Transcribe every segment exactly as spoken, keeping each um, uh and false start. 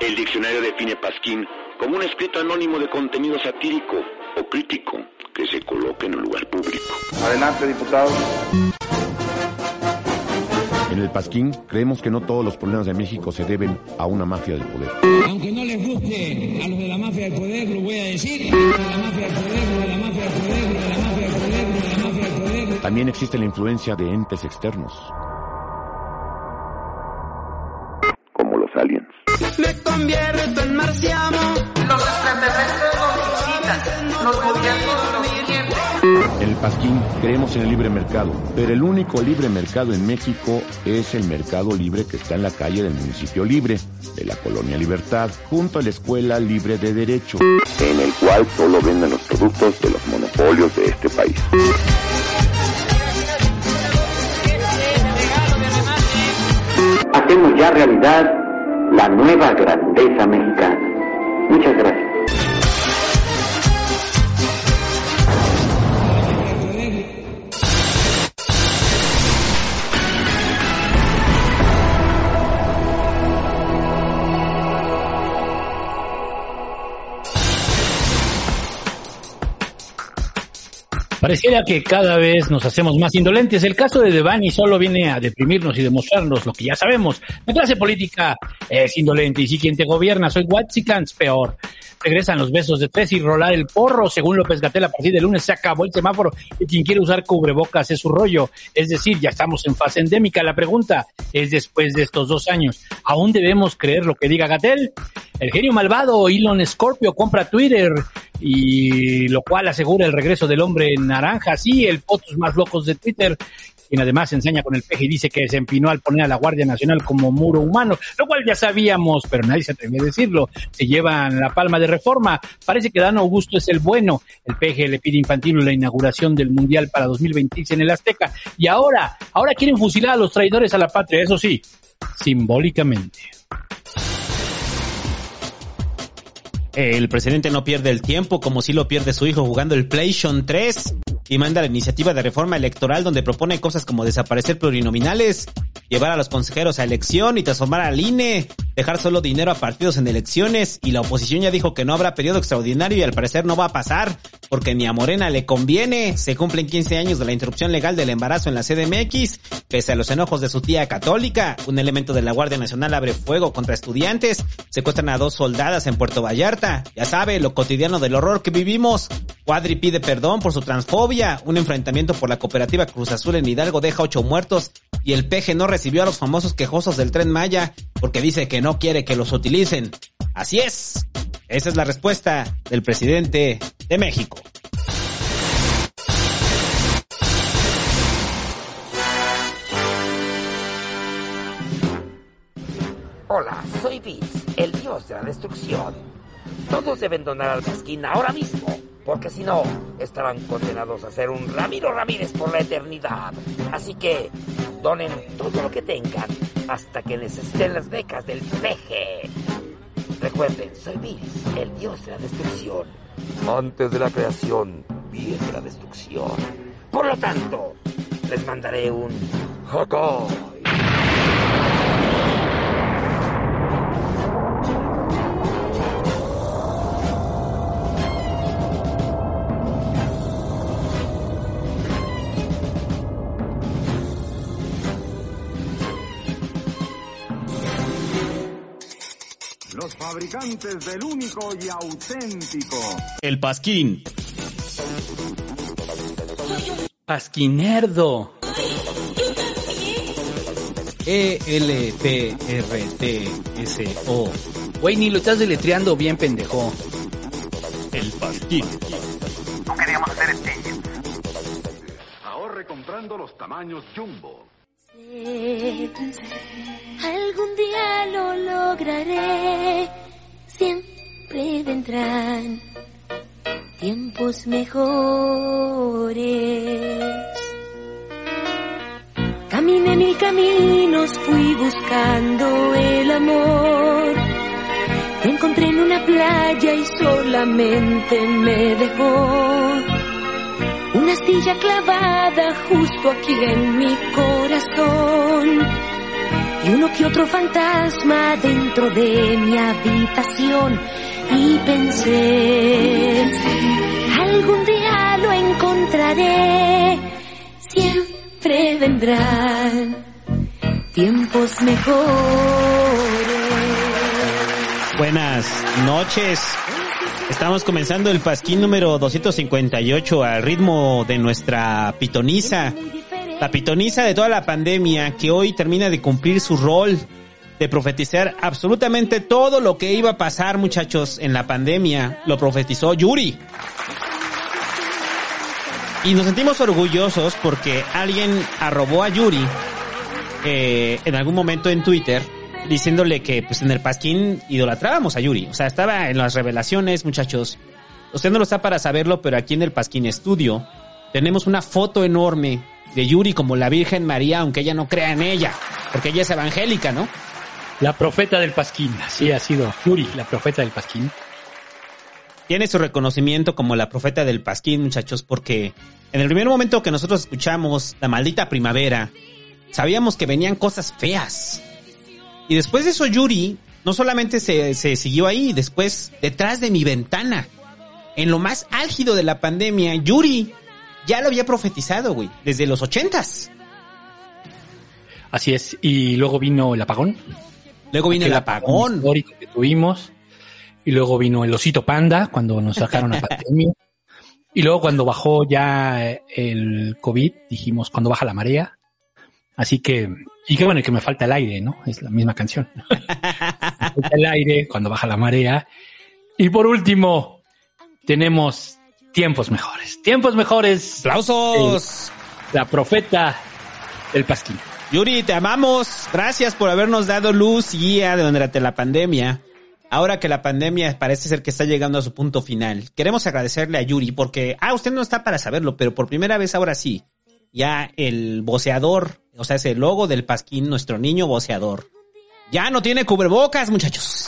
El diccionario define pasquín como un escrito anónimo de contenido satírico o crítico que se coloca en un lugar público. Adelante, diputado. En el pasquín creemos que no todos los problemas de México se deben a una mafia del poder. Aunque no les guste a los de la mafia del poder, lo voy a decir. Lo de la mafia del poder, lo de la mafia del poder, lo de la mafia del poder, lo de la mafia del poder. También existe la influencia de entes externos, como los aliens. Me convierto en marciano. Los extraterrestres nos visitan, los gobiernos nos mienten. En el pasquín creemos en el libre mercado, pero el único libre mercado en México es el mercado libre que está en la calle del municipio libre, de la colonia Libertad, junto a la Escuela Libre de Derecho, en el cual solo venden los productos de los monopolios de este país. Hacemos ya realidad la nueva grandeza mexicana. Muchas gracias. Pareciera que cada vez nos hacemos más indolentes. El caso de Devani solo viene a deprimirnos y demostrarnos lo que ya sabemos. La clase política es indolente y si quien te gobierna soy Whitexicans, peor. Regresan los besos de tres y rolar el porro. Según López-Gatell, a partir del lunes se acabó el semáforo y quien quiere usar cubrebocas es su rollo. Es decir, ya estamos en fase endémica. La pregunta es, después de estos dos años, ¿aún debemos creer lo que diga Gatell? El genio malvado Elon Scorpio compra Twitter, y lo cual asegura el regreso del hombre naranja, sí, el fotos más locos de Twitter, quien además se ensaña con el peje y dice que se empinó al poner a la Guardia Nacional como muro humano, lo cual ya sabíamos, pero nadie se atreve a decirlo. Se llevan la palma de Reforma. Parece que Dan Augusto es el bueno. El peje le pide a Infantino la inauguración del Mundial para dos mil veintiséis en el Azteca. Y ahora, ahora quieren fusilar a los traidores a la patria, eso sí, simbólicamente. El presidente no pierde el tiempo como si lo pierde su hijo jugando el PlayStation tres y manda la iniciativa de reforma electoral donde propone cosas como desaparecer plurinominales, llevar a los consejeros a elección y transformar al I N E, dejar solo dinero a partidos en elecciones, y la oposición ya dijo que no habrá periodo extraordinario y al parecer no va a pasar porque ni a Morena le conviene. Se cumplen quince años de la interrupción legal del embarazo en la C D M X, pese a los enojos de su tía católica. Un elemento de la Guardia Nacional abre fuego contra estudiantes, secuestran a dos soldadas en Puerto Vallarta. Ya sabe, lo cotidiano del horror que vivimos. Cuadri pide perdón por su transfobia. Un enfrentamiento por la cooperativa Cruz Azul en Hidalgo deja ocho muertos y el peje no recibió a los famosos quejosos del Tren Maya porque dice que no quiere que los utilicen. Así es. Esa es la respuesta del presidente de México. Hola, soy Vince, el dios de la destrucción. Todos deben donar al pasquín ahora mismo, porque si no, estarán condenados a ser un Ramiro Ramírez por la eternidad. Así que, donen todo lo que tengan, hasta que necesiten las becas del peje. Recuerden, soy Vince, el dios de la destrucción. Antes de la creación, viene la destrucción. Por lo tanto, les mandaré un Hakai. Los fabricantes del único y auténtico. El pasquín. Pasquinerdo. E L P R T S O. Güey, ni lo estás deletreando bien, pendejo. El pasquín. No queríamos hacer este. Ahorre comprando los tamaños Jumbo. Algún día lo lograré, siempre vendrán tiempos mejores. Caminé mil caminos, fui buscando el amor. Me encontré en una playa y solamente me dejó una astilla clavada justo aquí en mi corazón. y uno que otro fantasma dentro de mi habitación. Y pensé, algún día lo encontraré, siempre vendrán tiempos mejores. Buenas noches. Estamos comenzando el pasquín número doscientos cincuenta y ocho al ritmo de nuestra pitoniza. La pitoniza de toda la pandemia, que hoy termina de cumplir su rol de profetizar absolutamente todo lo que iba a pasar, muchachos, en la pandemia. Lo profetizó Yuri. Y nos sentimos orgullosos porque alguien arrobó a Yuri eh, en algún momento en Twitter, diciéndole que pues en el pasquín idolatrábamos a Yuri. O sea, estaba en las revelaciones, muchachos. Usted no lo está para saberlo, pero aquí en el Pasquín Estudio tenemos una foto enorme de Yuri como la Virgen María, aunque ella no crea en ella, porque ella es evangélica, ¿no? La profeta del Pasquín, así ha sido Yuri, la profeta del Pasquín. Tiene su reconocimiento como la profeta del Pasquín, muchachos, porque en el primer momento que nosotros escuchamos La Maldita Primavera, sabíamos que venían cosas feas. Y después de eso, Yuri no solamente se, se siguió ahí, después, detrás de mi ventana, en lo más álgido de la pandemia, Yuri ya lo había profetizado, güey, desde los ochentas. Así es, y luego vino el apagón. Luego vino el apagón histórico que tuvimos. Y luego vino el osito panda, cuando nos sacaron a pandemia. Y luego cuando bajó ya el COVID, dijimos, cuando baja la marea. Así que, y qué bueno, y que me falta el aire, ¿no? Es la misma canción. Me falta el aire cuando baja la marea. Y por último, tenemos tiempos mejores. Tiempos mejores. ¡Aplausos! Eh, la profeta del Pasquín. Yuri, te amamos. Gracias por habernos dado luz y guía durante la pandemia. Ahora que la pandemia parece ser que está llegando a su punto final, queremos agradecerle a Yuri porque, ah, usted no está para saberlo, pero por primera vez ahora sí, ya el voceador, o sea, ese logo del Pasquín, nuestro niño voceador, ya no tiene cubrebocas, muchachos.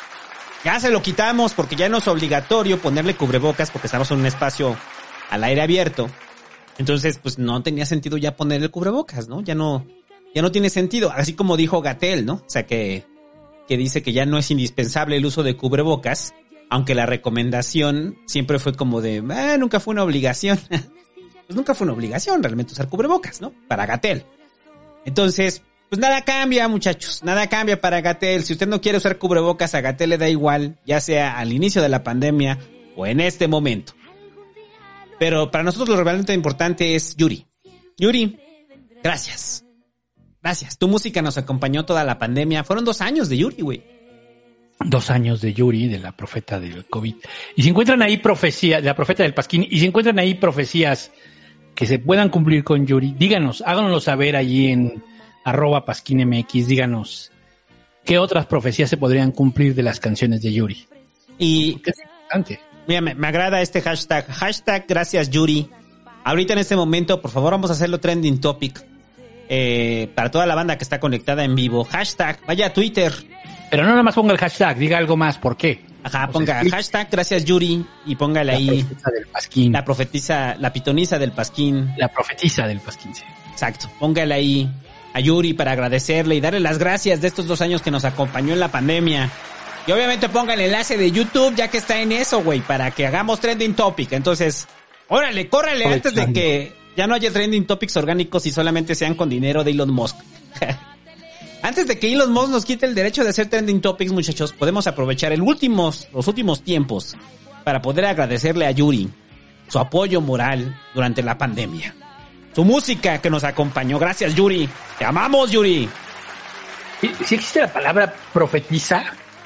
Ya se lo quitamos porque ya no es obligatorio ponerle cubrebocas porque estamos en un espacio al aire abierto. Entonces, pues no tenía sentido ya ponerle cubrebocas, ¿no? Ya no, ya no tiene sentido. Así como dijo Gatell, ¿no? O sea, que, que dice que ya no es indispensable el uso de cubrebocas, aunque la recomendación siempre fue como de, ah, nunca fue una obligación. Pues nunca fue una obligación realmente usar cubrebocas, ¿no? Para Gatell. Entonces, pues nada cambia, muchachos, nada cambia para Gatell. Si usted no quiere usar cubrebocas, a Gatell le da igual, ya sea al inicio de la pandemia o en este momento. Pero para nosotros lo realmente importante es Yuri. Yuri, gracias. Gracias. Tu música nos acompañó toda la pandemia. Fueron dos años de Yuri, güey. Dos años de Yuri, de la profeta del COVID. Y si encuentran ahí profecías, de la profeta del Pasquín, y si encuentran ahí profecías que se puedan cumplir con Yuri, díganos, háganoslo saber allí en arroba Pasquín M X, díganos qué otras profecías se podrían cumplir de las canciones de Yuri. Y es importante. Mira, me, me agrada este hashtag, hashtag gracias Yuri. Ahorita en este momento, por favor, vamos a hacerlo trending topic, eh, para toda la banda que está conectada en vivo. Hashtag, vaya a Twitter. Pero no nada más ponga el hashtag, diga algo más, ¿por qué? Ajá, ponga sea, hashtag gracias Yuri y póngale la ahí. La profetiza del Pasquín. La profetiza, la pitoniza del Pasquín. La profetiza del Pasquín, sí. Exacto, póngale ahí a Yuri para agradecerle y darle las gracias de estos dos años que nos acompañó en la pandemia. Y obviamente ponga el enlace de YouTube ya que está en eso, güey, para que hagamos trending topic. Entonces, órale, córrele antes de que ya no haya trending topics orgánicos y solamente sean con dinero de Elon Musk. Antes de que Elon Musk nos quite el derecho de hacer trending topics, muchachos, podemos aprovechar el últimos, los últimos tiempos para poder agradecerle a Yuri su apoyo moral durante la pandemia. Su música que nos acompañó. Gracias, Yuri. Te amamos, Yuri. ¿Sí existe la palabra profetiza?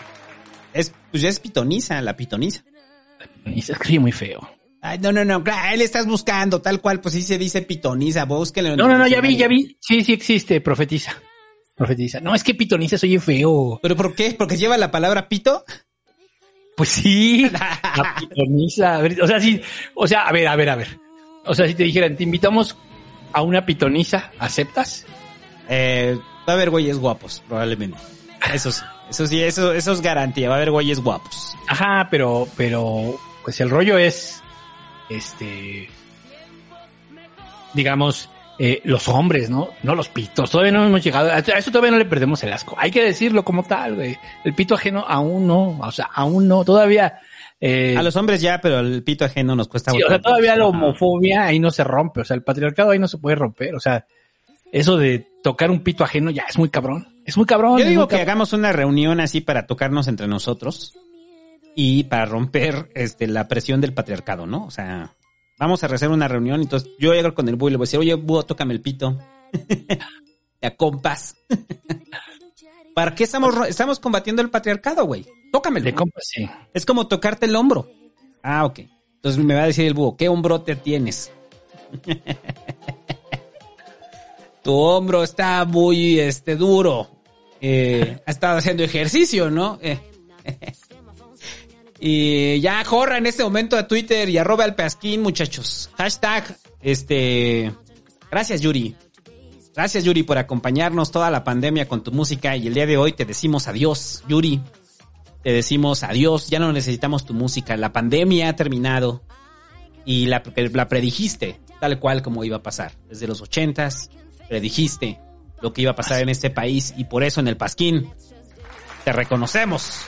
Es, pues ya es pitoniza, la pitoniza. La pitoniza, es que muy feo. Ay, no, no, no, claro, él estás buscando, tal cual, pues sí se dice pitoniza, búsquelo. No, no, no, ya vi, ya vi. Sí, sí existe, profetiza. Profetiza. No, es que pitoniza se oye feo. ¿Pero por qué? ¿Porque lleva la palabra pito? Pues sí, la pitoniza. A ver, o sea, sí, o sea, a ver, a ver, a ver. O sea, si te dijeran, te invitamos a una pitoniza, ¿aceptas? Eh, va a haber güeyes guapos, probablemente. Eso sí, eso sí, eso, eso es garantía, va a haber güeyes guapos. Ajá, pero, pero, pues el rollo es, este, digamos, eh, los hombres, ¿no? No los pitos, todavía no hemos llegado, a eso todavía no le perdemos el asco, hay que decirlo como tal, güey, el pito ajeno aún no, o sea, aún no, todavía... Eh, a los hombres ya, pero el pito ajeno nos cuesta... Sí, o sea, todavía la homofobia ahí no se rompe, o sea, el patriarcado ahí no se puede romper, o sea, eso de tocar un pito ajeno ya es muy cabrón, es muy cabrón. Yo digo que cabrón. Hagamos una reunión así para tocarnos entre nosotros y para romper este la presión del patriarcado, ¿no? O sea, vamos a hacer una reunión, entonces yo voy a llegar con el búho y le voy a decir, oye, búho, tócame el pito. Ya compas. ¿Para qué estamos, estamos combatiendo el patriarcado, güey? Tócamelo. De compas, sí. Es como tocarte el hombro. Ah, ok. Entonces me va a decir el búho, ¿qué hombrote tienes? Tu hombro está muy este duro. Eh, ha estado haciendo ejercicio, ¿no? Eh. Y ya corra en este momento a Twitter y arroba al Pasquín, muchachos. Hashtag, este... Gracias, Yuri. Gracias, Yuri, por acompañarnos toda la pandemia con tu música. Y el día de hoy te decimos adiós, Yuri. Te decimos adiós. Ya no necesitamos tu música. La pandemia ha terminado. Y la, la predijiste, tal cual como iba a pasar. Desde los ochentas, predijiste lo que iba a pasar en este país. Y por eso en el Pasquín te reconocemos.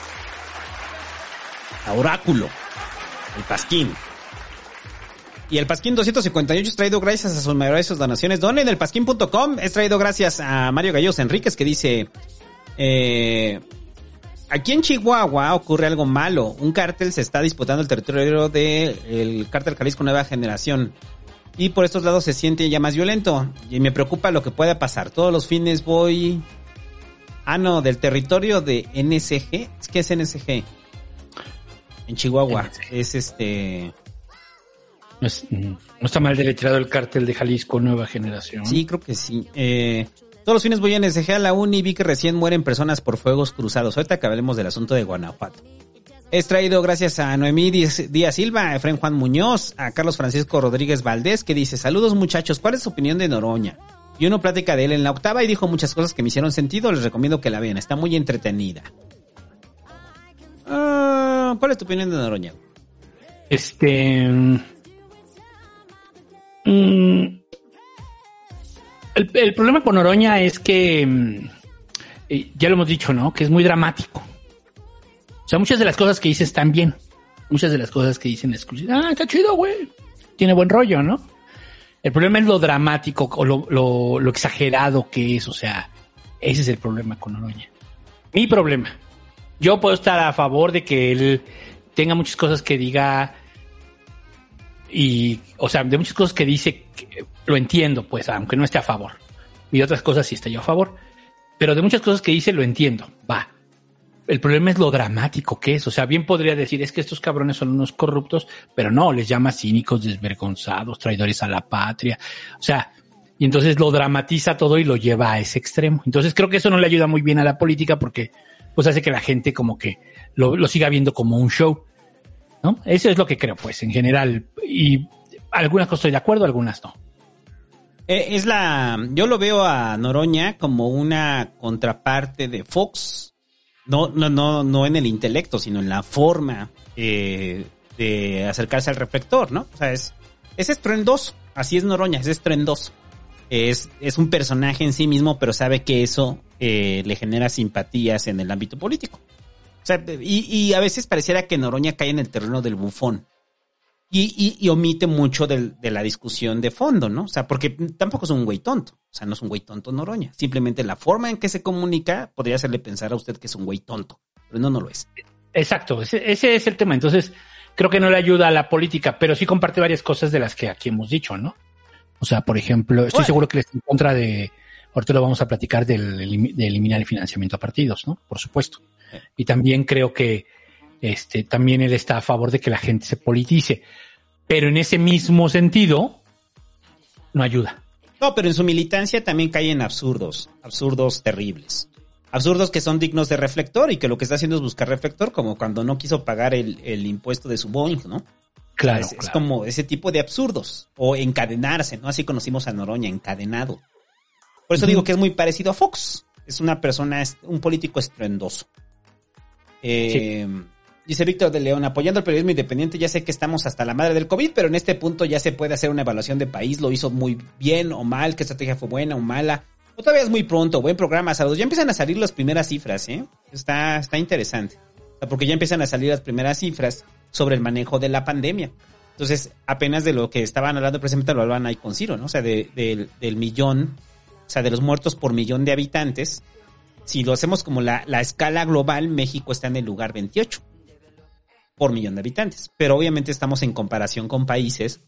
A Oráculo, el Pasquín. Y el Pasquín doscientos cincuenta y ocho es traído gracias a sus mayorosas donaciones. Donen en el pasquín punto com. Es traído gracias a Mario Gallegos Enríquez, que dice... Eh, aquí en Chihuahua ocurre algo malo. Un cártel se está disputando el territorio del cártel Jalisco Nueva Generación. Y por estos lados se siente ya más violento. Y me preocupa lo que pueda pasar. Todos los fines voy... Ah, no, del territorio de N S G. ¿Qué es N S G? En Chihuahua. Es este... No, es, no está mal deletreado el cártel de Jalisco Nueva Generación. Sí, creo que sí. Eh, todos los fines voy a N S G a la uni y vi que recién mueren personas por fuegos cruzados. Ahorita que hablemos del asunto de Guanajuato. Es traído gracias a Noemí Díaz, Díaz Silva, a Efraín Juan Muñoz, a Carlos Francisco Rodríguez Valdés, que dice: saludos muchachos, ¿cuál es su opinión de Noroña? Y uno plática de él en la octava y dijo muchas cosas que me hicieron sentido. Les recomiendo que la vean, está muy entretenida. Uh, ¿Cuál es tu opinión de Noroña? Este... Mm, el, el problema con Noroña es que, eh, ya lo hemos dicho, ¿no? Que es muy dramático. O sea, muchas de las cosas que dice están bien. Muchas de las cosas que dicen es, ah, está chido, güey. Tiene buen rollo, ¿no? El problema es lo dramático o lo, lo, lo exagerado que es. O sea, ese es el problema con Noroña. Mi problema. Yo puedo estar a favor de que él tenga muchas cosas que diga y, o sea, de muchas cosas que dice, que lo entiendo, pues, aunque no esté a favor. Y de otras cosas sí estoy yo a favor. Pero de muchas cosas que dice lo entiendo, va. El problema es lo dramático que es. O sea, bien podría decir, es que estos cabrones son unos corruptos, pero no, les llama cínicos, desvergonzados, traidores a la patria. O sea, y entonces lo dramatiza todo y lo lleva a ese extremo. Entonces creo que eso no le ayuda muy bien a la política porque pues hace que la gente como que lo, lo siga viendo como un show, ¿no? Eso es lo que creo, pues, en general. Y algunas cosas estoy de acuerdo, algunas no. Eh, es la... Yo lo veo a Noroña como una contraparte de Fox. No, no, no, no en el intelecto, sino en la forma eh, de acercarse al reflector, ¿no? O sea, es, es estruendoso. Así es Noroña, es estruendoso. Es, es un personaje en sí mismo, pero sabe que eso eh, le genera simpatías en el ámbito político. O sea, y, y a veces pareciera que Noroña cae en el terreno del bufón. Y, y, y omite mucho del, de la discusión de fondo, ¿no? O sea, porque tampoco es un güey tonto. O sea, no es un güey tonto Noroña. Simplemente la forma en que se comunica podría hacerle pensar a usted que es un güey tonto. Pero no, no lo es. Exacto, ese, ese es el tema. Entonces, creo que no le ayuda a la política, pero sí comparte varias cosas de las que aquí hemos dicho, ¿no? O sea, por ejemplo, estoy bueno. seguro que está en contra de... Ahorita lo vamos a platicar del, de eliminar el financiamiento a partidos, ¿no? Por supuesto. Y también creo que este también él está a favor de que la gente se politice. Pero en ese mismo sentido, no ayuda. No, pero en su militancia también cae en absurdos. Absurdos terribles. Absurdos que son dignos de reflector y que lo que está haciendo es buscar reflector, como cuando no quiso pagar el, el impuesto de su Boeing, ¿no? Claro, es, claro. Es como ese tipo de absurdos. O encadenarse, ¿no? Así conocimos a Noroña, encadenado. Por eso uh-huh. digo que es muy parecido a Fox. Es una persona, un político estruendoso. Eh, sí. Dice Víctor de León, apoyando el periodismo independiente, ya sé que estamos hasta la madre del COVID, pero en este punto ya se puede hacer una evaluación de país, lo hizo muy bien o mal, qué estrategia fue buena o mala. O todavía es muy pronto, buen programa, saludos. Ya empiezan a salir las primeras cifras, ¿eh? Está, está interesante. Porque ya empiezan a salir las primeras cifras sobre el manejo de la pandemia. Entonces, apenas de lo que estaban hablando, precisamente lo hablaban ahí con Ciro, ¿no? O sea, de, de, del millón, o sea, de los muertos por millón de habitantes. Si lo hacemos como la, la escala global, México está en el lugar veintiocho por millón de habitantes. Pero obviamente estamos en comparación con países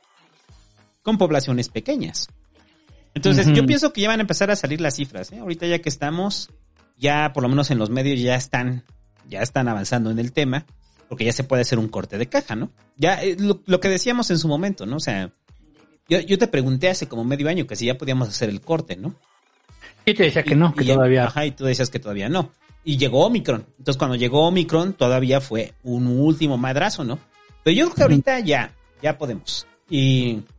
con poblaciones pequeñas. Entonces, uh-huh. yo pienso que ya van a empezar a salir las cifras, ¿eh? Ahorita ya que estamos, ya por lo menos en los medios ya están, ya están avanzando en el tema, porque ya se puede hacer un corte de caja, ¿no? Ya eh, lo, lo que decíamos en su momento, ¿no? O sea, yo, yo te pregunté hace como medio año que si ya podíamos hacer el corte, ¿no? Y te decía que no, que y, todavía. Ajá, y tú decías que todavía no. Y llegó Omicron. Entonces, cuando llegó Omicron, todavía fue un último madrazo, ¿no? Pero yo creo que ahorita ya, ya podemos. Y va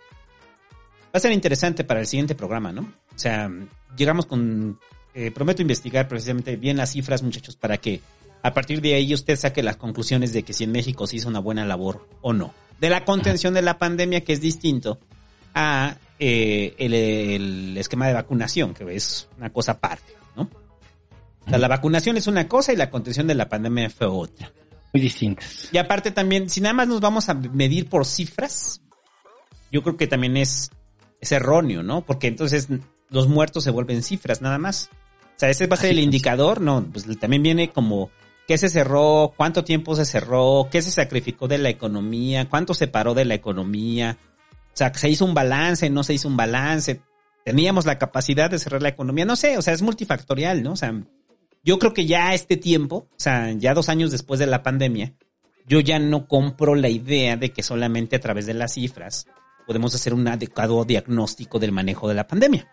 a ser interesante para el siguiente programa, ¿no? O sea, llegamos con... Eh, prometo investigar precisamente bien las cifras, muchachos, para que a partir de ahí usted saque las conclusiones de que si en México se hizo una buena labor o no. De la contención de la pandemia, que es distinto a eh, el, el esquema de vacunación, que es una cosa aparte, ¿no? O sea, la vacunación es una cosa y la contención de la pandemia fue otra. Muy distintas. Y aparte también, si nada más nos vamos a medir por cifras, yo creo que también es, es erróneo, ¿no? Porque entonces los muertos se vuelven cifras nada más. O sea, ese va a ser el indicador, ¿no? Pues también viene como qué se cerró, cuánto tiempo se cerró, qué se sacrificó de la economía, cuánto se paró de la economía. O sea, se hizo un balance, no se hizo un balance. Teníamos la capacidad de cerrar la economía, no sé, o sea, es multifactorial, ¿no? O sea, yo creo que ya este tiempo, o sea, ya dos años después de la pandemia, yo ya no compro la idea de que solamente a través de las cifras podemos hacer un adecuado diagnóstico del manejo de la pandemia.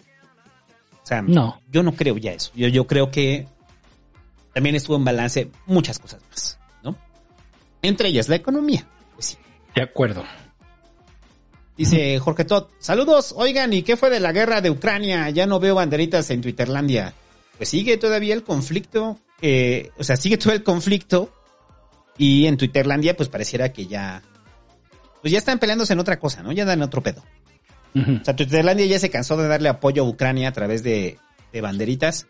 O sea, no. Yo no creo ya eso. Yo, yo creo que también estuvo en balance muchas cosas más, ¿no? Entre ellas la economía. Pues sí. De acuerdo. Dice Jorge Todd, saludos, oigan, ¿y qué fue de la guerra de Ucrania? Ya no veo banderitas en Twitterlandia. Pues sigue todavía el conflicto, eh, o sea, sigue todo el conflicto y en Twitterlandia pues pareciera que ya, pues ya están peleándose en otra cosa, ¿no? Ya dan otro pedo. Uh-huh. O sea, Twitterlandia ya se cansó de darle apoyo a Ucrania a través de, de banderitas.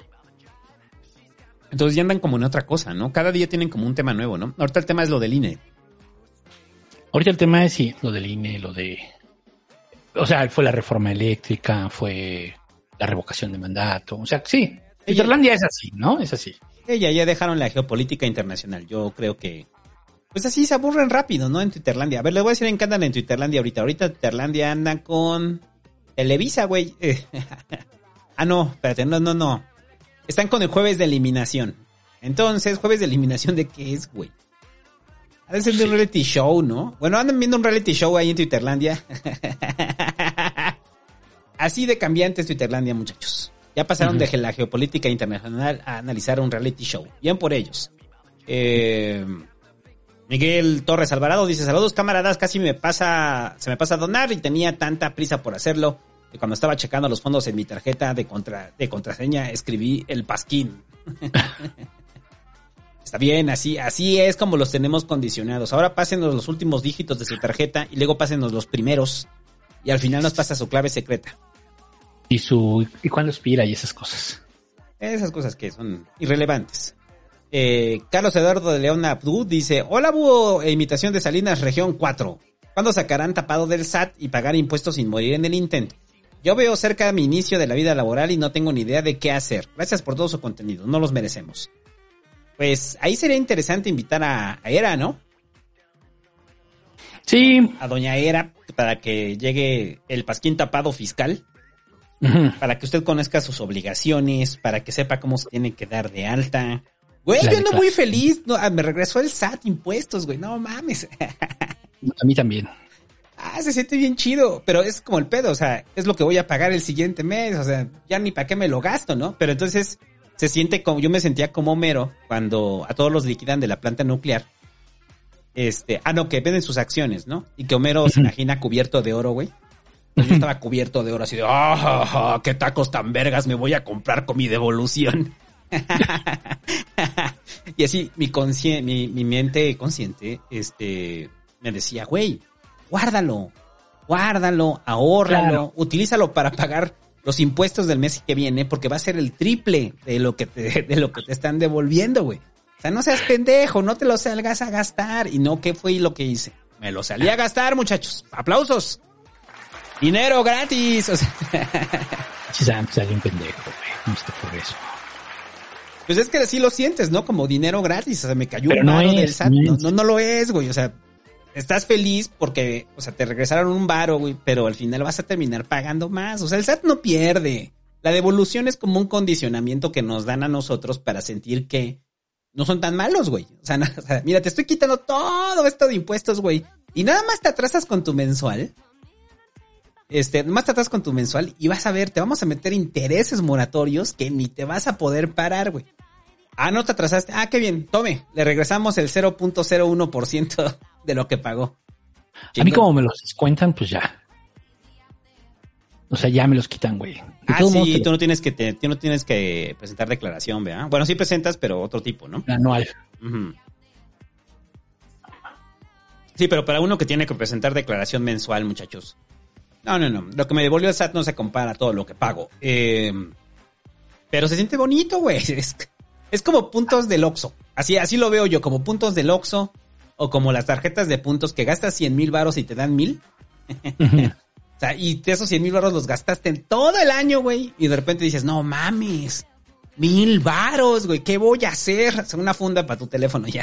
Entonces ya andan como en otra cosa, ¿no? Cada día tienen como un tema nuevo, ¿no? Ahorita el tema es lo del I N E. Ahorita el tema es, sí, lo del I N E, lo de... O sea, fue la reforma eléctrica, fue la revocación de mandato. O sea, sí, Twitterlandia es así, ¿no? Es así. Ella ya dejaron la geopolítica internacional. Yo creo que... Pues así se aburren rápido, ¿no? En Twitterlandia. A ver, les voy a decir en qué andan en Twitterlandia ahorita. Ahorita Twitterlandia anda con Televisa, güey. ah, no, espérate, no, no, no. Están con el jueves de eliminación. Entonces, ¿jueves de eliminación de qué es, güey? Ha de ser de un reality show, ¿no? Bueno, andan viendo un reality show ahí en Twitterlandia. Así de cambiante es Twitterlandia, muchachos. Ya pasaron uh-huh. de la geopolítica internacional a analizar un reality show. Bien por ellos. Eh, Miguel Torres Alvarado dice, saludos camaradas, casi me pasa, se me pasa a donar y tenía tanta prisa por hacerlo que cuando estaba checando los fondos en mi tarjeta de, contra, de contraseña escribí el pasquín. Está bien, así, así es como los tenemos condicionados. Ahora pásenos los últimos dígitos de su tarjeta y luego pásenos los primeros. Y al final nos pasa su clave secreta. Y su y cuándo expira y esas cosas. Esas cosas que son irrelevantes. Eh, Carlos Eduardo de León Abdú dice, hola búho, imitación de Salinas, región cuatro. ¿Cuándo sacarán tapado del S A T y pagar impuestos sin morir en el intento? Yo veo cerca mi inicio de la vida laboral y no tengo ni idea de qué hacer. Gracias por todo su contenido, no los merecemos. Pues ahí sería interesante invitar a, a Era, ¿no? Sí. A doña Era, para que llegue el pasquín tapado fiscal. Uh-huh. Para que usted conozca sus obligaciones, para que sepa cómo se tiene que dar de alta. Güey, yo ando muy feliz. No, me regresó el S A T, impuestos, güey. No mames. A mí también. Ah, se siente bien chido. Pero es como el pedo, o sea, es lo que voy a pagar el siguiente mes. O sea, ya ni para qué me lo gasto, ¿no? Pero entonces... Se siente como, yo me sentía como Homero cuando a todos los liquidan de la planta nuclear. Este, ah, no, que venden sus acciones, ¿no? Y que Homero uh-huh. se imagina cubierto de oro, güey. Pues yo estaba cubierto de oro así de, ¡ah, oh, qué tacos tan vergas me voy a comprar con mi devolución! Y así mi, consci- mi, mi mente consciente este, me decía, güey, guárdalo, guárdalo, ahórralo, claro. Utilízalo para pagar los impuestos del mes que viene, porque va a ser el triple de lo que te, de lo que te están devolviendo, güey. O sea, no seas pendejo, no te lo salgas a gastar. Y no, ¿qué fue lo que hice? Me lo salí a gastar, muchachos. ¡Aplausos! ¡Dinero gratis! O sea, sí, salió un pendejo, güey. No está por eso. Pues es que así lo sientes, ¿no? Como dinero gratis. O sea, me cayó Pero un varo no del es, S A T. No, no, es. no, no lo es, güey. O sea, estás feliz porque, o sea, te regresaron un varo, güey. Pero al final vas a terminar pagando más. O sea, el S A T no pierde. La devolución es como un condicionamiento que nos dan a nosotros para sentir que no son tan malos, güey. O sea, no, o sea, mira, te estoy quitando todo esto de impuestos, güey. Y nada más te atrasas con tu mensual. Este, nada más te atrasas con tu mensual y vas a ver, te vamos a meter intereses moratorios que ni te vas a poder parar, güey. Ah, no te atrasaste. Ah, qué bien. Tome, le regresamos el cero punto cero uno por ciento de lo que pagó. A mí como me los descuentan, pues ya. O sea, ya me los quitan, güey. De ah, sí, modo, tú no tienes que te, tú no tienes que presentar declaración, ¿verdad? Bueno, sí presentas, pero otro tipo, ¿no? Anual. Uh-huh. Sí, pero para uno que tiene que presentar declaración mensual, muchachos. No, no, no. Lo que me devolvió el S A T no se compara a todo lo que pago. Eh, pero se siente bonito, güey. Es, es como puntos del Oxxo. Así, así lo veo yo, como puntos del Oxxo. O como las tarjetas de puntos que gastas cien mil varos y te dan mil. Uh-huh. O sea, y esos cien mil varos los gastaste en todo el año, güey. Y de repente dices, no mames, mil varos, güey, ¿qué voy a hacer? O sea, una funda para tu teléfono ya.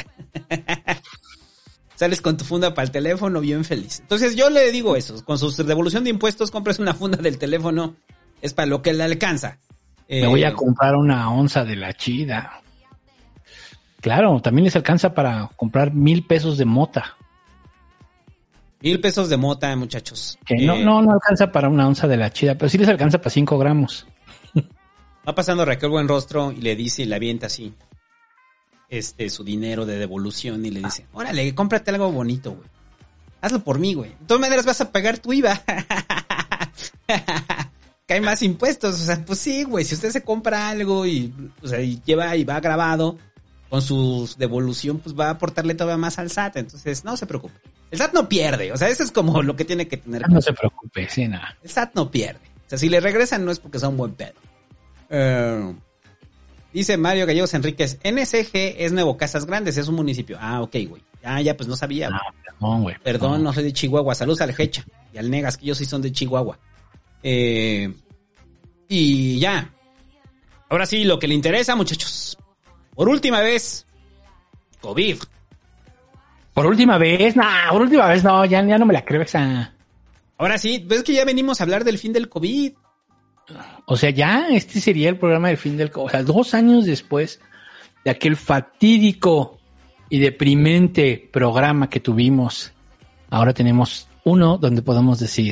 Sales con tu funda para el teléfono bien feliz. Entonces yo le digo eso, con su devolución de impuestos compres una funda del teléfono, es para lo que le alcanza. Me eh, voy a comprar una onza de la chida. Claro, también les alcanza para comprar mil pesos de mota. Mil pesos de mota, muchachos. Que eh, no, no, no alcanza para una onza de la chida, pero sí les alcanza para cinco gramos. Va pasando Raquel Buenrostro y le dice, y le avienta así, este, su dinero de devolución y le dice, órale, cómprate algo bonito, güey. Hazlo por mí, güey. De todas maneras vas a pagar tu I V A. Que hay más impuestos. O sea, pues sí, güey. Si usted se compra algo y, o sea, y lleva y va grabado con su devolución, pues va a aportarle todavía más al S A T. Entonces, no se preocupe. El S A T no pierde. O sea, eso es como lo que tiene que tener. No se preocupe, sí, nada. El S A T no pierde. O sea, si le regresan no es porque son buen pedo. Uh, dice Mario Gallegos Enríquez, N S G es Nuevo Casas Grandes, es un municipio. Ah, ok, güey. Ah, ya, pues no sabía. Ah, perdón, güey. Perdón, perdón, no soy de Chihuahua. Saludos al Hecha y al Negas, que ellos sí son de Chihuahua. Eh, y ya. Ahora sí, lo que le interesa, muchachos. Por última vez, COVID. Por última vez, no, por última vez no, ya, ya no me la creo esa. Ahora sí, ves que ya venimos a hablar del fin del COVID. O sea, ya este sería el programa del fin del COVID. O sea, dos años después de aquel fatídico y deprimente programa que tuvimos, ahora tenemos uno donde podemos decir,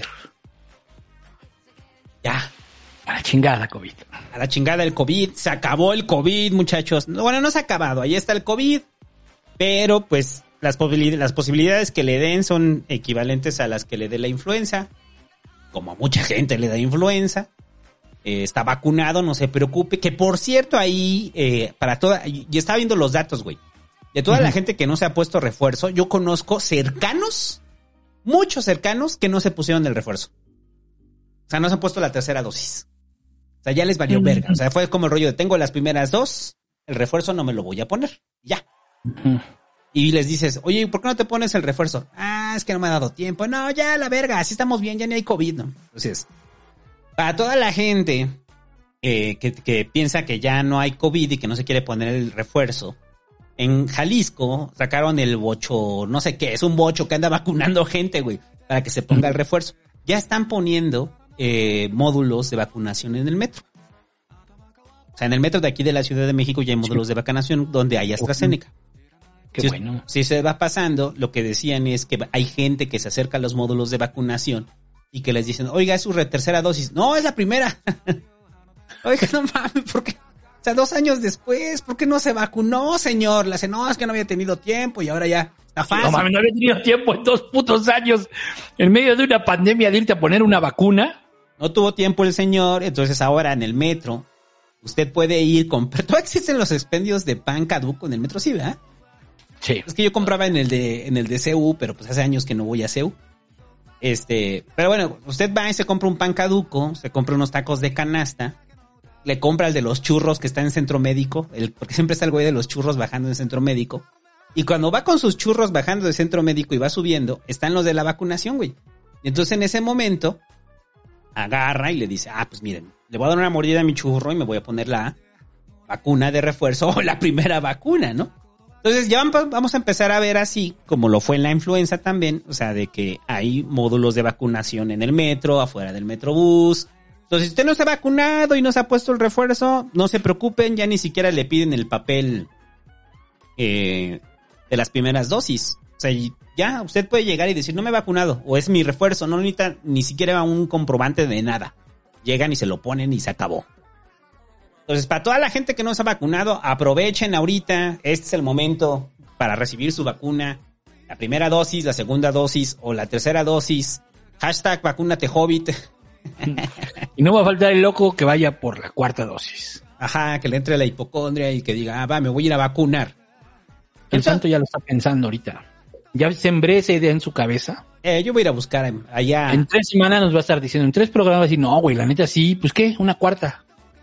ya, a la chingada COVID. A la chingada el COVID, se acabó el COVID, muchachos. Bueno, no se ha acabado, ahí está el COVID, pero pues las posibilidades, las posibilidades que le den son equivalentes a las que le dé la influenza. Como a mucha gente le da influenza. Eh, está vacunado, no se preocupe. Que por cierto, ahí, eh, para toda, y estaba viendo los datos, güey. De toda uh-huh. la gente que no se ha puesto refuerzo, yo conozco cercanos, muchos cercanos, que no se pusieron el refuerzo. O sea, no se han puesto la tercera dosis. O sea, ya les valió uh-huh. verga. O sea, fue como el rollo de tengo las primeras dos, el refuerzo no me lo voy a poner. Ya. Uh-huh. Y les dices, oye, ¿por qué no te pones el refuerzo? Ah, es que no me ha dado tiempo. No, ya la verga, así estamos bien, ya ni hay COVID, ¿no? Entonces, para toda la gente eh, que, que piensa que ya no hay COVID y que no se quiere poner el refuerzo, en Jalisco sacaron el bocho, no sé qué, es un bocho que anda vacunando gente, güey, para que se ponga el refuerzo. Ya están poniendo eh, módulos de vacunación en el metro. O sea, en el metro de aquí de la Ciudad de México ya hay módulos de vacunación donde hay AstraZeneca. Qué si, bueno. Si se va pasando, lo que decían es que hay gente que se acerca a los módulos de vacunación y que les dicen, oiga, es su tercera dosis. No, es la primera. Oiga, no mames, ¿por qué? O sea, dos años después, ¿por qué no se vacunó, señor? Le dice, no, es que no había tenido tiempo y ahora ya está fácil. No mames, no había tenido tiempo en dos putos años en medio de una pandemia de irte a poner una vacuna. No tuvo tiempo el señor, entonces ahora en el metro usted puede ir comprar. Todavía existen los expendios de pan caduco en el metro, ¿sí, verdad? Sí. Es que yo compraba en el de en el de C U, pero pues hace años que no voy a C U. Este, pero bueno, usted va y se compra un pan caduco, se compra unos tacos de canasta, le compra el de los churros que está en Centro Médico, el, porque siempre está el güey de los churros bajando en Centro Médico. Y cuando va con sus churros bajando de Centro Médico y va subiendo, están los de la vacunación, güey. Y entonces en ese momento agarra y le dice, ah, pues miren, le voy a dar una mordida a mi churro y me voy a poner la vacuna de refuerzo o la primera vacuna, ¿no? Entonces ya vamos a empezar a ver así, como lo fue en la influenza también, o sea, de que hay módulos de vacunación en el metro, afuera del metrobús. Entonces, si usted no se ha vacunado y no se ha puesto el refuerzo, no se preocupen, ya ni siquiera le piden el papel eh, de las primeras dosis. O sea, ya usted puede llegar y decir, no me he vacunado, o es mi refuerzo, no necesita ni siquiera un comprobante de nada. Llegan y se lo ponen y se acabó. Entonces, para toda la gente que no se ha vacunado, aprovechen ahorita, este es el momento para recibir su vacuna, la primera dosis, la segunda dosis o la tercera dosis, hashtag vacúnate hobbit. Y no va a faltar el loco que vaya por la cuarta dosis. Ajá, que le entre la hipocondria y que diga, ah, va, me voy a ir a vacunar. El santo ya lo está pensando ahorita. Ya sembré esa idea en su cabeza. Eh, yo voy a ir a buscar allá. En tres semanas nos va a estar diciendo, en tres programas, y no, güey, la neta sí, pues qué, una cuarta.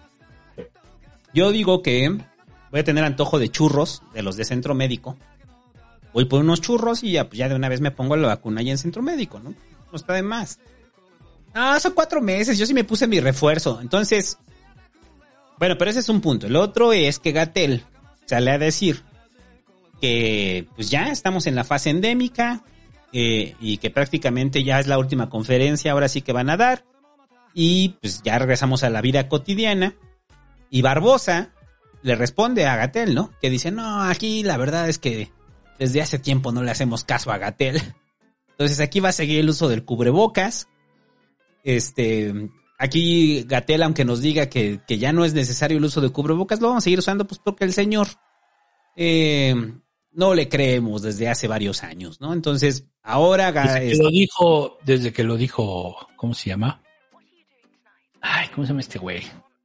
Yo digo que voy a tener antojo de churros, de los de Centro Médico. Voy por unos churros y ya, pues ya de una vez me pongo la vacuna allá en Centro Médico, ¿no? No está de más. Ah, son cuatro meses, yo sí me puse mi refuerzo. Entonces, bueno, pero ese es un punto. El otro es que Gatell sale a decir que pues ya estamos en la fase endémica eh, y que prácticamente ya es la última conferencia, ahora sí que van a dar. Y pues ya regresamos a la vida cotidiana. Y Barbosa le responde a Gatell, ¿no? Que dice, no, aquí la verdad es que desde hace tiempo no le hacemos caso a Gatell. Entonces aquí va a seguir el uso del cubrebocas. Este, aquí Gatell, aunque nos diga que, que ya no es necesario el uso de cubrebocas, lo vamos a seguir usando pues porque el señor eh, no le creemos desde hace varios años, ¿no? Entonces ahora... Desde que lo dijo, desde que lo dijo, ¿cómo se llama? Ay, ¿cómo se llama este güey?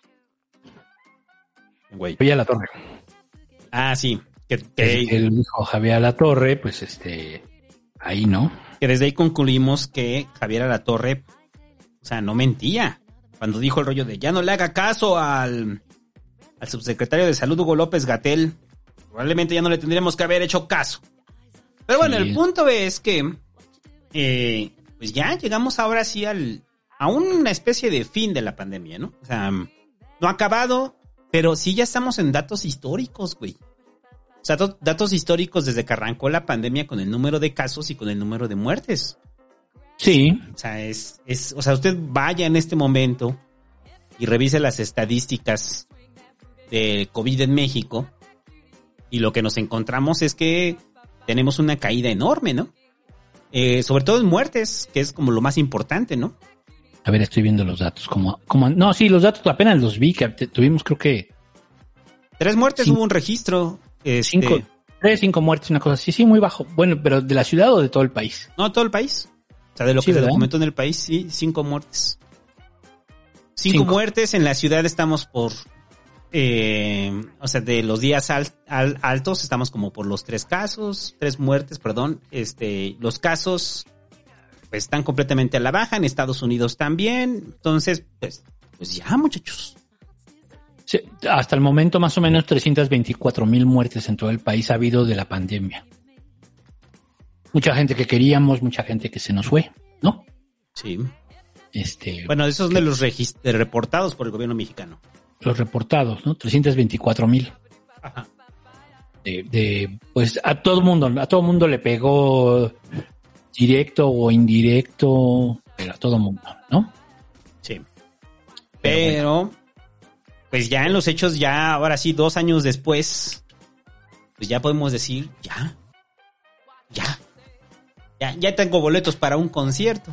Güey. Javier Alatorre. Ah, sí. Que, que el hijo Javier Alatorre, pues este, ahí no. Que desde ahí concluimos que Javier Alatorre, o sea, no mentía. Cuando dijo el rollo de ya no le haga caso al, al subsecretario de Salud, Hugo López-Gatell, probablemente ya no le tendríamos que haber hecho caso. Pero bueno, sí. El punto es que, eh, pues ya llegamos ahora sí al, a una especie de fin de la pandemia, ¿no? O sea, no ha acabado. Pero sí ya estamos en datos históricos, güey. O sea, to- datos históricos desde que arrancó la pandemia con el número de casos y con el número de muertes. Sí. O sea, es, es, o sea, usted vaya en este momento y revise las estadísticas de COVID en México y lo que nos encontramos es que tenemos una caída enorme, ¿no? Eh, sobre todo en muertes, que es como lo más importante, ¿no? A ver, estoy viendo los datos. Como, como, no, sí, los datos apenas los vi, que tuvimos creo que... Tres muertes, cinco, hubo un registro. Este, cinco, tres, cinco muertes, una cosa así, sí, muy bajo. Bueno, pero ¿de la ciudad o de todo el país? No, todo el país. O sea, de lo sí, que ¿verdad? Se documentó en el país, sí, cinco muertes. Cinco, cinco. muertes, en la ciudad estamos por... Eh, o sea, de los días al, al, altos estamos como por los tres casos, tres muertes, perdón. Este, los casos... pues están completamente a la baja, en Estados Unidos también, entonces, pues, pues ya, muchachos. Sí, hasta el momento más o menos trescientas veinticuatro mil muertes en todo el país ha habido de la pandemia. Mucha gente que queríamos, mucha gente que se nos fue, ¿no? Sí. Este, bueno, esos son de los regist- de reportados por el gobierno mexicano. Los reportados, ¿no? trescientas veinticuatro mil. Ajá. De, de, pues a todo mundo, a todo mundo le pegó... directo o indirecto, pero a todo mundo, ¿no? Sí. Pero, pero bueno. Pues ya en los hechos, ya ahora sí, dos años después, pues ya podemos decir, ya, ya, ya, ya tengo boletos para un concierto.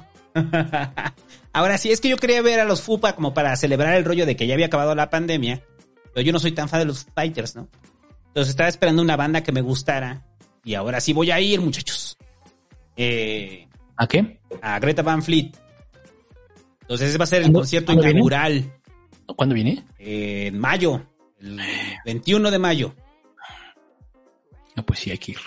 Ahora sí, es que yo quería ver a los Fupa como para celebrar el rollo de que ya había acabado la pandemia, pero yo no soy tan fan de los Foo Fighters, ¿no? Entonces estaba esperando una banda que me gustara y ahora sí voy a ir, muchachos. Eh, ¿A qué? A Greta Van Fleet. Entonces ese va a ser el concierto inaugural. ¿Cuándo viene? Eh, en mayo, el veintiuno de mayo. No, pues sí, hay que ir.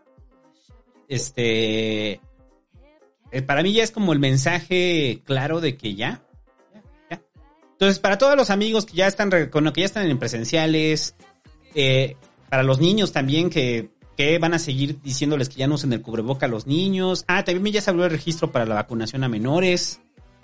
Este, eh, para mí ya es como el mensaje claro de que ya, ya, ya. Entonces, para todos los amigos que ya están, con que ya están en presenciales, eh, para los niños también que, que van a seguir diciéndoles que ya no usen el cubreboca a los niños. Ah, también ya se abrió el registro para la vacunación a menores.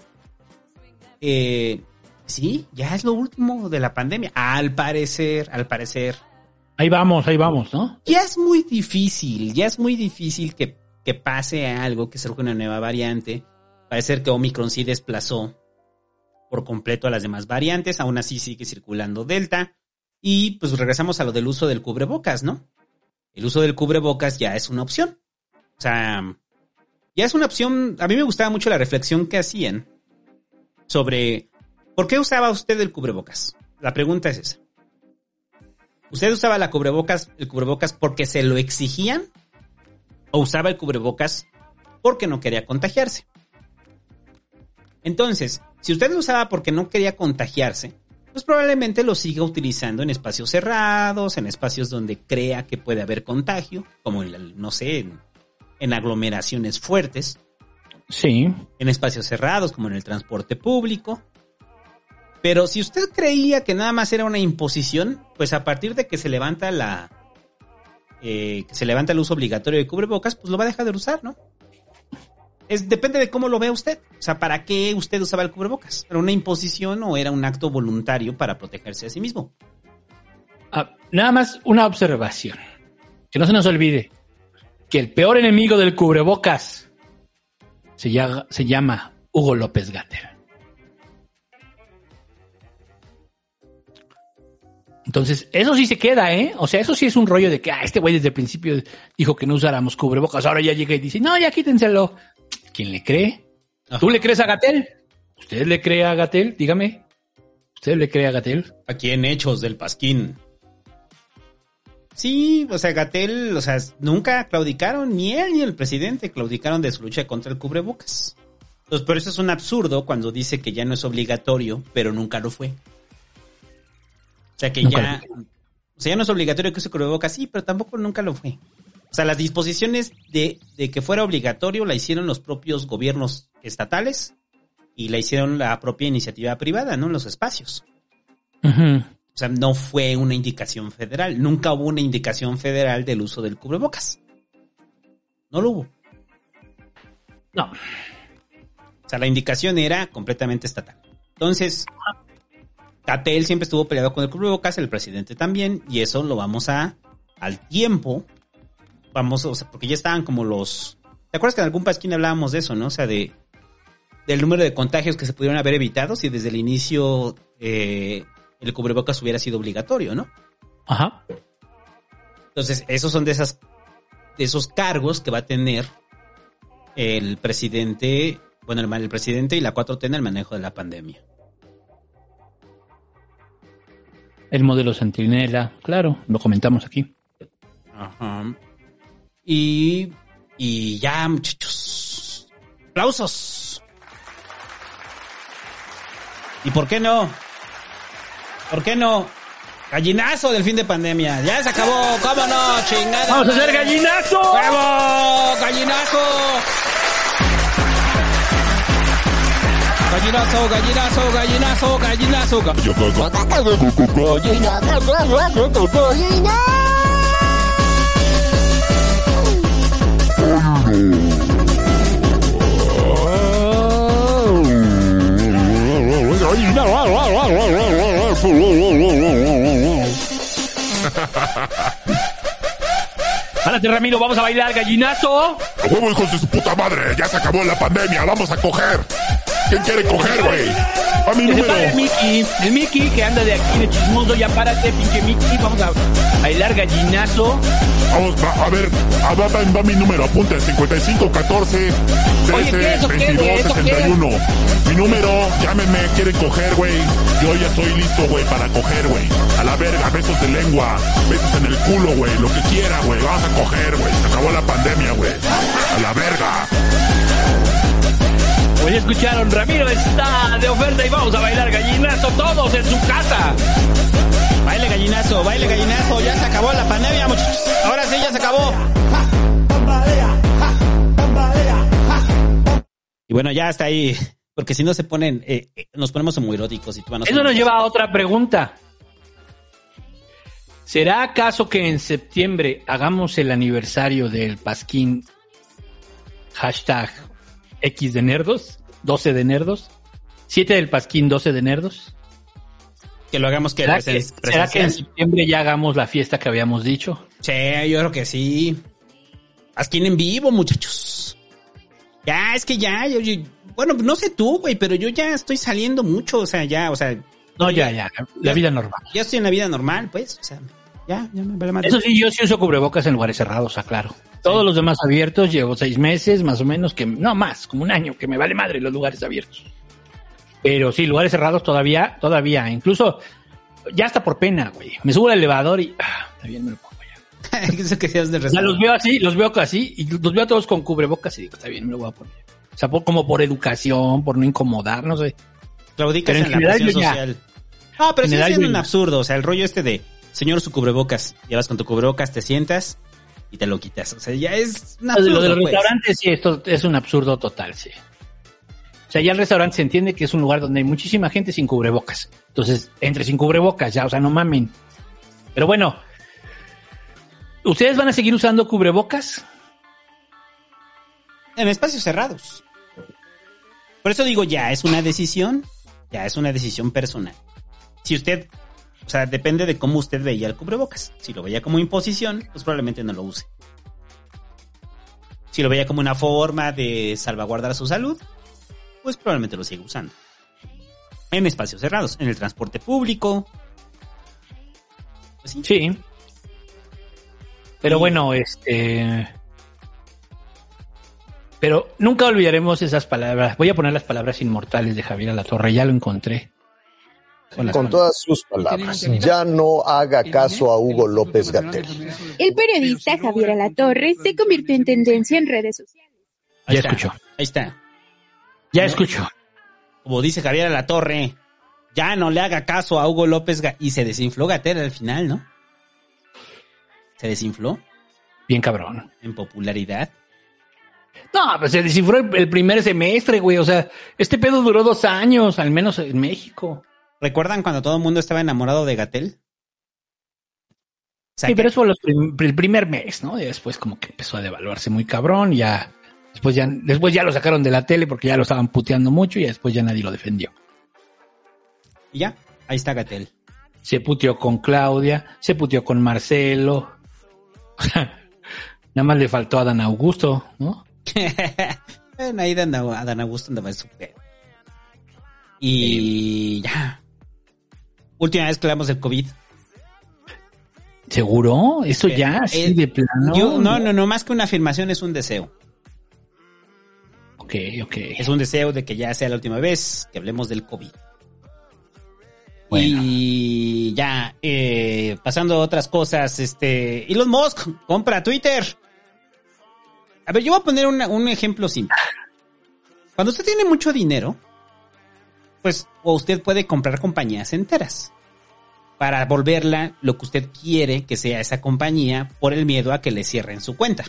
Eh, sí, ya es lo último de la pandemia. Al parecer, al parecer. Ahí vamos, ahí vamos, ¿no? Ya es muy difícil, ya es muy difícil que, que pase algo, que surja una nueva variante. Parece que Omicron sí desplazó por completo a las demás variantes, aún así sigue circulando Delta. Y pues regresamos a lo del uso del cubrebocas, ¿no? El uso del cubrebocas ya es una opción. O sea, ya es una opción. A mí me gustaba mucho la reflexión que hacían sobre ¿por qué usaba usted el cubrebocas? La pregunta es esa. ¿Usted usaba la cubrebocas, el cubrebocas porque se lo exigían? ¿O usaba el cubrebocas porque no quería contagiarse? Entonces, si usted lo usaba porque no quería contagiarse, pues probablemente lo siga utilizando en espacios cerrados, en espacios donde crea que puede haber contagio, como, en, no sé, en, en aglomeraciones fuertes. Sí. En espacios cerrados, como en el transporte público. Pero si usted creía que nada más era una imposición, pues a partir de que se levanta la eh, que se levanta el uso obligatorio de cubrebocas, pues lo va a dejar de usar, ¿no? Es, depende de cómo lo vea usted. O sea, ¿para qué usted usaba el cubrebocas? ¿Era una imposición o era un acto voluntario para protegerse a sí mismo? Ah, nada más una observación. Que no se nos olvide que el peor enemigo del cubrebocas se llama, se llama Hugo López-Gatell. Entonces, eso sí se queda, ¿eh? O sea, eso sí es un rollo de que, ah, este güey desde el principio dijo que no usáramos cubrebocas, ahora ya llega y dice, no, ya quítenselo. ¿Quién le cree? Ajá. ¿Tú le crees a Gatell? ¿Usted le cree a Gatell? Dígame. ¿Usted le cree a Gatell? Aquí en Hechos del Pasquín. Sí, o sea, Gatell, o sea, nunca claudicaron, ni él ni el presidente claudicaron de su lucha contra el cubrebocas. Entonces, por eso es un absurdo cuando dice que ya no es obligatorio, pero nunca lo fue. O sea, que nunca ya, o sea, ya no es obligatorio que use cubrebocas, sí, pero tampoco nunca lo fue. O sea, las disposiciones de, de que fuera obligatorio la hicieron los propios gobiernos estatales y la hicieron la propia iniciativa privada, ¿no? En los espacios. Uh-huh. O sea, no fue una indicación federal. Nunca hubo una indicación federal del uso del cubrebocas. No lo hubo. No. O sea, la indicación era completamente estatal. Entonces, Gatell siempre estuvo peleado con el cubrebocas, el presidente también, y eso lo vamos a, al tiempo... Vamos, o sea, porque ya estaban como los... ¿Te acuerdas que en algún pasquín hablábamos de eso, no? O sea, de del número de contagios que se pudieron haber evitado si desde el inicio eh, el cubrebocas hubiera sido obligatorio, ¿no? Ajá. Entonces, esos son de esas de esos cargos que va a tener el presidente, bueno, el, el presidente y la cuatro T en el manejo de la pandemia. El modelo Centinela, claro, lo comentamos aquí. Ajá. Y, y ya, muchachos. ¡Aplausos! ¿Y por qué no? ¿Por qué no? Gallinazo del fin de pandemia. Ya se acabó. ¿Cómo no? Chingada. ¡Vamos a hacer gallinazo! ¡Huevo! ¡Gallinazo! Gallinazo, gallinazo, gallinazo, gallinazo. Gallinazo. Párate, Ramiro, vamos a bailar gallinazo. ¡A huevo, hijos de su puta madre! ¡Ya se acabó la pandemia! ¡Vamos a coger! ¿Quién quiere coger, güey? A mi que número. Se para el Mickey, el Mickey que anda de aquí de chismoso, ya párate, pinche Mickey, vamos a bailar gallinazo. Vamos, va, a ver, a, va, va, va mi número, apunte, cincuenta y cinco, catorce, trece, veintidós, sesenta y uno. Mi número, llámenme, quieren coger, güey. Yo ya estoy listo, güey, para coger, güey. A la verga, besos de lengua, besos en el culo, güey, lo que quiera, güey. Vamos a coger, güey. Se acabó la pandemia, güey. A la verga. Pues Pues ya escucharon, Ramiro está de oferta y vamos a bailar gallinazo todos en su casa. Baile gallinazo, baile gallinazo, ya se acabó la pandemia, muchachos. Ahora sí, ya se acabó. Y bueno, ya está ahí, porque si no se ponen, eh, nos ponemos muy eróticos. Y tú no Eso nos lleva a otra pregunta. ¿Será acaso que en septiembre hagamos el aniversario del Pasquín hashtag X de Nerdos, doce de Nerdos, siete del Pasquín, doce de Nerdos? Que lo hagamos que ¿Será, presen- que, ¿Será que en septiembre ya hagamos la fiesta que habíamos dicho? Sí, yo creo que sí. Pasquín en vivo, muchachos. Ya, es que ya, yo, yo- bueno, no sé tú, güey, pero yo ya estoy saliendo mucho, o sea, ya, o sea... No, ya, ya, la vida normal. Ya estoy en la vida normal, pues, o sea, ya, ya me vale madre. Eso sí, yo sí uso cubrebocas en lugares cerrados, aclaro. Todos los demás abiertos, llevo seis meses, más o menos, que no más, como un año, que me vale madre los lugares abiertos. Pero sí, lugares cerrados todavía, todavía, incluso ya hasta por pena, güey. Me subo al elevador y ah, está bien, me lo pongo ya. Eso que seas de Ya restaurante. los veo así, los veo así, y los veo a todos con cubrebocas y digo, está bien, me lo voy a poner. O sea, por- como por educación, por no incomodar, no sé. Claudicas Pero en, en la general presión yo ya- social. No, pero en sí general siendo yo un ya- absurdo, o sea, el rollo este de, señor, su cubrebocas, llevas con tu cubrebocas, te sientas y te lo quitas. O sea, ya es un Lo de- absurdo, lo de los pues. restaurantes, sí, esto es un absurdo total, sí. O sea, ya el restaurante se entiende que es un lugar donde hay muchísima gente sin cubrebocas. Entonces, entre sin cubrebocas, ya, o sea, no mamen. Pero bueno, ¿ustedes van a seguir usando cubrebocas? En espacios cerrados. Por eso digo, ya es una decisión, ya es una decisión personal. Si usted, o sea, depende de cómo usted veía el cubrebocas. Si lo veía como imposición, pues probablemente no lo use. Si lo veía como una forma de salvaguardar su salud, pues probablemente lo siga usando. En espacios cerrados, en el transporte público. Pues sí. Sí. Pero Y- bueno, este... Pero nunca olvidaremos esas palabras. Voy a poner las palabras inmortales de Javier Alatorre, ya lo encontré. Son las Con palabras. todas sus palabras, ya no haga caso a Hugo López-Gatell. El periodista Javier Alatorre se convirtió en tendencia en redes sociales. Ahí Ya está, escuchó. Ahí está. Ya ¿No? escucho. Como dice Javier Alatorre, ya no le haga caso a Hugo López Ga- y se desinfló Gatell al final, ¿no? Se desinfló Bien cabrón. en popularidad. No, pues se descifró el, el primer semestre, güey. O sea, este pedo duró dos años, al menos en México. ¿Recuerdan cuando todo el mundo estaba enamorado de Gatell? O sea, Sí, que- pero eso fue los prim- el primer mes, ¿no? Y después como que empezó a devaluarse muy cabrón, ya después ya después ya lo sacaron de la tele porque ya lo estaban puteando mucho y después ya nadie lo defendió. y ya, ahí está Gatell. Se puteó con Claudia, se puteó con Marcelo. Nada más le faltó a Dan Augusto, ¿no? Bueno, ahí Dan, a Dan Augusto andaba en su pedo. Y ya. Última vez que hablamos del COVID. ¿Seguro? ¿Eso Eh, ya? ¿Así eh, de plano? Yo, no, no, no, más que una afirmación es un deseo. Ok, ok. Es un deseo de que ya sea la última vez que hablemos del COVID. Bueno. Y ya, eh, pasando a otras cosas, este, Elon Musk compra Twitter. A ver, yo voy a poner una- un ejemplo simple. Cuando usted tiene mucho dinero, pues, o usted puede comprar compañías enteras para volverla lo que usted quiere que sea esa compañía por el miedo a que le cierren su cuenta.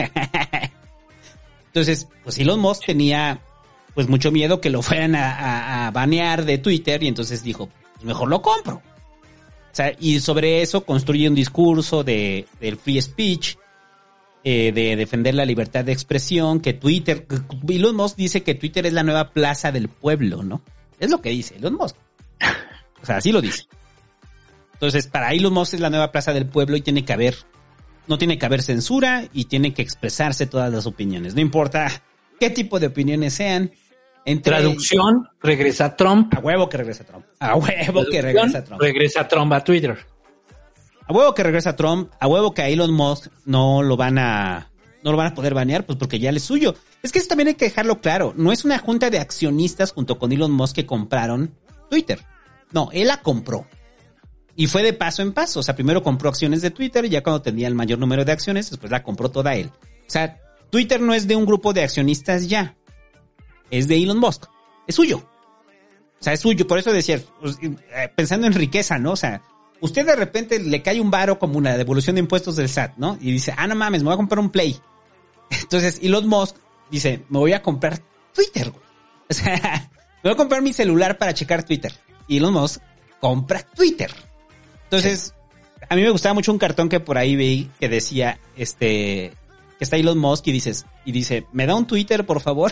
Entonces, pues Elon Musk tenía pues mucho miedo que lo fueran a, a, a banear de Twitter y entonces dijo, pues mejor lo compro. O sea, y sobre eso construye un discurso de, del free speech, eh, de defender la libertad de expresión, que Twitter, Elon Musk dice que Twitter es la nueva plaza del pueblo, ¿no? Es lo que dice Elon Musk. O sea, así lo dice. Entonces, para Elon Musk es la nueva plaza del pueblo y tiene que haber, no tiene que haber censura y tiene que expresarse todas las opiniones. No importa qué tipo de opiniones sean. Entre Traducción, regresa Trump. A huevo que regresa Trump. A huevo que regresa Trump. Regresa Trump a Twitter. A huevo que regresa Trump. A huevo que a Elon Musk no lo van a, no lo van a poder banear, pues porque ya le es suyo. Es que eso también hay que dejarlo claro. No es una junta de accionistas junto con Elon Musk que compraron Twitter. No, él la compró. Y fue de paso en paso. O sea, primero compró acciones de Twitter y ya cuando tenía el mayor número de acciones, después la compró toda él. O sea, Twitter no es de un grupo de accionistas ya. es de Elon Musk. Es suyo. O sea, es suyo. Por eso decía, pues, pensando en riqueza, ¿no? O sea, usted de repente le cae un varo como una devolución de impuestos del S A T, ¿no? Y dice, ah, no mames, me voy a comprar un Play. Entonces Elon Musk dice, me voy a comprar Twitter, güey. O sea, me voy a comprar mi celular para checar Twitter. Y Elon Musk compra Twitter. Entonces, a mí me gustaba mucho un cartón que por ahí vi que decía, este, que está Elon Musk y dices, y dice, ¿me da un Twitter, por favor?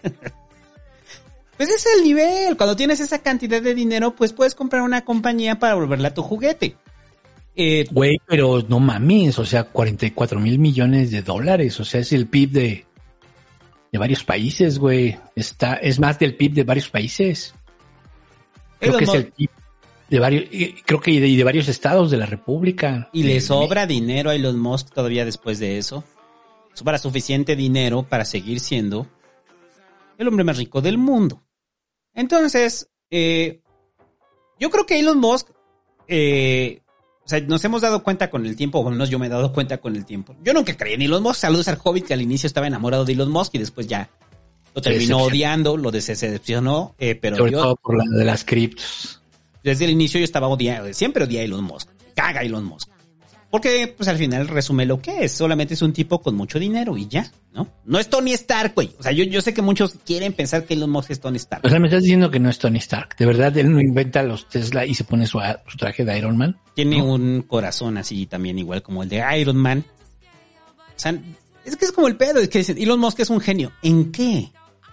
Pues ese es el nivel. Cuando tienes esa cantidad de dinero, pues puedes comprar una compañía para volverla a tu juguete. Eh, Güey, pero no mames, o sea, cuarenta y cuatro mil millones de dólares, o sea, es el P I B de, de varios países, güey. Está, es más del P I B de varios países. Creo que es el P I B de varios, creo que y de, y de varios estados de la República. Y le sobra dinero a Elon Musk todavía después de eso. Sobra suficiente dinero para seguir siendo el hombre más rico del mundo. Entonces, eh, yo creo que Elon Musk, eh, o sea, nos hemos dado cuenta con el tiempo, o al menos yo me he dado cuenta con el tiempo. Yo nunca creí en Elon Musk. Saludos al Hobbit, que al inicio estaba enamorado de Elon Musk y después ya lo terminó odiando, lo decepcionó, eh, pero sobre yo, todo por la de las criptos. Desde el inicio yo estaba odiando, siempre odié a Elon Musk. Caga Elon Musk. Porque, pues, al final resume lo que es. Solamente es un tipo con mucho dinero y ya, ¿no? No es Tony Stark, güey. O sea, yo, yo sé que muchos quieren pensar que Elon Musk es Tony Stark. O sea, me estás diciendo que no es Tony Stark. ¿De verdad él no inventa los Tesla y se pone su, su traje de Iron Man? Tiene ¿no? un corazón así también igual como el de Iron Man. O sea, es que es como el pedo. Es que dicen, Elon Musk es un genio. ¿En qué?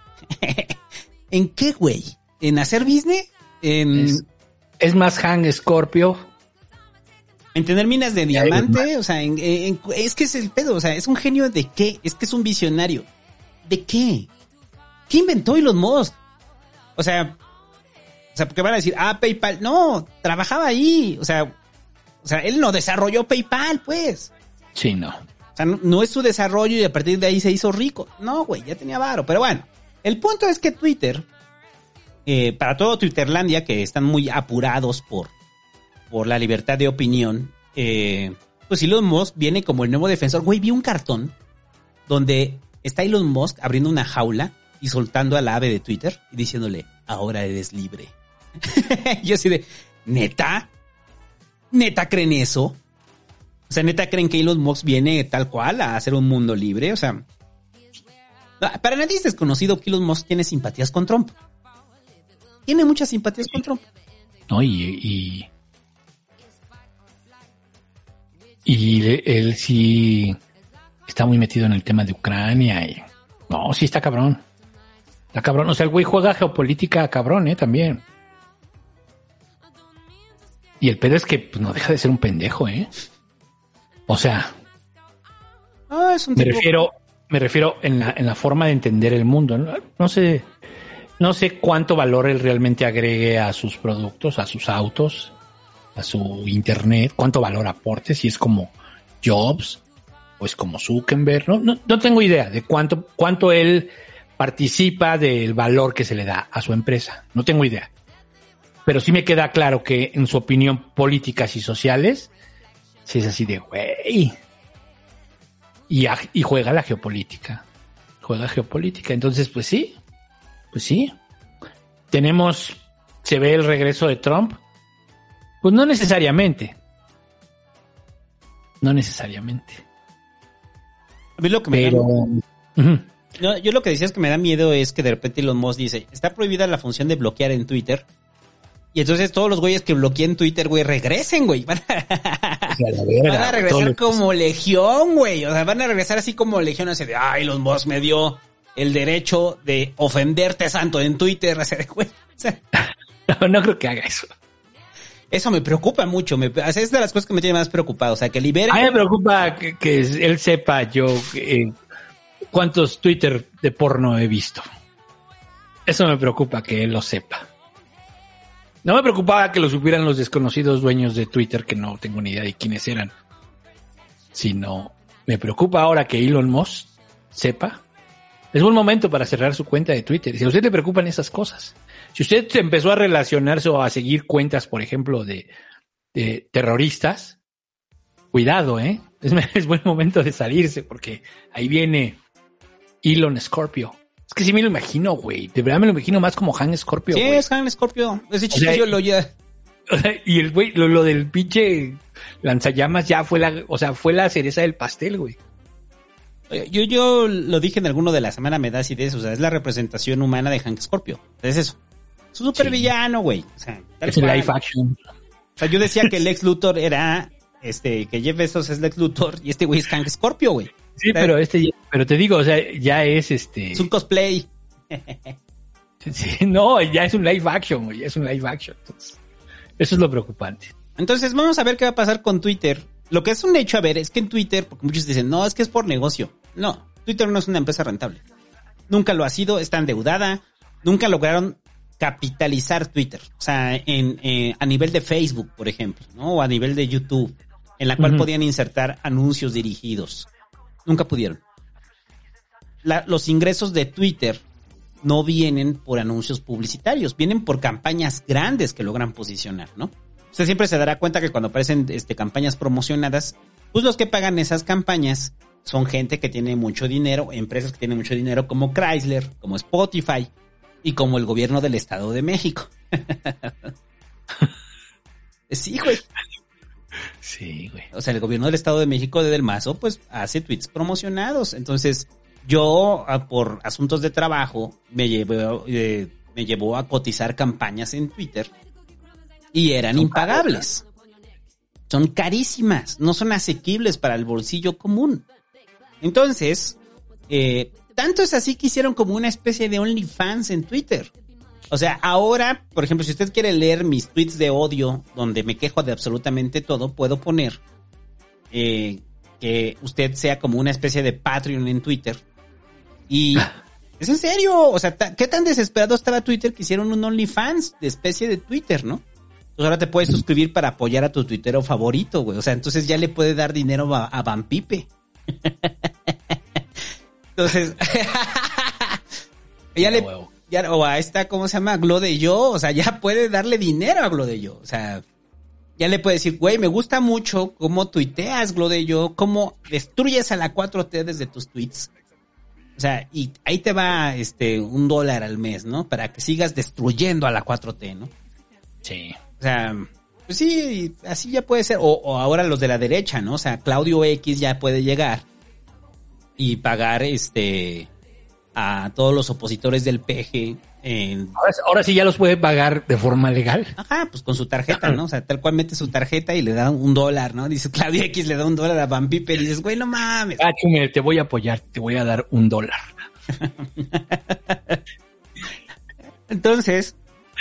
¿En qué, güey? ¿En hacer business? En... Es, es más Hank Scorpio... En tener minas de diamante, o sea, en, en, es que es el pedo, o sea, ¿es un genio de qué? Es que es un visionario. ¿De qué? ¿Qué inventó Elon Musk? O sea, o sea, porque van a decir, ah, PayPal, no, trabajaba ahí, o sea, o sea, él no desarrolló PayPal, pues. Sí, no. O sea, no, no es su desarrollo y a partir de ahí se hizo rico. No, güey, ya tenía varo, pero bueno, el punto es que Twitter, eh, para todo Twitterlandia, que están muy apurados por por la libertad de opinión, eh, pues Elon Musk viene como el nuevo defensor. Güey, vi un cartón donde está Elon Musk abriendo una jaula y soltando a la ave de Twitter y diciéndole, ahora eres libre. Yo así de, ¿neta? ¿Neta creen eso? O sea, ¿neta creen que Elon Musk viene tal cual a hacer un mundo libre? O sea, para nadie es desconocido que Elon Musk tiene simpatías con Trump. Tiene muchas simpatías con Trump. No, y... y... Y él sí está muy metido en el tema de Ucrania y... No, sí está cabrón. Está cabrón. O sea, el güey juega geopolítica cabrón, ¿eh? También. Y el pedo es que pues, no deja de ser un pendejo, ¿eh? O sea... Ah, es un me tipo... refiero, me refiero en la, en la forma de entender el mundo. No, no sé... No sé cuánto valor él realmente agregue a sus productos, a sus autos, a su internet, cuánto valor aporte, si es como Jobs o es como Zuckerberg, no, no, no tengo idea de cuánto, cuánto él participa del valor que se le da a su empresa, no tengo idea, pero sí me queda claro que en su opinión políticas y sociales, si es así de güey, y, y juega la geopolítica, juega geopolítica, entonces pues sí, pues sí, tenemos, se ve el regreso de Trump. Pues no necesariamente. No necesariamente. A mí lo que me Pero... da... Uh-huh. No, yo lo que decía es que me da miedo es que de repente Elon Musk dice, está prohibida la función de bloquear en Twitter. Y entonces todos los güeyes que bloqueen Twitter, güey, regresen, güey. Van a, verga, van a regresar como legión, güey. O sea, van a regresar así como legión, así de, ay, Elon Musk me dio el derecho de ofenderte santo en Twitter. O sea, güey. O sea, no, no creo que haga eso. Eso me preocupa mucho, me, es de las cosas que me tiene más preocupado, o sea, que libere... A mí me preocupa que, que él sepa yo eh, cuántos Twitter de porno he visto. Eso me preocupa que él lo sepa. No me preocupaba que lo supieran los desconocidos dueños de Twitter, que no tengo ni idea de quiénes eran. Sino, me preocupa ahora que Elon Musk sepa. Es buen momento para cerrar su cuenta de Twitter. Si a usted le preocupan esas cosas... Si usted se empezó a relacionarse o a seguir cuentas, por ejemplo, de, de terroristas, cuidado, ¿eh? Es, es buen momento de salirse porque ahí viene Elon Scorpio Es que sí me lo imagino, güey. De verdad me lo imagino más como Han Scorpio, Sí, güey. es Han Scorpio. Ese chiste O sea, yo lo ya... O sea, y el güey, lo, lo del pinche lanzallamas ya fue la, o sea, fue la cereza del pastel, güey. Yo, yo lo dije en alguno de la semana, me da así de eso. O sea, es la representación humana de Hank Scorpio. Es eso. Es un super villano, güey. O sea, tal Es un cual. live action. O sea, yo decía que Lex Luthor era, este, que Jeff Bezos es Lex Luthor y este güey es Hank Scorpio, güey. Sí, o sea, pero este, pero te digo, o sea, ya es este. Es un cosplay. Sí, no, ya es un live action, güey. Ya es un live action. Entonces, eso es lo preocupante. Entonces, vamos a ver qué va a pasar con Twitter. Lo que es un hecho, a ver, es que en Twitter, porque muchos dicen, no, es que es por negocio. No, Twitter no es una empresa rentable. Nunca lo ha sido, está endeudada. Nunca lograron capitalizar Twitter. O sea, en, eh, a nivel de Facebook, por ejemplo, ¿no? O a nivel de YouTube, en la cual uh-huh. podían insertar anuncios dirigidos. Nunca pudieron. La, los ingresos de Twitter no vienen por anuncios publicitarios, vienen por campañas grandes que logran posicionar, ¿no? Usted siempre se dará cuenta que cuando aparecen este, campañas promocionadas, pues los que pagan esas campañas son gente que tiene mucho dinero, empresas que tienen mucho dinero como Chrysler, como Spotify y como el gobierno del Estado de México. Sí, güey. Sí, güey. O sea, el gobierno del Estado de México de Del Mazo, pues, hace tweets promocionados. Entonces, yo, por asuntos de trabajo, me llevó, eh, me llevó a cotizar campañas en Twitter y eran son impagables. Caras. Son carísimas, no son asequibles para el bolsillo común. Entonces, eh, tanto es así que hicieron como una especie de OnlyFans en Twitter. O sea, ahora, por ejemplo, si usted quiere leer mis tweets de odio, donde me quejo de absolutamente todo, puedo poner eh, que usted sea como una especie de Patreon en Twitter. Y es en serio, o sea, ¿qué tan desesperado estaba Twitter que hicieron un OnlyFans de especie de Twitter, no? Pues ahora te puedes suscribir para apoyar a tu tuitero favorito, güey. O sea, entonces ya le puede dar dinero a, a Van Pipe. Entonces, ya le... Ya, o a esta, ¿cómo se llama? Glo de Yo, o sea, ya puede darle dinero a Glo de Yo, o sea, ya le puede decir, güey, me gusta mucho cómo tuiteas, Glo de Yo, cómo destruyes a la cuatro T desde tus tweets, o sea, y ahí te va, este, un dólar al mes, ¿no? Para que sigas destruyendo a la cuatro T, ¿no? Sí. O sea, pues sí, así ya puede ser, o, o ahora los de la derecha, ¿no? O sea, Claudio X ya puede llegar y pagar, este... a todos los opositores del P G. En... Ahora, ahora sí ya los puede pagar de forma legal. Ajá, pues con su tarjeta, ¿no? O sea, tal cual mete su tarjeta y le da un dólar, ¿no? Dice Claudio X le da un dólar a Van Piper y dices, güey, no mames. Ah, Chumel, te voy a apoyar, te voy a dar un dólar. Entonces,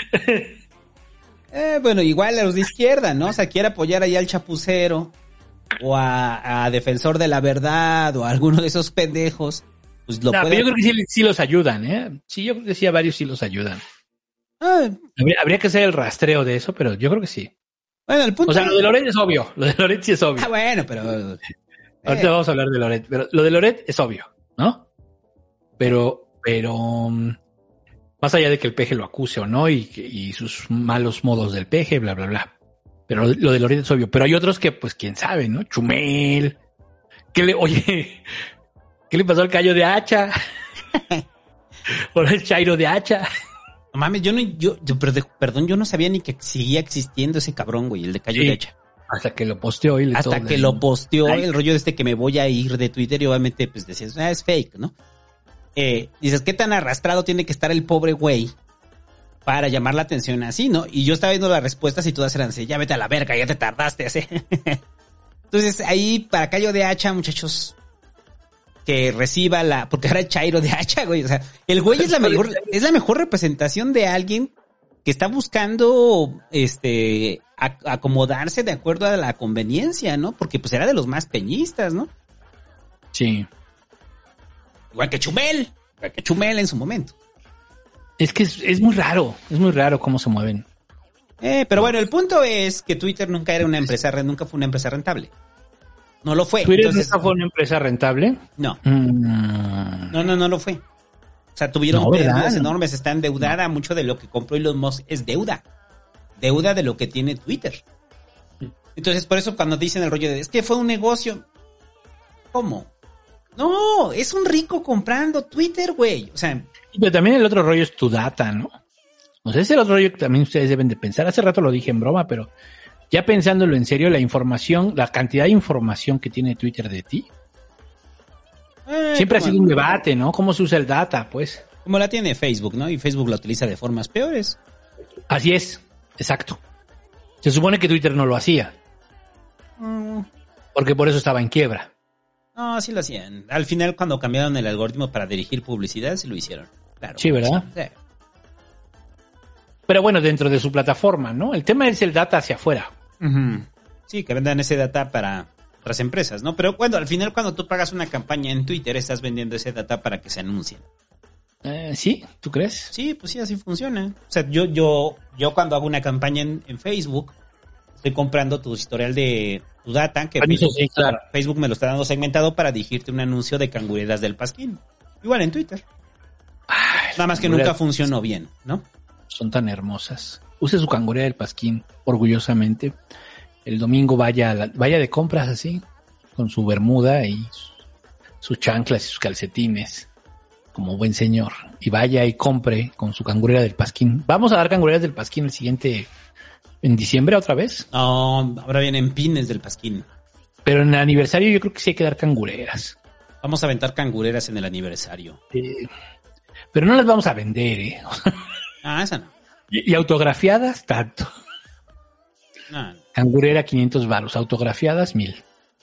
eh, bueno, igual a los de izquierda, ¿no? O sea, quiere apoyar ahí al chapucero o a, a Defensor de la Verdad o a alguno de esos pendejos. Pues lo no, puede... pero yo creo que sí, sí los ayudan, ¿eh? Sí, yo creo que sí, a varios sí los ayudan. Ah. Habría, habría que hacer el rastreo de eso, pero yo creo que sí. Bueno, el punto... O sea, lo de Loret es obvio. Lo de Loret sí es obvio. Ah, bueno, pero... Ahorita eh. vamos a hablar de Loret. Pero lo de Loret es obvio, ¿no? Pero, pero... Más allá de que el P G lo acuse o no, y, y sus malos modos del P G, bla, bla, bla. Pero lo, lo de Loret es obvio. Pero hay otros que, pues, quién sabe, ¿no? Chumel. Que le... Oye... ¿Qué le pasó al Cayo de Hacha? ¿O el Chairo de Hacha? No mames, yo no, yo, yo perdón, yo no sabía ni que seguía existiendo ese cabrón, güey, el de Cayo sí, de Hacha. Hasta que lo posteó y le Hasta que de... lo posteó Ay. El rollo de este que me voy a ir de Twitter y obviamente pues decías, ah, es fake, ¿no? Eh, dices, ¿qué tan arrastrado tiene que estar el pobre güey para llamar la atención así, no? Y yo estaba viendo las respuestas y todas eran así, ya vete a la verga, ya te tardaste, así. Entonces ahí, para Cayo de Hacha, muchachos... que reciba la, porque ahora es Chairo de Hacha, güey, o sea, el güey es la mejor, es la mejor representación de alguien que está buscando, este, a, acomodarse de acuerdo a la conveniencia, ¿no? Porque pues era de los más peñistas, ¿no? Sí. Igual que Chumel, igual que Chumel en su momento. Es que es, es muy raro, es muy raro cómo se mueven. Eh, pero bueno, el punto es que Twitter nunca era una empresa, nunca fue una empresa rentable. No lo fue. ¿Twitter Entonces, nunca fue una empresa rentable? No. Mm. No, no, no lo fue. O sea, tuvieron no, pérdidas enormes, está endeudada, no. Mucho de lo que compró Elon Musk es deuda. Deuda de lo que tiene Twitter. Entonces, por eso cuando dicen el rollo de, es que fue un negocio. ¿Cómo? No, es un rico comprando Twitter, güey. O sea... Pero también el otro rollo es tu data, ¿no? O sea, ese es el otro rollo que también ustedes deben de pensar. Hace rato lo dije en broma, pero ya pensándolo en serio, la información, la cantidad de información que tiene Twitter de ti, eh, siempre ha sido un debate, ¿no? ¿Cómo se usa el data, pues? Como la tiene Facebook, ¿no? Y Facebook la utiliza de formas peores. Así es, exacto. Se supone que Twitter no lo hacía. Mm. Porque por eso estaba en quiebra. No, sí lo hacían. Al final, cuando cambiaron el algoritmo para dirigir publicidad, sí lo hicieron. Claro. Sí, ¿verdad? Sí. Pero bueno, dentro de su plataforma, ¿no? El tema es el data hacia afuera. Uh-huh. Sí, que vendan ese data para otras empresas, ¿no? Pero bueno, al final cuando tú pagas una campaña en Twitter, estás vendiendo ese data para que se anuncien. Eh, ¿Sí? ¿Tú crees? Sí, pues sí, así funciona. O sea, yo yo yo cuando hago una campaña en, en Facebook, estoy comprando tu historial de tu data, que Facebook, sí, claro. Facebook me lo está dando segmentado para dirigirte un anuncio de cangureras del Pasquín. Igual en Twitter. Ay, Nada más que nunca funcionó bien, ¿no? Son tan hermosas. Use su cangurera del Pasquín, orgullosamente. El domingo vaya, a la, vaya de compras así, con su bermuda y sus, sus chanclas y sus calcetines, como buen señor. Y vaya y compre con su cangurera del Pasquín. Vamos a dar cangureras del Pasquín el siguiente, en diciembre otra vez. No, ahora vienen pines del Pasquín. Pero en el aniversario yo creo que sí hay que dar cangureras. Vamos a aventar cangureras en el aniversario. Eh, pero no las vamos a vender, ¿eh? Ah, esa no. Y, y autografiadas, tanto. No. Cangurera, quinientos varos. Autografiadas, mil.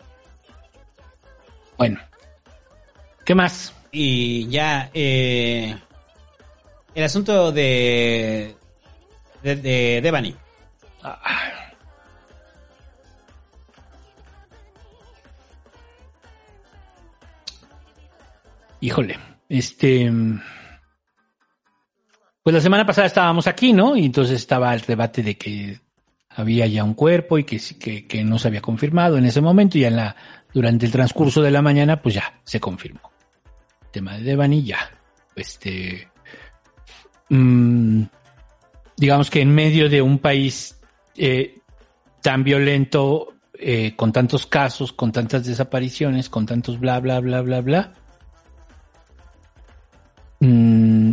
Bueno. ¿Qué más? Y ya, eh, el asunto de de, de Devani. Ah. Híjole, este... Pues la semana pasada estábamos aquí, ¿no? Y entonces estaba el debate de que había ya un cuerpo y que, que, que no se había confirmado en ese momento, y ya en la, durante el transcurso de la mañana, pues ya se confirmó. El tema de Devani ya. Este, mmm, digamos que en medio de un país eh, tan violento, eh, con tantos casos, con tantas desapariciones, con tantos bla, bla, bla, bla, bla, mmm,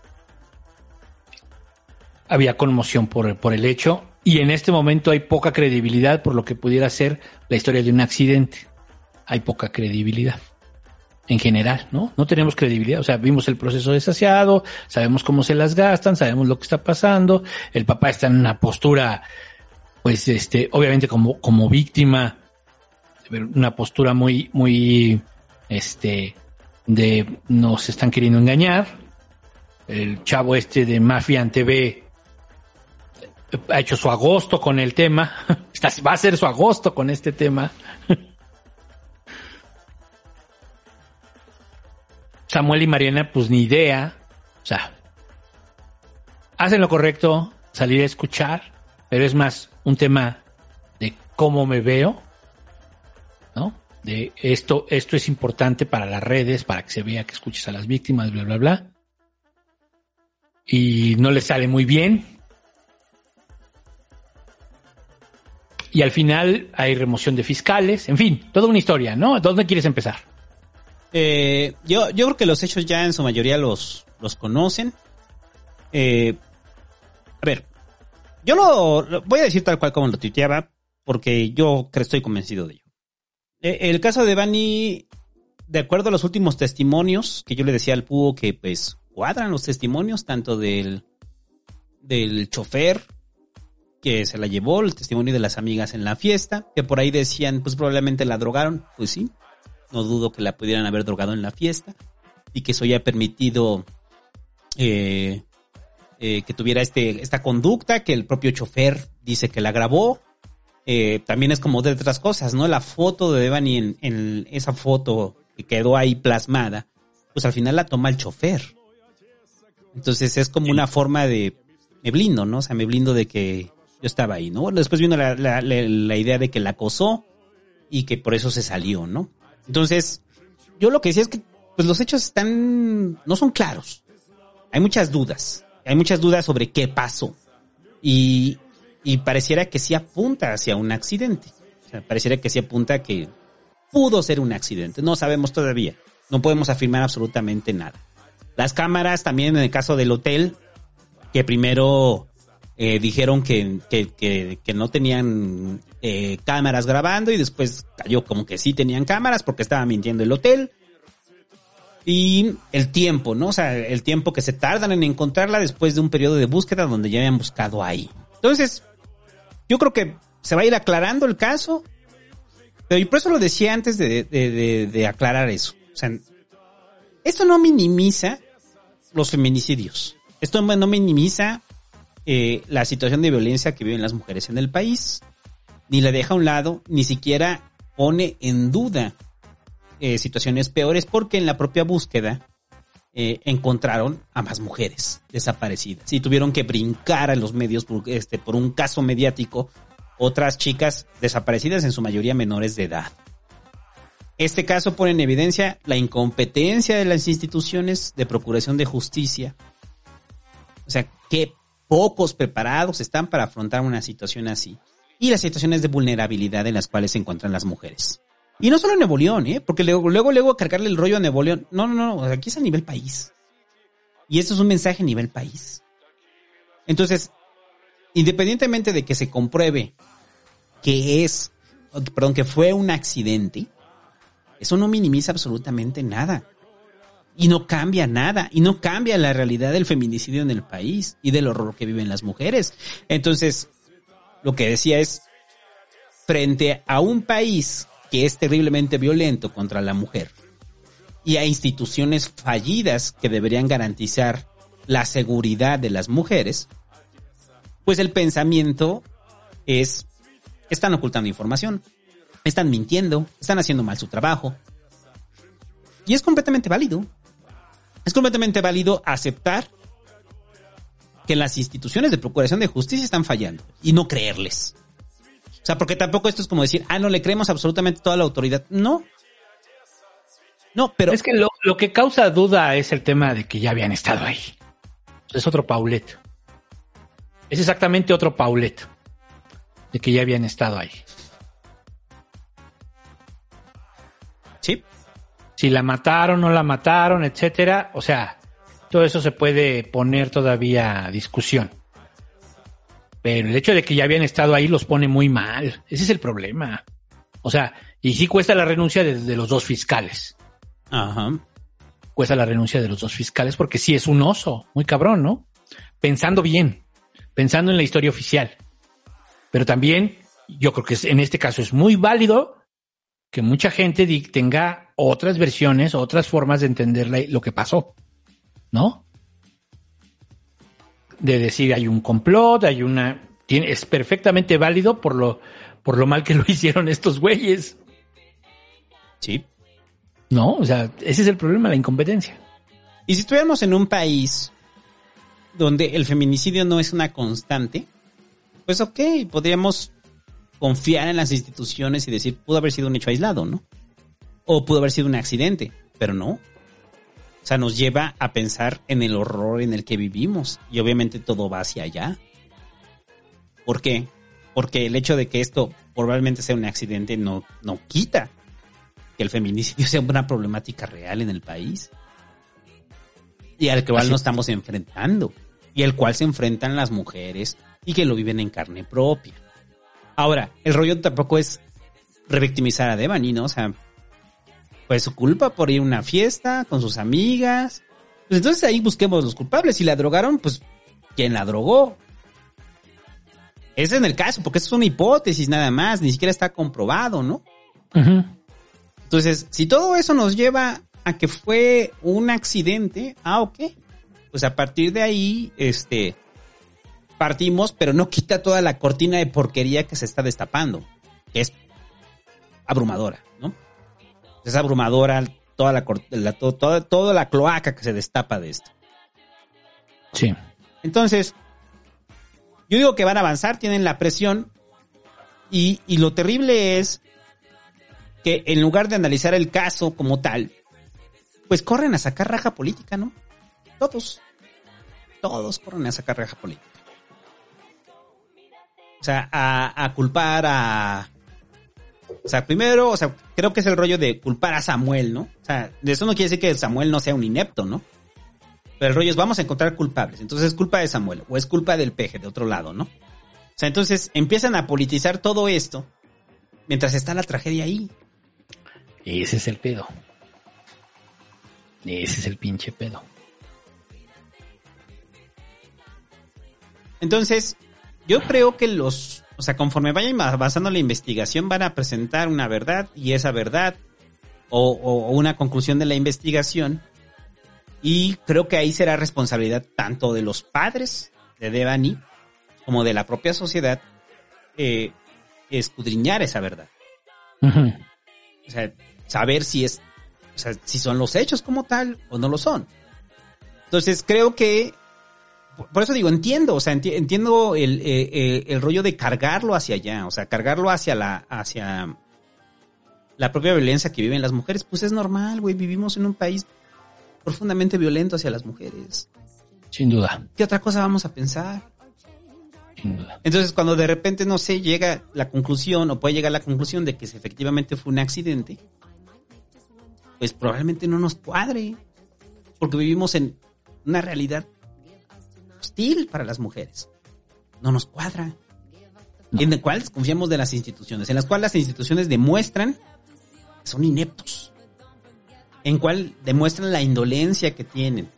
había conmoción por, por el hecho, y en este momento hay poca credibilidad por lo que pudiera ser la historia de un accidente. Hay poca credibilidad en general, ¿no? No tenemos credibilidad. O sea, vimos el proceso desasiado, sabemos cómo se las gastan, sabemos lo que está pasando. El papá está en una postura, pues, este, obviamente como, como víctima, una postura muy, muy, este, de nos están queriendo engañar. El chavo este de Mafia T V ha hecho su agosto con el tema. Va a hacer su agosto con este tema. Samuel y Mariana, pues ni idea. O sea, hacen lo correcto, salir a escuchar, pero es más un tema de cómo me veo, ¿no? De esto, esto es importante para las redes, para que se vea que escuches a las víctimas, bla, bla, bla. Y no les sale muy bien. Y al final hay remoción de fiscales. En fin, toda una historia, ¿no? ¿Dónde quieres empezar? Eh, yo, yo creo que los hechos ya en su mayoría los, los conocen. Eh, a ver, yo lo, lo voy a decir tal cual como lo tuiteaba, porque yo creo, estoy convencido de ello. Eh, el caso de Devani, de acuerdo a los últimos testimonios, que yo le decía al Púo que pues cuadran los testimonios, tanto del, del chofer que se la llevó, el testimonio de las amigas en la fiesta, que por ahí decían, pues probablemente la drogaron. Pues sí, no dudo que la pudieran haber drogado en la fiesta y que eso haya permitido eh, eh, que tuviera este esta conducta, que el propio chofer dice que la grabó. Eh, también es como de otras cosas, ¿no? La foto de Devani, en, en esa foto que quedó ahí plasmada, pues al final la toma el chofer. Entonces es como una forma de me blindo, ¿no? O sea, me blindo de que yo estaba ahí, ¿no? Bueno, después vino la, la, la, la idea de que la acosó y que por eso se salió, ¿no? Entonces, yo lo que decía es que pues los hechos están, no son claros. Hay muchas dudas. Hay muchas dudas sobre qué pasó. Y, y pareciera que sí apunta hacia un accidente. O sea, pareciera que sí apunta que pudo ser un accidente. No sabemos todavía. No podemos afirmar absolutamente nada. Las cámaras también en el caso del hotel, que primero eh, dijeron que, que, que, que no tenían eh, cámaras grabando y después cayó como que sí tenían cámaras porque estaba mintiendo el hotel. Y el tiempo, ¿no? O sea, el tiempo que se tardan en encontrarla después de un periodo de búsqueda donde ya habían buscado ahí. Entonces, yo creo que se va a ir aclarando el caso. Pero yo por eso lo decía antes de, de, de, de aclarar eso. O sea, esto no minimiza los feminicidios. Esto no minimiza eh, la situación de violencia que viven las mujeres en el país. Ni la deja a un lado, ni siquiera pone en duda Eh, situaciones peores porque en la propia búsqueda eh, encontraron a más mujeres desaparecidas y tuvieron que brincar a los medios por, este, por un caso mediático, otras chicas desaparecidas, en su mayoría menores de edad. Este caso pone en evidencia la incompetencia de las instituciones de procuración de justicia. O sea, qué pocos preparados están para afrontar una situación así y las situaciones de vulnerabilidad en las cuales se encuentran las mujeres. Y no solo en Nuevo León, ¿eh? Porque luego, luego, luego cargarle el rollo a Nuevo León. No, no, no, aquí es a nivel país. Y esto es un mensaje a nivel país. Entonces, independientemente de que se compruebe que es, perdón, que fue un accidente, eso no minimiza absolutamente nada. Y no cambia nada. Y no cambia la realidad del feminicidio en el país y del horror que viven las mujeres. Entonces, lo que decía es, frente a un país que es terriblemente violento contra la mujer y a instituciones fallidas que deberían garantizar la seguridad de las mujeres, pues el pensamiento es, están ocultando información, están mintiendo, están haciendo mal su trabajo. Y es completamente válido. Es completamente válido aceptar que las instituciones de procuración de justicia están fallando y no creerles. O sea, porque tampoco esto es como decir, ah, no le creemos absolutamente toda la autoridad. No. No, pero... Es que lo, lo que causa duda es el tema de que ya habían estado ahí. Es otro Paulet. Es exactamente otro Paulet. De que ya habían estado ahí. Sí. Si la mataron, no la mataron, etcétera. O sea, todo eso se puede poner todavía a discusión. Pero el hecho de que ya habían estado ahí los pone muy mal. Ese es el problema. O sea, y sí cuesta la renuncia de, de los dos fiscales. Ajá. Cuesta la renuncia de los dos fiscales porque sí es un oso, muy cabrón, ¿no? Pensando bien, pensando en la historia oficial. Pero también, yo creo que en este caso es muy válido que mucha gente tenga otras versiones, otras formas de entender la, lo que pasó, ¿no? De decir hay un complot, hay una... Tiene, es perfectamente válido por lo, por lo mal que lo hicieron estos güeyes. Sí. No, o sea, ese es el problema, la incompetencia. Y si estuviéramos en un país donde el feminicidio no es una constante, pues ok, podríamos confiar en las instituciones y decir, pudo haber sido un hecho aislado, ¿no? O pudo haber sido un accidente, pero no. O sea, nos lleva a pensar en el horror en el que vivimos. Y obviamente todo va hacia allá. ¿Por qué? Porque el hecho de que esto probablemente sea un accidente no, no quita que el feminicidio sea una problemática real en el país. Y al cual nos estamos enfrentando. Y al cual se enfrentan las mujeres y que lo viven en carne propia. Ahora, el rollo tampoco es revictimizar a Devani, ¿no? O sea... pues su culpa por ir a una fiesta con sus amigas. Pues entonces ahí busquemos los culpables. Si la drogaron, pues, ¿quién la drogó? Ese es en el caso, porque eso es una hipótesis nada más, ni siquiera está comprobado, ¿no? Uh-huh. Entonces, si todo eso nos lleva a que fue un accidente, ah, ok. Pues a partir de ahí, este, partimos, pero no quita toda la cortina de porquería que se está destapando, que es abrumadora, ¿no? Es abrumadora toda la, la to, toda, toda la cloaca que se destapa de esto. Sí. Entonces, yo digo que van a avanzar, tienen la presión y, y lo terrible es que en lugar de analizar el caso como tal, pues corren a sacar raja política, ¿no? Todos. Todos corren a sacar raja política. O sea, a, a culpar a... O sea, primero, o sea, creo que es el rollo de culpar a Samuel, ¿no? O sea, de eso no quiere decir que Samuel no sea un inepto, ¿no? Pero el rollo es, vamos a encontrar culpables. Entonces es culpa de Samuel o es culpa del peje de otro lado, ¿no? O sea, entonces empiezan a politizar todo esto mientras está la tragedia ahí. Ese es el pedo. Ese es el pinche pedo. Entonces, yo creo que los... O sea, conforme vayan avanzando la investigación, van a presentar una verdad y esa verdad o, o una conclusión de la investigación. Y creo que ahí será responsabilidad tanto de los padres de Devani como de la propia sociedad eh, escudriñar esa verdad. Uh-huh. O sea, saber si es, o sea, si son los hechos como tal o no lo son. Entonces creo que por eso digo, entiendo, o sea, enti- entiendo el, eh, eh, el rollo de cargarlo hacia allá, o sea, cargarlo hacia la, hacia la propia violencia que viven las mujeres, pues es normal, güey, vivimos en un país profundamente violento hacia las mujeres. Sin duda. ¿Qué otra cosa vamos a pensar? Sin duda. Entonces, cuando de repente, no sé, llega la conclusión, o puede llegar la conclusión de que efectivamente fue un accidente, pues probablemente no nos cuadre, porque vivimos en una realidad hostil para las mujeres. No nos cuadra. No. En la cual desconfiamos de las instituciones, en las cuales las instituciones demuestran que son ineptos, en cual demuestran la indolencia que tienen.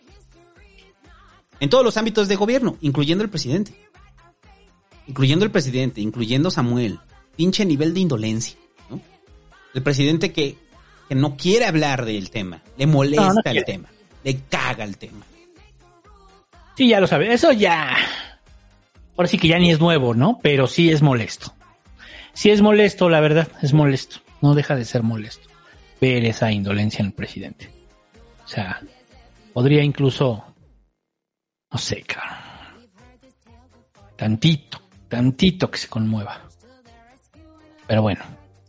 En todos los ámbitos de gobierno, incluyendo el presidente. Incluyendo el presidente, incluyendo Samuel. Pinche nivel de indolencia, ¿no? El presidente que, que no quiere hablar del tema, le molesta no, no el tema, le caga el tema. Sí, ya lo sabe. Eso ya... Ahora sí que ya ni es nuevo, ¿no? Pero sí es molesto. Sí es molesto, la verdad, es molesto. No deja de ser molesto ver esa indolencia en el presidente. O sea, podría incluso... No sé, cabrón. Tantito, tantito que se conmueva. Pero bueno.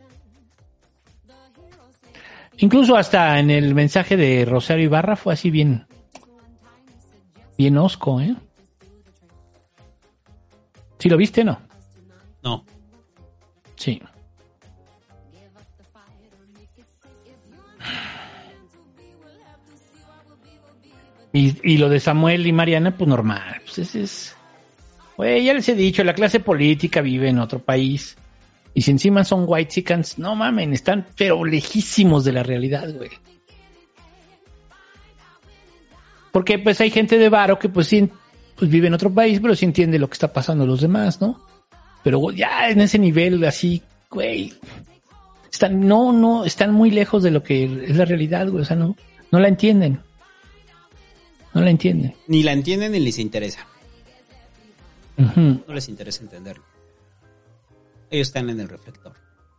Incluso hasta en el mensaje de Rosario Ibarra fue así bien... Bien osco, ¿eh? ¿Sí lo viste, no? No. Sí. Y, y lo de Samuel y Mariana, pues normal. Pues ese es... Güey, ya les he dicho, la clase política vive en otro país. Y si encima son whitexicans, no mamen, están pero lejísimos de la realidad, güey. Porque pues hay gente de varo que pues sí pues, vive en otro país, pero sí entiende lo que está pasando a los demás, ¿no? Pero ya en ese nivel así, güey, están, no, no, están muy lejos de lo que es la realidad, güey, o sea, no, no la entienden. No la entienden. Ni la entienden ni les interesa. Uh-huh. No les interesa entenderlo. Ellos están en el reflector.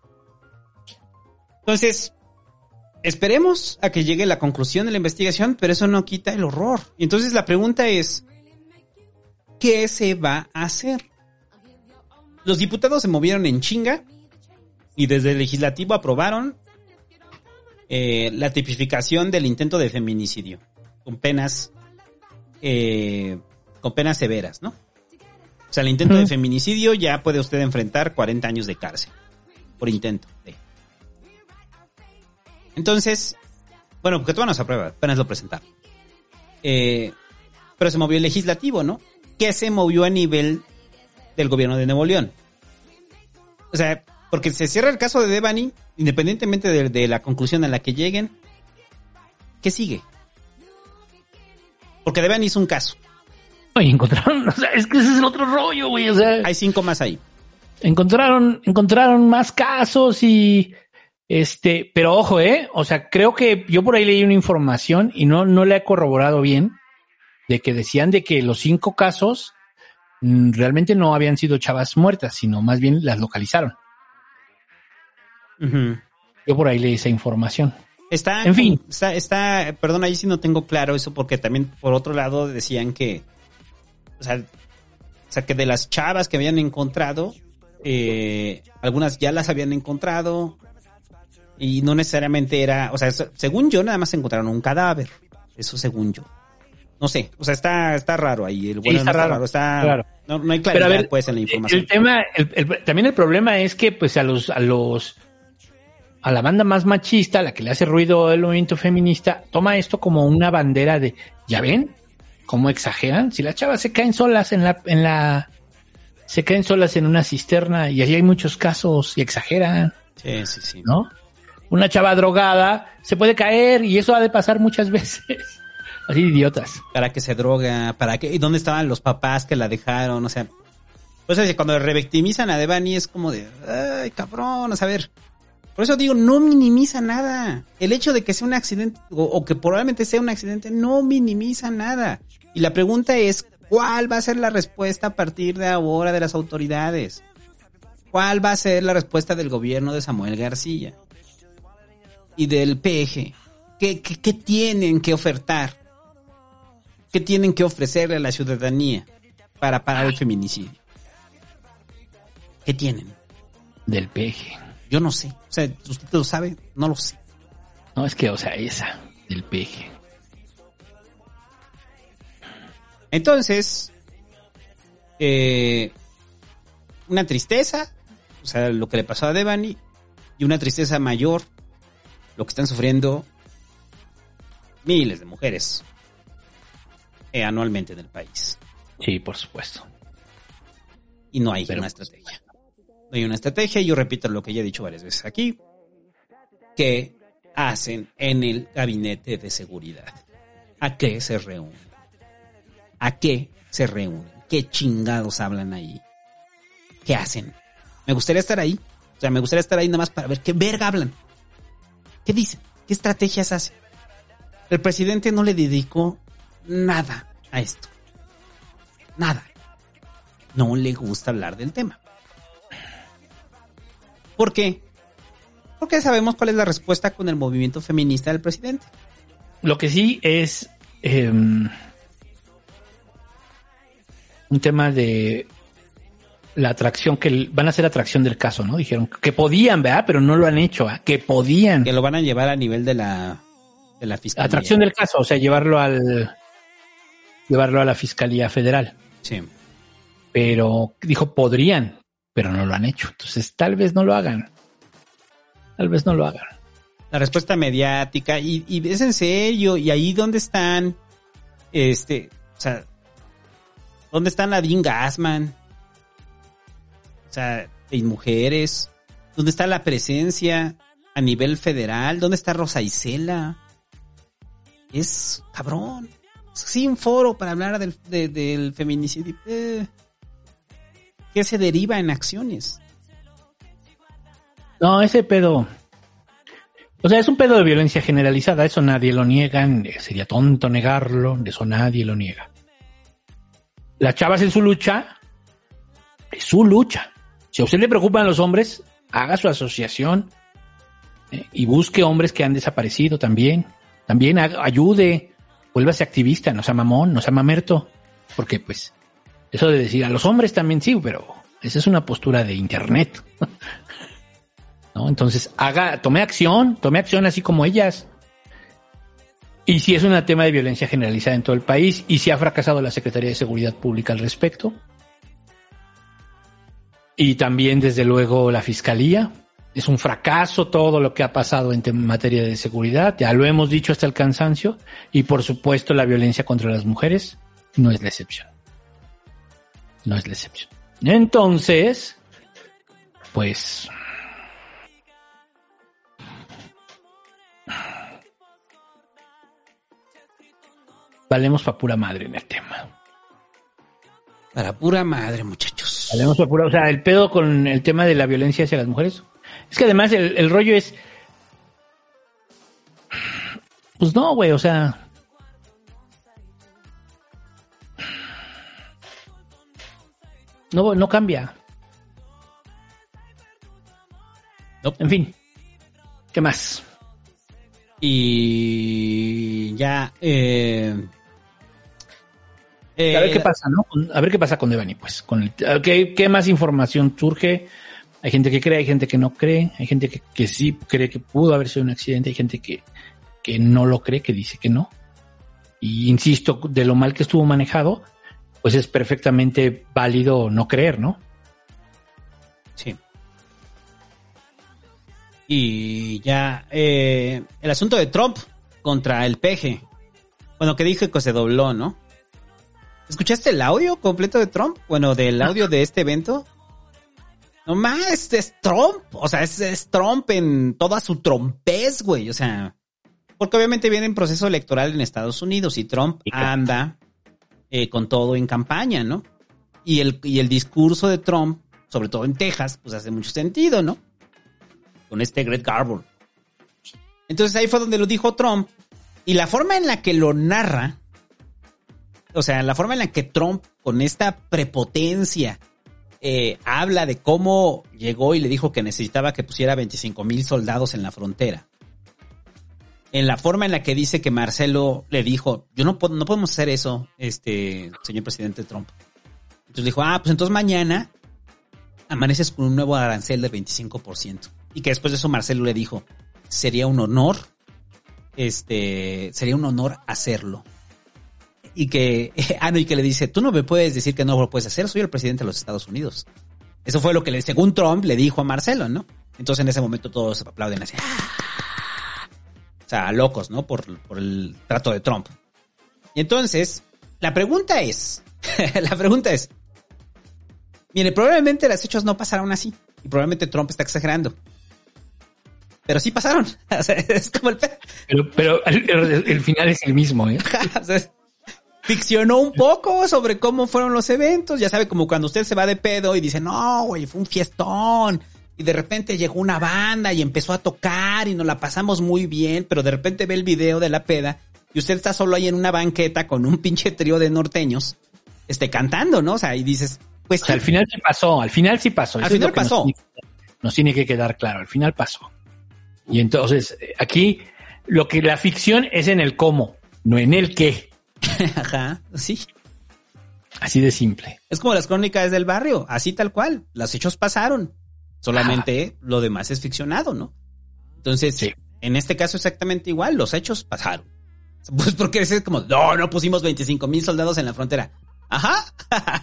Entonces, esperemos a que llegue la conclusión de la investigación, pero eso no quita el horror. Y entonces la pregunta es, ¿qué se va a hacer? Los diputados se movieron en chinga y desde el legislativo aprobaron eh, la tipificación del intento de feminicidio con penas eh, con penas severas, ¿no? O sea, el intento uh-huh. de feminicidio ya puede usted enfrentar cuarenta años de cárcel por intento de... Entonces, bueno, porque todavía no se aprueba, apenas lo presentaron. Eh, pero se movió el legislativo, ¿no? ¿Qué se movió a nivel del gobierno de Nuevo León? O sea, porque se cierra el caso de Devani, independientemente de, de la conclusión a la que lleguen, ¿qué sigue? Porque Devani hizo un caso. Oye, encontraron, o sea, es que ese es el otro rollo, güey, o sea... Hay cinco más ahí. Encontraron, encontraron más casos y... Este, pero ojo, eh, o sea, creo que yo por ahí leí una información y no, no la he corroborado bien, de que decían de que los cinco casos mmm, realmente no habían sido chavas muertas, sino más bien las localizaron. Uh-huh. Yo por ahí leí esa información. Está, en fin. Está, está, perdón, ahí sí no tengo claro eso, porque también por otro lado decían que, o sea, o sea que de las chavas que habían encontrado, eh, algunas ya las habían encontrado. Y no necesariamente era, o sea, según yo nada más encontraron un cadáver, eso según yo. No sé, o sea, está, está raro ahí. El Sí, está, no está raro, raro, está, claro. no, no hay claridad, Pero a ver, pues, en la información. El tema, el, el, también el problema es que, pues, a los, a los, a la banda más machista, la que le hace ruido el movimiento feminista, toma esto como una bandera de, ¿ya ven? ¿Cómo exageran? Si las chavas se caen solas en la, en la, se caen solas en una cisterna, y allí hay muchos casos, y exageran. Sí, sí, sí. ¿No? Una chava drogada se puede caer, y eso ha de pasar muchas veces. Así idiotas. Para que se droga, para que, ¿y dónde estaban los papás que la dejaron? O sea, pues o sea, cuando revictimizan a Devani es como de, ay, cabrón, o sea, a ver. Por eso digo, no minimiza nada. El hecho de que sea un accidente, o, o que probablemente sea un accidente, no minimiza nada. Y la pregunta es, ¿cuál va a ser la respuesta a partir de ahora de las autoridades? ¿Cuál va a ser la respuesta del gobierno de Samuel García? Y del P G. ¿Qué, qué, qué tienen que ofertar? ¿Qué tienen que ofrecerle a la ciudadanía para parar el feminicidio? ¿Qué tienen? Del P G. Yo no sé. O sea, ¿usted lo sabe? No lo sé. No, es que, o sea, esa, del P G. Entonces, eh, una tristeza, o sea, lo que le pasó a Devani, y una tristeza mayor, lo que están sufriendo miles de mujeres eh, anualmente en el país. Sí, por supuesto. Y no hay Pero, una estrategia. No hay una estrategia, y yo repito lo que ya he dicho varias veces aquí, que hacen en el gabinete de seguridad. ¿A qué se reúnen? ¿A qué se reúnen? ¿Qué chingados hablan ahí? ¿Qué hacen? Me gustaría estar ahí. O sea, me gustaría estar ahí nada más para ver qué verga hablan. ¿Qué dicen? ¿Qué estrategias hacen? El presidente no le dedicó nada a esto. Nada. No le gusta hablar del tema. ¿Por qué? Porque sabemos cuál es la respuesta con el movimiento feminista del presidente. Lo que sí es eh, un tema de la atracción, que van a hacer atracción del caso, ¿no? Dijeron que podían, ¿verdad? Pero no lo han hecho, ¿eh? Que podían. Que lo van a llevar a nivel de la, de la fiscalía. Atracción del caso, o sea, llevarlo al llevarlo a la Fiscalía Federal. Sí. Pero dijo podrían, pero no lo han hecho. Entonces, tal vez no lo hagan. Tal vez no lo hagan. La respuesta mediática, y, y es en serio, y ahí dónde están, este, o sea, ¿dónde están Nadine Gassman? O sea, y mujeres, ¿dónde está la presencia a nivel federal? ¿Dónde está Rosa Isela? Es cabrón. Sin foro para hablar del, de, del feminicidio. Eh, ¿Qué se deriva en acciones? No, ese pedo. O sea, es un pedo de violencia generalizada. Eso nadie lo niega. Sería tonto negarlo. Eso nadie lo niega. Las chavas en su lucha. Es su lucha. Si a usted le preocupan los hombres, haga su asociación eh, y busque hombres que han desaparecido también. También haga, ayude. Vuélvase activista. No sea mamón, no sea mamerto. Porque, pues, eso de decir a los hombres también sí, pero esa es una postura de internet. ¿No? Entonces, haga, tome acción, tome acción así como ellas. Y si es un tema de violencia generalizada en todo el país, y si ha fracasado la Secretaría de Seguridad Pública al respecto, y también, desde luego, la Fiscalía. Es un fracaso todo lo que ha pasado en materia de seguridad, ya lo hemos dicho hasta el cansancio, y por supuesto la violencia contra las mujeres no es la excepción. No es la excepción. Entonces, pues... valemos pa' pura madre en el tema. Para pura madre, muchachos. Valemos pa' pura... O sea, el pedo con el tema de la violencia hacia las mujeres... Es que además el, el rollo es... Pues no, güey, o sea... No, no cambia. Nope. En fin. ¿Qué más? Y ya... Eh... Eh, a ver qué pasa, ¿no? A ver qué pasa con Devani, pues. Con el, ¿qué, ¿Qué más información surge? Hay gente que cree, hay gente que no cree, hay gente que, que sí cree que pudo haber sido un accidente, hay gente que, que no lo cree, que dice que no. y insisto, de lo mal que estuvo manejado, pues es perfectamente válido no creer, ¿no? Sí. Y ya, eh, el asunto de Trump contra el P G. Bueno, que dijo que se dobló, ¿no? ¿Escuchaste el audio completo de Trump? Bueno, del audio de este evento. No más, es Trump. O sea, es, es Trump en toda su trompez, güey. O sea, porque obviamente viene en proceso electoral en Estados Unidos y Trump anda eh, con todo en campaña, ¿no? Y el, y el discurso de Trump, sobre todo en Texas, pues hace mucho sentido, ¿no? Con este Greg Garbo. Entonces ahí fue donde lo dijo Trump. Y la forma en la que lo narra, o sea, la forma en la que Trump, con esta prepotencia, eh, habla de cómo llegó y le dijo que necesitaba que pusiera veinticinco mil soldados en la frontera. En la forma en la que dice que Marcelo le dijo, yo no, no podemos hacer eso, este, señor presidente Trump. Entonces dijo, ah, pues entonces mañana amaneces con un nuevo arancel del veinticinco por ciento. Y que después de eso Marcelo le dijo, sería un honor, este, sería un honor hacerlo. Y que, ah, no, y que le dice, tú no me puedes decir que no lo puedes hacer, soy el presidente de los Estados Unidos. Eso fue lo que, le, según Trump, le dijo a Marcelo, ¿no? Entonces en ese momento todos aplauden así. ¡Ah! O sea, locos, ¿no? Por, por el trato de Trump. Y entonces, la pregunta es, la pregunta es, mire, probablemente los hechos no pasaron así. Y probablemente Trump está exagerando. Pero sí pasaron. O sea, es como el... Pero, pero el, el, el final es el mismo, ¿eh? O sea, ficcionó un poco sobre cómo fueron los eventos. Ya sabe, como cuando usted se va de pedo y dice, no, güey, fue un fiestón. Y de repente llegó una banda y empezó a tocar y nos la pasamos muy bien. Pero de repente ve el video de la peda y usted está solo ahí en una banqueta con un pinche trío de norteños, este, cantando, ¿no? O sea, y dices, pues... O sea, al final sí pasó, al final sí pasó. Al Eso final pasó. Nos, nos tiene que quedar claro, al final pasó. Y entonces, aquí, lo que la ficción es en el cómo, no en el qué. Ajá, sí. Así de simple. Es como las crónicas del barrio, así tal cual. Los hechos pasaron. Solamente ah. lo demás es ficcionado, ¿no? Entonces, sí. En este caso exactamente igual, los hechos pasaron. Pues porque es como, no, no pusimos veinticinco mil soldados en la frontera. Ajá.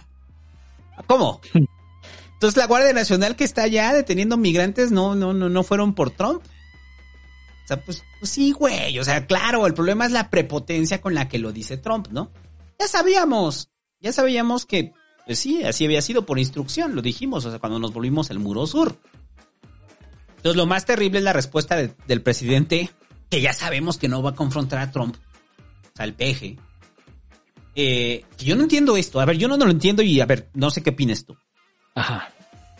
¿Cómo? Entonces la Guardia Nacional que está allá deteniendo migrantes no, no, no, no fueron por Trump. O sea, pues, pues sí, güey. O sea, claro, el problema es la prepotencia con la que lo dice Trump, ¿no? Ya sabíamos, ya sabíamos que, pues sí, así había sido por instrucción, lo dijimos, o sea, cuando nos volvimos el muro sur. Entonces, lo más terrible es la respuesta de, del presidente, que ya sabemos que no va a confrontar a Trump, o sea, el P G. Eh, que yo no entiendo esto. A ver, yo no, no lo entiendo y, a ver, no sé qué opinas tú. Ajá.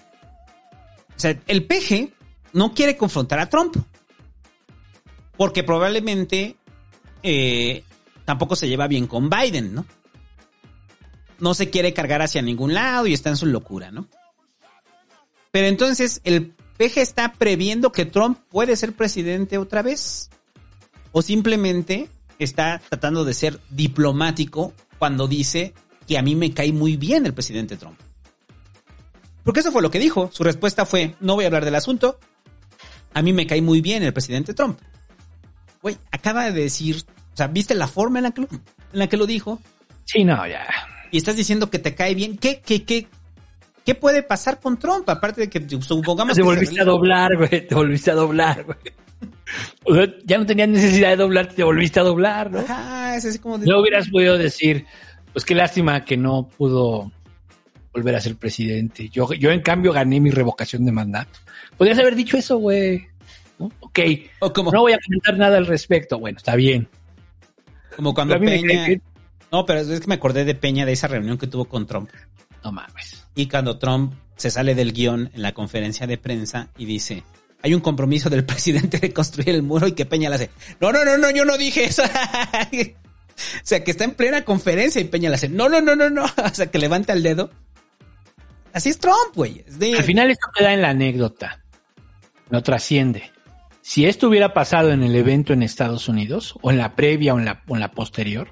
O sea, el P G no quiere confrontar a Trump. Porque probablemente eh, tampoco se lleva bien con Biden, ¿no? No se quiere cargar hacia ningún lado y está en su locura, ¿no? Pero entonces, ¿el P G está previendo que Trump puede ser presidente otra vez? ¿O simplemente está tratando de ser diplomático cuando dice que a mí me cae muy bien el presidente Trump? Porque eso fue lo que dijo. Su respuesta fue, no voy a hablar del asunto. A mí me cae muy bien el presidente Trump. Güey, acaba de decir, o sea, ¿viste la forma en la que lo, en la que lo dijo? Sí, no, ya. Y estás diciendo que te cae bien. ¿Qué, qué, qué, qué puede pasar con Trump? Aparte de que supongamos te que... Te volviste a doblar, güey, te volviste a doblar, güey. O sea, ya no tenías necesidad de doblarte, te volviste a doblar, ¿no? Ajá, es así como... De... No hubieras podido decir, pues qué lástima que no pudo volver a ser presidente. Yo, yo en cambio gané mi revocación de mandato. Podrías haber dicho eso, güey. ¿No? Ok, o como, no voy a comentar nada al respecto. Bueno, está bien. Como cuando Peña... Que... No, pero es que me acordé de Peña, de esa reunión que tuvo con Trump. No mames. Y cuando Trump se sale del guión en la conferencia de prensa y dice, hay un compromiso del presidente de construir el muro, y que Peña le hace, no, no, no, no, yo no dije eso. O sea, que está en plena conferencia y Peña le hace, no, no, no, no, no. O sea, que levanta el dedo. Así es Trump, güey. De... Al final esto queda en la anécdota. No trasciende. Si esto hubiera pasado en el evento en Estados Unidos, o en la previa o en la, o en la posterior,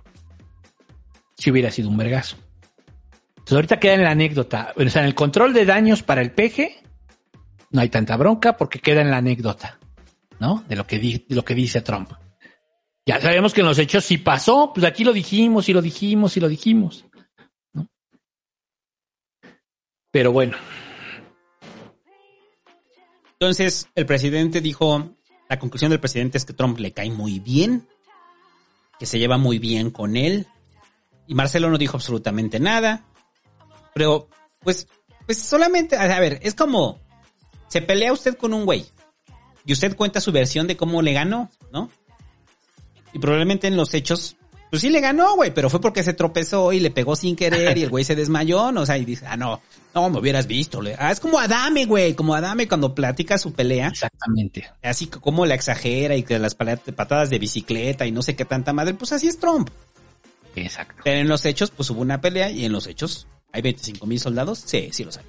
sí hubiera sido un vergazo. Entonces ahorita queda en la anécdota. O sea, en el control de daños para el P G, no hay tanta bronca porque queda en la anécdota, ¿no? De lo que, di, de lo que dice Trump. Ya sabemos que en los hechos sí pasó, pues aquí lo dijimos y lo dijimos y lo dijimos, ¿no? Pero bueno. Entonces, el presidente dijo, la conclusión del presidente es que Trump le cae muy bien, que se lleva muy bien con él, y Marcelo no dijo absolutamente nada, pero pues, pues solamente, a ver, es como, se pelea usted con un güey, y usted cuenta su versión de cómo le ganó, ¿no? Y probablemente en los hechos, pues sí le ganó, güey, pero fue porque se tropezó y le pegó sin querer y el güey se desmayó, ¿no? O sea, y dice, ah, no, no, me hubieras visto. Ah, es como Adame, güey, como Adame cuando platica su pelea. Exactamente. Así como la exagera y que las patadas de bicicleta y no sé qué tanta madre, pues así es Trump. Exacto. Pero en los hechos, pues hubo una pelea y en los hechos, ¿hay veinticinco mil soldados? Sí, sí los hay.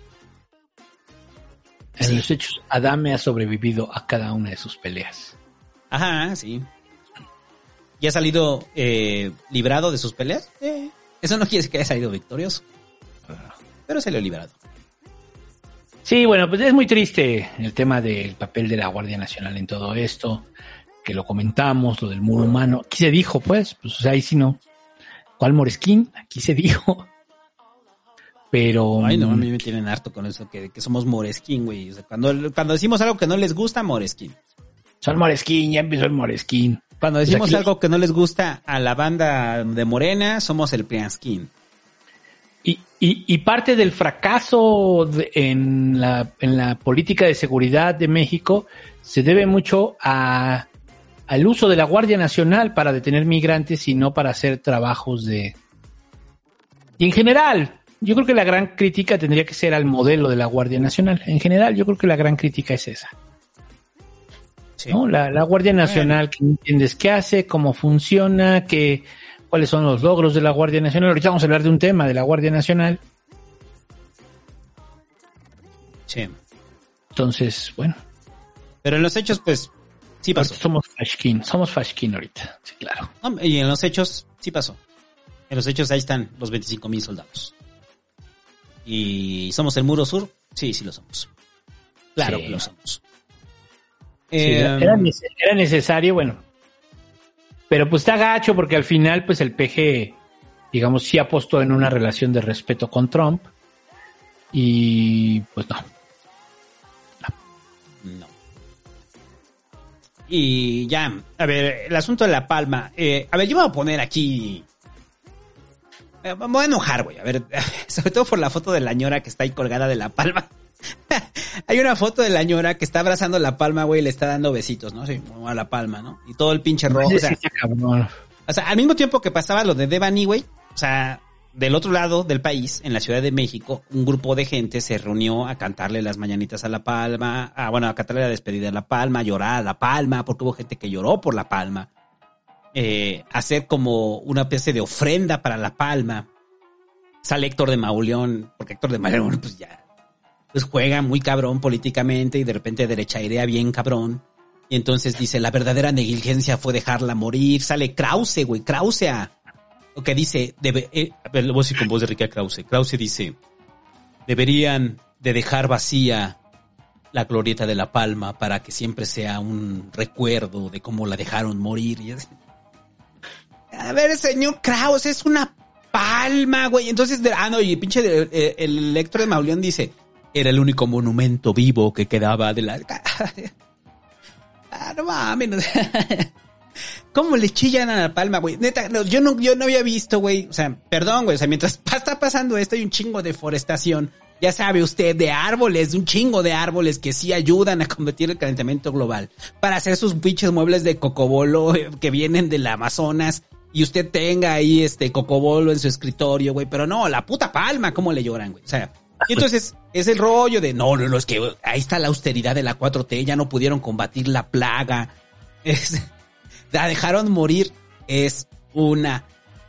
En sí. Los hechos, Adame ha sobrevivido a cada una de sus peleas. Ajá, sí. ¿Y ha salido eh, librado de sus peleas? Eh, eso no quiere decir que haya salido victorioso. Pero salió librado. Sí, bueno, pues es muy triste el tema del papel de la Guardia Nacional en todo esto, que lo comentamos, lo del muro humano. Aquí se dijo, pues, pues o sea, ahí sí no. ¿Cuál Moresquín? Aquí se dijo. Pero... Ay, no, a mí me tienen harto con eso, que, que somos Moresquín, güey. O sea, cuando, cuando decimos algo que no les gusta, Moresquín. Son Moresquín, ya empezó el Moresquín. Cuando decimos pues aquí... algo que no les gusta a la banda de Morena, somos el Prianskin. Y, y, y parte del fracaso de, en, la, en la política de seguridad de México se debe mucho a, al uso de la Guardia Nacional para detener migrantes y no para hacer trabajos de... Y en general, yo creo que la gran crítica tendría que ser al modelo de la Guardia Nacional. En general, yo creo que la gran crítica es esa. Sí. ¿No? La, la Guardia Nacional, que no entiendes qué hace, cómo funciona, qué, cuáles son los logros de la Guardia Nacional. Ahorita vamos a hablar de un tema de la Guardia Nacional. Sí. Entonces, bueno. Pero en los hechos, pues, sí pasó. Somos Fashkin, somos Fashkin ahorita, sí, claro. No, y en los hechos, sí pasó. En los hechos ahí están los veinticinco mil soldados. ¿Y somos el Muro Sur? Sí, sí lo somos. Claro sí. que lo somos. Sí, eh, era, era necesario, bueno, pero pues está gacho porque al final pues el P G, digamos, sí apostó en una relación de respeto con Trump y pues no. No. No. Y ya, a ver, el asunto de La Palma, eh, a ver, yo me voy a poner aquí, eh, me voy a enojar, güey, a ver, sobre todo por la foto de la ñora que está ahí colgada de La Palma. Hay una foto de la ñora que está abrazando la palma, güey, y le está dando besitos, ¿no? Sí, a la palma, ¿no? Y todo el pinche rojo, o sea, o sea, al mismo tiempo que pasaba lo de Devani, güey, o sea, del otro lado del país, en la Ciudad de México, un grupo de gente se reunió a cantarle las mañanitas a La Palma, a, bueno, a cantarle la despedida a La Palma, a llorar a La Palma, porque hubo gente que lloró por La Palma, eh, hacer como una especie de ofrenda para La Palma. Sale Héctor de Mauleón, porque Héctor de Mauleón, pues ya... pues juega muy cabrón políticamente y de repente derechairea bien cabrón. Y entonces dice, la verdadera negligencia fue dejarla morir. Sale Krause, güey, Krause a... Lo que dice, debe, eh, a ver, lo voy a decir con voz de Rica Krause. Krause dice, deberían de dejar vacía la glorieta de La Palma para que siempre sea un recuerdo de cómo la dejaron morir. Y es... A ver, señor Krause, es una palma, güey. Entonces, de, ah, no, y pinche de, el, el Héctor de Mauleón dice... Era el único monumento vivo que quedaba de la... Ah, no mames. ¿Cómo le chillan a La Palma, güey? Neta, no, yo, no, yo no había visto, güey. O sea, perdón, güey. O sea, mientras está pasando esto hay un chingo de deforestación. Ya sabe usted, de árboles, un chingo de árboles que sí ayudan a combatir el calentamiento global. Para hacer sus pinches muebles de cocobolo que vienen del Amazonas. Y usted tenga ahí este cocobolo en su escritorio, güey. Pero no, la puta palma, ¿cómo le lloran, güey? O sea... Y entonces es el rollo de, no, no, no, es que ahí está la austeridad de la cuatro T, ya no pudieron combatir la plaga, es, la dejaron morir, es una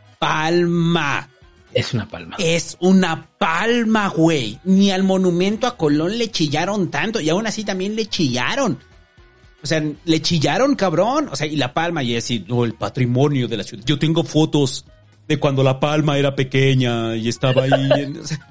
palma. Es una palma. Es una palma, güey. Ni al monumento a Colón le chillaron tanto, y aún así también le chillaron. O sea, le chillaron, cabrón. O sea, y La Palma, y así, no, el patrimonio de la ciudad. Yo tengo fotos de cuando La Palma era pequeña y estaba ahí, en, o sea,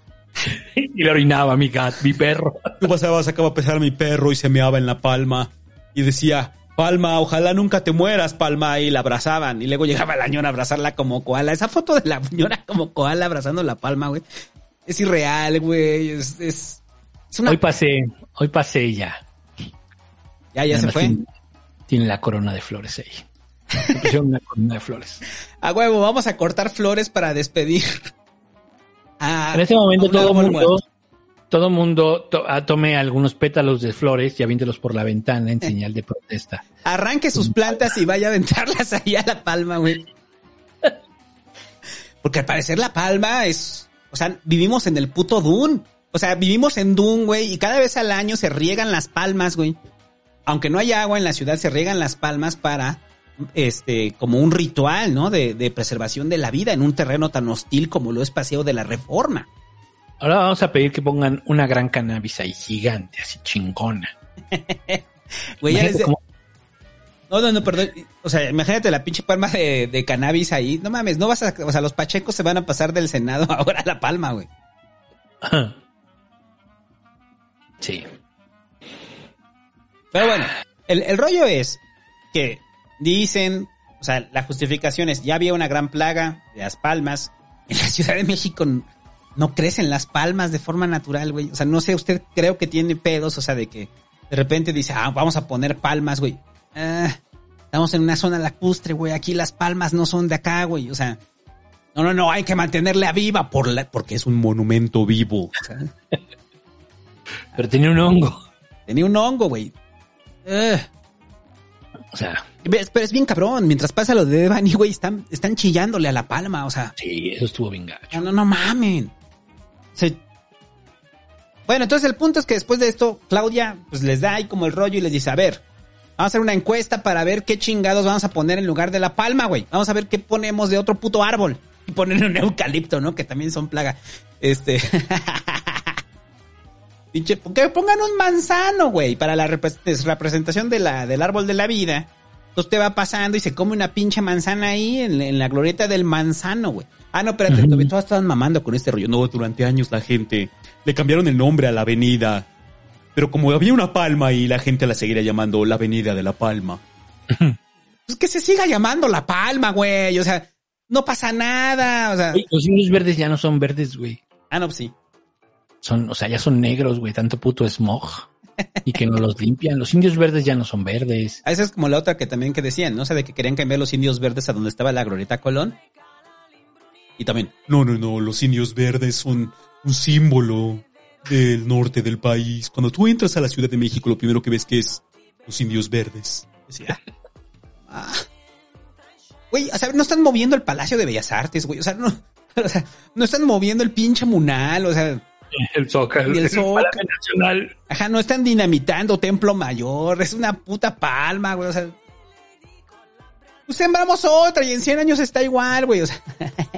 y le orinaba a mi gato, mi perro. Yo pasaba, sacaba a pesar a mi perro y se meaba en La Palma. Y decía, Palma, ojalá nunca te mueras, Palma, y la abrazaban. Y luego llegaba la ñora a abrazarla como koala. Esa foto de la ñora como koala abrazando la palma, güey, es irreal, güey. Es, es, es una... Hoy pasé, hoy pasé ya. ¿Ya, ya se fue? Tiene, tiene la corona de flores ahí. Me pusieron una corona de flores. A huevo, vamos a cortar flores para despedir. A, en este momento todo el mundo... Todo mundo to- tome algunos pétalos de flores y aviéntelos por la ventana en señal de protesta. Arranque sus plantas y vaya a aventarlas ahí a la palma, güey. Porque al parecer la palma es... O sea, vivimos en el puto Dune. O sea, vivimos en Dune, güey, y cada vez al año se riegan las palmas, güey. Aunque no haya agua en la ciudad, se riegan las palmas para... este como un ritual, ¿no? De, de preservación de la vida en un terreno tan hostil como lo es Paseo de la Reforma. Ahora vamos a pedir que pongan una gran cannabis ahí, gigante, así chingona. Güey, ya desde... como... No, no, no, perdón. O sea, imagínate la pinche palma de, de cannabis ahí. No mames, no vas a... O sea, los pachecos se van a pasar del Senado ahora a la palma, güey. Sí. Pero bueno, el, el rollo es que dicen... O sea, la justificación es... Ya había una gran plaga de las palmas. En la Ciudad de México... No crecen las palmas de forma natural, güey. O sea, no sé, usted creo que tiene pedos, o sea, de que de repente dice, ah, vamos a poner palmas, güey. Ah, estamos en una zona lacustre, güey. Aquí las palmas no son de acá, güey. O sea, no, no, no, hay que mantenerla viva por la, porque es un monumento vivo. O sea. Pero tenía un hongo. Tenía un hongo, güey. Uh. O sea. Pero es bien cabrón. Mientras pasa lo de Devani, güey, están, están chillándole a la palma, o sea. Sí, eso estuvo bien gacho. No, no, no mamen. Sí. Bueno, entonces el punto es que después de esto, Claudia pues les da ahí como el rollo y les dice, a ver, vamos a hacer una encuesta para ver qué chingados vamos a poner en lugar de la palma, güey. Vamos a ver qué ponemos de otro puto árbol. Y poner un eucalipto, ¿no? Que también son plaga. Este... Pinche, que pongan un manzano, güey, para la repre- representación de la, del árbol de la vida. Entonces te va pasando y se come una pinche manzana ahí en, en la glorieta del manzano, güey. Ah, no, espérate, uh-huh. Todas estaban mamando con este rollo. No, durante años la gente le cambiaron el nombre a la avenida. Pero como había una palma y la gente la seguiría llamando la avenida de la palma. Uh-huh. Pues que se siga llamando la palma, güey. O sea, no pasa nada. O sea, Oye, los indios verdes ya no son verdes, güey. Ah, no, pues sí. Son, o sea, ya son negros, güey. Tanto puto smog. Y que no los limpian. Los indios verdes ya no son verdes. Ah, esa es como la otra que también que decían, ¿no? O sea, de que querían cambiar los indios verdes a donde estaba la glorieta Colón. Y también, no, no, no, los indios verdes son un símbolo del norte del país. Cuando tú entras a la Ciudad de México, lo primero que ves que es los indios verdes. Decía, ah. Güey, o sea, no están moviendo el Palacio de Bellas Artes, güey. O sea, no, o sea, no están moviendo el pinche Munal, o sea... El Zócalo, el, el Zócalo Nacional. Ajá, no están dinamitando Templo Mayor, es una puta palma, güey, o sea... Pues sembramos otra y en cien años está igual, güey, o sea...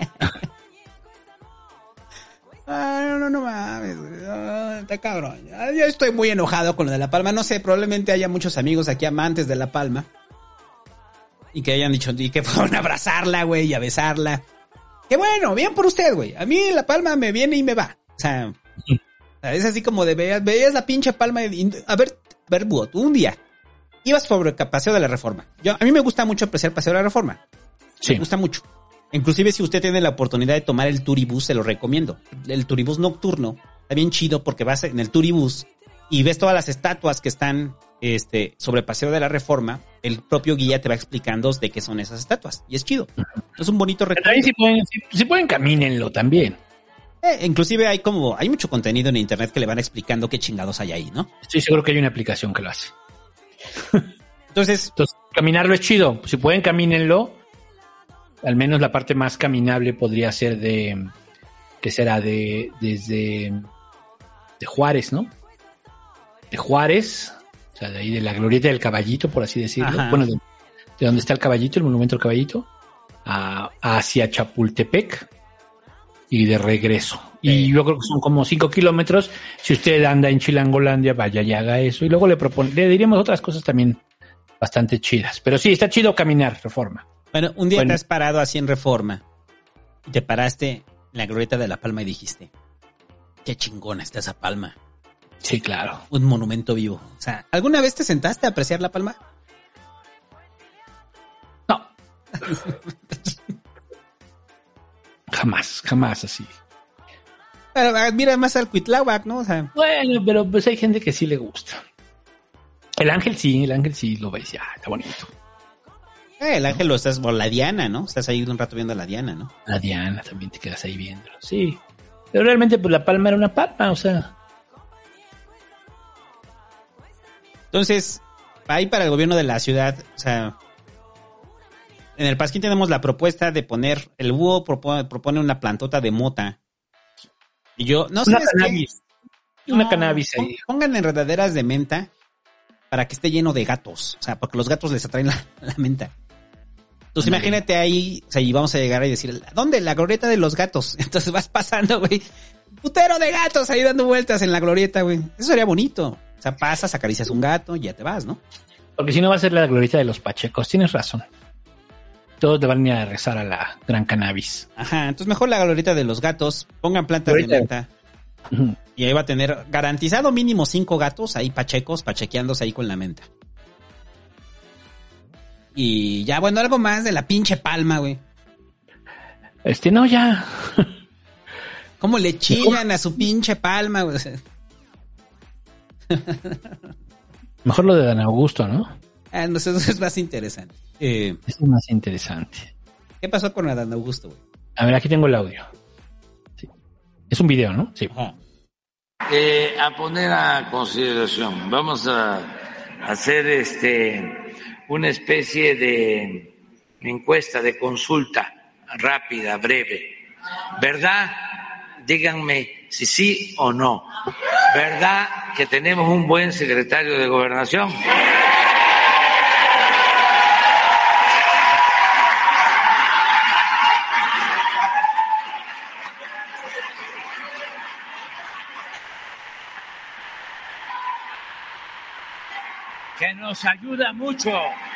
Ah, no, no, no mames, güey. Ah, está cabrón. Yo estoy muy enojado con lo de La Palma. No sé, probablemente haya muchos amigos aquí amantes de La Palma. Y que hayan dicho, y que fueron a abrazarla, güey, y a besarla. Que bueno, bien por usted, güey. A mí La Palma me viene y me va. O sea, es así como de veas, veías la pinche Palma. Y, a ver, a ver, Búho, tú un día ibas por el Paseo de la Reforma. Yo, a mí me gusta mucho apreciar Paseo de la Reforma. Sí. Me gusta mucho. Inclusive si usted tiene la oportunidad de tomar el turibús, se lo recomiendo. El turibús nocturno está bien chido porque vas en el turibús y ves todas las estatuas que están este, sobre Paseo de la Reforma. El propio guía te va explicando de qué son esas estatuas. Y es chido. Es un bonito recorrido. Si pueden, si, si pueden, camínenlo también. Eh, inclusive hay como, hay mucho contenido en internet que le van explicando qué chingados hay ahí, ¿no? Estoy seguro que hay una aplicación que lo hace. Entonces, Entonces, caminarlo es chido. Si pueden, camínenlo. Al menos la parte más caminable podría ser de, ¿qué será? De, desde, de Juárez, ¿no? De Juárez, o sea, de ahí de la glorieta del Caballito, por así decirlo. Ajá. Bueno, de, de donde está el Caballito, el monumento del Caballito, a, hacia Chapultepec y de regreso. Sí. Y yo creo que son como cinco kilómetros. Si usted anda en Chilangolandia, vaya y haga eso. Y luego le propone, le diríamos otras cosas también bastante chidas. Pero sí, está chido caminar, Reforma. Bueno, un día bueno. te has parado así en Reforma y te paraste en la glorieta de La Palma y dijiste, qué chingona está esa palma. Sí, claro. Un monumento vivo. O sea, ¿alguna vez te sentaste a apreciar La Palma? Jamás, jamás así. Pero mira más al Cuitláhuac, ¿no? O sea, bueno, pero pues hay gente que sí le gusta. El ángel sí, el ángel sí lo ves, ya, está bonito. Eh, el ángel lo estás, o la Diana, ¿no? Estás ahí un rato viendo a la Diana, ¿no? La Diana también te quedas ahí viéndolo, sí. Pero realmente, pues la palma era una palma, o sea. Entonces, ahí para el gobierno de la ciudad, o sea, en el Pasquín tenemos la propuesta de poner, el búho propone, propone una plantota de mota. Y yo, no sé. Una cannabis. Qué? Una no, cannabis ahí. Pongan enredaderas de menta para que esté lleno de gatos. O sea, porque los gatos les atraen la, la menta. Entonces, Andale. Imagínate ahí, o sea, y vamos a llegar y decir, ¿dónde? La glorieta de los gatos. Entonces vas pasando, güey. Putero de gatos ahí dando vueltas en la glorieta, güey. Eso sería bonito. O sea, pasas, acaricias un gato y ya te vas, ¿no? Porque si no va a ser la glorieta de los pachecos. Tienes razón. Todos te van a ir a rezar a la gran cannabis. Ajá, entonces mejor la glorieta de los gatos. Pongan plantas glorieta. de menta. Uh-huh. Y ahí va a tener garantizado mínimo cinco gatos ahí pachecos, pachequeándose ahí con la menta. Y ya, bueno, algo más de la pinche palma, güey. Este, no, ya. ¿Cómo le chillan a su pinche palma, güey? Mejor lo de Dan Augusto, ¿no? Ah, no sé, eso es más interesante. Eh, es más interesante. ¿Qué pasó con Dan Augusto, güey? A ver, aquí tengo el audio. Sí. Es un video, ¿no? Sí. Ajá. Eh, a poner a consideración, vamos a hacer este una especie de encuesta, de consulta rápida, breve. ¿Verdad? Díganme si sí o no. ¿Verdad que tenemos un buen secretario de Gobernación? Que nos ayuda mucho,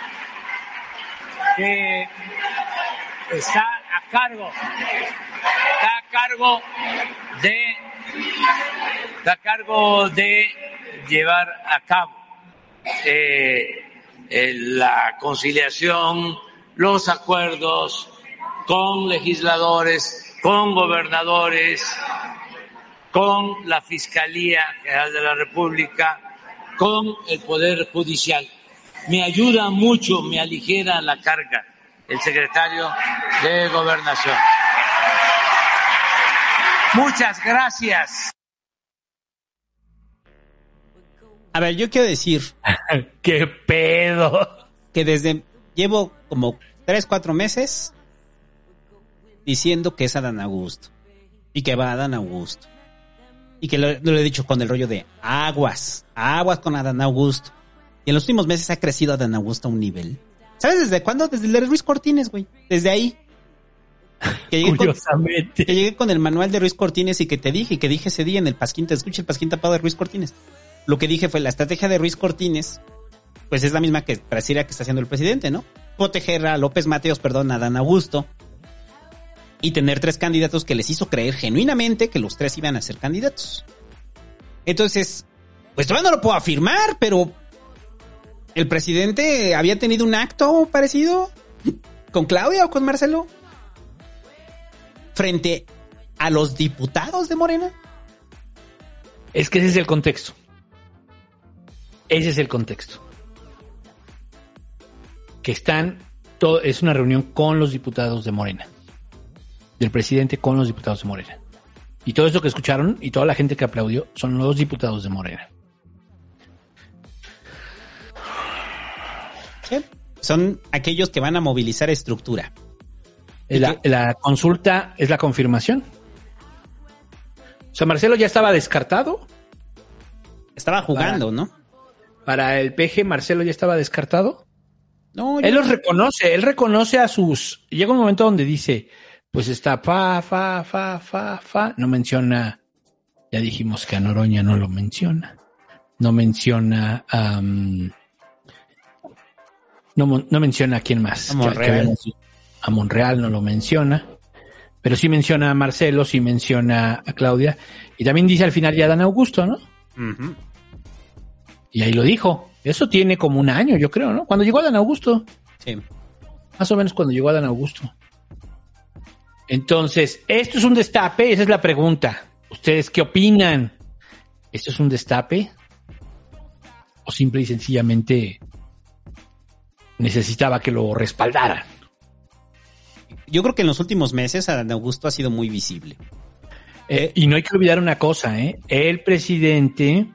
que está a cargo, está a cargo de, está a cargo de llevar a cabo eh, eh, la conciliación, los acuerdos con legisladores, con gobernadores, con la Fiscalía General de la República, con el Poder Judicial. Me ayuda mucho, me aligera la carga el secretario de Gobernación. Muchas gracias. A ver, yo quiero decir... ¡Qué pedo! Que desde... Llevo como tres, cuatro meses diciendo que es Adán Augusto. Y que va Adán Augusto. Y que lo, lo he dicho con el rollo de aguas, aguas con Adán Augusto. Y en los últimos meses ha crecido Adán Augusto a un nivel. ¿Sabes desde cuándo? Desde el de Ruiz Cortines, güey. Desde ahí. Que llegué, Curiosamente. Con, que llegué con el manual de Ruiz Cortines y que te dije, y que dije ese día en el Pasquín, te escuché el Pasquín tapado de Ruiz Cortines. Lo que dije fue la estrategia de Ruiz Cortines, pues es la misma que pareciera que está haciendo el presidente, ¿no? Proteger a López Mateos, perdón, a Adán Augusto. Y tener tres candidatos que les hizo creer genuinamente que los tres iban a ser candidatos. Entonces, pues todavía no lo puedo afirmar, pero el presidente había tenido un acto parecido con Claudia o con Marcelo frente a los diputados de Morena. Es que ese es el contexto. Ese es el contexto. Que están, todo, es una reunión con los diputados de Morena. Del presidente con los diputados de Morena. Y todo esto que escucharon y toda la gente que aplaudió son los diputados de Morena. ¿Sí? Son aquellos que van a movilizar estructura. La, que... la consulta es la confirmación. O sea, Marcelo ya estaba descartado. Estaba jugando, para, ¿no? Para el P G, Marcelo ya estaba descartado. No, él los reconoce, él reconoce a sus... Llega un momento donde dice... Pues está fa, fa, fa, fa, fa. No menciona, ya dijimos que a Noroña no lo menciona. No menciona um, no, no menciona a quién más. A Monreal. Que, que a Monreal no lo menciona. Pero sí menciona a Marcelo, sí menciona a Claudia. Y también dice al final ya Dan Augusto, ¿no? Uh-huh. Y ahí lo dijo. Eso tiene como un año, yo creo, ¿no? Cuando llegó a Dan Augusto. Sí. más o menos cuando llegó Adán Augusto. Entonces, ¿esto es un destape? Esa es la pregunta. ¿Ustedes qué opinan? ¿Esto es un destape? ¿O simple y sencillamente necesitaba que lo respaldaran? Yo creo que en los últimos meses Adán Augusto ha sido muy visible. Eh, y no hay que olvidar una cosa, ¿eh? El presidente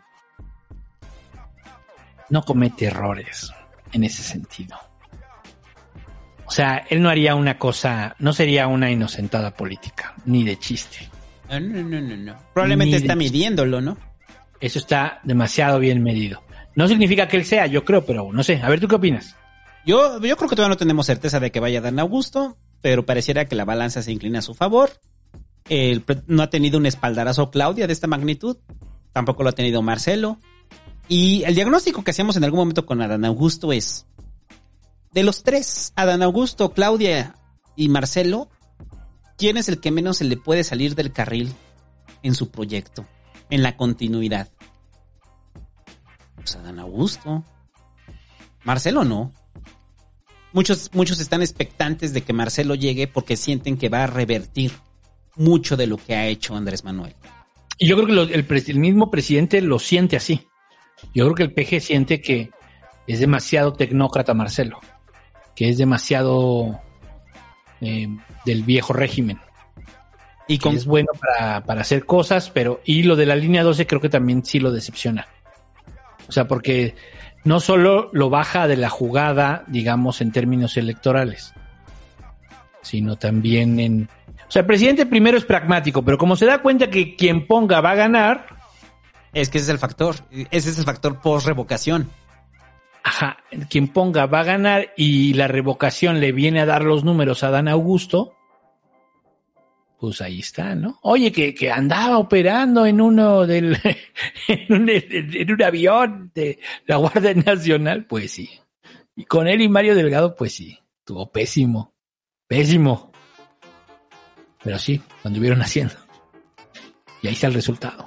no comete errores en ese sentido. O sea, él no haría una cosa, no sería una inocentada política, ni de chiste. No, no, no, no. no. Probablemente está midiéndolo, ¿no? Eso está demasiado bien medido. No significa que él sea, yo creo, pero no sé. A ver, ¿tú qué opinas? Yo, yo creo que todavía no tenemos certeza de que vaya Adán Augusto, pero pareciera que la balanza se inclina a su favor. El, no ha tenido un espaldarazo Claudia de esta magnitud, tampoco lo ha tenido Marcelo. Y el diagnóstico que hacíamos en algún momento con Adán Augusto es, de los tres, Adán Augusto, Claudia y Marcelo, ¿quién es el que menos se le puede salir del carril en su proyecto, en la continuidad? Pues Adán Augusto. Marcelo no. Muchos, muchos están expectantes de que Marcelo llegue porque sienten que va a revertir mucho de lo que ha hecho Andrés Manuel. Y yo creo que lo, el, el mismo presidente lo siente así. Yo creo que el P G siente que es demasiado tecnócrata Marcelo, que es demasiado eh, del viejo régimen. Y que con... es bueno para, para hacer cosas, pero y lo de la línea doce creo que también sí lo decepciona. O sea, porque no solo lo baja de la jugada, digamos, en términos electorales, sino también en... O sea, el presidente primero es pragmático, pero como se da cuenta que quien ponga va a ganar... Es que ese es el factor, ese es el factor post-revocación. Ajá, quien ponga va a ganar y la revocación le viene a dar los números a Adán Augusto, pues ahí está, ¿no? Oye, que, que andaba operando en uno del, en un, en un avión de la Guardia Nacional, pues sí. Y con él y Mario Delgado, pues sí, estuvo pésimo, pésimo. Pero sí, lo anduvieron haciendo. Y ahí está el resultado.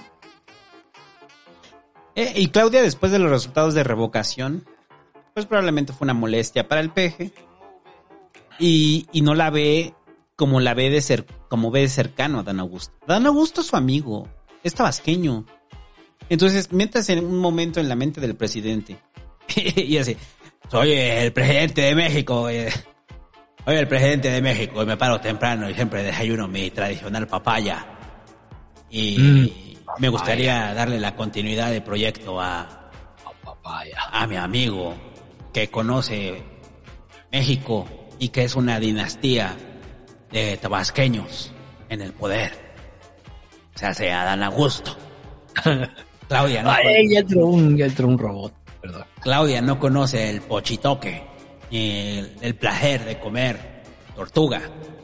Eh, y Claudia, después de los resultados de revocación, pues probablemente fue una molestia para el P G. Y, y no la ve como la ve de ser, como ve de cercano a Dan Augusto. Dan Augusto es su amigo, es tabasqueño. Entonces, métase en un momento en la mente del presidente. Y así, soy el presidente de México, oye. Soy el presidente de México y me paro temprano y siempre desayuno mi tradicional papaya. Y mm, me gustaría papaya. darle la continuidad del proyecto a, papaya. a mi amigo que conoce México y que es una dinastía de tabasqueños en el poder. Se hace a Dan Augusto. Claudia no. Ay, ya entró un, ya entró un robot, perdón. Claudia no conoce el pochitoque. Y el, el placer de comer tortuga.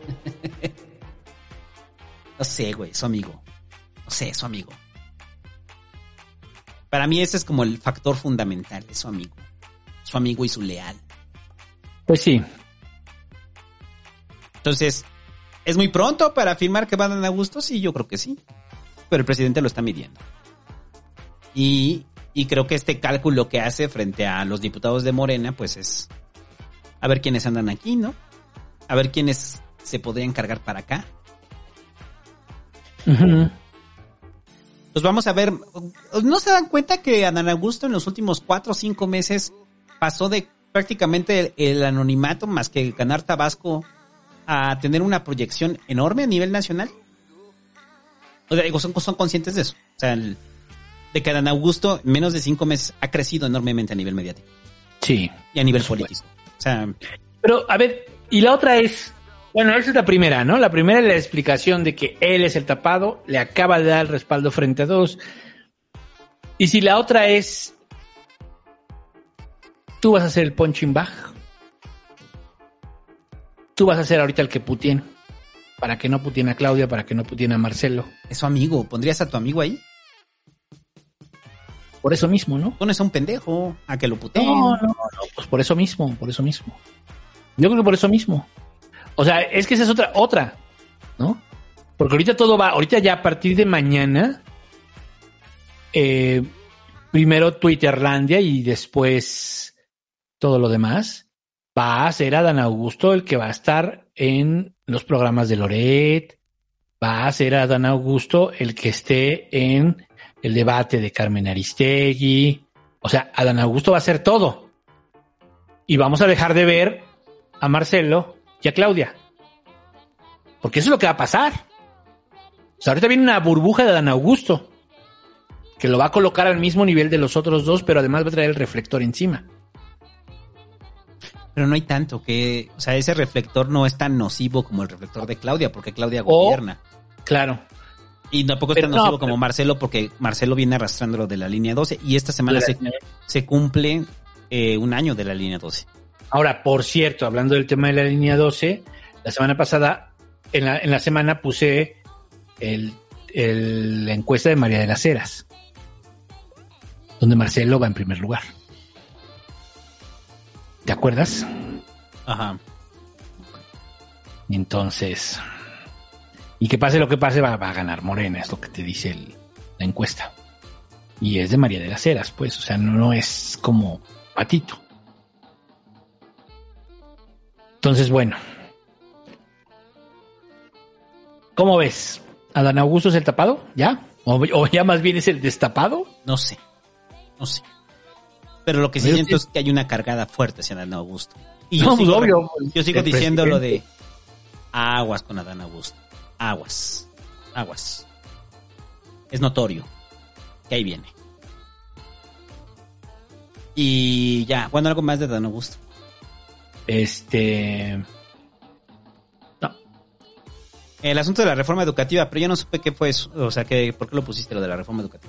No sé, güey, su amigo. No sé, su amigo. Para mí ese es como el factor fundamental, es su amigo. Su amigo y su leal. Pues sí. Entonces, ¿es muy pronto para afirmar que van a Dan Augusto? Sí, yo creo que sí. Pero el presidente lo está midiendo. Y, y creo que este cálculo que hace frente a los diputados de Morena, pues es... a ver quiénes andan aquí, ¿no? A ver quiénes se podrían cargar para acá. Uh-huh. Pues vamos a ver. ¿No se dan cuenta que Adán Augusto en los últimos cuatro o cinco meses pasó de prácticamente el, el anonimato más que ganar Tabasco a tener una proyección enorme a nivel nacional? O sea, digo, son, son conscientes de eso. O sea, el, de que Adán Augusto en menos de cinco meses ha crecido enormemente a nivel mediático. Sí. Y a nivel político. O sea, pero, a ver, y la otra es, bueno, esa es la primera, ¿no? La primera es la explicación de que él es el tapado, le acaba de dar el respaldo frente a todos. Y si la otra es, tú vas a ser el punching bag, tú vas a ser ahorita el que putien, para que no putien a Claudia, para que no putien a Marcelo. Es su amigo, ¿pondrías a tu amigo ahí? Por eso mismo, ¿no? Pones a un pendejo a que lo puteen. No, no, no, pues por eso mismo, por eso mismo. Yo creo que por eso mismo. O sea, es que esa es otra, otra, ¿no? Porque ahorita todo va, ahorita ya a partir de mañana, eh, primero Twitterlandia y después todo lo demás. va a ser Adán Augusto el que va a estar en los programas de Loret, va a ser Adán Augusto el que esté en el debate de Carmen Aristegui. O sea, Adán Augusto va a hacer todo. Y vamos a dejar de ver a Marcelo y a Claudia. Porque eso es lo que va a pasar. O sea, ahorita viene una burbuja de Adán Augusto que lo va a colocar al mismo nivel de los otros dos, pero además va a traer el reflector encima. Pero no hay tanto que... O sea, ese reflector no es tan nocivo como el reflector de Claudia, porque Claudia gobierna. Oh, claro. Y tampoco es pero tan nocivo no, como pero... Marcelo, porque Marcelo viene arrastrándolo de la línea doce. Y esta semana se, se cumple eh, un año de la línea doce. Ahora, por cierto, hablando del tema de la línea doce, la semana pasada, en la, en la semana puse el, el, la encuesta de María de las Heras, donde Marcelo va en primer lugar. ¿Te acuerdas? Ajá. Entonces, y que pase lo que pase, va, va a ganar Morena, es lo que te dice el, la encuesta. Y es de María de las Heras, pues, o sea, no, no es como Patito. Entonces, bueno. ¿Cómo ves? ¿Adán Augusto es el tapado? ¿Ya? ¿O, o ya más bien es el destapado? No sé. No sé. Pero lo que sí siento es que hay una cargada fuerte hacia Adán Augusto. Y yo no, sigo, obvio. Yo sigo diciendo presidente. Lo de aguas con Adán Augusto. Aguas. Aguas. Es notorio que ahí viene. Y ya, bueno, algo más de Adán Augusto. Este... No. El asunto de la reforma educativa, pero yo no supe qué fue eso. O sea, que, ¿por qué lo pusiste lo de la reforma educativa?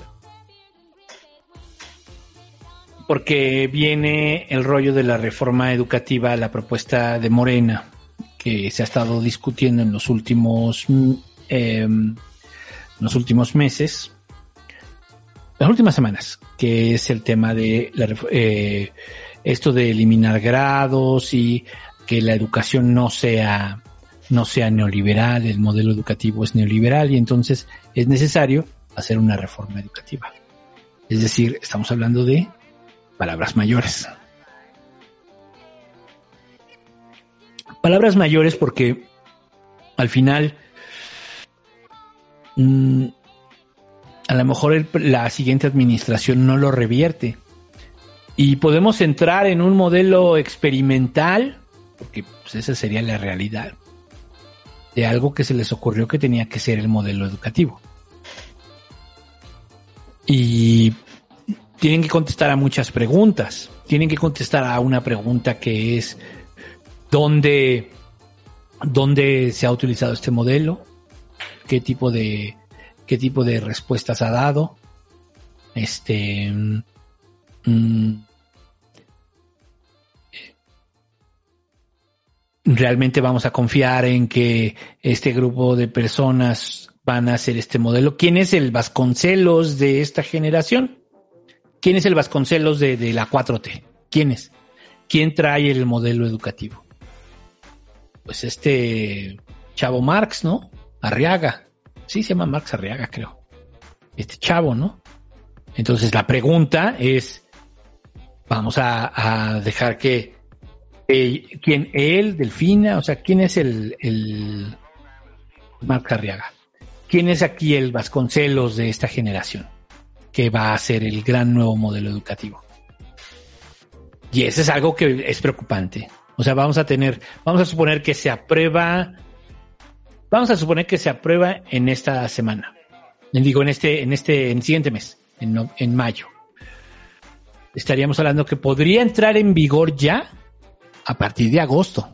Porque viene el rollo de la reforma educativa, la propuesta de Morena, que se ha estado discutiendo en los últimos, eh, los últimos meses, las últimas semanas, que es el tema de la, eh, esto de eliminar grados y que la educación no sea, no sea neoliberal, el modelo educativo es neoliberal y entonces es necesario hacer una reforma educativa. Es decir, estamos hablando de palabras mayores. Palabras mayores porque al final mmm, a lo mejor el, la siguiente administración no lo revierte y podemos entrar en un modelo experimental, porque pues, esa sería la realidad de algo que se les ocurrió que tenía que ser el modelo educativo. Y tienen que contestar a muchas preguntas. Tienen que contestar a una pregunta que es ¿dónde, dónde se ha utilizado este modelo? ¿Qué tipo de, qué tipo de respuestas ha dado? Este, mm, ¿realmente vamos a confiar en que este grupo de personas van a hacer este modelo? ¿Quién es el Vasconcelos de esta generación? ¿Quién es el Vasconcelos de, de la cuatro T? ¿Quién es? ¿Quién trae el modelo educativo? Pues este chavo Marx, ¿no? Arriaga. Sí, se llama Marx Arriaga, creo. Este chavo, ¿no? Entonces la pregunta es, vamos a, a dejar que, eh, ¿quién? Él, Delfina, o sea, ¿quién es el, el Marx Arriaga? ¿Quién es aquí el Vasconcelos de esta generación que va a ser el gran nuevo modelo educativo? Y eso es algo que es preocupante. O sea, vamos a tener, vamos a suponer que se aprueba, vamos a suponer que se aprueba en esta semana. Digo, en este, en este, en el siguiente mes, en, no, en mayo. Estaríamos hablando que podría entrar en vigor ya a partir de agosto.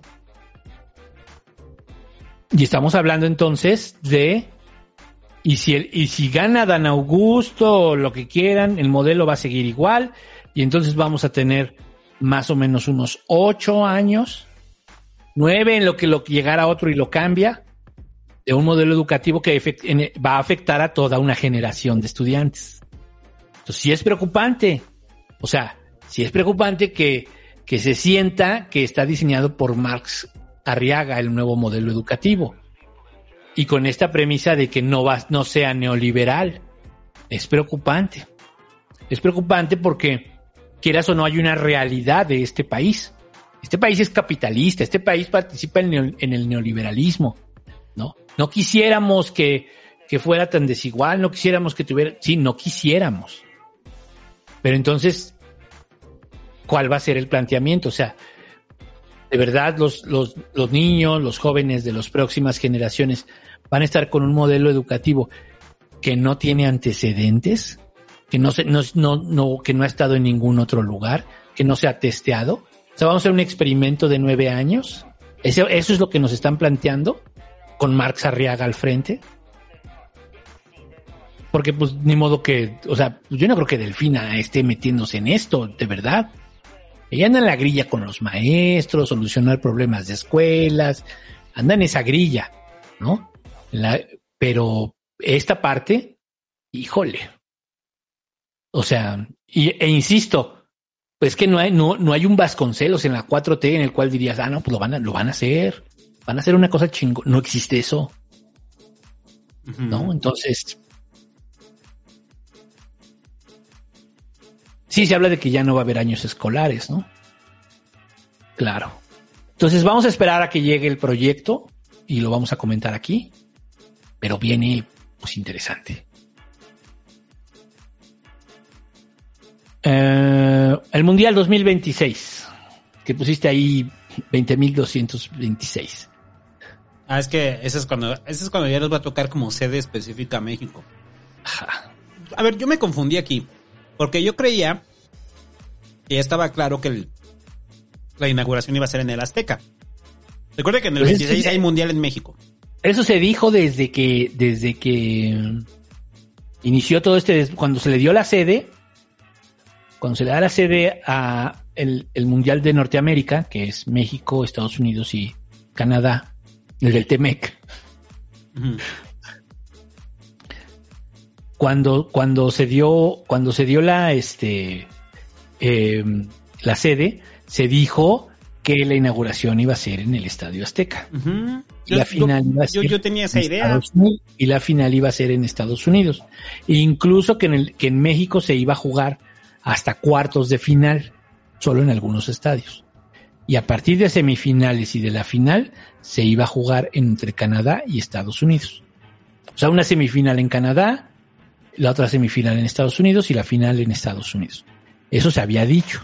Y estamos hablando entonces de Y si, el, y si gana Dan Augusto o lo que quieran, el modelo va a seguir igual y entonces vamos a tener más o menos unos ocho años, nueve en lo que lo llegara otro y lo cambia, de un modelo educativo que efect, en, va a afectar a toda una generación de estudiantes. Entonces sí es preocupante. O sea, sí es preocupante que, que se sienta que está diseñado por Marx Arriaga el nuevo modelo educativo. Y con esta premisa de que no va, no sea neoliberal. Es preocupante. Es preocupante porque, quieras o no, hay una realidad de este país. Este país es capitalista, este país participa en el, en el neoliberalismo, ¿no? No quisiéramos que, que fuera tan desigual, no quisiéramos que tuviera, sí, no quisiéramos. Pero entonces, ¿cuál va a ser el planteamiento? O sea, de verdad los, los, los niños, los jóvenes de las próximas generaciones van a estar con un modelo educativo que no tiene antecedentes, que no se, no, no, no, que no ha estado en ningún otro lugar, que no se ha testeado. O sea, vamos a hacer un experimento de nueve años. Eso, eso es lo que nos están planteando, con Marx Arriaga al frente. Porque pues ni modo que, o sea, yo no creo que Delfina esté metiéndose en esto, de verdad. Ella anda en la grilla con los maestros, solucionar problemas de escuelas, anda en esa grilla, ¿no? La, pero esta parte, híjole. O sea, y, e insisto, pues que no hay, no, no hay un Vasconcelos en la cuatro T en el cual dirías, ah, no, pues lo van a, lo van a hacer. Van a hacer una cosa chingón. No existe eso. Uh-huh. ¿No? Entonces, sí se habla de que ya no va a haber años escolares, ¿no? Claro. Entonces vamos a esperar a que llegue el proyecto y lo vamos a comentar aquí. Pero viene, pues, interesante. Uh, el Mundial dos mil veintiséis, que pusiste ahí veinte mil doscientos veintiséis. Ah, es que ese es cuando, ese es cuando ya nos va a tocar como sede específica a México. Ajá. A ver, yo me confundí aquí, porque yo creía que ya estaba claro que el, la inauguración iba a ser en el Azteca. Recuerde que en el pues veintiséis es que hay Mundial en México. Eso se dijo desde que, desde que inició todo este, cuando se le dio la sede, cuando se le da la sede a el, el Mundial de Norteamérica, que es México, Estados Unidos y Canadá, el del Temec. Uh-huh. Cuando, cuando se dio, cuando se dio la, este, eh, la sede, se dijo que la inauguración iba a ser en el Estadio Azteca. Uh-huh. Y yo, la final iba a ser yo, yo tenía esa idea. Y la final iba a ser en Estados Unidos. E incluso que en el, que en México se iba a jugar hasta cuartos de final, solo en algunos estadios. Y a partir de semifinales y de la final, se iba a jugar entre Canadá y Estados Unidos. O sea, una semifinal en Canadá, la otra semifinal en Estados Unidos y la final en Estados Unidos. Eso se había dicho.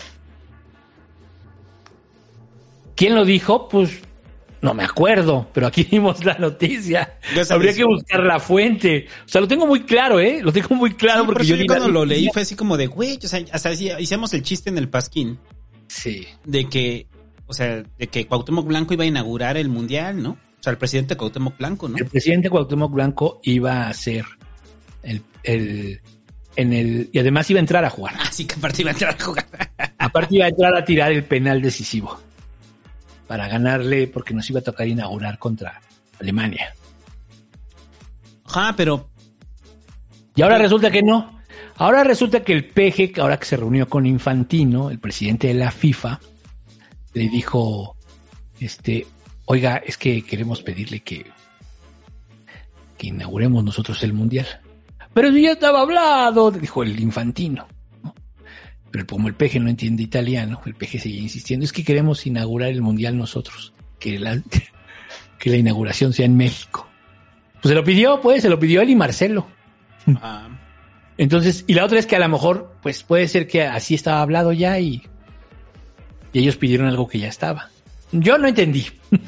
¿Quién lo dijo? Pues no me acuerdo, pero aquí dimos la noticia. Habría que buscar la fuente. O sea, lo tengo muy claro, ¿eh? Lo tengo muy claro. Sí, porque yo, yo cuando la... lo leí fue así como de, güey, o sea, hasta hicimos el chiste en el Pasquín. Sí. De que, o sea, de que Cuauhtémoc Blanco iba a inaugurar el Mundial, ¿no? O sea, el presidente Cuauhtémoc Blanco, ¿no? El presidente Cuauhtémoc Blanco iba a ser el, el, en el, y además iba a entrar a jugar. Ah, sí, que aparte iba a entrar a jugar. Aparte iba a entrar a tirar el penal decisivo para ganarle, porque nos iba a tocar inaugurar contra Alemania. Ajá, pero... Y ahora resulta que no. Ahora resulta que el P G, ahora que se reunió con Infantino, el presidente de la FIFA, le dijo, este, oiga, es que queremos pedirle que, que inauguremos nosotros el Mundial. Pero si ya estaba hablado, dijo el Infantino. Pero como el P G no entiende italiano, el P G sigue insistiendo, es que queremos inaugurar el Mundial nosotros, que la, que la inauguración sea en México. Pues se lo pidió, pues, se lo pidió él y Marcelo. Ah. Entonces, y la otra es que a lo mejor, pues puede ser que así estaba hablado ya y, y ellos pidieron algo que ya estaba. Yo no entendí.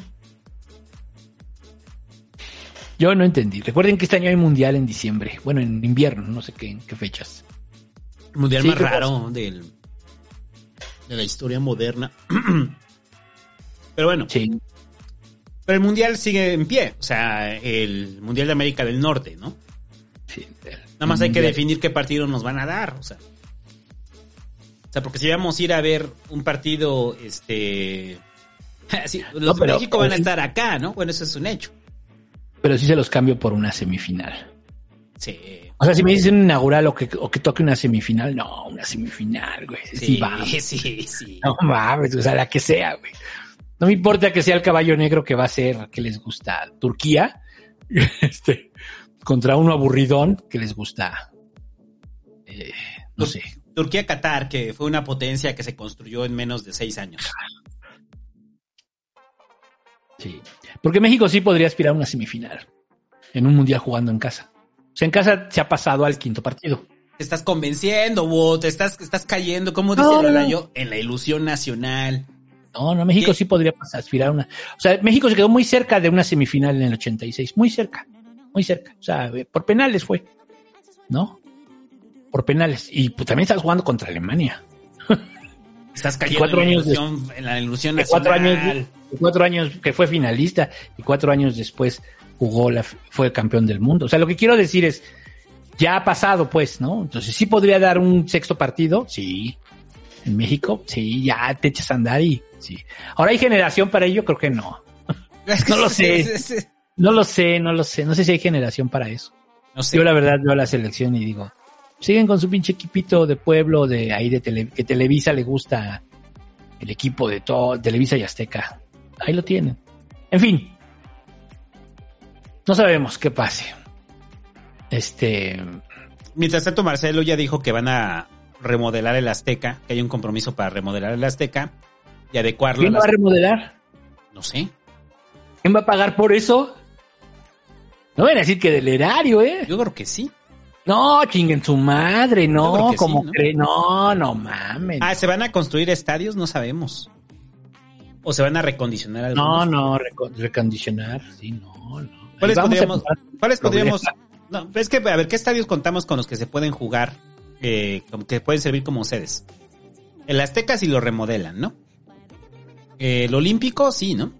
Yo no entendí. Recuerden que este año hay Mundial en diciembre. Bueno, en invierno, no sé qué, en qué fechas. El mundial sí, más raro del, de la historia moderna. Pero bueno. Sí. Pero el mundial sigue en pie. O sea, el Mundial de América del Norte, ¿no? Sí. Nada más hay mundial. Que definir qué partido nos van a dar. O sea, o sea porque si vamos a ir a ver un partido, este... sí, los no, pero, de México van a estar acá, ¿no? Bueno, eso es un hecho. Pero sí se los cambio por una semifinal. Sí. O sea, si me dicen inaugural o que, o que toque una semifinal, no, una semifinal, güey. Sí, sí, vamos. sí, sí. No mames, o sea, la que sea, güey. No me importa que sea el caballo negro que va a ser, que les gusta Turquía, este, contra uno aburridón que les gusta, eh, no Tur- sé. Turquía-Qatar, que fue una potencia que se construyó en menos de seis años. Sí. Porque México sí podría aspirar a una semifinal en un mundial jugando en casa. O sea, en casa se ha pasado al quinto partido. Te estás convenciendo, bo, te estás, estás cayendo, como dice No, no, no. yo, en la ilusión nacional. No, no, México ¿Qué? sí podría pasar, aspirar a una. O sea, México se quedó muy cerca de una semifinal en el ochenta y seis, muy cerca, muy cerca. O sea, por penales fue, ¿no? Por penales. Y pues, también estás jugando contra Alemania. Estás cayendo cuatro en, la años ilusión, en la ilusión Que cuatro nacional. años, cuatro años que fue finalista y cuatro años después jugó la, fue campeón del mundo. O sea, lo que quiero decir es, ya ha pasado, pues, ¿no? Entonces, ¿sí podría dar un sexto partido? Sí. En México, sí, ya te echas a andar y sí. Ahora, ¿hay generación para ello? Creo que no. No lo sé. No lo sé, no lo sé. No sé si hay generación para eso. No sé. Yo, la verdad, veo la selección y digo, siguen con su pinche equipito de pueblo, de ahí de tele, que Televisa le gusta el equipo de todo, Televisa y Azteca. Ahí lo tienen. En fin. No sabemos qué pase. Este. Mientras tanto, Marcelo ya dijo que van a remodelar el Azteca, que hay un compromiso para remodelar el Azteca y adecuarlo. ¿Quién a va las... a remodelar? No sé. ¿Quién va a pagar por eso? No van a decir que del erario, ¿eh? Yo creo que sí. No, chinguen su madre, Yo no, creo que como sí, ¿no? creen, no, no mames. Ah, ¿se van a construir estadios? No sabemos. ¿O se van a recondicionar No, algunos? no, reco- recondicionar, sí, no, no. ¿Cuáles Ahí vamos a podríamos, empezar ¿cuáles podríamos, problemas. no, es que, a ver, ¿qué estadios contamos con los que se pueden jugar, eh, como que pueden servir como sedes? El Azteca sí lo remodelan, ¿no? El Olímpico, sí, ¿no?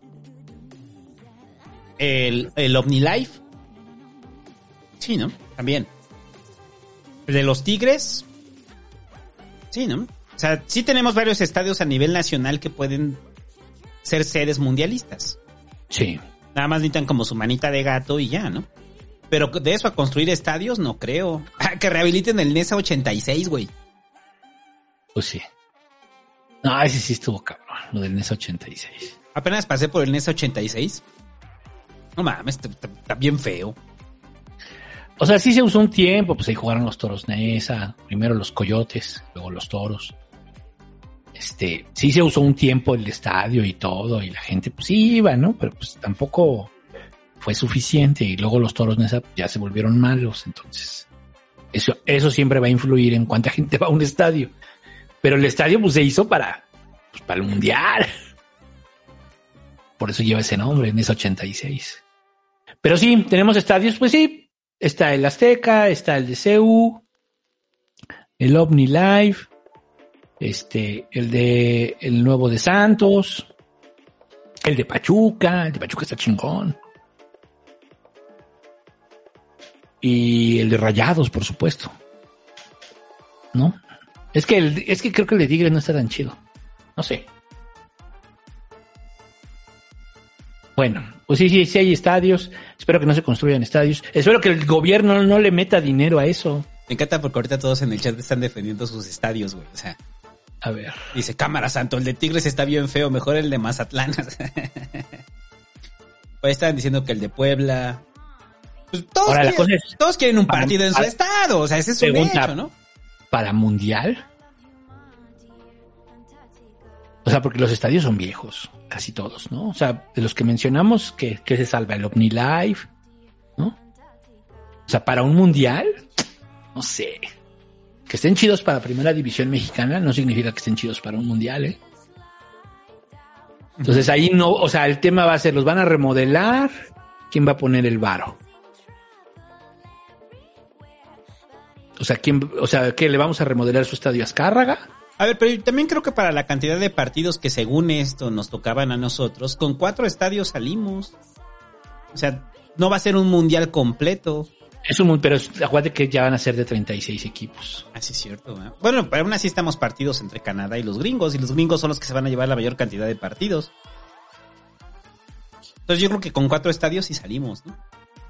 El, el OmniLife, sí, ¿no? También. El de los Tigres, sí, ¿no? O sea, sí tenemos varios estadios a nivel nacional que pueden ser sedes mundialistas. Sí. Nada más necesitan como su manita de gato y ya, ¿no? Pero de eso a construir estadios, no creo. Ah, que rehabiliten el Nesa ochenta y seis, güey. Pues sí. No, ese sí estuvo cabrón, lo del Nesa ochenta y seis. Apenas pasé por el Nesa ochenta y seis. No mames, está, está- está bien feo. O sea, sí se usó un tiempo, pues ahí jugaron los Toros Nesa, primero los Coyotes, luego los Toros. Este, sí se usó un tiempo el estadio y todo, y la gente pues iba, ¿no? Pero pues tampoco fue suficiente, y luego los Toros Nesa ya se volvieron malos, entonces eso, eso siempre va a influir en cuánta gente va a un estadio. Pero el estadio pues se hizo para, pues, para el Mundial. Por eso lleva ese nombre, Nesa ochenta y seis. Pero sí, tenemos estadios, pues sí. Está el Azteca, está el de C U, el OmniLife, este, el de, el nuevo de Santos, el de Pachuca, el de Pachuca está chingón. Y el de Rayados, por supuesto. ¿No? Es que el, es que creo que el de Tigres no está tan chido. No sé. Bueno, pues sí, sí, sí hay estadios. Espero que no se construyan estadios. Espero que el gobierno no le meta dinero a eso. Me encanta porque ahorita todos en el chat están defendiendo sus estadios, güey. O sea, a ver. Dice, cámara santo, el de Tigres está bien feo, mejor el de Mazatlán. Pues estaban diciendo que el de Puebla. Pues todos, Ahora, la quieren, cosa es, todos quieren un partido para, en su estado. O sea, ese es un pregunta, hecho, ¿no? ¿Para mundial? O sea, porque los estadios son viejos, casi todos, ¿no? O sea, de los que mencionamos, que, que se salva el OmniLife, ¿no? O sea, para un mundial, no sé. Que estén chidos para primera división mexicana no significa que estén chidos para un mundial, ¿eh? Entonces ahí no, o sea, el tema va a ser, ¿los van a remodelar? ¿Quién va a poner el varo? O sea, ¿quién, o sea, ¿qué le vamos a remodelar su estadio a Azcárraga? A ver, pero yo también creo que para la cantidad de partidos que según esto nos tocaban a nosotros, con cuatro estadios salimos. O sea, no va a ser un mundial completo. Es un, pero acuérdate que ya van a ser de treinta y seis equipos. Así es cierto, ¿eh? Bueno, pero aún así estamos partidos entre Canadá y los gringos, y los gringos son los que se van a llevar la mayor cantidad de partidos. Entonces yo creo que con cuatro estadios sí salimos, ¿no?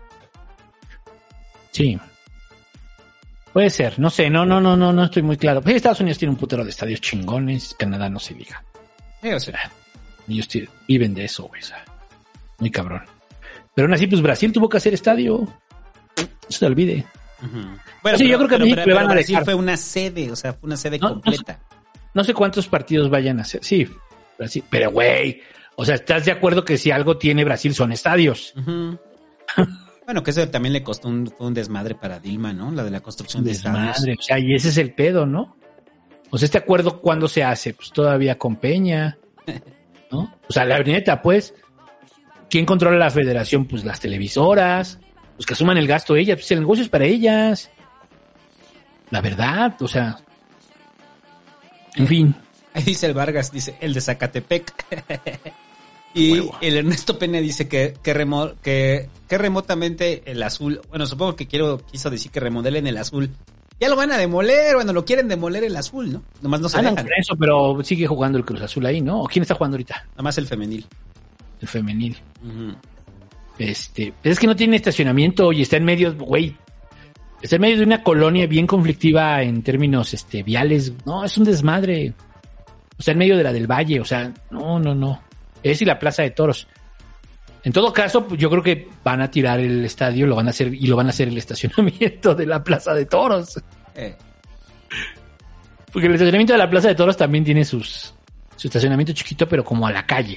Sí. Puede ser, no sé, no, no, no, no, no estoy muy claro. Pues Estados Unidos tiene un putero de estadios chingones, Canadá no se diga. Sí, o sea, ellos t- viven de eso, güey, o sea, muy cabrón. Pero aún así, pues Brasil tuvo que hacer estadio. No se te olvide. uh-huh. Bueno, sí, pero, yo creo que pero, México pero, le van pero a Brasil dejar. fue una sede, o sea, fue una sede No, completa. No sé, no sé cuántos partidos vayan a hacer, sí, Brasil, pero güey, O sea, ¿estás de acuerdo que si algo tiene Brasil son estadios? Uh-huh. Bueno, que eso también le costó un, fue un desmadre para Dilma, ¿no? La de la construcción de Desmadre, estadios. o sea, y ese es el pedo, ¿no? O sea, ¿este acuerdo cuándo se hace? Pues todavía con Peña, ¿no? O sea, la neta, pues, ¿quién controla la federación? Pues las televisoras, pues que asuman el gasto ellas, pues el negocio es para ellas. La verdad, o sea, en fin. Ahí dice el Vargas, dice, el de Zacatepec. Y Huevo. El Ernesto Pena dice que que, remo, que que remotamente el azul, bueno, supongo que quiero quiso decir que remodelen el azul. Ya lo van a demoler, bueno, lo quieren demoler el azul, ¿no? Nomás no se Andan dejan. con eso, pero sigue jugando el Cruz Azul ahí, ¿no? ¿O quién está jugando ahorita? Nada más el femenil. El femenil. Uh-huh. Este, es que no tiene estacionamiento y está en medio, güey. Está en medio de una colonia bien conflictiva en términos este viales. No, es un desmadre. O sea, en medio de la del Valle, o sea, no, no, no. Es y la Plaza de Toros. En todo caso, yo creo que van a tirar el estadio, lo van a hacer y lo van a hacer el estacionamiento de la Plaza de Toros. Eh. Porque el estacionamiento de la Plaza de Toros también tiene sus su estacionamiento chiquito, pero como a la calle.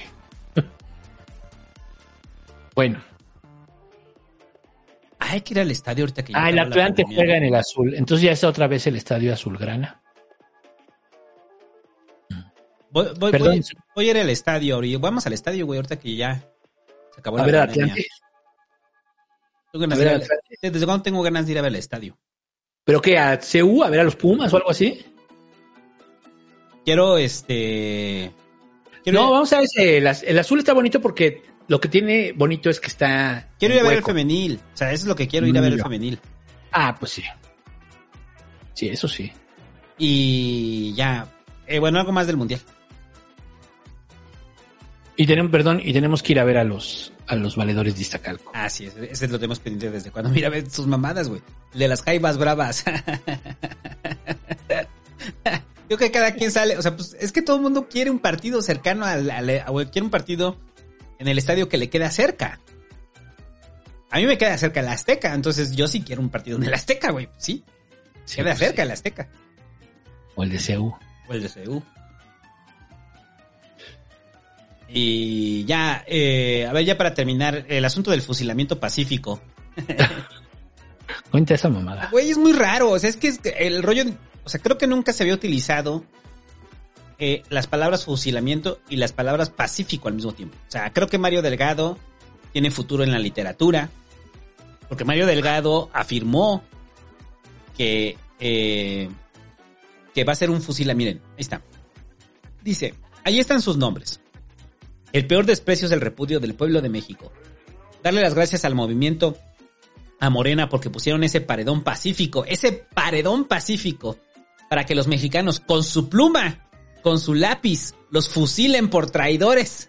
Bueno. Hay que ir al estadio ahorita que ya Ah, el acabó la Atlante pandemia. juega en el azul. Entonces ya es otra vez el estadio azulgrana. Voy, voy, Perdón. voy, voy a ir al estadio ahorita. Vamos al estadio, güey, ahorita que ya se acabó A la ver, pandemia. Atlante. ¿Tú ganas A de ver, ir al- Atlante. ¿Desde cuándo tengo ganas de ir a ver el estadio? ¿Pero qué? ¿A C U? ¿A ver a los Pumas o algo así? Quiero, este... Quiero No, ir- vamos a ver ese. El, az- el azul está bonito porque lo que tiene bonito es que está. Quiero ir a en ver el hueco. femenil. O sea, eso es lo que quiero, ir a ver el Yo. femenil. Ah, pues sí. Sí, eso sí. Y ya. Eh, bueno, algo más del mundial. Y tenemos, perdón, y tenemos que ir a ver a los a los valedores de Iztacalco. Ah, sí, ese, ese lo tenemos pendiente desde cuando. Mira, ve sus mamadas, güey. El de las jaivas bravas. Creo que cada quien sale. O sea, pues es que todo el mundo quiere un partido cercano al, al- a- o quiere un partido en el estadio que le queda cerca. A mí me queda cerca el Azteca, entonces yo sí quiero un partido en el Azteca, güey. Sí. Sí, queda pues cerca sí. el Azteca. O el de C U. O el de C U. Y ya, eh, a ver, ya para terminar, el asunto del fusilamiento pacífico. Cuenta esa mamada. Güey, es muy raro, o sea, es que es que el rollo, o sea, creo que nunca se había utilizado eh, las palabras fusilamiento y las palabras pacífico al mismo tiempo. O sea, creo que Mario Delgado tiene futuro en la literatura, porque Mario Delgado afirmó que, eh, que va a ser un fusilamiento. Miren, ahí está. Dice, ahí están sus nombres. El peor desprecio es el repudio del pueblo de México. Darle las gracias al movimiento, a Morena, porque pusieron ese paredón pacífico, ese paredón pacífico, para que los mexicanos con su pluma, con su lápiz, los fusilen por traidores.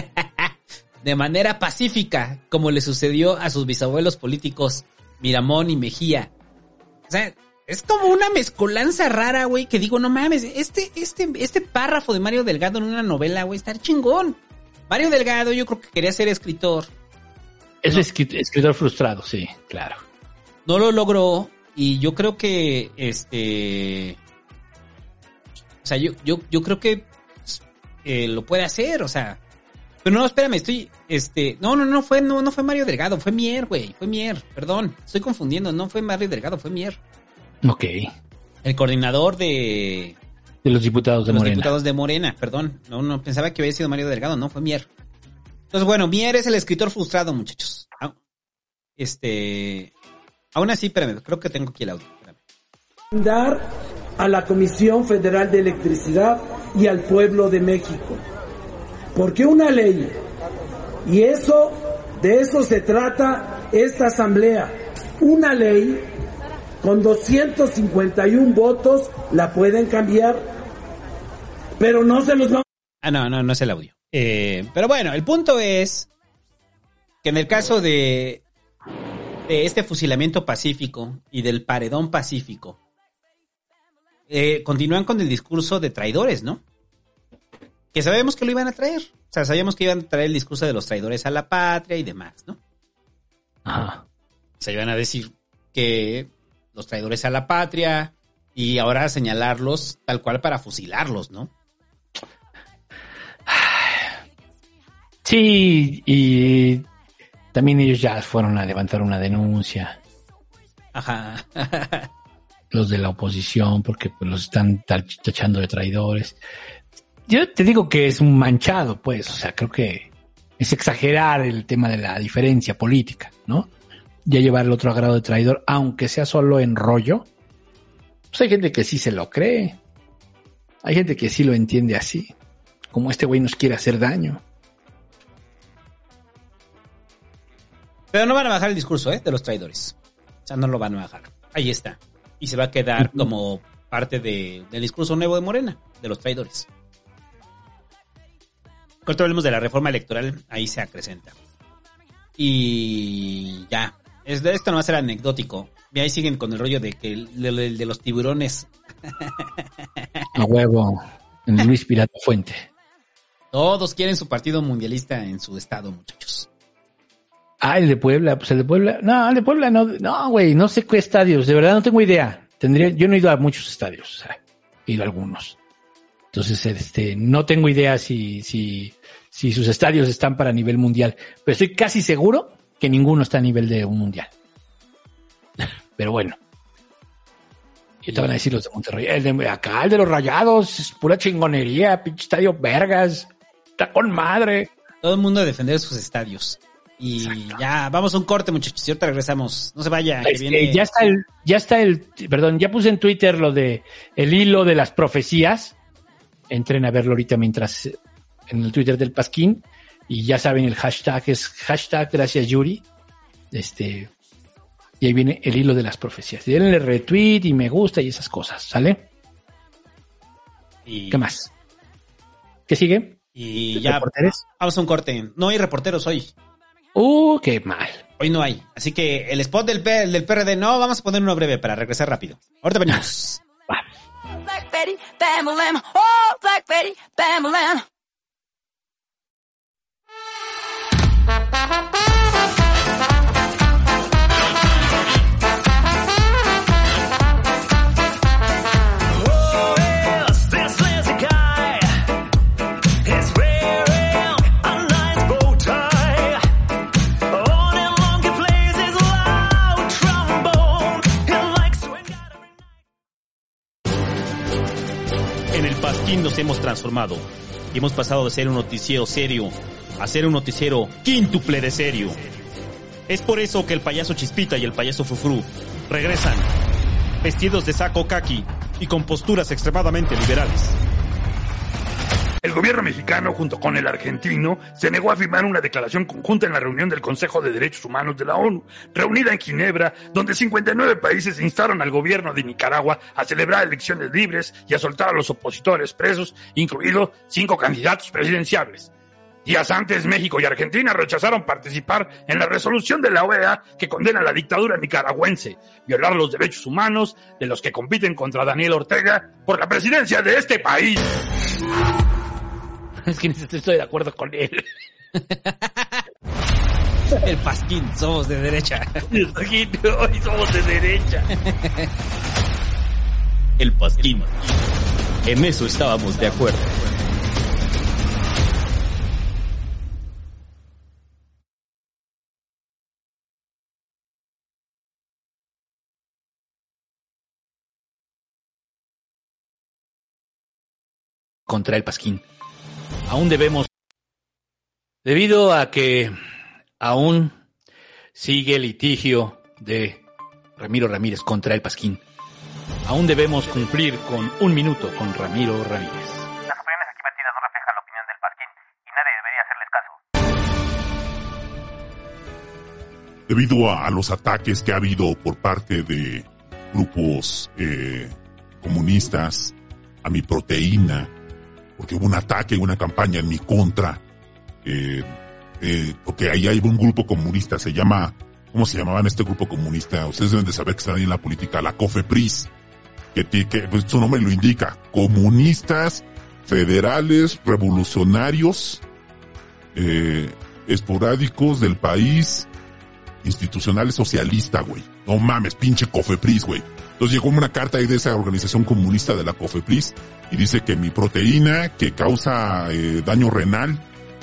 De manera pacífica, como le sucedió a sus bisabuelos políticos, Miramón y Mejía. O sea, es como una mezcolanza rara, güey, que digo, no mames, este, este, este párrafo de Mario Delgado en una novela, güey, está chingón. Mario Delgado yo creo que quería ser escritor. Es No. escrit- escritor frustrado, sí, claro. No lo logró y yo creo que, este... O sea, yo, yo, yo creo que eh, lo puede hacer, o sea... Pero no, espérame, estoy, este... No, no, no fue, no, no fue Mario Delgado, fue Mier, güey, fue Mier, perdón. Estoy confundiendo, no fue Mario Delgado, fue Mier. Ok. El coordinador de... De los diputados de los Morena. diputados de Morena, perdón. No, no, pensaba que había sido Mario Delgado, no, fue Mier. Entonces, bueno, Mier es el escritor frustrado, muchachos. Ah, Este... Aún así, espérame, creo que tengo aquí el audio. Espérame. Dar a la Comisión Federal de Electricidad y al pueblo de México. Porque una ley, y eso, de eso se trata esta asamblea, una ley con doscientos cincuenta y uno votos la pueden cambiar, pero no se los va. Ah, no, no, no es el audio. Eh, pero bueno, el punto es que en el caso de, de este fusilamiento pacífico y del paredón pacífico, eh, continúan con el discurso de traidores, ¿no? Que sabemos que lo iban a traer. O sea, sabíamos que iban a traer el discurso de los traidores a la patria y demás, ¿no? Ajá. Se iban a decir que los traidores a la patria y ahora señalarlos tal cual para fusilarlos, ¿no? Sí, y también ellos ya fueron a levantar una denuncia. Ajá. Los de la oposición, porque pues, los están tachando de traidores. Yo te digo que es un manchado, pues, o sea, creo que es exagerar el tema de la diferencia política, ¿no? Ya llevar el otro a grado de traidor, aunque sea solo en rollo. Pues hay gente que sí se lo cree. Hay gente que sí lo entiende así. Como este güey nos quiere hacer daño. Pero no van a bajar el discurso, ¿eh? De los traidores. O sea, no lo van a bajar. Ahí está. Y se va a quedar uh-huh. como parte de, del discurso nuevo de Morena, de los traidores. Cuando hablemos de la reforma electoral, ahí se acrecenta. Y ya. Es, esto no va a ser anecdótico. Y ahí siguen con el rollo de que el, de, de, de los tiburones. A huevo. En Luis Pirata Fuente. Todos quieren su partido mundialista en su estado, muchachos. Ah, el de Puebla, pues el de Puebla. No, el de Puebla no, no, güey, no sé qué estadios, de verdad no tengo idea. Tendría, yo no he ido a muchos estadios, o sea, he ido a algunos. Entonces, este, no tengo idea si, si, si sus estadios están para nivel mundial, pero estoy casi seguro que ninguno está a nivel de un mundial. Pero bueno. Y te van a decir los de Monterrey, el de acá, el de los Rayados, es pura chingonería, pinche estadio vergas, está con madre. Todo el mundo a defender sus estadios. Y exacto. Ya, vamos a un corte, muchachos, y ahorita regresamos. No se vaya, que este, viene... Ya está el, ya está el, perdón, ya puse en Twitter lo de el hilo de las profecías. Entren a verlo ahorita mientras en el Twitter del Pasquín. Y ya saben, el hashtag es hashtag gracias Yuri. Este, y ahí viene el hilo de las profecías. Denle retweet y me gusta y esas cosas, ¿sale? Y... ¿Qué más? ¿Qué sigue? Y ya, ¿reporteros? Vamos a un corte. No hay reporteros hoy. Uh, qué mal. Hoy no hay. Así que el spot del, P- del P R D no, vamos a poner uno breve para regresar rápido. Ahorita venimos. Va. Black Betty, bam-a-lam. Oh, Black Betty, bam-a-lam. Nos hemos transformado y hemos pasado de ser un noticiero serio a ser un noticiero quíntuple de serio. Es por eso que el payaso Chispita y el payaso Fufru regresan vestidos de saco caqui y con posturas extremadamente liberales. El gobierno mexicano, junto con el argentino, se negó a firmar una declaración conjunta en la reunión del Consejo de Derechos Humanos de la ONU, reunida en Ginebra, donde cincuenta y nueve países instaron al gobierno de Nicaragua a celebrar elecciones libres y a soltar a los opositores presos, incluidos cinco candidatos presidenciables. Días antes, México y Argentina rechazaron participar en la resolución de la O E A que condena la dictadura nicaragüense, violar los derechos humanos de los que compiten contra Daniel Ortega por la presidencia de este país. Es que estoy de acuerdo con él. El Pasquín, somos de derecha. El Pasquín, hoy somos de derecha. El Pasquín. En eso estábamos de acuerdo. Contra el Pasquín. Aún debemos, debido a que aún sigue el litigio de Ramiro Ramírez contra el Pasquín, aún debemos cumplir con un minuto con Ramiro Ramírez. Las opiniones aquí vertidas no reflejan la opinión del Pasquín y nadie debería hacerles caso. Debido a, a los ataques que ha habido por parte de grupos eh, comunistas a mi proteína, porque hubo un ataque, una campaña en mi contra, eh, eh, porque ahí hay un grupo comunista, se llama, ¿cómo se llamaban este grupo comunista? Ustedes deben de saber que están ahí en la política, la COFEPRIS, que, que pues, su nombre lo indica, comunistas, federales, revolucionarios, eh, esporádicos del país, institucionales socialista, güey. No mames, pinche COFEPRIS, güey. Entonces llegó una carta ahí de esa organización comunista de la COFEPRIS y dice que mi proteína que causa eh, daño renal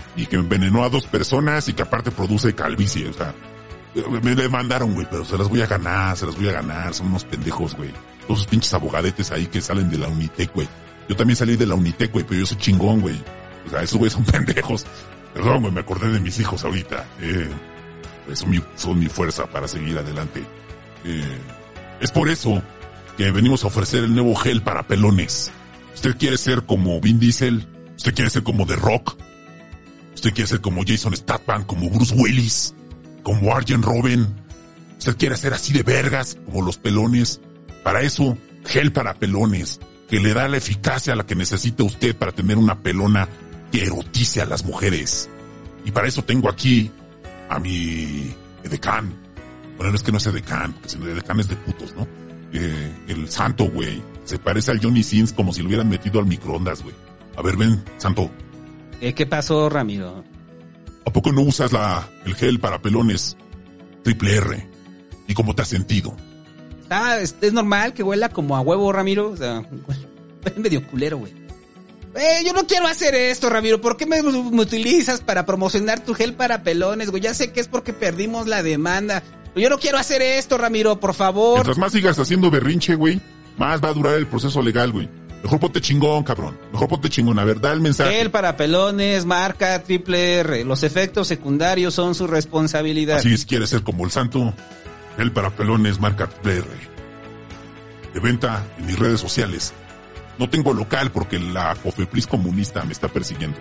y que envenenó a dos personas y que aparte produce calvicie, o sea, me demandaron, güey, pero se las voy a ganar, se las voy a ganar, son unos pendejos, güey. Todos esos pinches abogadetes ahí que salen de la Unitec, güey. Yo también salí de la Unitec, güey, pero yo soy chingón, güey. O sea, esos güeyes son pendejos. Perdón, güey, me acordé de mis hijos ahorita. Eh, son, mi, son mi fuerza para seguir adelante. Eh, es por eso que venimos a ofrecer el nuevo gel para pelones. ¿Usted quiere ser como Vin Diesel? ¿Usted quiere ser como The Rock? ¿Usted quiere ser como Jason Statham, como Bruce Willis, como Arjen Robben? ¿Usted quiere ser así de vergas, como los pelones? Para eso, gel para pelones, que le da la eficacia a la que necesita usted para tener una pelona que erotice a las mujeres. Y para eso tengo aquí a mi edecán. Bueno, no es que no sea edecán, porque si no edecán es de putos, ¿no? Eh, el santo, güey. Se parece al Johnny Sins como si lo hubieran metido al microondas, güey. A ver, ven, santo. ¿Eh, ¿Qué pasó, Ramiro? ¿A poco no usas la el gel para pelones triple R? ¿Y cómo te has sentido? Ah, es, es normal que huela como a huevo, Ramiro. O sea, es medio culero, güey. Eh, yo no quiero hacer esto, Ramiro. ¿Por qué me, me utilizas para promocionar tu gel para pelones, güey? Ya sé que es porque perdimos la demanda. Pero yo no quiero hacer esto, Ramiro, por favor. Mientras más sigas haciendo berrinche, güey, más va a durar el proceso legal, güey. Mejor ponte chingón, cabrón. Mejor ponte chingón. A ver, da el mensaje. Gel para pelones, marca triple R. Los efectos secundarios son su responsabilidad. Así es, quieres ser como el santo. Gel para pelones, marca triple R. De venta en mis redes sociales. No tengo local porque la Cofepris comunista me está persiguiendo.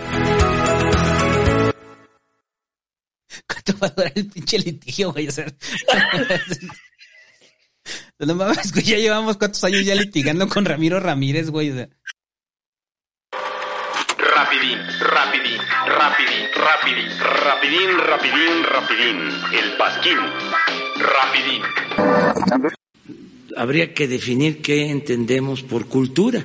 ¿Cuánto va a durar el pinche litigio, güey? O sea, no mames, güey, ya llevamos cuántos años ya litigando con Ramiro Ramírez, güey. O sea. Rapidín, rapidín, rapidín, rapidín, rapidín, rapidín, rapidín. El pasquín. Rapidín. Habría que definir qué entendemos por cultura.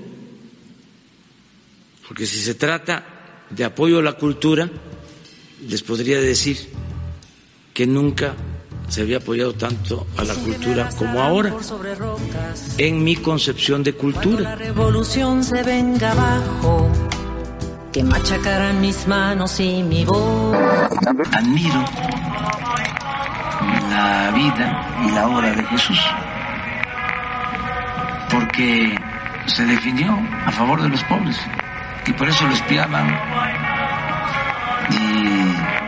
Porque si se trata de apoyo a la cultura, les podría decir que nunca se había apoyado tanto a la cultura como ahora, en mi concepción de cultura. La revolución se venga abajo, que machacarán mis manos y mi voz. Admiro la vida y la obra de Jesús, porque se definió a favor de los pobres, y por eso lo espiaban, y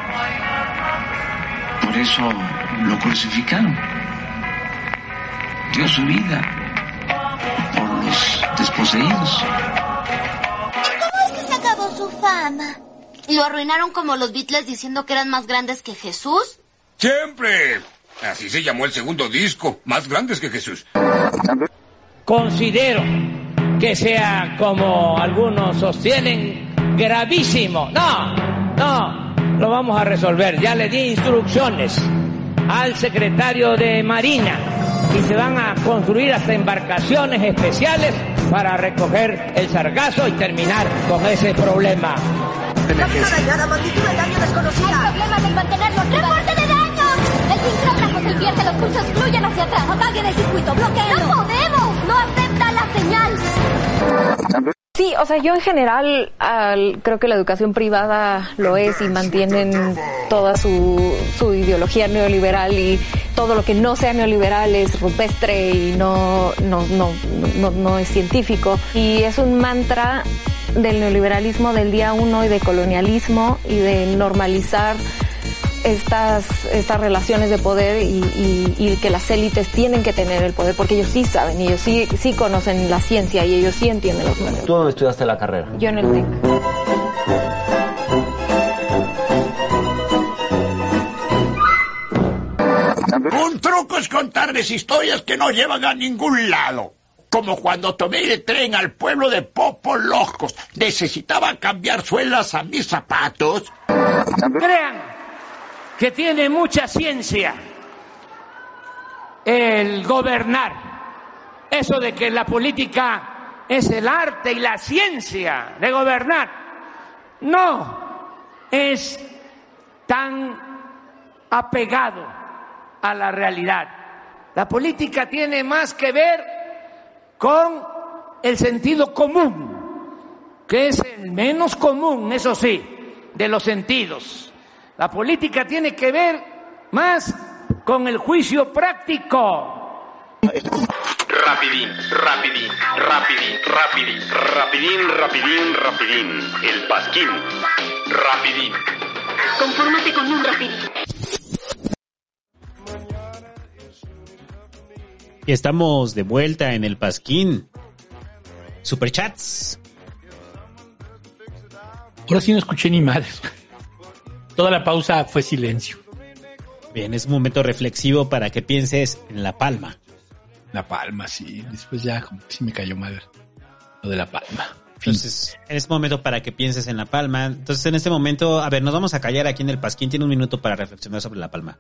por eso lo crucificaron. Dio su vida por los desposeídos. ¿Cómo es que se acabó su fama? ¿Lo arruinaron como los Beatles diciendo que eran más grandes que Jesús? ¡Siempre! Así se llamó el segundo disco, Más Grandes que Jesús. Considero que sea, como algunos sostienen, gravísimo. No, no, lo vamos a resolver. Ya le di instrucciones al secretario de Marina y se van a construir hasta embarcaciones especiales para recoger el sargazo y terminar con ese problema. Cápsula dañada, magnitud de daño desconocida. Hay problemas en mantenerlo activado. ¡Reporte de daños! El sincrógrafo se invierte, los pulsos fluyen hacia atrás. Apaguen el circuito, bloqueenlo. ¡No podemos! ¡No acepta la señal! Sí, o sea, yo en general al, creo que la educación privada lo es y mantienen toda su, su ideología neoliberal, y todo lo que no sea neoliberal es rupestre y no, no, no, no, no es científico. Y es un mantra del neoliberalismo del día uno y de colonialismo y de normalizar estas estas relaciones de poder y, y, y que las élites tienen que tener el poder porque ellos sí saben, ellos sí sí conocen la ciencia y ellos sí entienden los números. ¿Tú dónde estudiaste la carrera? Yo en el T E C. Un truco es contarles historias que no llevan a ningún lado. Como cuando tomé el tren al pueblo de Popolojos. Necesitaba cambiar suelas a mis zapatos. Crean que tiene mucha ciencia el gobernar. Eso de que la política es el arte y la ciencia de gobernar. No es tan apegado a la realidad. La política tiene más que ver con el sentido común, que es el menos común, eso sí, de los sentidos. La política tiene que ver más con el juicio práctico. Rapidín, rapidín, rapidín, rapidín, rapidín, rapidín, rapidín. El Pasquín. Rapidín. Confórmate con un rapidín. Y estamos de vuelta en el Pasquín. Superchats. Ahora sí no escuché ni madres. Toda la pausa fue silencio. Bien, es un momento reflexivo para que pienses en La Palma. La Palma, sí. Después ya como que sí me cayó mal lo de La Palma. Entonces, en este momento para que pienses en La Palma. Entonces, en este momento, a ver, nos vamos a callar aquí en el Pasquín. Tiene un minuto para reflexionar sobre La Palma.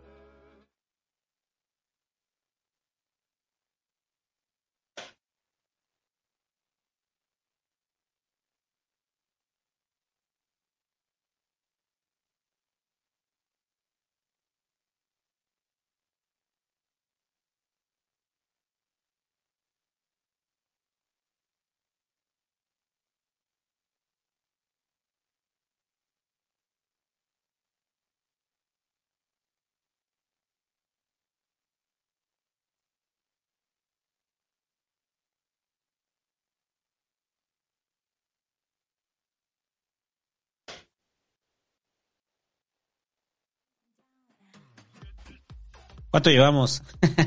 ¿Cuánto llevamos?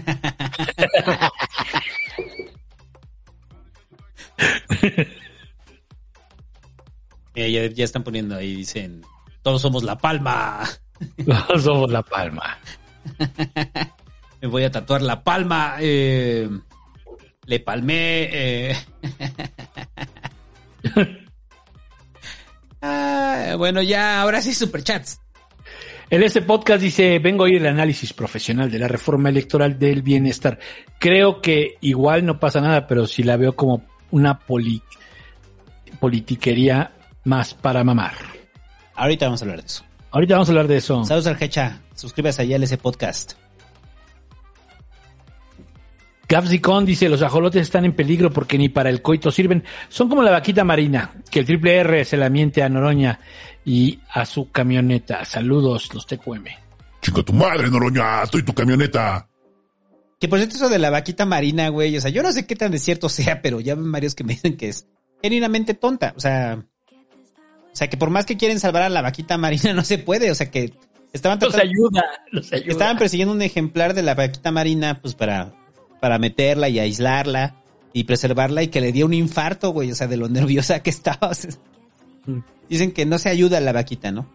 eh, ya, ya están poniendo ahí, dicen, todos somos La Palma. Todos somos La Palma. Me voy a tatuar La Palma. Eh, le palmé. Eh. ah, bueno, ya, ahora sí, superchats. En este podcast dice, vengo a oír el análisis profesional de la reforma electoral del bienestar. Creo que igual no pasa nada, pero sí la veo como una poli- politiquería más para mamar. Ahorita vamos a hablar de eso. Ahorita vamos a hablar de eso. Saludos, Arjecha. Suscríbase allá a ese podcast. Capsicon dice, los ajolotes están en peligro porque ni para el coito sirven. Son como la vaquita marina, que el triple R se la miente a Noroña y a su camioneta. Saludos, los T Q M. Chico, tu madre, Noroña, estoy tu camioneta. Que por cierto, eso de la vaquita marina, güey, o sea, yo no sé qué tan de cierto sea, pero ya ven varios que me dicen que es genuinamente tonta. O sea, o sea, que por más que quieren salvar a la vaquita marina, no se puede. O sea, que estaban tratando, los ayuda, los ayuda. Estaban persiguiendo un ejemplar de la vaquita marina, pues para... para meterla y aislarla y preservarla y que le dio un infarto, güey, o sea, de lo nerviosa que estaba. Dicen que no se ayuda a la vaquita, ¿no?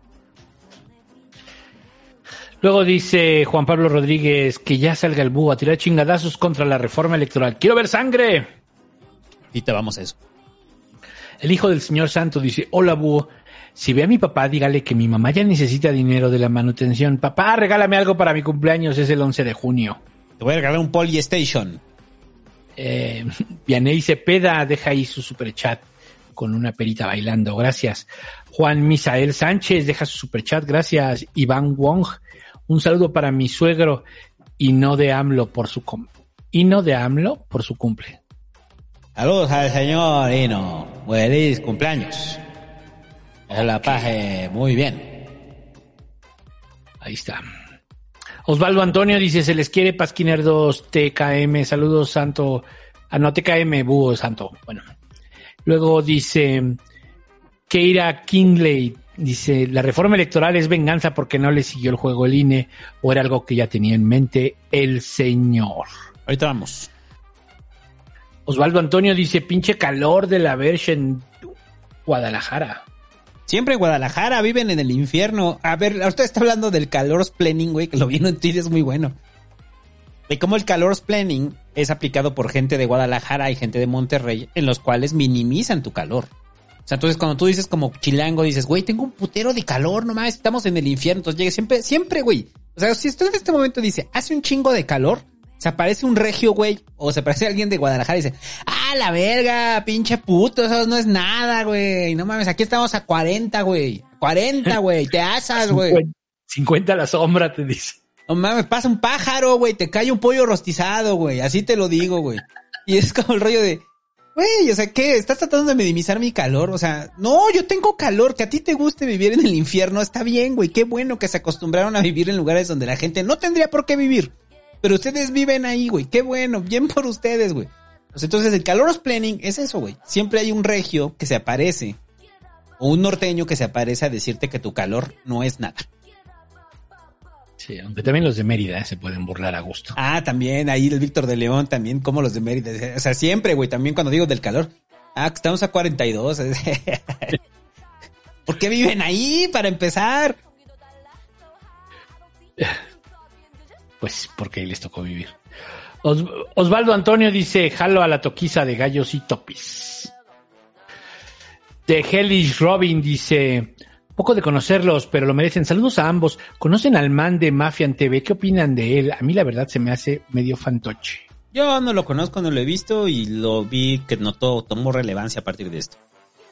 Luego dice Juan Pablo Rodríguez que ya salga el búho a tirar chingadazos contra la reforma electoral. ¡Quiero ver sangre! Y te vamos a eso. El hijo del señor Santo dice, hola búho, si ve a mi papá, dígale que mi mamá ya necesita dinero de la manutención. Papá, regálame algo para mi cumpleaños, es el once de junio. Te voy a regalar un Polystation. Eh, Vianey Cepeda deja ahí su superchat con una perita bailando. Gracias. Juan Misael Sánchez deja su superchat. Gracias. Iván Wong. Un saludo para mi suegro y no de AMLO por su cum- y no de AMLO por su cumple. Saludos al señor Hino. Feliz cumpleaños. Que la paje muy bien. Ahí está. Osvaldo Antonio dice, se les quiere Pasquiner dos T K M, saludos Santo, ah no, T K M, búho Santo, bueno. Luego dice, Keira Kingley, dice, la reforma electoral es venganza porque no le siguió el juego el I N E, o era algo que ya tenía en mente el señor. Ahorita vamos. Osvaldo Antonio dice, pinche calor de la Verge en Guadalajara. Siempre en Guadalajara, viven en el infierno. A ver, usted está hablando del calorsplaining, güey, que lo vi en Twitter, es muy bueno. De cómo el calorsplaining es aplicado por gente de Guadalajara y gente de Monterrey, en los cuales minimizan tu calor. O sea, entonces cuando tú dices como chilango, dices, güey, tengo un putero de calor, no mames, estamos en el infierno. Entonces llega siempre, siempre, güey. O sea, si usted en este momento dice, hace un chingo de calor, se aparece un regio, güey, o se aparece alguien de Guadalajara y dice, ah, la verga, pinche puto, eso no es nada, güey. No mames, aquí estamos a cuarenta, güey. cuarenta, güey, te asas, güey. cincuenta a la sombra, te dice. No mames, pasa un pájaro, güey, te cae un pollo rostizado, güey. Así te lo digo, güey. Y es como el rollo de, Güey, o sea, ¿qué? ¿Estás tratando de minimizar mi calor? O sea, no, yo tengo calor. Que a ti te guste vivir en el infierno está bien, güey. Qué bueno que se acostumbraron a vivir en lugares donde la gente no tendría por qué vivir. Pero ustedes viven ahí, güey. Qué bueno, bien por ustedes, güey. Pues entonces el calorosplaining es eso, güey. Siempre hay un regio que se aparece, o un norteño que se aparece a decirte que tu calor no es nada. Sí, aunque también los de Mérida eh, se pueden burlar a gusto. Ah, también, ahí el Víctor de León también, como los de Mérida. O sea, siempre, güey, también cuando digo del calor. Ah, estamos a cuarenta y dos. ¿Por qué viven ahí, para empezar? Pues porque ahí les tocó vivir. Os, Osvaldo Antonio dice, jalo a la toquiza de gallos y topis. De Hellish Robin dice... Poco de conocerlos, pero lo merecen. Saludos a ambos. ¿Conocen al man de Mafia en T V? ¿Qué opinan de él? A mí la verdad se me hace medio fantoche. Yo no lo conozco, no lo he visto y lo vi que notó, tomó relevancia a partir de esto.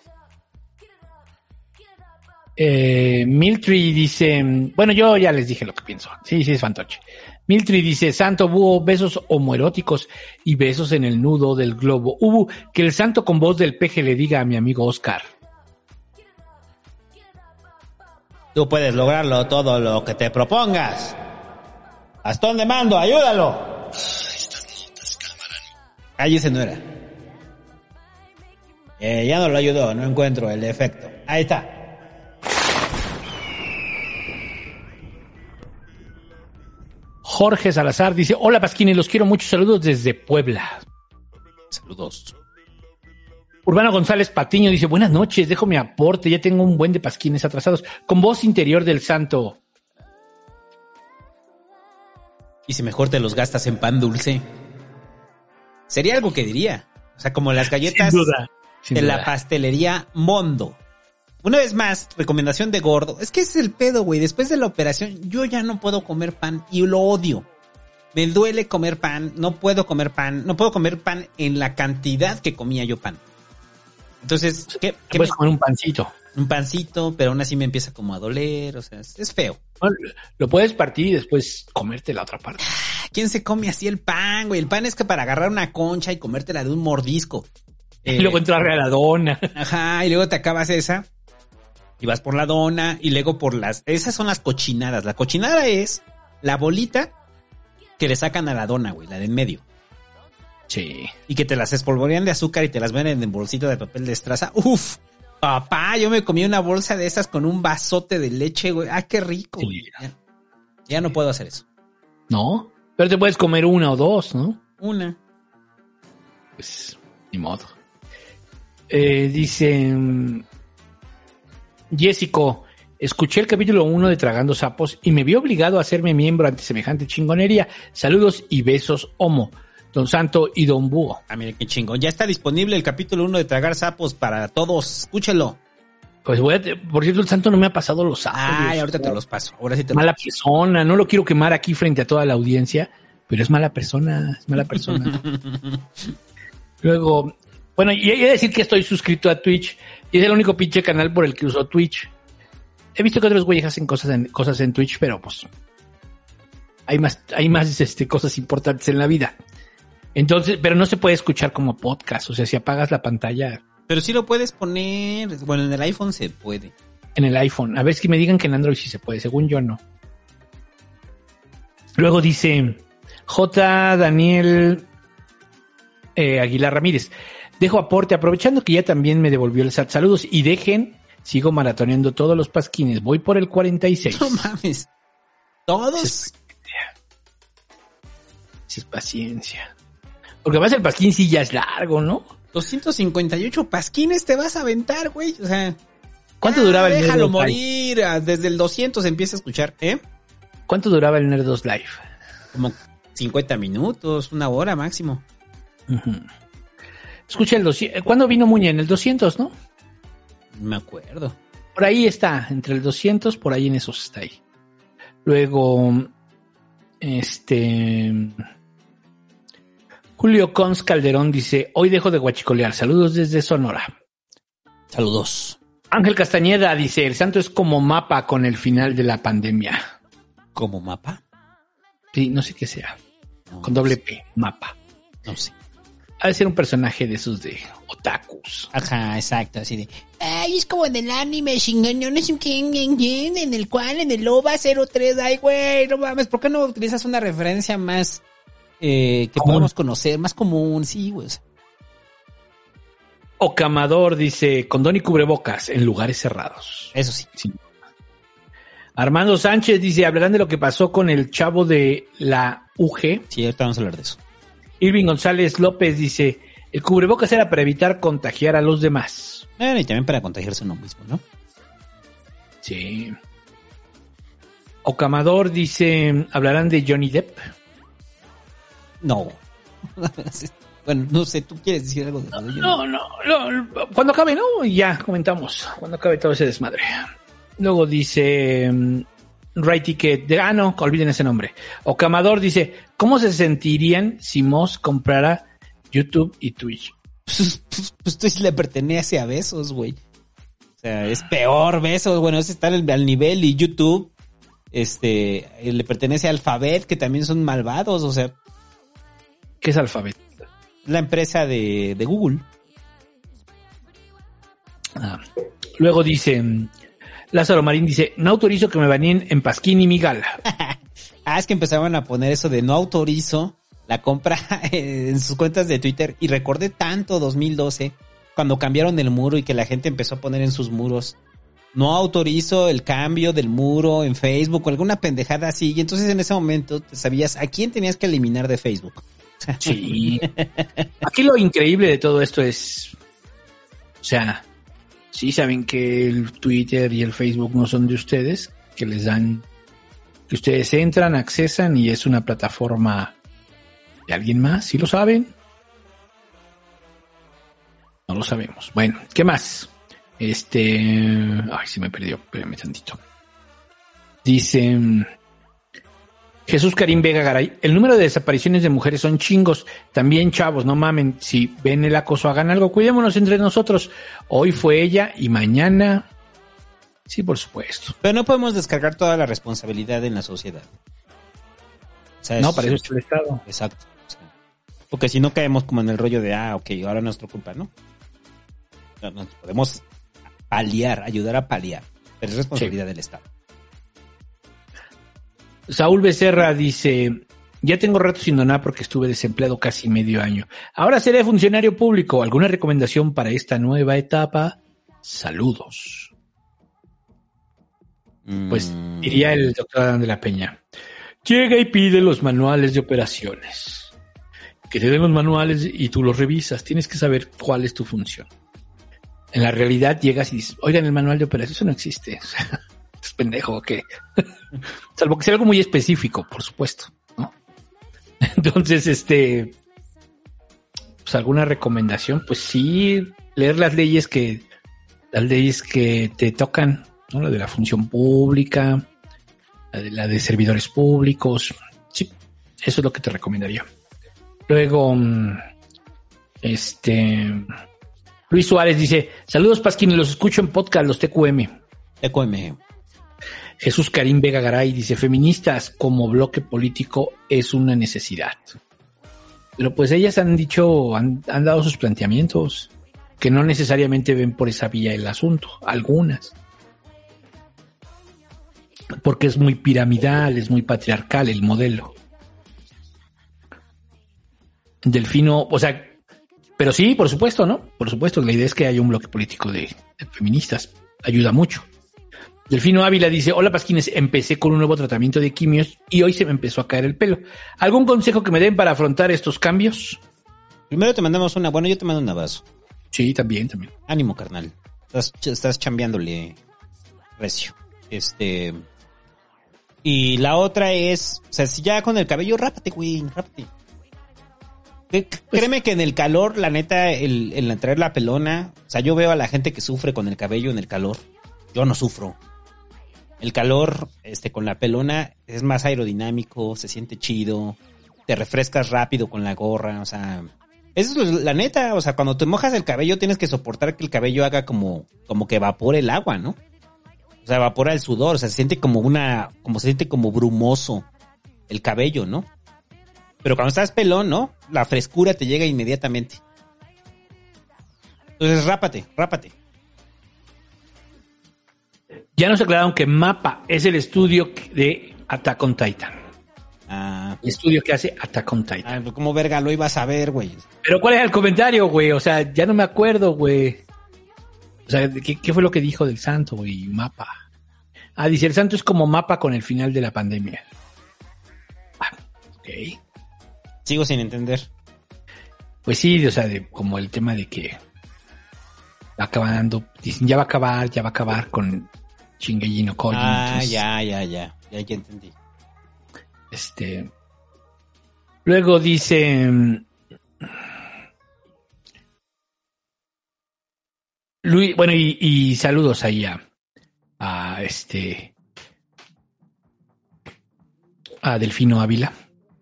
Eh, Miltree dice... Bueno, yo ya les dije lo que pienso. Sí, sí, es fantoche. Miltree dice, santo búho, besos homoeróticos y besos en el nudo del globo. Ubu, que el santo con voz del peje le diga a mi amigo Oscar. Tú puedes lograrlo todo lo que te propongas. Bastón de mando, ayúdalo. Ahí ese no era. Eh, ya no lo ayudó, no encuentro el efecto. Ahí está. Jorge Salazar dice, hola Pasquini, los quiero mucho, saludos desde Puebla. Saludos. Urbano González Patiño dice, buenas noches, dejo mi aporte, ya tengo un buen de pasquines atrasados, con voz interior del santo. Y si mejor te los gastas en pan dulce. Sería algo que diría. O sea, como las galletas sin duda, sin de duda. La pastelería Mondo. Una vez más, recomendación de gordo. Es que ese es el pedo, güey. Después de la operación, yo ya no puedo comer pan y lo odio. Me duele comer pan, no puedo comer pan, no puedo comer pan en la cantidad que comía yo pan. Entonces, ¿qué? ¿qué puedes me... comer un pancito? Un pancito, pero aún así me empieza como a doler, o sea, es, es feo. Lo puedes partir y después comerte la otra parte. ¿Quién se come así el pan, güey? El pan es que para agarrar una concha y comértela de un mordisco. Eh, y luego entrarle a la dona. Ajá, y luego te acabas esa y vas por la dona y luego por las... Esas son las cochinadas. La cochinada es la bolita que le sacan a la dona, güey, la de en medio. Sí. Y que te las espolvorean de azúcar y te las venden en bolsita de papel de estraza. Uf, papá, yo me comí una bolsa de esas con un vasote de leche, güey. Ah, qué rico, sí. Güey. Ya, ya no puedo hacer eso. No, pero te puedes comer una o dos, ¿no? Una. Pues, ni modo. Eh, dice... Jessico, escuché el capítulo uno de Tragando Sapos y me vi obligado a hacerme miembro ante semejante chingonería. Saludos y besos, homo. Don Santo y Don Búho. Ah, mire qué chingón. Ya está disponible el capítulo uno de Tragar Sapos para todos. Escúchelo. Pues voy a... Por cierto, el Santo no me ha pasado los audios. Ay, ahorita te los paso. Ahora sí te mala los paso. persona. No lo quiero quemar aquí frente a toda la audiencia, pero es mala persona. Es mala persona. Luego... Bueno, y he de decir que estoy suscrito a Twitch. Y es el único pinche canal por el que uso Twitch. He visto que otros güeyes hacen cosas en, cosas en Twitch, pero pues... Hay más, hay más este, cosas importantes en la vida. Entonces, pero no se puede escuchar como podcast. O sea, si apagas la pantalla... Pero sí lo puedes poner... Bueno, en el iPhone se puede. En el iPhone. A ver si me digan que en Android sí se puede. Según yo, no. Luego dice... J. Daniel... Eh, Aguilar Ramírez. Dejo aporte, aprovechando que ya también me devolvió el S A T. Saludos y dejen... Sigo maratoneando todos los pasquines. Voy por el cuarenta y seis. No mames. ¿Todos? Es, es paciencia. Porque además el pasquín sí ya es largo, ¿no? doscientos cincuenta y ocho pasquines te vas a aventar, güey. O sea... ¿Cuánto ah, duraba el Déjalo Nerdos morir. Live? Desde el doscientos empieza a escuchar, ¿eh? ¿Cuánto duraba el Nerdos Live? Como cincuenta minutos, una hora máximo. Uh-huh. Escucha el doscientos. ¿Cuándo vino Muñe? En el doscientos, ¿no? No me acuerdo. Por ahí está, entre el doscientos, por ahí en esos está ahí. Luego, este... Julio Cons Calderón dice, hoy dejo de guachicolear. Saludos desde Sonora. Saludos. Ángel Castañeda dice, el santo es como mapa con el final de la pandemia. ¿Como mapa? Sí, no sé qué sea. No, con doble no sé. P, mapa. No sé. ha de ser un personaje de esos de otakus. Ajá, exacto, así de... Ay, es como en el anime, chingón, no sé quién, en el cual, en el OVA cero tres, ay, güey, no mames, ¿por qué no utilizas una referencia más eh, que podamos conocer, más común? Sí, güey. Ocamador dice, condón y cubrebocas en lugares cerrados. Eso sí. sí. Armando Sánchez dice, hablarán de lo que pasó con el chavo de la U G. Sí, ahorita vamos a hablar de eso. Irving González López dice, el cubrebocas era para evitar contagiar a los demás. Bueno, y también para contagiarse uno mismo, ¿no? Sí. Ocamador dice, hablarán de Johnny Depp. No. Bueno, no sé, ¿tú quieres decir algo de no, no, no, no, cuando acabe, ¿no? Ya comentamos, cuando acabe todo ese desmadre. Luego dice um, Right Ticket, de, ah, no, olviden ese nombre. Ocamador dice, ¿cómo se sentirían si Moss comprara YouTube y Twitch? Pues, pues, pues Twitch le pertenece a Besos, güey. O sea, es peor Besos, bueno, es estar al, al nivel, y YouTube este le pertenece a Alphabet, que también son malvados, o sea. ¿Qué es Alphabet? La empresa de, de Google. Ah. Luego dice Lázaro Marín, dice, no autorizo que me baneen en Pasquín y Migala. Ah, es que empezaban a poner eso de no autorizo la compra en sus cuentas de Twitter, y recordé tanto dos mil doce cuando cambiaron el muro y que la gente empezó a poner en sus muros, no autorizo el cambio del muro en Facebook o alguna pendejada así, y entonces en ese momento te sabías a quién tenías que eliminar de Facebook. Sí. Aquí lo increíble de todo esto es, o sea, sí saben que el Twitter y el Facebook no son de ustedes, que les dan, que ustedes entran, accesan y es una plataforma de alguien más, ¿sí lo saben? No lo sabemos. Bueno, ¿qué más? Este, ay, se me perdió, espérame tantito. Dice Jesús Karim Vega Garay, el número de desapariciones de mujeres son chingos. También, chavos, no mamen, si ven el acoso, hagan algo, cuidémonos entre nosotros. Hoy fue ella y mañana... Sí, por supuesto. Pero no podemos descargar toda la responsabilidad en la sociedad. O sea, no, es, para eso es el Estado. Exacto. O sea, porque si no caemos como en el rollo de, ah, ok, ahora no es nuestra culpa, ¿no? No, nos podemos paliar, ayudar a paliar. Pero es responsabilidad sí. del Estado. Saúl Becerra dice, ya tengo rato sin donar porque estuve desempleado casi medio año. Ahora seré funcionario público. ¿Alguna recomendación para esta nueva etapa? Saludos. Mm. Pues diría el doctor Adán de la Peña. Llega y pide los manuales de operaciones. Que te den los manuales y tú los revisas. Tienes que saber cuál es tu función. En la realidad llegas y dices, oigan, el manual de operaciones, eso no existe. Es pendejo, ¿o qué? Salvo que sea algo muy específico, por supuesto, ¿no? Entonces, este, pues alguna recomendación, pues sí, leer las leyes que, las leyes que te tocan, ¿no? La de la función pública, la de, la de servidores públicos, sí, eso es lo que te recomendaría. Luego, este, Luis Suárez dice, saludos Pasquín, los escucho en podcast, los T Q M. T Q M. Jesús Karim Vega Garay dice, feministas como bloque político es una necesidad. Pero pues ellas han dicho, han, han dado sus planteamientos, que no necesariamente ven por esa vía el asunto, algunas. Porque es muy piramidal, es muy patriarcal el modelo. Delfino, o sea, pero sí, por supuesto, ¿no? Por supuesto, la idea es que haya un bloque político de, de feministas, ayuda mucho. Delfino Ávila dice, hola Pasquines, empecé con un nuevo tratamiento de quimios y hoy se me empezó a caer el pelo. ¿Algún consejo que me den para afrontar estos cambios? Primero te mandamos una, bueno, yo te mando un abrazo. Sí, también, también. Ánimo, carnal. Estás, estás chambeándole recio. Este... Y la otra es, o sea, si ya con el cabello, rápate, güey, rápate. Pues, créeme que en el calor, la neta, el, el traer la pelona, o sea, yo veo a la gente que sufre con el cabello en el calor. Yo no sufro. El calor, este, con la pelona es más aerodinámico, se siente chido, te refrescas rápido con la gorra, o sea, eso es la neta, o sea, cuando te mojas el cabello tienes que soportar que el cabello haga como, como que evapore el agua, ¿no? O sea, evapora el sudor, o sea, se siente como una, como se siente como brumoso el cabello, ¿no? Pero cuando estás pelón, ¿no? La frescura te llega inmediatamente. Entonces, rápate, rápate. Ya nos aclararon que MAPA es el estudio de Attack on Titan. Ah. El estudio que hace Attack on Titan. Ah, pues ¿cómo verga lo ibas a ver, güey? Pero ¿cuál es el comentario, güey? O sea, ya no me acuerdo, güey. O sea, ¿qué, qué fue lo que dijo del santo, güey? MAPA. Ah, dice, el santo es como MAPA con el final de la pandemia. Ah, ok. Sigo sin entender. Pues sí, o sea, de, como el tema de que va acabando, dicen, ya va a acabar, ya va a acabar con Shingeki no Kyojin. Ah, entonces, ya, ya, ya, ya, ya entendí. Este. Luego dice. Luis, bueno, y, y saludos ahí a, a este. A Delfino Ávila.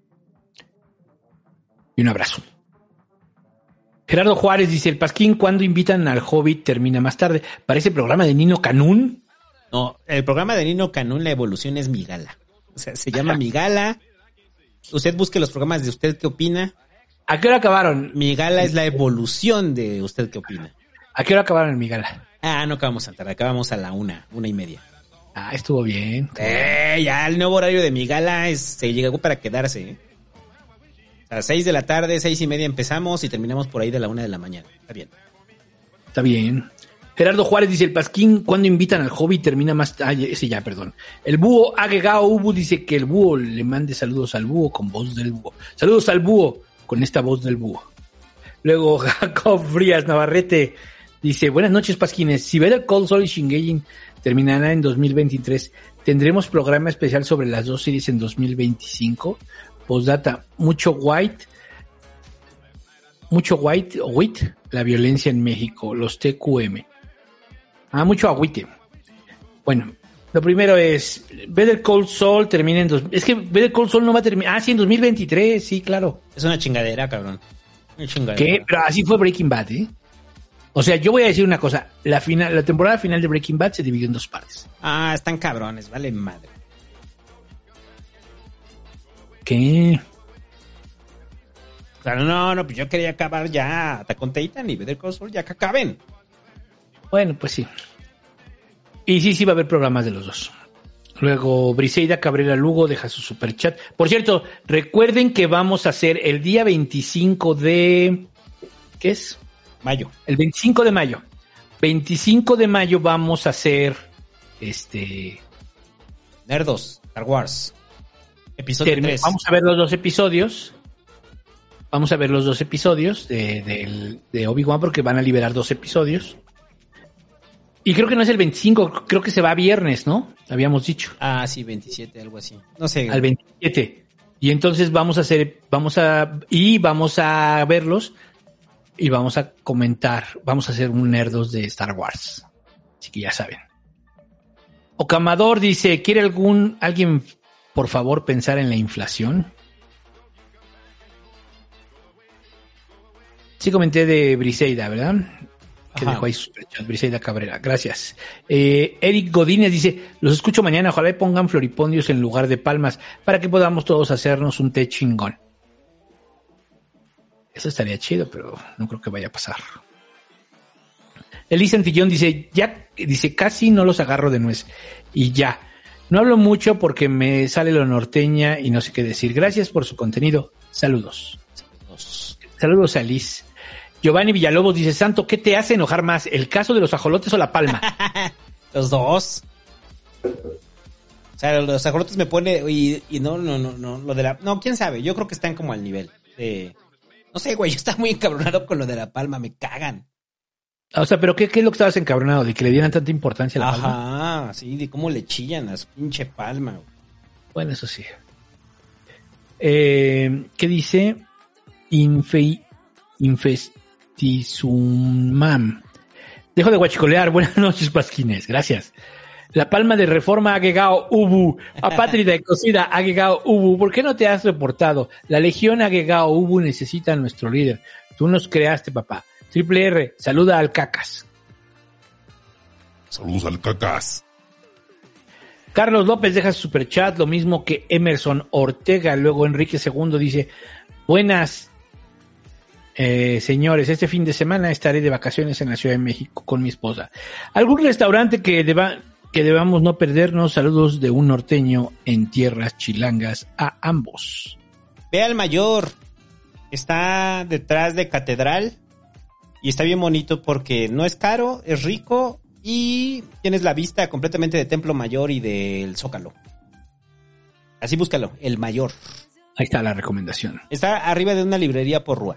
Y un abrazo. Gerardo Juárez dice, el Pasquín, ¿cuándo invitan al Hobbit? Termina más tarde. ¿Parece programa de Nino Canún? No, el programa de Nino Canún, la evolución es Mi Gala. O sea, se llama Mi Gala. Usted busque los programas de Usted ¿Qué opina? ¿A qué hora acabaron? Mi Gala es la evolución de Usted ¿Qué opina? ¿A qué hora acabaron en Mi Gala? Ah, no acabamos a tarde, acabamos a la una, una y media. Ah, estuvo bien. Estuvo eh, bien. Ya el nuevo horario de Mi Gala es, se llegó para quedarse, ¿eh? A las seis de la tarde, seis y media empezamos y terminamos por ahí de la una de la mañana. Está bien. Está bien. Gerardo Juárez dice, el Pasquín, ¿cuándo invitan al hobby? Termina más... Ah, ese ya, perdón. El búho Agegao Ubu dice que el búho le mande saludos al búho con voz del búho. Saludos al búho con esta voz del búho. Luego Jacob Frías Navarrete dice, buenas noches, Pasquines. Si Better Call Saul y Shingeki terminará en dos mil veintitrés, ¿tendremos programa especial sobre las dos series en dos mil veinticinco? Postdata, mucho white, mucho white, o wit, la violencia en México, los T Q M. Ah, mucho agüite. Bueno, lo primero es, Better Call Saul termina en dos... Es que Better Call Saul no va a terminar... Ah, sí, en dos mil veintitrés, sí, claro. Es una chingadera, cabrón. Una chingadera. ¿Qué? Pero así fue Breaking Bad, ¿eh? O sea, yo voy a decir una cosa. La final, la temporada final de Breaking Bad se dividió en dos partes. Ah, están cabrones, vale madre. ¿Qué? Claro, no, no, pues yo quería acabar ya Attack on Titan y Better Call Saul ya que acaben. Bueno, pues sí. Y sí, sí va a haber programas de los dos. Luego, Briseida Cabrera Lugo deja su superchat. Por cierto, recuerden que vamos a hacer el día veinticinco de... ¿Qué es? Mayo. El veinticinco de mayo. veinticinco de mayo vamos a hacer este... Nerdos, Star Wars. Episodio Termi- tres. Vamos a ver los dos episodios. Vamos a ver los dos episodios de, de, de Obi-Wan porque van a liberar dos episodios. Y creo que no es el veinticinco, creo que se va a viernes, ¿no? Habíamos dicho. Ah, sí, veintisiete, algo así. No sé. Al veintisiete. Y entonces vamos a hacer, vamos a, y vamos a verlos y vamos a comentar, vamos a hacer un nerdos de Star Wars. Así que ya saben. Ocamador dice, ¿quiere algún, alguien, por favor, pensar en la inflación? Sí comenté de Briseida, ¿verdad? Que Ajá. dejó ahí su superchat, Briseida Cabrera. Gracias. Eh, Eric Godínez dice, los escucho mañana, ojalá y pongan floripondios en lugar de palmas para que podamos todos hacernos un té chingón. Eso estaría chido, pero no creo que vaya a pasar. Elisa Antillón dice, ya, dice, casi no los agarro de nuez. Y ya. No hablo mucho porque me sale lo norteña y no sé qué decir. Gracias por su contenido. Saludos. Saludos, Saludos a Liz. Giovanni Villalobos dice, Santo, ¿qué te hace enojar más? ¿El caso de los ajolotes o la palma? Los dos. O sea, los ajolotes me pone y, y no, no, no, no, lo de la, no, quién sabe, yo creo que están como al nivel de, no sé, güey, yo estaba muy encabronado con lo de la palma, me cagan. O sea, pero ¿qué, qué es lo que estabas encabronado? ¿De que le dieran tanta importancia a la Ajá, palma? Ajá, sí, de cómo le chillan a su pinche palma. Güey. Bueno, eso sí. Eh, ¿Qué dice? Infe, Infestizumam. Dejo de guachicolear. Buenas noches, Pasquines. Gracias. La palma de Reforma ha llegado Ubu. Apátrida y cocida ha llegado Ubu. ¿Por qué no te has reportado? La Legión ha llegado Ubu necesita a nuestro líder. Tú nos creaste, papá. Triple R, saluda al Cacas. Saludos al Cacas. Carlos López deja su superchat, lo mismo que Emerson Ortega. Luego Enrique segundo dice, buenas eh, señores, este fin de semana estaré de vacaciones en la Ciudad de México con mi esposa. ¿Algún restaurante que deba, que debamos no perdernos? Saludos de un norteño en tierras chilangas a ambos. Ve al Mayor, está detrás de Catedral y está bien bonito porque no es caro, es rico y tienes la vista completamente de Templo Mayor y del Zócalo. Así búscalo, El Mayor. Ahí está la recomendación. Está arriba de una librería Porrúa.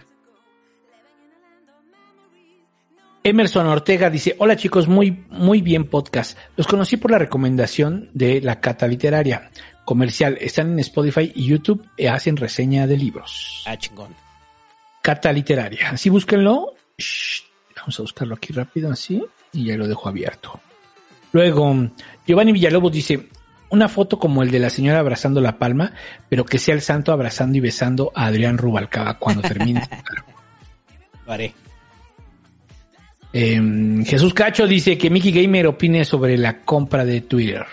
Emerson Ortega dice, hola chicos, muy, muy bien podcast. Los conocí por la recomendación de la Cata Literaria. Comercial, están en Spotify y YouTube y hacen reseña de libros. Ah, chingón. Cata Literaria. Así búsquenlo. Shh, vamos a buscarlo aquí rápido, así. Y ya lo dejo abierto. Luego, Giovanni Villalobos dice, una foto como el de la señora abrazando la palma, pero que sea el santo abrazando y besando a Adrián Rubalcaba cuando termine. Lo haré. Eh, Jesús Cacho dice que Mickey Gamer opine sobre la compra de Twitter.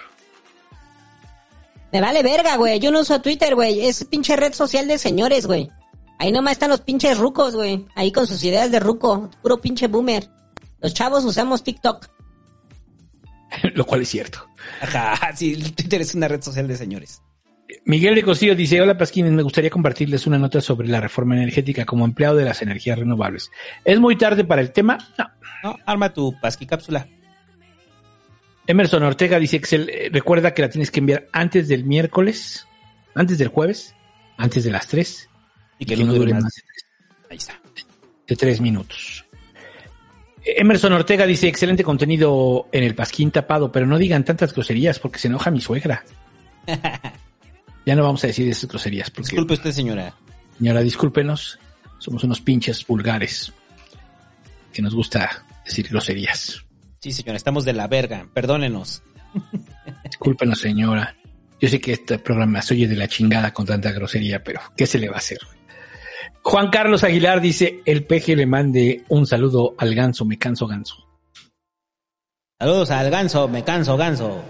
Me vale verga, güey. Yo no uso Twitter, güey. Es pinche red social de señores, güey. Ahí nomás están los pinches rucos, güey. Ahí con sus ideas de ruco. Puro pinche boomer. Los chavos usamos TikTok. Lo cual es cierto. Ajá, sí, Twitter es una red social de señores. Miguel de Costillo dice, hola Pasquines, me gustaría compartirles una nota sobre la reforma energética como empleado de las energías renovables. ¿Es muy tarde para el tema? No. No, arma tu pasqui cápsula. Emerson Ortega dice, Excel, recuerda que la tienes que enviar antes del miércoles, antes del jueves, antes de las tres. Y que, y que no dure más. más de tres. Ahí está. De tres minutos. Emerson Ortega dice, excelente contenido en el Pasquín tapado, pero no digan tantas groserías porque se enoja mi suegra. Ya no vamos a decir esas groserías. Porque, disculpe usted, señora. Señora, discúlpenos. Somos unos pinches vulgares que nos gusta decir groserías. Sí, señora, estamos de la verga. Perdónenos. Discúlpenos, señora. Yo sé que este programa se oye de la chingada con tanta grosería, pero ¿qué se le va a hacer? Juan Carlos Aguilar dice, el peje le mande un saludo al ganso, me canso ganso. Saludos al ganso, me canso ganso.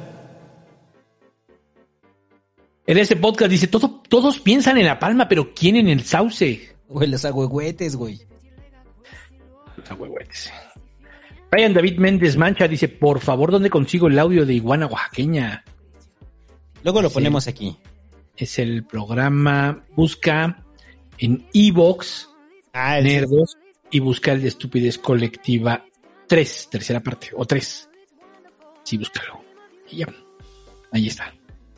En este podcast dice, todo, todos piensan en La Palma, pero ¿quién en el Sauce? Güey, los agüehuetes, güey. Los agüehuetes. Brian David Méndez Mancha dice, por favor, ¿dónde consigo el audio de Iguana Oaxaqueña? Luego lo es ponemos el, aquí. Es el programa, busca en iVoox, ah, Nerdos, y busca el de Estupidez Colectiva tres, tercera parte, o tres. Sí, búscalo. Y ya, ahí está.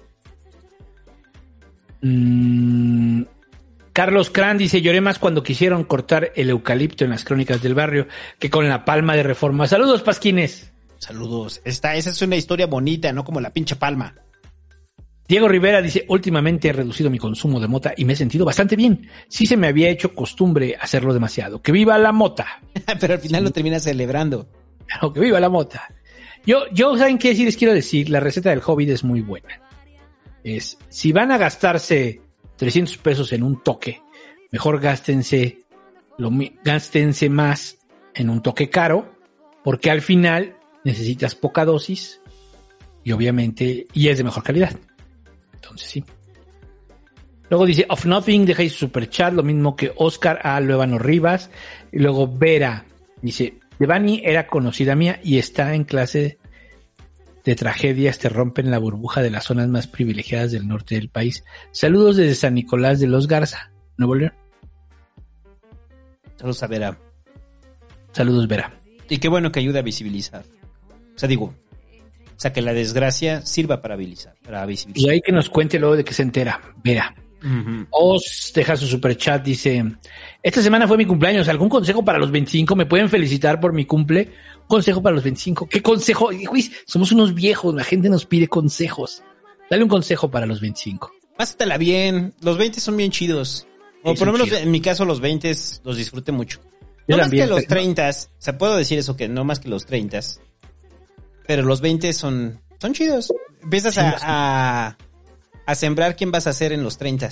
Mm, Carlos Cran dice, lloré más cuando quisieron cortar el eucalipto en las crónicas del barrio que con la palma de Reforma. Saludos, Pasquines. Saludos. Esta, esa es una historia bonita, no como la pinche palma. Diego Rivera dice, últimamente he reducido mi consumo de mota y me he sentido bastante bien. Sí se me había hecho costumbre hacerlo demasiado. ¡Que viva la mota! Pero al final sí. Lo terminas celebrando. No, ¡que viva la mota! Yo, yo, ¿saben qué decir? Les quiero decir, la receta del Hobbit es muy buena. Es, si van a gastarse trescientos pesos en un toque, mejor gástense, lo, gástense más en un toque caro, porque al final necesitas poca dosis y obviamente, y es de mejor calidad. Entonces sí. Luego dice, Of Nothing, dejáis su superchat, lo mismo que Oscar A. Luevano Rivas. Y luego Vera dice, Devani era conocida mía y está en clase de tragedias, te rompen la burbuja de las zonas más privilegiadas del norte del país. Saludos desde San Nicolás de los Garza, Nuevo León. Saludos a Vera. Saludos, Vera. Y qué bueno que ayuda a visibilizar. O sea, digo, o sea, que la desgracia sirva para visibilizar. Para visibilizar. Y ahí que nos cuente luego de que se entera, Vera. Uh-huh. Os deja su superchat, dice, esta semana fue mi cumpleaños, ¿algún consejo para los veinticinco? ¿Me pueden felicitar por mi cumple? Consejo para los veinticinco. ¿Qué consejo? Uy, somos unos viejos, la gente nos pide consejos. Dale un consejo para los veinticinco. Pásatela bien, los veinte son bien chidos. O sí, por lo menos chidos. En mi caso los veinte los disfruté mucho. Yo no también, más que los treinta, o sea, puedo decir eso, que no más que los treinta, pero los veinte son, son chidos. Empiezas sí, a, a, a sembrar quién vas a ser en los treinta.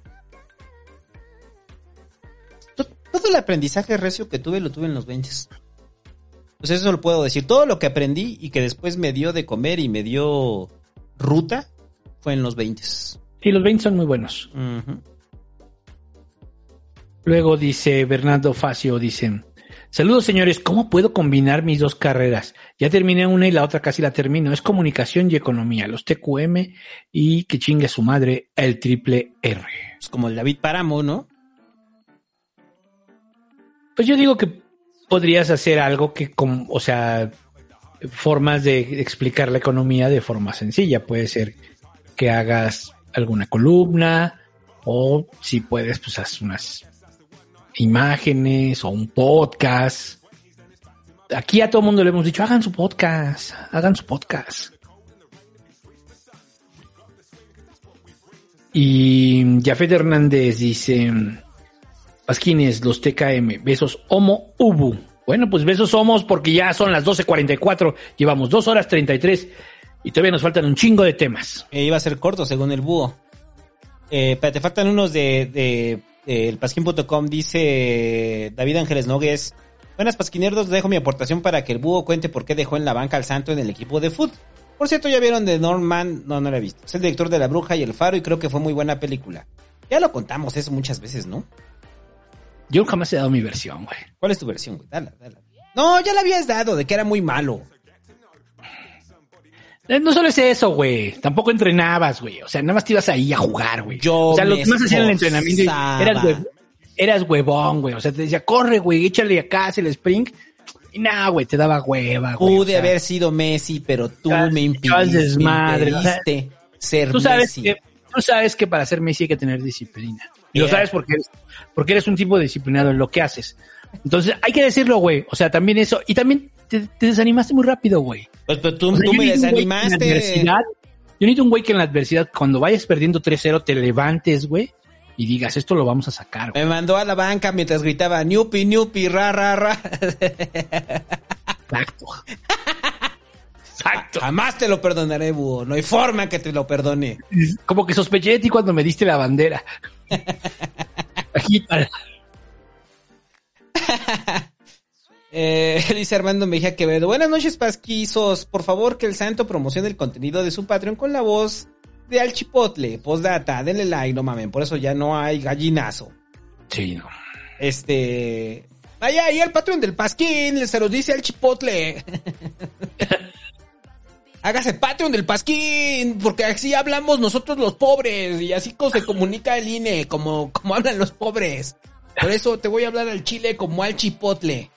Todo el aprendizaje recio que tuve lo tuve en los veinte. Pues eso lo puedo decir. Todo lo que aprendí y que después me dio de comer y me dio ruta fue en los veinte. Sí, los veinte son muy buenos. Uh-huh. Luego dice Bernardo Facio, dice, saludos señores, ¿cómo puedo combinar mis dos carreras? Ya terminé una y la otra casi la termino. Es comunicación y economía, los T Q M y que chingue su madre el triple R. Pues como el David Páramo, ¿no? Pues yo digo que podrías hacer algo que, com- o sea, formas de explicar la economía de forma sencilla. Puede ser que hagas alguna columna o si puedes, pues haz unas imágenes o un podcast. Aquí a todo el mundo le hemos dicho, hagan su podcast, hagan su podcast. Y Jafet Hernández dice, Pasquines, los T K M, besos homo ubu. Bueno, pues besos homos porque ya son las doce cuarenta y cuatro, llevamos dos horas treinta y tres y todavía nos faltan un chingo de temas. Eh, iba a ser corto según el búho. Eh, pero te faltan unos de... de el pasquín punto com, dice David Ángeles Nogues. Buenas pasquinerdos, dejo mi aportación para que el búho cuente por qué dejó en la banca al santo en el equipo de fútbol. Por cierto, ya vieron de Norman, no, no la he visto. Es el director de La Bruja y El Faro y creo que fue muy buena película. Ya lo contamos eso muchas veces, ¿no? Yo jamás he dado mi versión, güey. ¿Cuál es tu versión, güey? Dala, dala. No, ya la habías dado, de que era muy malo. No solo es eso, güey. Tampoco entrenabas, güey. O sea, nada más te ibas ahí a jugar, güey. Yo o sea, lo me que más hacían en el entrenamiento esforzaba. eras, huev- eras huevón, güey. O sea, te decía, corre, güey, échale acá, haz el sprint. Y nada, güey, te daba hueva, güey. Pude o sea, haber sido Messi, pero tú ya- me ya impidiste, el desmadre, me o sea, impediste ser tú sabes Messi. que tú sabes que para ser Messi hay que tener disciplina. Y lo Yeah. sabes porque eres, porque eres un tipo disciplinado en lo que haces. Entonces, hay que decirlo, güey. O sea, también eso. Y también te, te desanimaste muy rápido, güey. Pues, pero tú, O sea, tú yo me necesito un güey que en la desanimaste. adversidad- Yo necesito un güey que en la adversidad, cuando vayas perdiendo tres cero, te levantes, güey, y digas, esto lo vamos a sacar, güey. Me mandó a la banca mientras gritaba, Ñupi, Ñupi, ra, ra, ra. Exacto. Exacto. Jamás te lo perdonaré, búho. No hay forma que te lo perdone. Como que sospeché de ti cuando me diste la bandera. Aquí para... Eh, dice Armando Mejía Quevedo. Buenas noches, pasquizos. Por favor, que el santo promocione el contenido de su Patreon con la voz de Al Chipotle. Postdata, denle like, no mamen. Por eso ya no hay gallinazo. Sí, no. Este... Vaya ahí el Patreon del Pasquín, se los dice Al Chipotle. Hágase Patreon del Pasquín, porque así hablamos nosotros los pobres, y así como se comunica el I N E, como, como hablan los pobres. Por eso te voy a hablar al chile como Al Chipotle.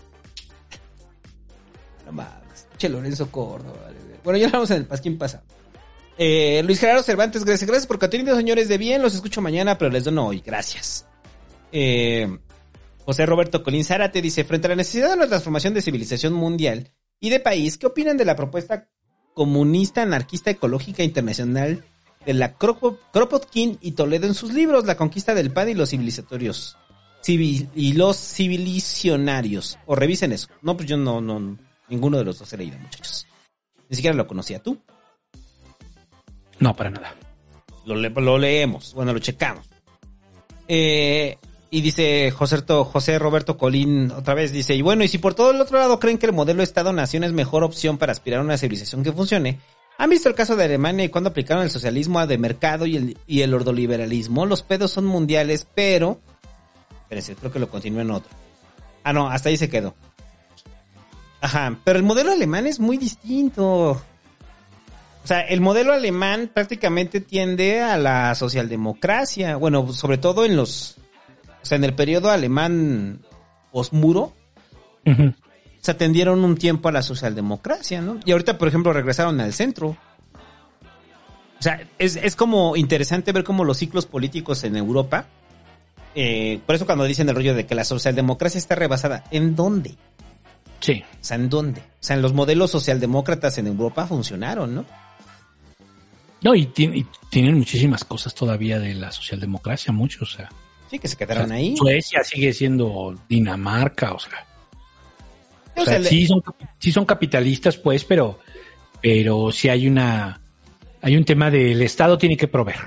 No más, che Lorenzo Córdoba. Vale. Bueno, ya hablamos en el Pasquín pasado. Eh, Luis Gerardo Cervantes, gracias, gracias por contenido, señores de bien, los escucho mañana, pero les dono hoy, gracias. Eh, José Roberto Colín Zárate dice, frente a la necesidad de la transformación de civilización mundial y de país, ¿qué opinan de la propuesta comunista, anarquista, ecológica internacional de la Kropo- Kropotkin y Toledo en sus libros, La conquista del pan y los civilizatorios? Civil, y los civilizacionarios. O revisen eso. No, pues yo no, no, ninguno de los dos he leído, muchachos. Ni siquiera lo conocía. ¿Tú? No, para nada. Lo, le- lo leemos. Bueno, lo checamos. Eh, y dice José, José Roberto Colín otra vez, dice, y bueno, y si por todo el otro lado creen que el modelo Estado-Nación es mejor opción para aspirar a una civilización que funcione, ¿han visto el caso de Alemania y cuando aplicaron el socialismo de mercado y el, y el ordoliberalismo? Los pedos son mundiales, pero... Espérense, creo que lo continúo en otro. Ah, no, hasta ahí se quedó. Ajá, pero el modelo alemán es muy distinto. O sea, el modelo alemán prácticamente tiende a la socialdemocracia. Bueno, sobre todo en los... O sea, en el periodo alemán posmuro, Uh-huh. se atendieron un tiempo a la socialdemocracia, ¿no? Y ahorita, por ejemplo, regresaron al centro. O sea, es, es como interesante ver cómo los ciclos políticos en Europa... Eh, por eso cuando dicen el rollo de que la socialdemocracia está rebasada, ¿en dónde? Sí. O sea, ¿en dónde? O sea, en los modelos socialdemócratas en Europa funcionaron, ¿no? No, y, ti- y tienen muchísimas cosas todavía de la socialdemocracia, muchos, o sea. Sí, que se quedaron o sea, ahí. Suecia sigue siendo Dinamarca, o sea. O O sea, sea, le- sí son, sí son capitalistas, pues, pero, pero sí hay una, hay un tema del Estado tiene que proveer.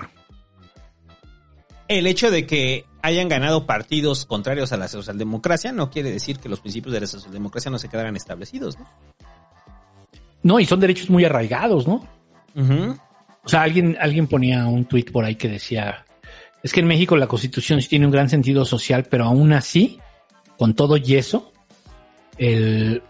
El hecho de que hayan ganado partidos contrarios a la socialdemocracia no quiere decir que los principios de la socialdemocracia no se quedaran establecidos, ¿no? No, y son derechos muy arraigados, ¿no? Uh-huh. O sea, alguien, alguien ponía un tuit por ahí que decía, es que en México la Constitución sí tiene un gran sentido social, pero aún así, con todo y eso, el,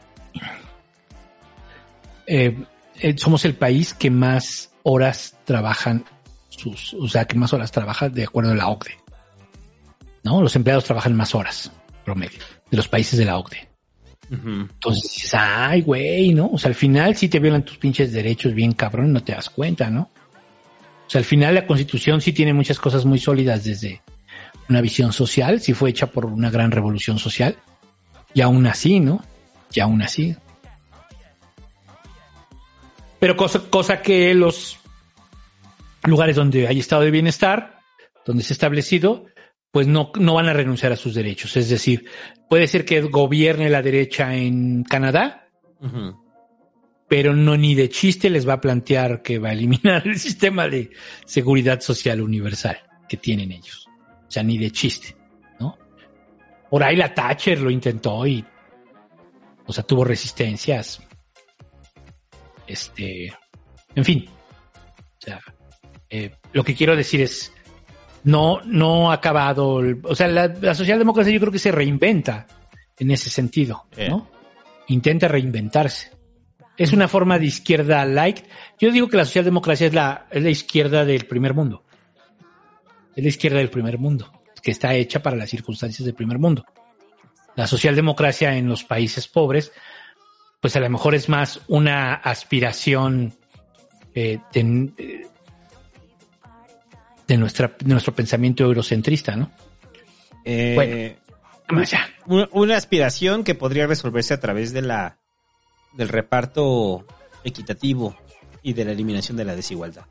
eh, eh, somos el país que más horas trabajan sus, o sea, que más horas trabaja de acuerdo a la O C D E. ¿No? Los empleados trabajan más horas promedio de los países de la O C D E. Uh-huh. Entonces dices, ay, güey, ¿no? O sea, al final sí te violan tus pinches derechos bien cabrón, no te das cuenta, ¿no? O sea, al final la Constitución sí tiene muchas cosas muy sólidas desde una visión social, sí fue hecha por una gran revolución social, y aún así, ¿no? Y aún así. Pero cosa, cosa que los lugares donde hay estado de bienestar, donde se ha establecido, pues no, no van a renunciar a sus derechos. Es decir, puede ser que gobierne la derecha en Canadá, uh-huh. pero no ni de chiste les va a plantear que va a eliminar el sistema de seguridad social universal que tienen ellos. O sea, ni de chiste, ¿no? Por ahí la Thatcher lo intentó y, o sea, tuvo resistencias. Este, en fin. O sea, eh, lo que quiero decir es, no, no ha acabado, el, o sea, la, la socialdemocracia yo creo que se reinventa en ese sentido, ¿no? Eh. Intenta reinventarse. Es una forma de izquierda light. Yo digo que la socialdemocracia es la, es la izquierda del primer mundo. Es la izquierda del primer mundo, que está hecha para las circunstancias del primer mundo. La socialdemocracia en los países pobres, pues a lo mejor es más una aspiración eh, de, de, nuestra, de nuestro pensamiento eurocentrista, ¿no? Eh, bueno, ya. Una, una aspiración que podría resolverse a través de la del reparto equitativo y de la eliminación de la desigualdad.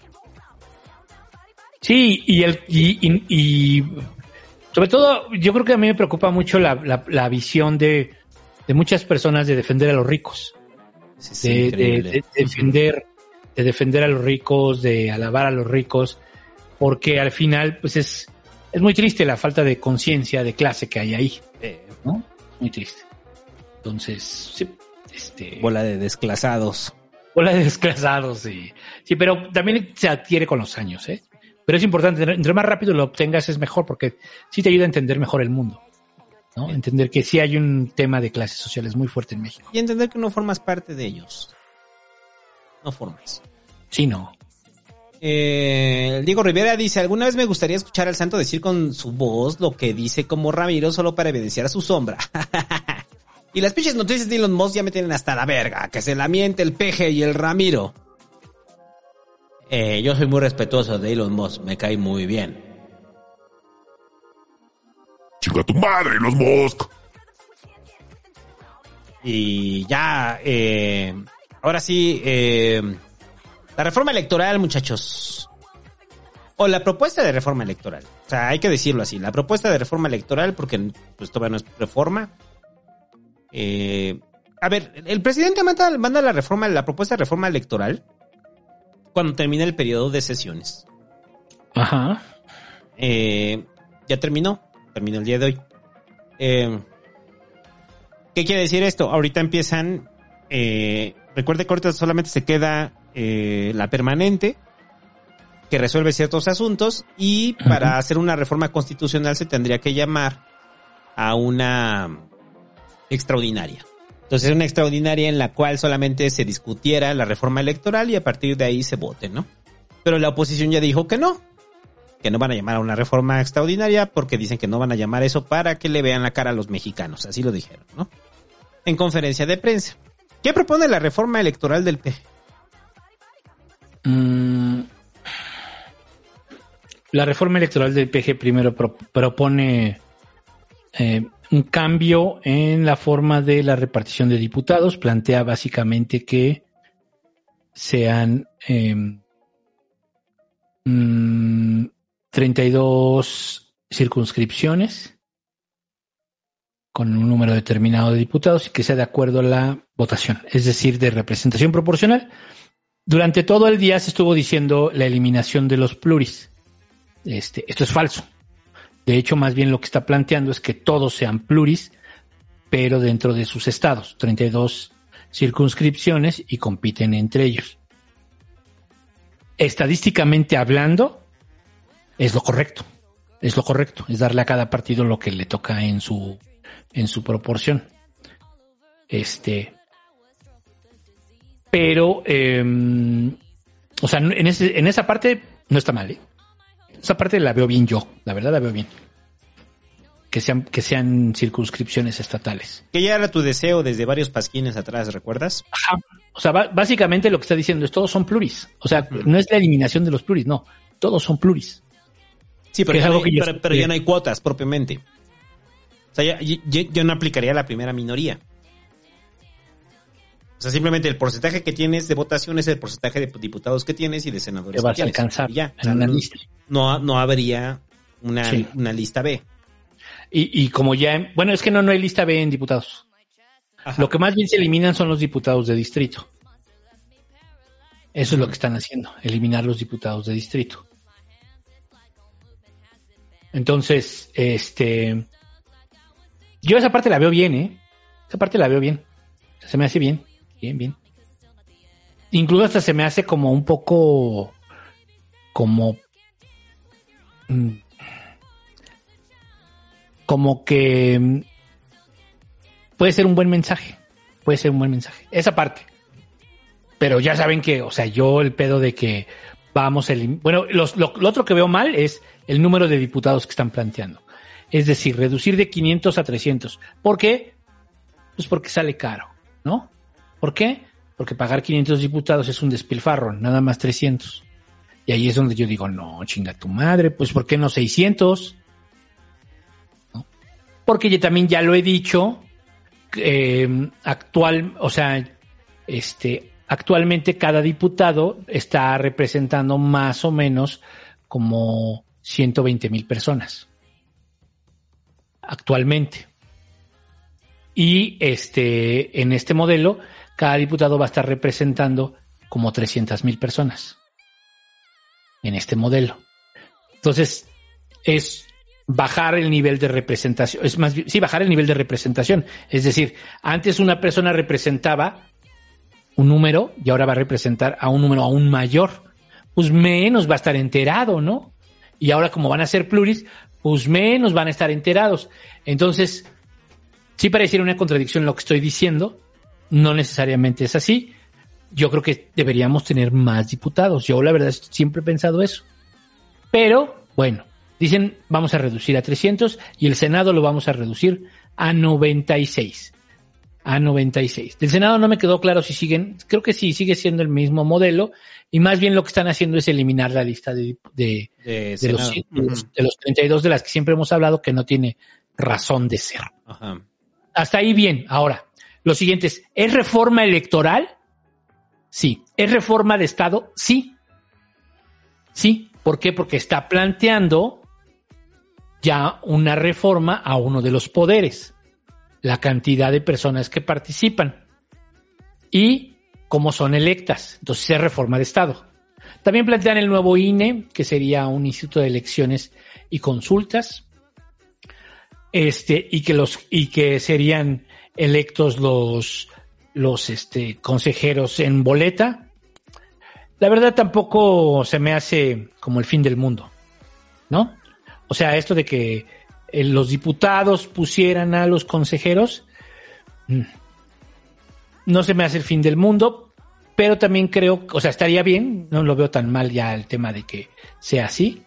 Sí, y el y, y, y sobre todo yo creo que a mí me preocupa mucho la, la, la visión de, de muchas personas de defender a los ricos, sí, de, de, de, de defender de defender a los ricos, de alabar a los ricos, porque al final pues es es muy triste la falta de conciencia de clase que hay ahí, ¿no? Muy triste. Entonces, sí, este bola de desclasados. Bola de desclasados, sí. Sí, pero también se adquiere con los años, ¿eh? Pero es importante, entre más rápido lo obtengas es mejor, porque sí te ayuda a entender mejor el mundo, ¿no? Entender que sí hay un tema de clases sociales muy fuerte en México. Y entender que no formas parte de ellos. No formas. Sí, no. Eh, Diego Rivera dice, alguna vez me gustaría escuchar al santo decir con su voz lo que dice como Ramiro solo para evidenciar a su sombra. Y las pinches noticias de Elon Musk ya me tienen hasta la verga, que se la miente el Peje y el Ramiro. Eh, yo soy muy respetuoso de Elon Musk, me cae muy bien. ¡Chica tu madre, Elon Musk! Y ya, eh, ahora sí, eh, la reforma electoral, muchachos. O la propuesta de reforma electoral. O sea, hay que decirlo así, la propuesta de reforma electoral, porque pues todavía no es reforma. Eh, a ver, el presidente manda, manda la reforma, la propuesta de reforma electoral cuando termina el periodo de sesiones. Ajá. Eh, ya terminó, terminó el día de hoy. Eh, ¿Qué quiere decir esto? Ahorita empiezan, eh, recuerde que ahorita solamente se queda eh, la permanente, que resuelve ciertos asuntos, y uh-huh. para hacer una reforma constitucional se tendría que llamar a una extraordinaria. Entonces, una extraordinaria en la cual solamente se discutiera la reforma electoral y a partir de ahí se vote, ¿no? Pero la oposición ya dijo que no, que no van a llamar a una reforma extraordinaria porque dicen que no van a llamar eso para que le vean la cara a los mexicanos, así lo dijeron, ¿no? En conferencia de prensa. ¿Qué propone la reforma electoral del P G? Mm, la reforma electoral del P G primero pro, propone eh, un cambio en la forma de la repartición de diputados. Plantea básicamente que sean eh, mmm, treinta y dos circunscripciones con un número determinado de diputados y que sea de acuerdo a la votación, es decir, de representación proporcional. Durante todo el día se estuvo diciendo la eliminación de los pluris. Este, esto es falso. De hecho, más bien lo que está planteando es que todos sean pluris, pero dentro de sus estados. treinta y dos circunscripciones y compiten entre ellos. estadísticamente hablando, es lo correcto. Es lo correcto. Es darle a cada partido lo que le toca en su, en su proporción. Este. Pero, eh, o sea, en, ese, en esa parte no está mal, ¿eh? Esa parte la veo bien yo. La verdad la veo bien. Que sean, que sean circunscripciones estatales. Que ya era tu deseo desde varios pasquines atrás, ¿recuerdas? Ajá. O sea, b- básicamente lo que está diciendo es todos son pluris. O sea, uh-huh. no es la eliminación de los pluris, no. Todos son pluris. Sí, pero, ya no, hay, pero, pero ya no hay cuotas propiamente. O sea, ya, yo, yo no aplicaría la primera minoría. O sea, simplemente el porcentaje que tienes de votación es el porcentaje de diputados que tienes y de senadores que vas que a alcanzar ya, en o sea, una no, lista. No, no habría una, sí. una lista B. Y, y como ya, bueno, es que no, no hay lista B en diputados. Ajá. Lo que más bien se eliminan son los diputados de distrito. Eso es lo que están haciendo, eliminar los diputados de distrito. Entonces, este, yo esa parte la veo bien, ¿eh? Esa parte la veo bien. Se me hace bien, bien, bien. Incluso hasta se me hace como un poco, como, como que puede ser un buen mensaje. Puede ser un buen mensaje. Esa parte. Pero ya saben que, o sea, yo el pedo de que vamos a elim- bueno, los, lo, lo otro que veo mal es el número de diputados que están planteando. Es decir, reducir de quinientos a trescientos. ¿Por qué? Pues porque sale caro, ¿no? ¿Por qué? Porque pagar quinientos diputados es un despilfarro, nada más trescientos. Y ahí es donde yo digo, no, chinga tu madre, pues ¿por qué no seiscientos? ¿No? Porque yo también ya lo he dicho, eh, actual, o sea, este, actualmente cada diputado está representando más o menos como ciento veinte mil personas. Actualmente. Y este, en este modelo, cada diputado va a estar representando como trescientas mil personas. En este modelo. Entonces, es bajar el nivel de representación. Es más, sí, bajar el nivel de representación. Es decir, antes una persona representaba un número y ahora va a representar a un número aún mayor. Pues menos va a estar enterado, ¿no? Y ahora como van a ser pluris, pues menos van a estar enterados. Entonces, sí pareciera una contradicción lo que estoy diciendo. No necesariamente es así. Yo creo que deberíamos tener más diputados. Yo la verdad siempre he pensado eso. Pero, bueno, dicen vamos a reducir a trescientos y el Senado lo vamos a reducir a noventa y seis. A noventa y seis. Del Senado no me quedó claro si siguen, creo que sí, sigue siendo el mismo modelo y más bien lo que están haciendo es eliminar la lista de, de, de, de, los, de, los, de los treinta y dos de las que siempre hemos hablado que no tiene razón de ser. Ajá. Hasta ahí bien. Ahora, lo siguiente es, ¿es reforma electoral? Sí. ¿Es reforma de Estado? Sí. Sí. ¿Por qué? Porque está planteando ya una reforma a uno de los poderes. La cantidad de personas que participan. Y cómo son electas. Entonces es reforma de Estado. También plantean el nuevo I N E, que sería un instituto de elecciones y consultas. Este, y que los, y que serían electos los, los, este, consejeros en boleta. La verdad tampoco se me hace como el fin del mundo, ¿no? O sea, esto de que eh, los diputados pusieran a los consejeros, no se me hace el fin del mundo, pero también creo, o sea, estaría bien, no lo veo tan mal ya el tema de que sea así.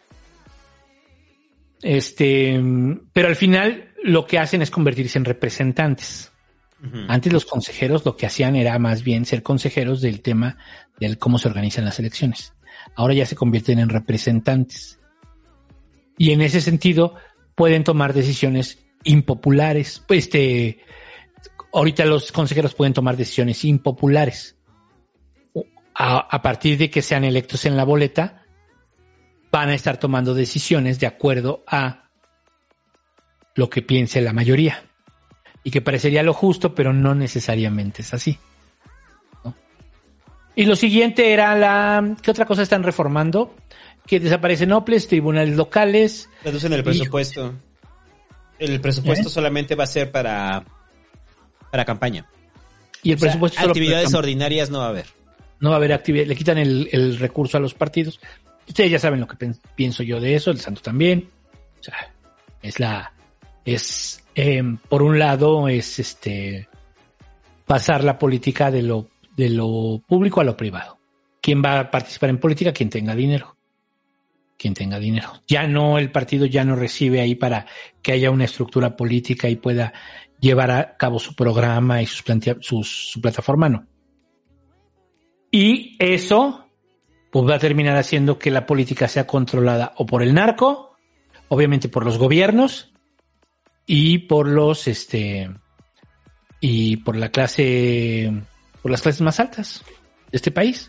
Este, pero al final lo que hacen es convertirse en representantes. Uh-huh. Antes los consejeros lo que hacían era más bien ser consejeros del tema del cómo se organizan las elecciones. Ahora ya se convierten en representantes. Y en ese sentido pueden tomar decisiones impopulares. Este, ahorita los consejeros pueden tomar decisiones impopulares. A, a partir de que sean electos en la boleta, van a estar tomando decisiones de acuerdo a lo que piense la mayoría. Y que parecería lo justo, pero no necesariamente es así, ¿no? Y lo siguiente era la... ¿Qué otra cosa están reformando? Que desaparecen O P L Es, tribunales locales. Reducen el presupuesto. Y... El presupuesto ¿Eh? solamente va a ser para, para campaña. Y el o presupuesto sea, solo actividades para... ordinarias no va a haber. No va a haber actividad, le quitan el, el recurso a los partidos. Ustedes ya saben lo que pen, pienso yo de eso, el Santo también. O sea, es la, es, eh, por un lado, es este, pasar la política de lo, de lo público a lo privado. ¿Quién va a participar en política? Quien tenga dinero. Quien tenga dinero. Ya no, el partido ya no recibe ahí para que haya una estructura política y pueda llevar a cabo su programa y sus plantea, sus, su plataforma, no. Y eso pues va a terminar haciendo que la política sea controlada o por el narco, obviamente por los gobiernos y por los este y por la clase por las clases más altas de este país.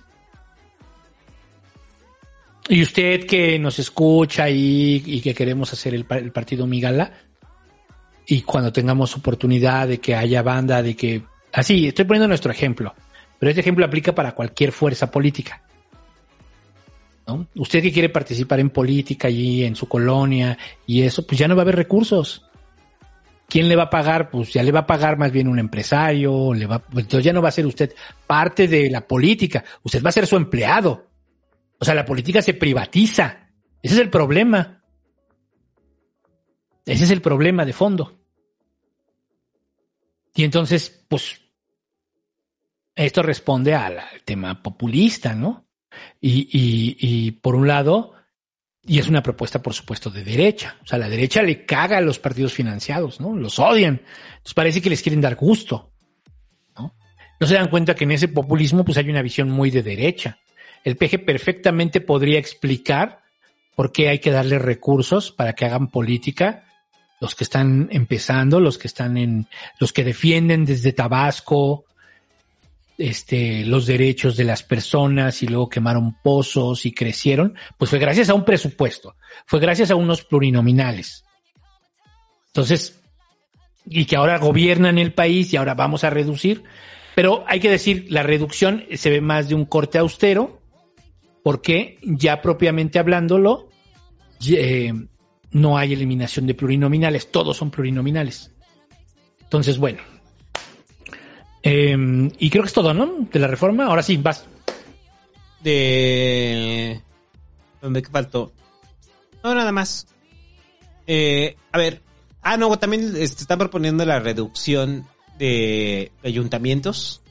Y usted que nos escucha y, y que queremos hacer el, el partido Migala, y cuando tengamos oportunidad de que haya banda, de que así, estoy poniendo nuestro ejemplo. Pero este ejemplo aplica para cualquier fuerza política, ¿no? Usted que quiere participar en política allí en su colonia y eso, pues ya no va a haber recursos. ¿Quién le va a pagar? Pues ya le va a pagar más bien un empresario, le va, entonces ya no va a ser usted parte de la política, usted va a ser su empleado. O sea, la política se privatiza. Ese es el problema. Ese es el problema de fondo. Y entonces, pues, esto responde al, al tema populista, ¿no? Y, y, y por un lado, y es una propuesta, por supuesto, de derecha. O sea, la derecha le caga a los partidos financiados, ¿no? Los odian. Entonces parece que les quieren dar gusto, ¿no? No se dan cuenta que en ese populismo, pues, hay una visión muy de derecha. El P G perfectamente podría explicar por qué hay que darle recursos para que hagan política. Los que están empezando, los que están en, los que defienden desde Tabasco, este, los derechos de las personas y luego quemaron pozos y crecieron, pues fue gracias a un presupuesto, fue gracias a unos plurinominales. Entonces, y que ahora gobiernan el país y ahora vamos a reducir, pero hay que decir, la reducción se ve más de un corte austero, porque ya propiamente hablándolo, eh, no hay eliminación de plurinominales, todos son plurinominales. Entonces, bueno. Eh, y creo que es todo, ¿no? De la reforma. Ahora sí, vas. De... ¿Dónde qué faltó? No, nada más. Eh, a ver. Ah, no, también este, están proponiendo la reducción de ayuntamientos.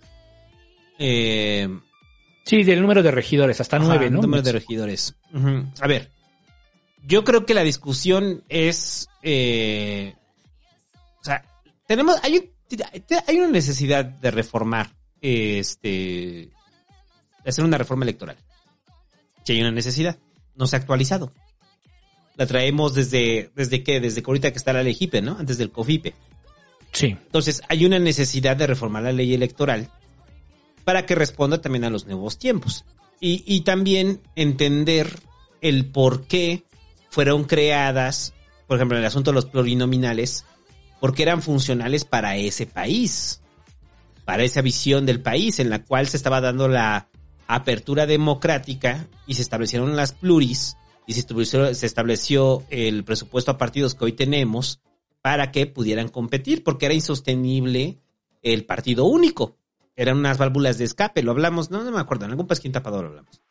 Eh... Sí, del número de regidores, hasta nueve, Ajá, ¿no? Número de regidores. Uh-huh. A ver, yo creo que la discusión es, eh, o sea, tenemos, hay, un, hay una necesidad de reformar, este, de hacer una reforma electoral. Sí, hay una necesidad, no se ha actualizado. La traemos desde, desde qué, desde que ahorita que está la ley Jipe, ¿no? Antes del COFIPE. Sí. Entonces, hay una necesidad de reformar la ley electoral para que responda también a los nuevos tiempos. Y, y también entender el por qué fueron creadas, por ejemplo, en el asunto de los plurinominales, porque eran funcionales para ese país, para esa visión del país en la cual se estaba dando la apertura democrática y se establecieron las pluris y se estableció, se estableció el presupuesto a partidos que hoy tenemos para que pudieran competir, porque era insostenible el partido único. Eran unas válvulas de escape, lo hablamos, no, no me acuerdo, en algún pasquín tapador lo hablamos.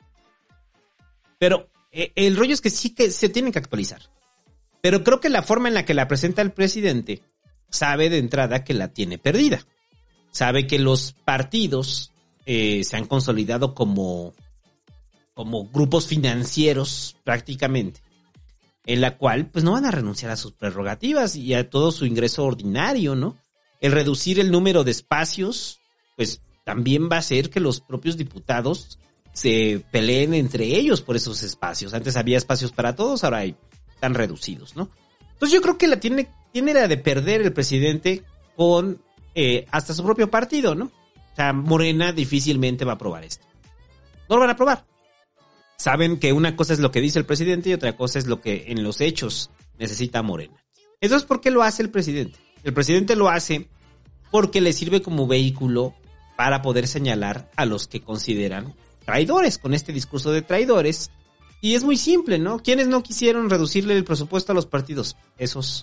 Pero eh, el rollo es que sí que se tienen que actualizar. Pero creo que la forma en la que la presenta el presidente sabe de entrada que la tiene perdida. Sabe que los partidos eh, se han consolidado como, como grupos financieros prácticamente, en la cual pues no van a renunciar a sus prerrogativas y a todo su ingreso ordinario, ¿no? El reducir el número de espacios pues también va a hacer que los propios diputados se peleen entre ellos por esos espacios. Antes había espacios para todos, ahora hay tan reducidos, ¿no? Entonces yo creo que la tiene, tiene la de perder el presidente con eh, hasta su propio partido, ¿no? O sea, Morena difícilmente va a aprobar esto. No lo van a aprobar. Saben que una cosa es lo que dice el presidente y otra cosa es lo que en los hechos necesita Morena. Entonces, ¿por qué lo hace el presidente? El presidente lo hace porque le sirve como vehículo para poder señalar a los que consideran traidores, con este discurso de traidores. Y es muy simple, ¿no? ¿Quiénes no quisieron reducirle el presupuesto a los partidos? Esos.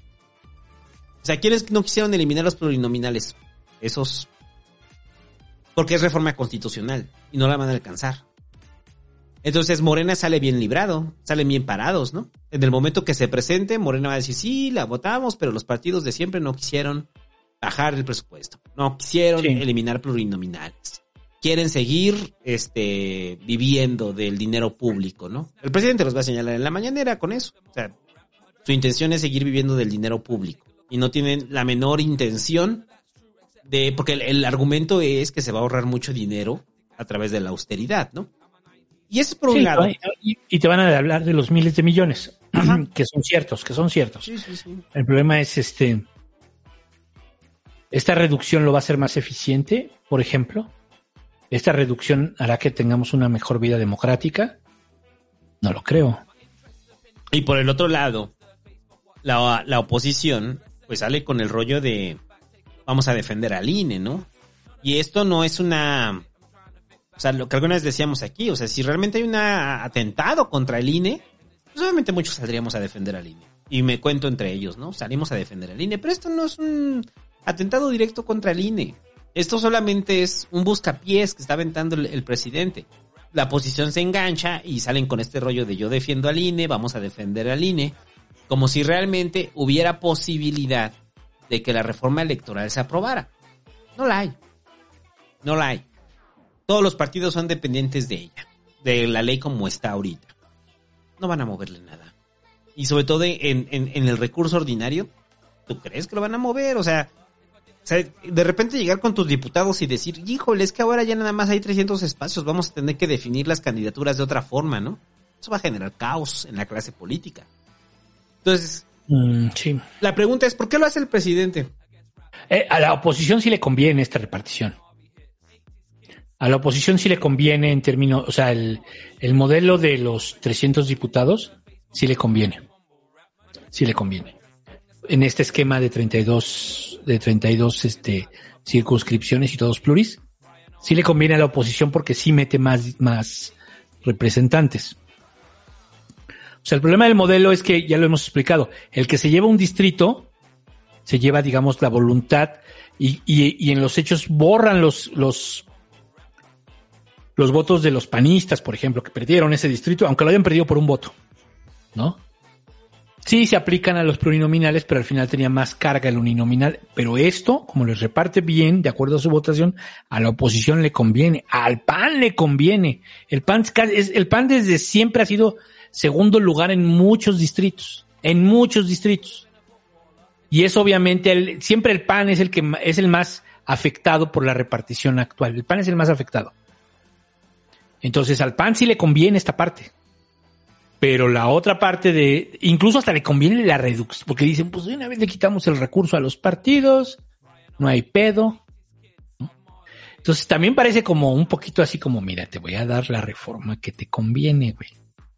O sea, ¿quiénes no quisieron eliminar los plurinominales? Esos. Porque es reforma constitucional y no la van a alcanzar. Entonces Morena sale bien librado, salen bien parados, ¿no? En el momento que se presente, Morena va a decir, sí, la votamos, pero los partidos de siempre no quisieron bajar el presupuesto, no quisieron sí. eliminar plurinominales. Quieren seguir este viviendo del dinero público, ¿no? El presidente los va a señalar en la mañanera con eso. O sea, su intención es seguir viviendo del dinero público. Y no tienen la menor intención de... Porque el, el argumento es que se va a ahorrar mucho dinero a través de la austeridad, ¿no? Y eso es por un sí, lado. Y, y te van a hablar de los miles de millones, Ajá. que son ciertos, que son ciertos. Sí, sí, sí. El problema es este... ¿Esta reducción lo va a hacer más eficiente, por ejemplo? ¿Esta reducción hará que tengamos una mejor vida democrática? No lo creo. Y por el otro lado, la, la oposición pues sale con el rollo de vamos a defender al I N E, ¿no? Y esto no es una... O sea, lo que algunas decíamos aquí, o sea, si realmente hay un atentado contra el I N E, pues obviamente muchos saldríamos a defender al I N E. Y me cuento entre ellos, ¿no? Salimos a defender al I N E, pero esto no es un atentado directo contra el I N E. Esto solamente es un buscapiés que está aventando el, el presidente. La oposición se engancha y salen con este rollo de yo defiendo al I N E, vamos a defender al I N E, como si realmente hubiera posibilidad de que la reforma electoral se aprobara. No la hay. No la hay. Todos los partidos son dependientes de ella, de la ley como está ahorita. No van a moverle nada. Y sobre todo en, en, en el recurso ordinario, ¿tú crees que lo van a mover? O sea... O sea, de repente llegar con tus diputados y decir, híjole, es que ahora ya nada más hay trescientos espacios, vamos a tener que definir las candidaturas de otra forma, ¿no? Eso va a generar caos en la clase política. Entonces, mm, sí. La pregunta es, ¿por qué lo hace el presidente? Eh, a la oposición sí le conviene esta repartición. A la oposición sí le conviene en términos, o sea, el, el modelo de los trescientos diputados sí le conviene. Sí le conviene. En este esquema de treinta y dos, de treinta y dos este, circunscripciones y todos pluris, sí le conviene a la oposición porque sí mete más, más representantes. O sea, el problema del modelo es que, ya lo hemos explicado, el que se lleva un distrito, se lleva, digamos, la voluntad y, y, y en los hechos borran los, los, los votos de los panistas, por ejemplo, que perdieron ese distrito, aunque lo hayan perdido por un voto, ¿no? Sí, se aplican a los plurinominales, pero al final tenía más carga el uninominal. Pero esto, como les reparte bien, de acuerdo a su votación, a la oposición le conviene, al P A N le conviene. El P A N, es, el P A N desde siempre ha sido segundo lugar en muchos distritos, en muchos distritos. Y es obviamente, el, siempre el P A N es el que es el más afectado por la repartición actual. El P A N es el más afectado. Entonces al P A N sí le conviene esta parte. Pero la otra parte de, incluso hasta le conviene la reducción, porque dicen, pues de una vez le quitamos el recurso a los partidos, no hay pedo. Entonces también parece como un poquito así como, mira, te voy a dar la reforma que te conviene, güey.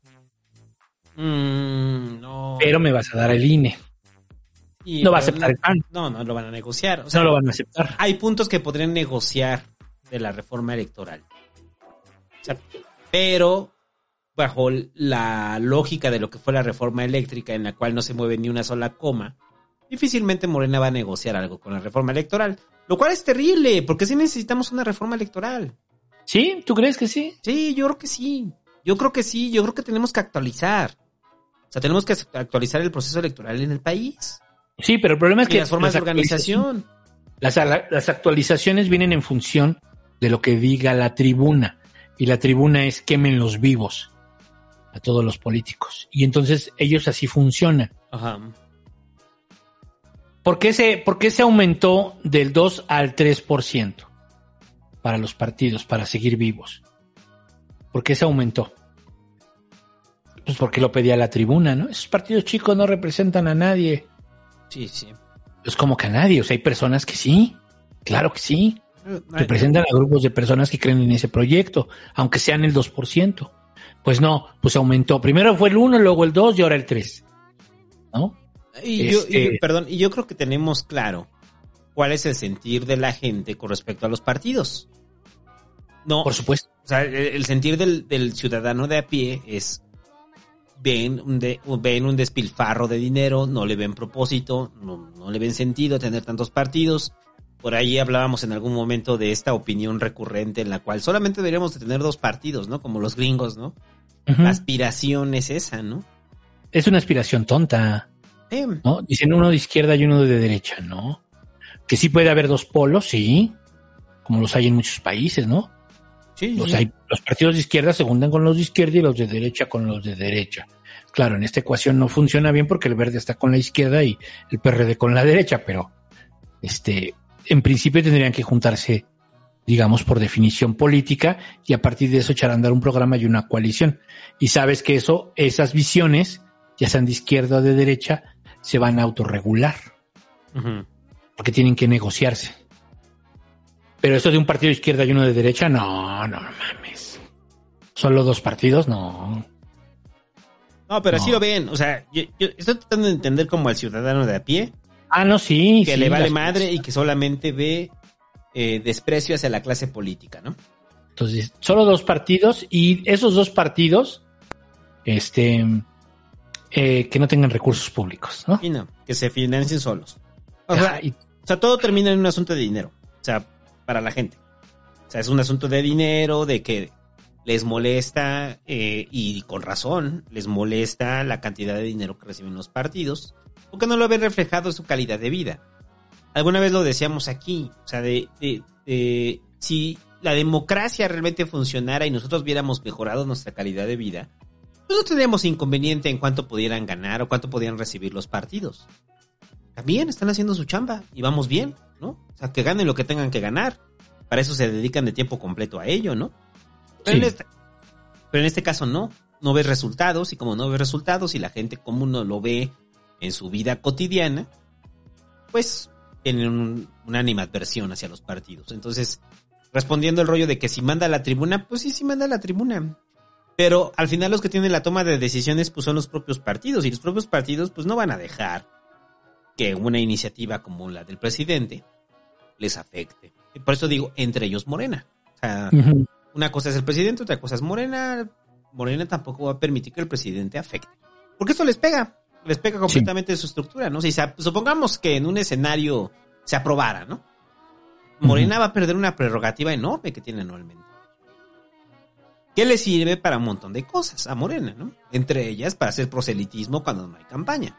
Mm, no. Pero me vas a dar el I N E. Sí, no va a aceptar el P A N. No, no lo van a negociar. O sea, no lo van a aceptar. Hay puntos que podrían negociar de la reforma electoral. O sea, pero... bajo la lógica de lo que fue la reforma eléctrica, en la cual no se mueve ni una sola coma, difícilmente Morena va a negociar algo con la reforma electoral, lo cual es terrible, porque sí necesitamos una reforma electoral. ¿Sí? ¿Tú crees que sí? Sí, yo creo que sí. Yo creo que sí, yo creo que tenemos que actualizar. O sea, tenemos que actualizar el proceso electoral en el país. Sí, pero el problema es y que... las formas de organización. Las, las actualizaciones vienen en función de lo que diga la tribuna, y la tribuna es quemen los vivos a todos los políticos. Y entonces ellos así funcionan. Ajá. ¿Por qué se, por qué se aumentó del dos al tres por ciento para los partidos, para seguir vivos? ¿Por qué se aumentó? Pues porque lo pedía la tribuna, ¿no? Esos partidos chicos no representan a nadie. Sí, sí. Es como que a nadie. O sea, hay personas que sí. Claro que sí. Representan a grupos de personas que creen en ese proyecto, aunque sean el dos por ciento. Pues no, pues aumentó. Primero fue el uno, luego el dos y ahora el tres. ¿No? Y este... yo, y, perdón, y yo creo que tenemos claro cuál es el sentir de la gente con respecto a los partidos. No, por supuesto. O sea, el, el sentir del, del ciudadano de a pie es ven un, de, ven un despilfarro de dinero, no le ven propósito, no, no le ven sentido tener tantos partidos. por ahí hablábamos en algún momento de esta opinión recurrente en la cual solamente deberíamos de tener dos partidos, ¿no? Como los gringos, ¿no? Uh-huh. La aspiración es esa, ¿no? Es una aspiración tonta, eh. ¿no? Dicen uno de izquierda y uno de derecha, ¿no? Que sí puede haber dos polos, sí, como los hay en muchos países, ¿no? Sí, los, sí. Hay, los partidos de izquierda se juntan con los de izquierda y los de derecha con los de derecha. Claro, en esta ecuación no funciona bien porque el verde está con la izquierda y el P R D con la derecha, pero este, en principio tendrían que juntarse, digamos, por definición política y a partir de eso echar a andar un programa y una coalición. Y sabes que eso, esas visiones, ya sean de izquierda o de derecha, se van a autorregular. Uh-huh. Porque tienen que negociarse. Pero eso de un partido de izquierda y uno de derecha, no, no mames. Solo dos partidos, no. No, pero no. así lo ven. O sea, yo, yo estoy tratando de entender como al ciudadano de a pie. Ah, no, sí. Que sí, le vale las... madre y que solamente ve eh, desprecio hacia la clase política, ¿no? Entonces, solo dos partidos y esos dos partidos, este, eh, que no tengan recursos públicos, ¿no? Y no, que se financien solos. O Ajá, sea, y... o sea, todo termina en un asunto de dinero. O sea, para la gente. O sea, es un asunto de dinero, de que les molesta, eh, y con razón, les molesta la cantidad de dinero que reciben los partidos, porque no lo ven reflejado en su calidad de vida. Alguna vez lo decíamos aquí, o sea, de, de, de si la democracia realmente funcionara y nosotros viéramos mejorado nuestra calidad de vida, pues no tendríamos inconveniente en cuánto pudieran ganar o cuánto podían recibir los partidos. También están haciendo su chamba y vamos bien, ¿no? O sea, que ganen lo que tengan que ganar. Para eso se dedican de tiempo completo a ello, ¿no? Pero, sí. en, este, pero en este caso no. No ves resultados y como no ves resultados y la gente común no lo ve en su vida cotidiana, pues tienen un, una animadversión hacia los partidos. Entonces, respondiendo el rollo de que si manda a la tribuna, pues sí, sí manda a la tribuna. Pero al final los que tienen la toma de decisiones pues son los propios partidos y los propios partidos pues no van a dejar que una iniciativa como la del presidente les afecte. Por eso digo, entre ellos Morena. O sea, uh-huh. Una cosa es el presidente, otra cosa es Morena. Morena tampoco va a permitir que el presidente afecte. Porque esto les pega. Les pega completamente sí. su estructura, ¿no? Si se, supongamos que en un escenario se aprobara, ¿no? Morena uh-huh. va a perder una prerrogativa enorme que tiene anualmente. Que le sirve para un montón de cosas a Morena, ¿no? Entre ellas para hacer proselitismo cuando no hay campaña.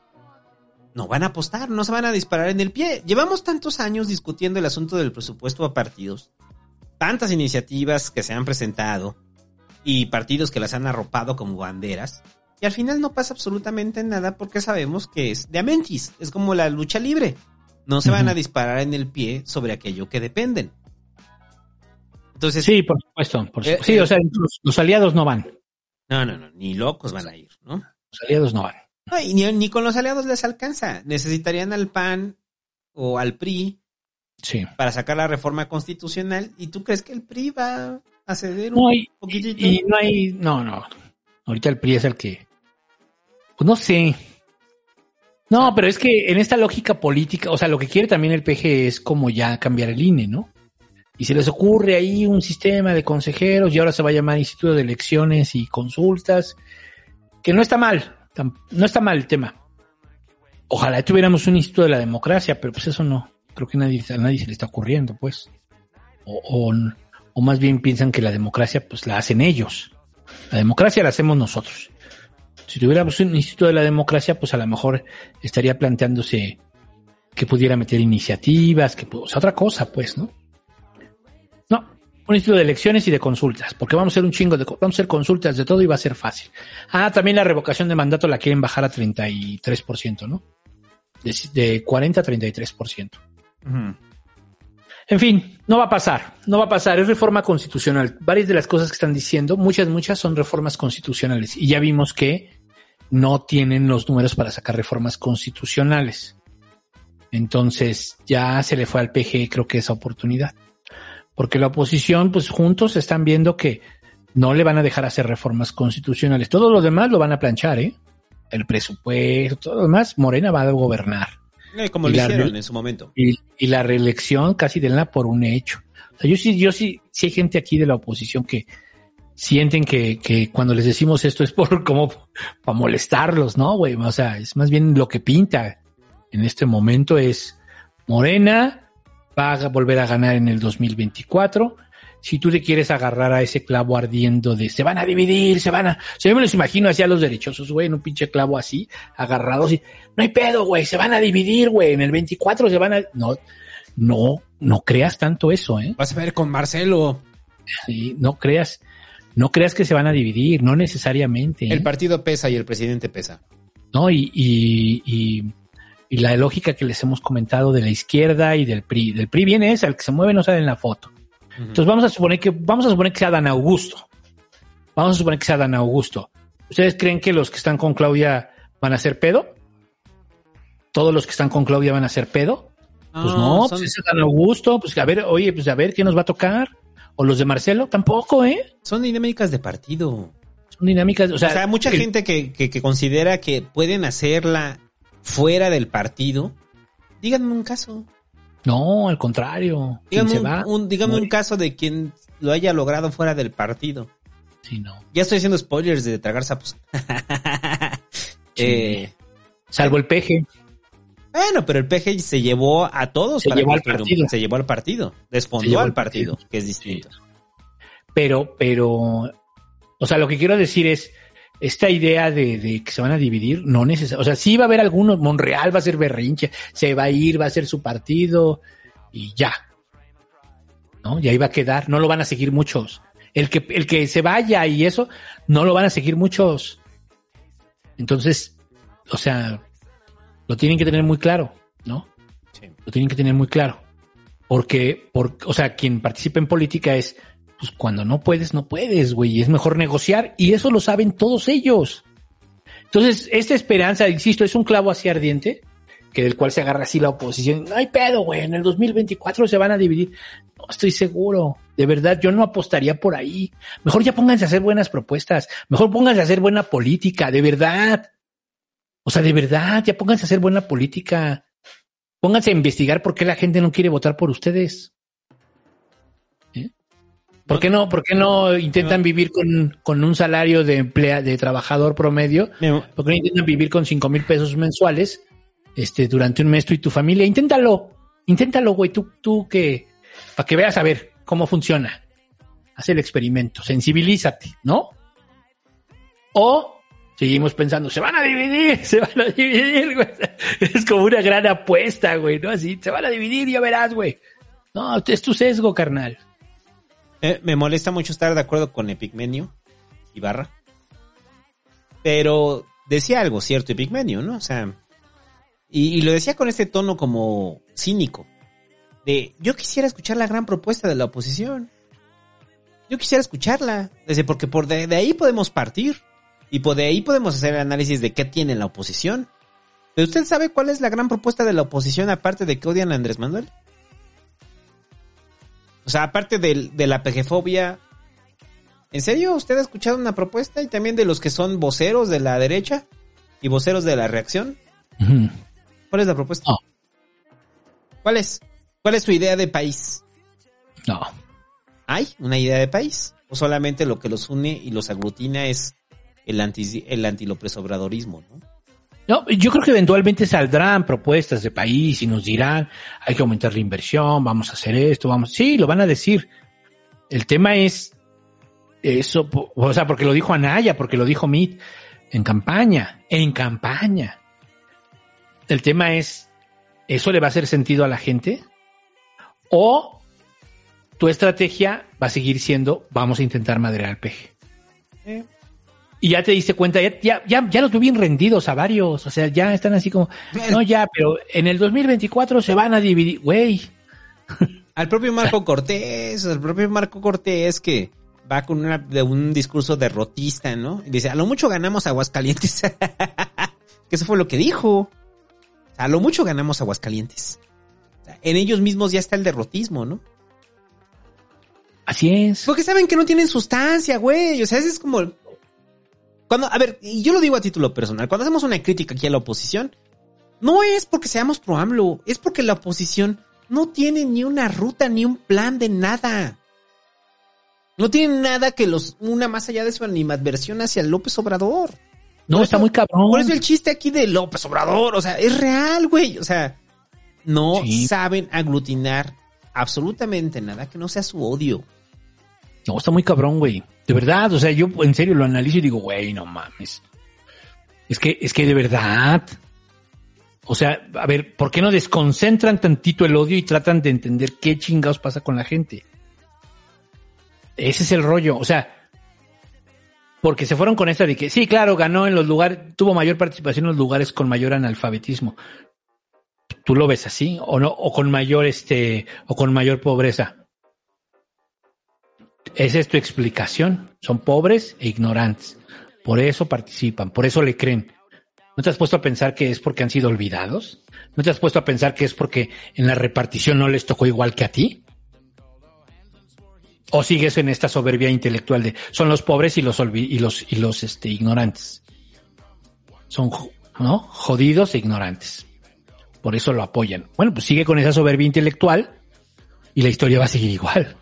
No van a apostar, no se van a disparar en el pie. Llevamos tantos años discutiendo el asunto del presupuesto a partidos. Tantas iniciativas que se han presentado y partidos que las han arropado como banderas. Y al final no pasa absolutamente nada porque sabemos que es de amentis. Es como la lucha libre. No se uh-huh. van a disparar en el pie sobre aquello que dependen. Entonces, sí, por supuesto. Por supuesto. Eh, sí, o sea, los, los aliados no van. No, no, no. Ni locos van a ir, ¿no? Los aliados no van. No, y ni, ni con los aliados les alcanza. Necesitarían al P A N o al P R I sí. para sacar la reforma constitucional. ¿Y tú crees que el P R I va a ceder no, un y, poquitito? Y no hay... No, no. Ahorita el P R I es el que... Pues no sé. No, pero es que en esta lógica política, o sea, lo que quiere también el P G es como ya cambiar el I N E, ¿no? Y se les ocurre ahí un sistema de consejeros y ahora se va a llamar Instituto de Elecciones y Consultas, que no está mal. No está mal el tema. Ojalá tuviéramos un instituto de la democracia, pero pues eso no. Creo que nadie, a nadie se le está ocurriendo, pues. O, o, o más bien piensan que la democracia, pues la hacen ellos. La democracia la hacemos nosotros. Si tuviéramos un instituto de la democracia, pues a lo mejor estaría planteándose que pudiera meter iniciativas, que, o sea, otra cosa, pues, ¿no? No. Un instituto de elecciones y de consultas, porque vamos a hacer un chingo de, vamos a hacer consultas de todo y va a ser fácil. Ah, también la revocación de mandato la quieren bajar a treinta y tres por ciento, ¿no? De, de cuarenta a treinta y tres por ciento. Uh-huh. En fin, no va a pasar, no va a pasar, es reforma constitucional. Varias de las cosas que están diciendo, muchas, muchas son reformas constitucionales y ya vimos que no tienen los números para sacar reformas constitucionales. Entonces ya se le fue al P G, creo que esa oportunidad. Porque la oposición, pues juntos están viendo que no le van a dejar hacer reformas constitucionales. Todo lo demás lo van a planchar, ¿eh? El presupuesto, todo lo demás, Morena va a gobernar. Eh, como y lo hicieron re- en su momento. Y, y la reelección casi denla por un hecho. O sea, yo sí, yo sí, sí hay gente aquí de la oposición que sienten que, que cuando les decimos esto es por como para molestarlos, ¿no, güey? O sea, es más bien lo que pinta en este momento es Morena va a volver a ganar en el dos mil veinticuatro. Si tú te quieres agarrar a ese clavo ardiendo de se van a dividir, se van a... Si yo me los imagino así a los derechosos, güey, en un pinche clavo así, agarrados y... No hay pedo, güey, se van a dividir, güey, en el veinticuatro se van a... No, no, no creas tanto eso, ¿eh? Vas a ver con Marcelo. Sí, no creas, no creas que se van a dividir, no necesariamente. ¿eh? El partido pesa y el presidente pesa. No, y, y, y, y la lógica que les hemos comentado de la izquierda y del P R I. Del P R I viene esa, el que se mueve no sale en la foto. Entonces vamos a suponer que vamos a suponer que sea Dan Augusto. Vamos a suponer que sea Dan Augusto. ¿Ustedes creen que los que están con Claudia van a hacer pedo? ¿Todos los que están con Claudia van a hacer pedo? Pues no, no son... pues ese Dan Augusto, pues a ver, oye, pues a ver qué nos va a tocar. O los de Marcelo, tampoco, ¿eh? Son dinámicas de partido. Son dinámicas, o sea, o sea mucha el... gente que, que, que considera que pueden hacerla fuera del partido. Díganme un caso. No, al contrario. Dígame, se un, va, un, dígame un caso de quien lo haya logrado fuera del partido. Sí, no. Ya estoy haciendo spoilers de tragar sapos. Sí. eh, Salvo el P G. Bueno, pero el P G se llevó a todos. Se para llevó al que, partido. Se llevó al partido. Desfondó al partido, partido, que es distinto. Sí. Pero, pero, o sea, lo que quiero decir es, esta idea de, de que se van a dividir, no necesariamente, o sea, sí va a haber algunos, Monreal va a ser berrinche, se va a ir, va a ser su partido y ya, ¿no? Y ahí va a quedar, no lo van a seguir muchos. El que, el que se vaya y eso, no lo van a seguir muchos. Entonces, o sea, lo tienen que tener muy claro, ¿no? Sí. Lo tienen que tener muy claro. Porque, por, o sea, quien participa en política es, pues cuando no puedes, no puedes, güey. Es mejor negociar y eso lo saben todos ellos. Entonces, esta esperanza, insisto, es un clavo así ardiente que del cual se agarra así la oposición. No hay pedo, güey. En el dos mil veinticuatro se van a dividir. No estoy seguro. De verdad, yo no apostaría por ahí. Mejor ya pónganse a hacer buenas propuestas. Mejor pónganse a hacer buena política, de verdad. O sea, de verdad, ya pónganse a hacer buena política. Pónganse a investigar por qué la gente no quiere votar por ustedes. ¿Por qué no, por qué no intentan vivir con, con un salario de emplea, de trabajador promedio? ¿Por qué no intentan vivir con cinco mil pesos mensuales, este, durante un mes tú y tu familia? Inténtalo, inténtalo, güey, tú, tú que, para que veas a ver cómo funciona. Haz el experimento, sensibilízate, ¿no? O seguimos pensando, se van a dividir, se van a dividir, güey. Es como una gran apuesta, güey, ¿no? Así, se van a dividir, ya verás, güey. No, es tu sesgo, carnal. Eh, me molesta mucho estar de acuerdo con Epigmenio Ibarra, pero decía algo cierto Epigmenio, ¿no? O sea, y, y lo decía con este tono como cínico, de yo quisiera escuchar la gran propuesta de la oposición, yo quisiera escucharla, desde porque por de, de ahí podemos partir, y por de ahí podemos hacer análisis de qué tiene la oposición. ¿Pero usted sabe cuál es la gran propuesta de la oposición aparte de que odian a Andrés Manuel? O sea, aparte de, de la pejefobia, ¿en serio usted ha escuchado una propuesta? Y también de los que son voceros de la derecha y voceros de la reacción. Uh-huh. ¿Cuál es la propuesta? No. ¿Cuál es? ¿Cuál es su idea de país? No. ¿Hay una idea de país? ¿O solamente lo que los une y los aglutina es el anti, el anti-López Obradorismo, ¿no? No, yo creo que eventualmente saldrán propuestas de país y nos dirán, hay que aumentar la inversión, vamos a hacer esto, vamos, sí, lo van a decir. El tema es eso, o sea, porque lo dijo Anaya, porque lo dijo Mitt en campaña, en campaña. El tema es, ¿eso le va a hacer sentido a la gente? O tu estrategia va a seguir siendo, vamos a intentar madrear al peje. ¿Eh? Y ya te diste cuenta, ya, ya, ya, ya los veo bien rendidos a varios, o sea, ya están así como, no ya, pero en el dos mil veinticuatro se van a dividir, güey. Al propio Marco Cortés, al propio Marco Cortés que va con una, de un discurso derrotista, ¿no? Y dice, a lo mucho ganamos Aguascalientes. Que eso fue lo que dijo. A lo mucho ganamos Aguascalientes. O sea, en ellos mismos ya está el derrotismo, ¿no? Así es. Porque saben que no tienen sustancia, güey. O sea, es como... Cuando, a ver, y yo lo digo a título personal, cuando hacemos una crítica aquí a la oposición, no es porque seamos pro AMLO, es porque la oposición no tiene ni una ruta ni un plan de nada. No tiene nada que los una más allá de su animadversión hacia López Obrador. No, por está eso, muy cabrón. Por eso el chiste aquí de López Obrador, o sea, es real, güey. O sea, no sí. saben aglutinar absolutamente nada que no sea su odio. No, está muy cabrón, güey. De verdad, o sea, yo en serio lo analizo y digo, güey, no mames. Es que, es que de verdad. O sea, a ver, ¿por qué no desconcentran tantito el odio y tratan de entender qué chingados pasa con la gente? Ese es el rollo, o sea, porque se fueron con esta de que, sí, claro, ganó en los lugares, tuvo mayor participación en los lugares con mayor analfabetismo. ¿Tú lo ves así? ¿O no? ¿O con mayor, este, o con mayor pobreza? Esa es tu explicación. Son pobres e ignorantes. Por eso participan, por eso le creen. ¿No te has puesto a pensar que es porque han sido olvidados? ¿No te has puesto a pensar que es porque en la repartición no les tocó igual que a ti? ¿O sigues en esta soberbia intelectual de son los pobres y los olvi- y los y los este ignorantes? Son, ¿no? Jodidos e ignorantes. Por eso lo apoyan. Bueno, pues sigue con esa soberbia intelectual y la historia va a seguir igual.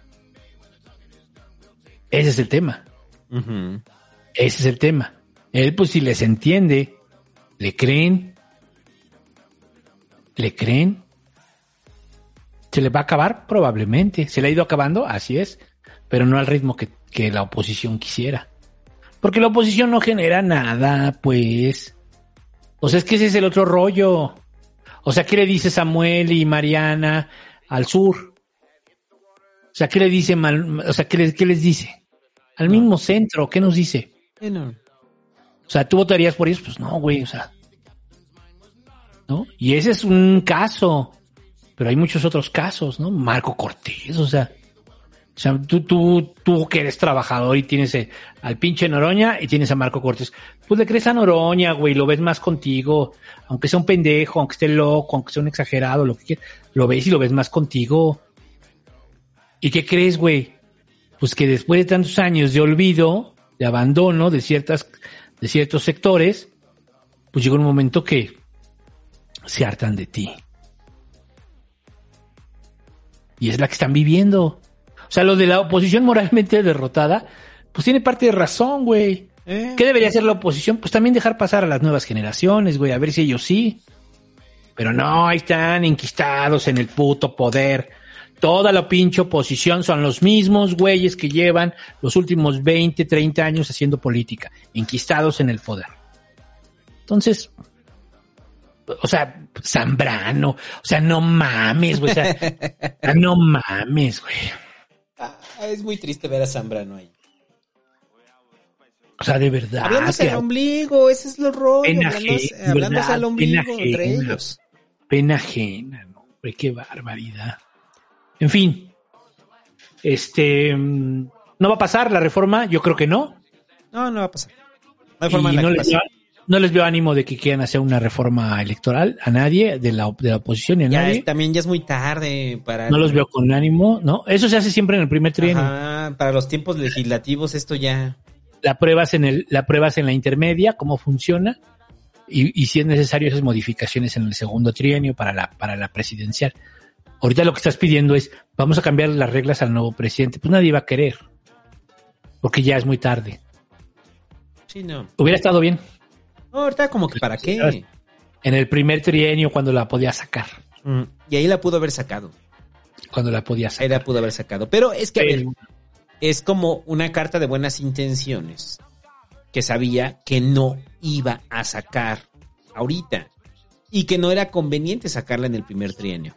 Ese es el tema. Uh-huh. Ese es el tema. Él, pues, si les entiende, le creen, le creen. ¿Se le va a acabar? Probablemente. ¿Se le ha ido acabando? Así es. Pero no al ritmo que, que la oposición quisiera. Porque la oposición no genera nada, pues. O sea, es que ese es el otro rollo. O sea, ¿qué le dice Samuel y Mariana al sur? O sea, ¿qué le dice Mal, o sea, ¿qué les, qué les dice? Al no. mismo centro, ¿qué nos dice? Sí, no. O sea, ¿tú votarías por ellos? Pues no, güey, o sea. ¿No? Y ese es un caso. Pero hay muchos otros casos, ¿no? Marco Cortés, o sea. O sea, tú, tú, tú que eres trabajador y tienes eh, al pinche Noroña y tienes a Marco Cortés. Pues le crees a Noroña, güey, lo ves más contigo. Aunque sea un pendejo, aunque esté loco, aunque sea un exagerado, lo que quieras. Lo ves y lo ves más contigo. ¿Y qué crees, güey? Pues que después de tantos años de olvido, de abandono de ciertas, de ciertos sectores, pues llega un momento que se hartan de ti. Y es la que están viviendo. O sea, lo de la oposición moralmente derrotada, pues tiene parte de razón, güey. Eh. ¿Qué debería hacer la oposición? Pues también dejar pasar a las nuevas generaciones, güey, a ver si ellos sí. Pero no, ahí están enquistados en el puto poder. Toda la pinche oposición son los mismos güeyes que llevan los últimos veinte, treinta años haciendo política, enquistados en el poder. Entonces, o sea, Zambrano, o sea, no mames, güey, o sea, no mames, güey. Ah, es muy triste ver a Zambrano ahí. O sea, de verdad. Hablándose al ombligo, ese es lo rollo. Pena hablándose, ajena, hablándose verdad, al ombligo pena entre ajena, ellos. Pena ajena, ¿no? Güey, qué barbaridad. En fin, este, no va a pasar la reforma, yo creo que no. No, no va a pasar. No hay forma y en la no, que les pase. veo, no les veo ánimo de que quieran hacer una reforma electoral a nadie, de la, de la oposición y a Ya nadie. es, también ya es muy tarde para... No los veo con ánimo, ¿no? Eso se hace siempre en el primer trienio. Ajá, para los tiempos legislativos esto ya... La pruebas en el, la pruebas en la intermedia, cómo funciona, y, y si es necesario esas modificaciones en el segundo trienio para la, para la presidencial. Ahorita lo que estás pidiendo es, vamos a cambiar las reglas al nuevo presidente. Pues nadie va a querer. Porque ya es muy tarde. Sí, no. Hubiera estado bien. No, ahorita como que para qué. En el primer trienio cuando la podía sacar. Mm, y ahí la pudo haber sacado. Cuando la podía sacar. Ahí la pudo haber sacado. Pero es que, a Pero... ver, es como una carta de buenas intenciones. Que sabía que no iba a sacar ahorita. Y que no era conveniente sacarla en el primer trienio.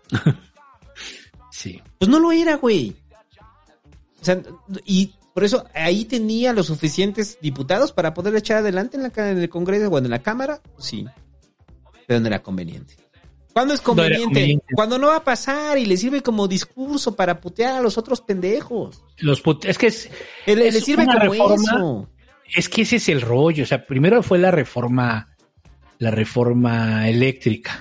Sí. Pues no lo era, güey. O sea, y por eso ahí tenía los suficientes diputados para poder echar adelante en, la, en el Congreso o en la Cámara. Sí. Pero no era conveniente. ¿Cuándo es conveniente? No conveniente. Cuando no va a pasar y le sirve como discurso para putear a los otros pendejos. Los pute- es que es, el, es le sirve como reforma, eso. Es que ese es el rollo. O sea, primero fue la reforma, la reforma eléctrica.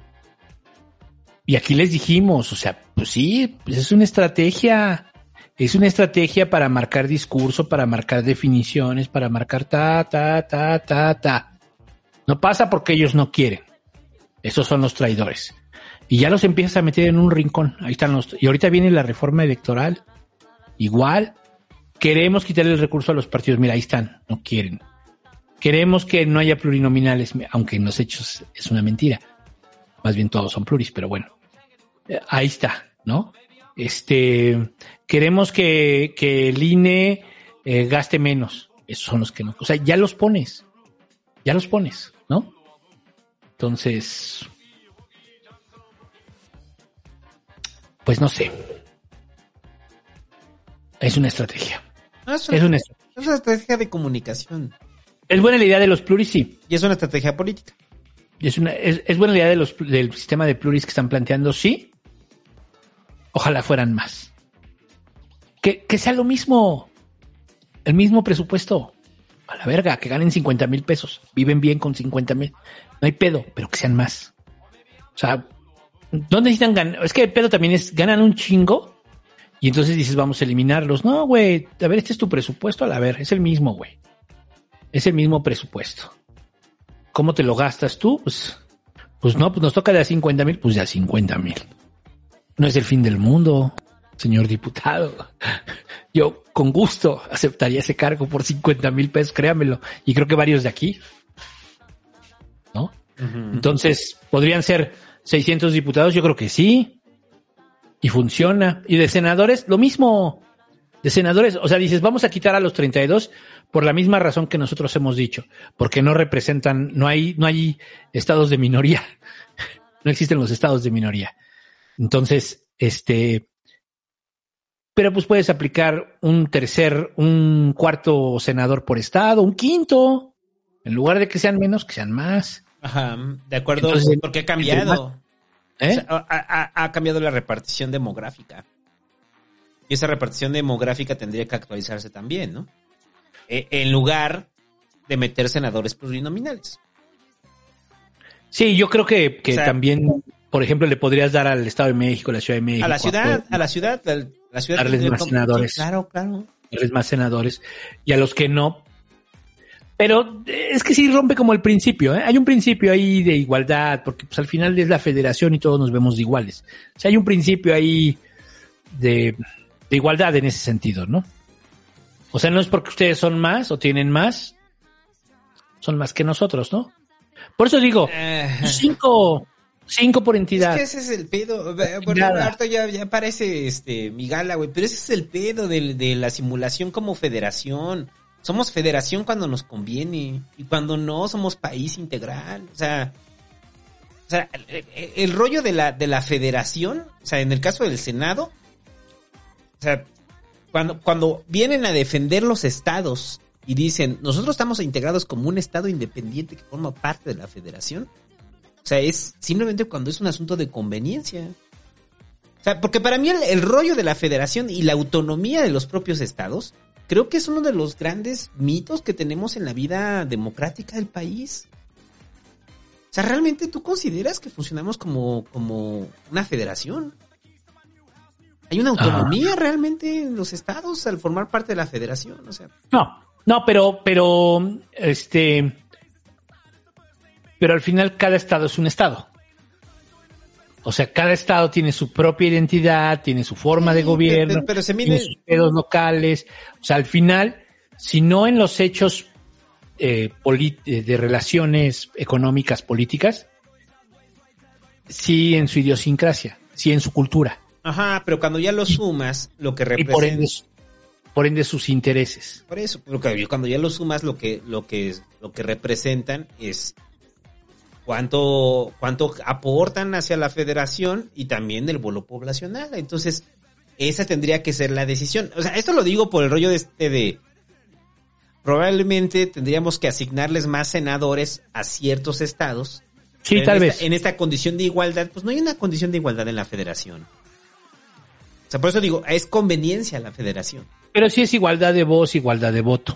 Y aquí les dijimos, o sea, pues sí, pues es una estrategia, es una estrategia para marcar discurso, para marcar definiciones, para marcar ta, ta, ta, ta, ta. No pasa porque ellos no quieren. Esos son los traidores. Y ya los empiezas a meter en un rincón. Ahí están los... Y ahorita viene la reforma electoral. Igual. Queremos quitarle el recurso a los partidos. Mira, ahí están. No quieren. Queremos que no haya plurinominales, aunque en los hechos es una mentira. Más bien todos son pluris, pero bueno. Ahí está. ¿no? Este, queremos que, que el I N E eh, gaste menos. Esos son los que no. O sea, ya los pones. Ya los pones, ¿no? Entonces, pues no sé. Es una estrategia. No, es, una, es, una, es una estrategia de comunicación. Es buena la idea de los pluris, sí. Y es una estrategia política. Y es, una, es, es buena la idea de los, del sistema de pluris que están planteando, sí. Ojalá fueran más. Que, que sea lo mismo. El mismo presupuesto. A la verga, que ganen cincuenta mil pesos. Viven bien con cincuenta mil. No hay pedo, pero que sean más. O sea, no necesitan ganar. Es que el pedo también es, ganan un chingo. Y entonces dices, vamos a eliminarlos. No, güey, a ver, este es tu presupuesto. A la ver, es el mismo, güey. Es el mismo presupuesto. ¿Cómo te lo gastas tú? Pues, pues no, pues nos toca de a cincuenta mil. Pues de a cincuenta mil. No es el fin del mundo, señor diputado. Yo con gusto aceptaría ese cargo por cincuenta mil pesos, créamelo. Y creo que varios de aquí. ¿No? Uh-huh. Entonces, ¿podrían ser seiscientos diputados? Yo creo que sí. Y funciona. Y de senadores, lo mismo. De senadores, o sea, dices, vamos a quitar a los treinta y dos por la misma razón que nosotros hemos dicho. Porque no representan, no hay, no hay estados de minoría. No existen los estados de minoría. Entonces, este... Pero pues puedes aplicar un tercer, un cuarto senador por estado, un quinto. En lugar de que sean menos, que sean más. Ajá, de acuerdo. Entonces, porque ha cambiado. ¿Eh? O sea, ha, ha, ha cambiado la repartición demográfica. Y esa repartición demográfica tendría que actualizarse también, ¿no? Eh, en lugar de meter senadores plurinominales. Sí, yo creo que, que o sea, también, por ejemplo, le podrías dar al Estado de México, a la Ciudad de México. A la ciudad, a, a la ciudad, a la ciudad. Darles más senadores. Sí, claro, claro. Darles más senadores. Y a los que no. Pero es que sí rompe como el principio, ¿eh? Hay un principio ahí de igualdad, porque pues al final es la federación y todos nos vemos iguales. O sea, hay un principio ahí de, de igualdad en ese sentido, ¿no? O sea, no es porque ustedes son más o tienen más, son más que nosotros, ¿no? Por eso digo, uh, cinco, cinco por entidad. Es que ese es el pedo. Bueno, harto ya, ya parece este mi gala, güey, pero ese es el pedo de, de la simulación como federación. Somos federación cuando nos conviene y cuando no somos país integral. O sea, o sea, el, el rollo de la de la federación, o sea, en el caso del Senado, o sea, cuando cuando vienen a defender los estados y dicen, nosotros estamos integrados como un estado independiente que forma parte de la federación. O sea, es simplemente cuando es un asunto de conveniencia. O sea, porque para mí el, el rollo de la federación y la autonomía de los propios estados, creo que es uno de los grandes mitos que tenemos en la vida democrática del país. O sea, ¿realmente tú consideras que funcionamos como, como una federación? ¿Hay una autonomía ah. realmente en los estados al formar parte de la federación? O sea, no. No, pero, pero, este, pero al final cada estado es un estado. O sea, cada estado tiene su propia identidad, tiene su forma sí, de gobierno, pero, pero se mide... tiene sus pedos locales. O sea, al final, si no en los hechos eh, polit- de relaciones económicas políticas, sí en su idiosincrasia, sí en su cultura. Ajá, pero cuando ya lo sumas, lo que representa... Y por ende, por ende sus intereses. Por eso, porque cuando ya lo sumas, lo que, lo que, lo que representan es cuánto, cuánto aportan hacia la federación y también el vuelo poblacional. Entonces, esa tendría que ser la decisión. O sea, esto lo digo por el rollo de este de probablemente tendríamos que asignarles más senadores a ciertos estados. Sí, tal en vez. Esta, en esta condición de igualdad, pues no hay una condición de igualdad en la federación. O sea, por eso digo, es conveniencia la federación. Pero sí es igualdad de voz, igualdad de voto.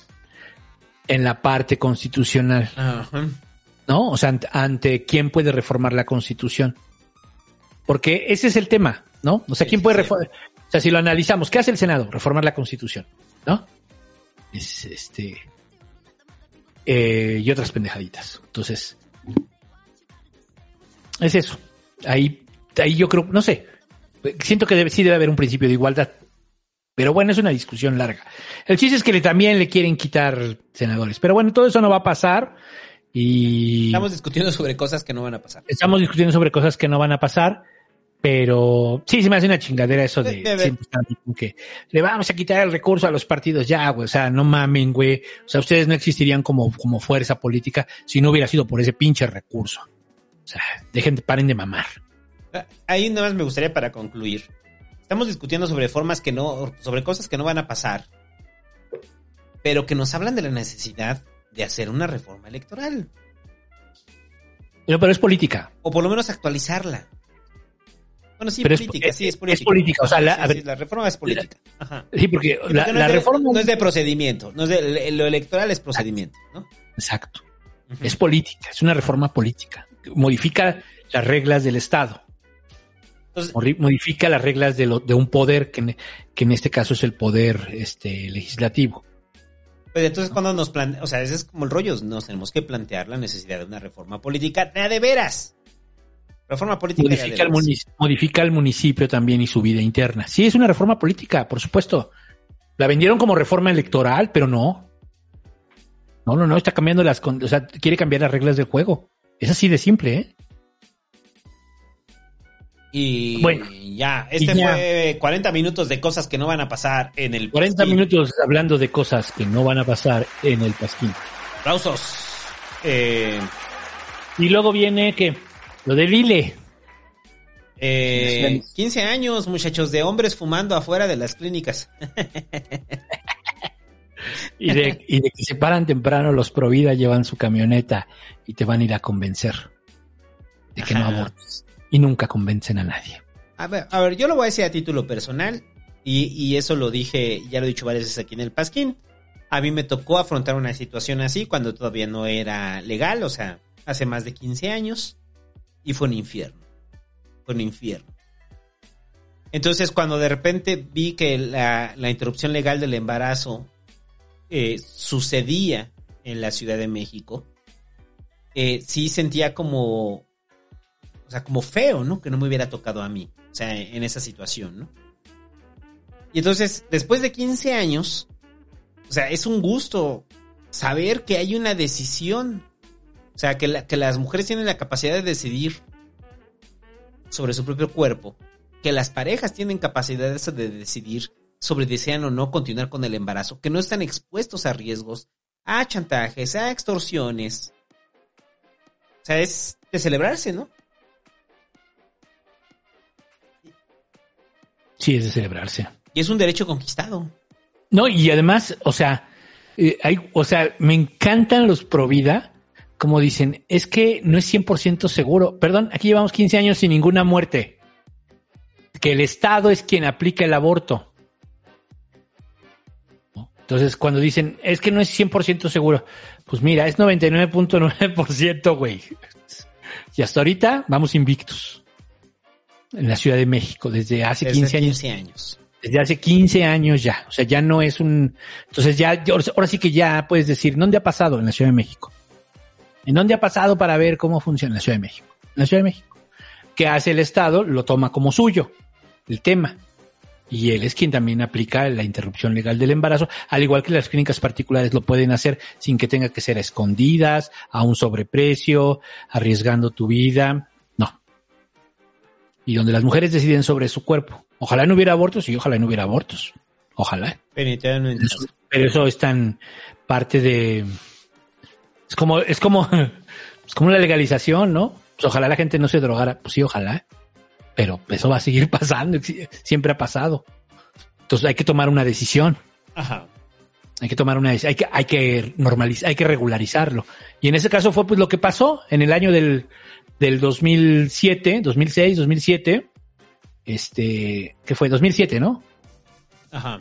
En la parte constitucional. Ajá. ¿No? O sea, ante, ante quién puede reformar la Constitución. Porque ese es el tema, ¿no? O sea, ¿quién puede reformar? O sea, si lo analizamos, ¿qué hace el Senado? Reformar la Constitución, ¿no? Es este... Eh, y otras pendejaditas. Entonces, es eso. Ahí, ahí yo creo, no sé, siento que debe, sí debe haber un principio de igualdad. Pero bueno, es una discusión larga. El chiste es que le, también le quieren quitar senadores. Pero bueno, todo eso no va a pasar. Y estamos discutiendo sobre cosas que no van a pasar. Estamos discutiendo sobre cosas que no van a pasar. Pero sí, se me hace una chingadera eso de, de, de siempre estar como que le vamos a quitar el recurso a los partidos ya, güey. O sea, no mamen, güey. O sea, ustedes no existirían como, como fuerza política si no hubiera sido por ese pinche recurso. O sea, dejen, paren de mamar. Ahí nada más me gustaría para concluir. Estamos discutiendo sobre formas que no, sobre cosas que no van a pasar, pero que nos hablan de la necesidad de hacer una reforma electoral. No, pero es política. O por lo menos actualizarla. Bueno, sí, pero política, es, sí, es política. Es política, o sea, la, sí, a ver, sí, la reforma es política. Ajá. Sí, porque, porque la, no la de, reforma... No es de procedimiento, no es de, lo electoral es procedimiento, ¿no? Exacto. Uh-huh. Es política, es una reforma política. Modifica las reglas del Estado. Entonces, modifica las reglas de, lo, de un poder que, que en este caso es el poder este, legislativo. Pues entonces cuando nos plantea, o sea, ese es como el rollo, nos tenemos que plantear la necesidad de una reforma política de, de veras. Reforma política modifica, de el munic- modifica el municipio también y su vida interna. Sí, es una reforma política, por supuesto. La vendieron como reforma electoral, pero no. No, no, no, está cambiando las... O sea, quiere cambiar las reglas del juego. Es así de simple, ¿eh? Y bueno, ya, este y ya. fue cuarenta minutos de cosas que no van a pasar en el cuarenta Pasquín. Minutos hablando de cosas que no van a pasar en el Pasquín. Aplausos. Eh, y luego viene, ¿qué? Lo de Lile. Eh, quince años, muchachos, de hombres fumando afuera de las clínicas. y, de, y de que se paran temprano los Provida, llevan su camioneta y te van a ir a convencer de que Ajá. no abortes. Y nunca convencen a nadie. A ver, a ver, yo lo voy a decir a título personal y, y eso lo dije, ya lo he dicho varias veces aquí en el Pasquín. A mí me tocó afrontar una situación así cuando todavía no era legal, o sea, hace más de quince años y fue un infierno. Fue un infierno. Entonces, cuando de repente vi que la, la interrupción legal del embarazo eh, sucedía en la Ciudad de México, eh, sí sentía como... O sea, como feo, ¿no? Que no me hubiera tocado a mí. O sea, en esa situación, ¿no? Y entonces, después de quince años, o sea, es un gusto saber que hay una decisión. O sea, que, la, que las mujeres tienen la capacidad de decidir sobre su propio cuerpo. Que las parejas tienen capacidad de decidir sobre desean o no continuar con el embarazo. Que no están expuestos a riesgos, a chantajes, a extorsiones. O sea, es de celebrarse, ¿no? Sí, es de celebrarse. Y es un derecho conquistado. No, y además, o sea, eh, hay, o sea, me encantan los pro vida, como dicen, es que no es cien por ciento seguro. Perdón, aquí llevamos quince años sin ninguna muerte. Que el Estado es quien aplica el aborto. Entonces, cuando dicen, es que no es cien por ciento seguro, pues mira, es noventa y nueve punto nueve por ciento, güey. Y hasta ahorita vamos invictos. En la Ciudad de México, desde hace desde quince años. quince años. Desde hace quince años ya. O sea, ya no es un... Entonces ya, ahora sí que ya puedes decir, ¿dónde ha pasado? En la Ciudad de México. ¿En dónde ha pasado para ver cómo funciona en la Ciudad de México? En la Ciudad de México. ¿Qué hace el Estado? Lo toma como suyo, el tema. Y él es quien también aplica la interrupción legal del embarazo, al igual que las clínicas particulares lo pueden hacer sin que tenga que ser a escondidas, a un sobreprecio, arriesgando tu vida. Y donde las mujeres deciden sobre su cuerpo. Ojalá no hubiera abortos y ojalá no hubiera abortos. Ojalá. Pero eso, pero eso es tan parte de... Es como, es como, es como la legalización, ¿no? Pues ojalá la gente no se drogara. Pues sí, ojalá. Pero eso va a seguir pasando. Siempre ha pasado. Entonces hay que tomar una decisión. Ajá. Hay que tomar una decisión. Hay que, hay que normalizar, hay que regularizarlo. Y en ese caso fue pues lo que pasó en el año del... del dos mil siete, dos mil seis, dos mil siete, este, ¿qué fue? dos mil siete, ¿no? Ajá.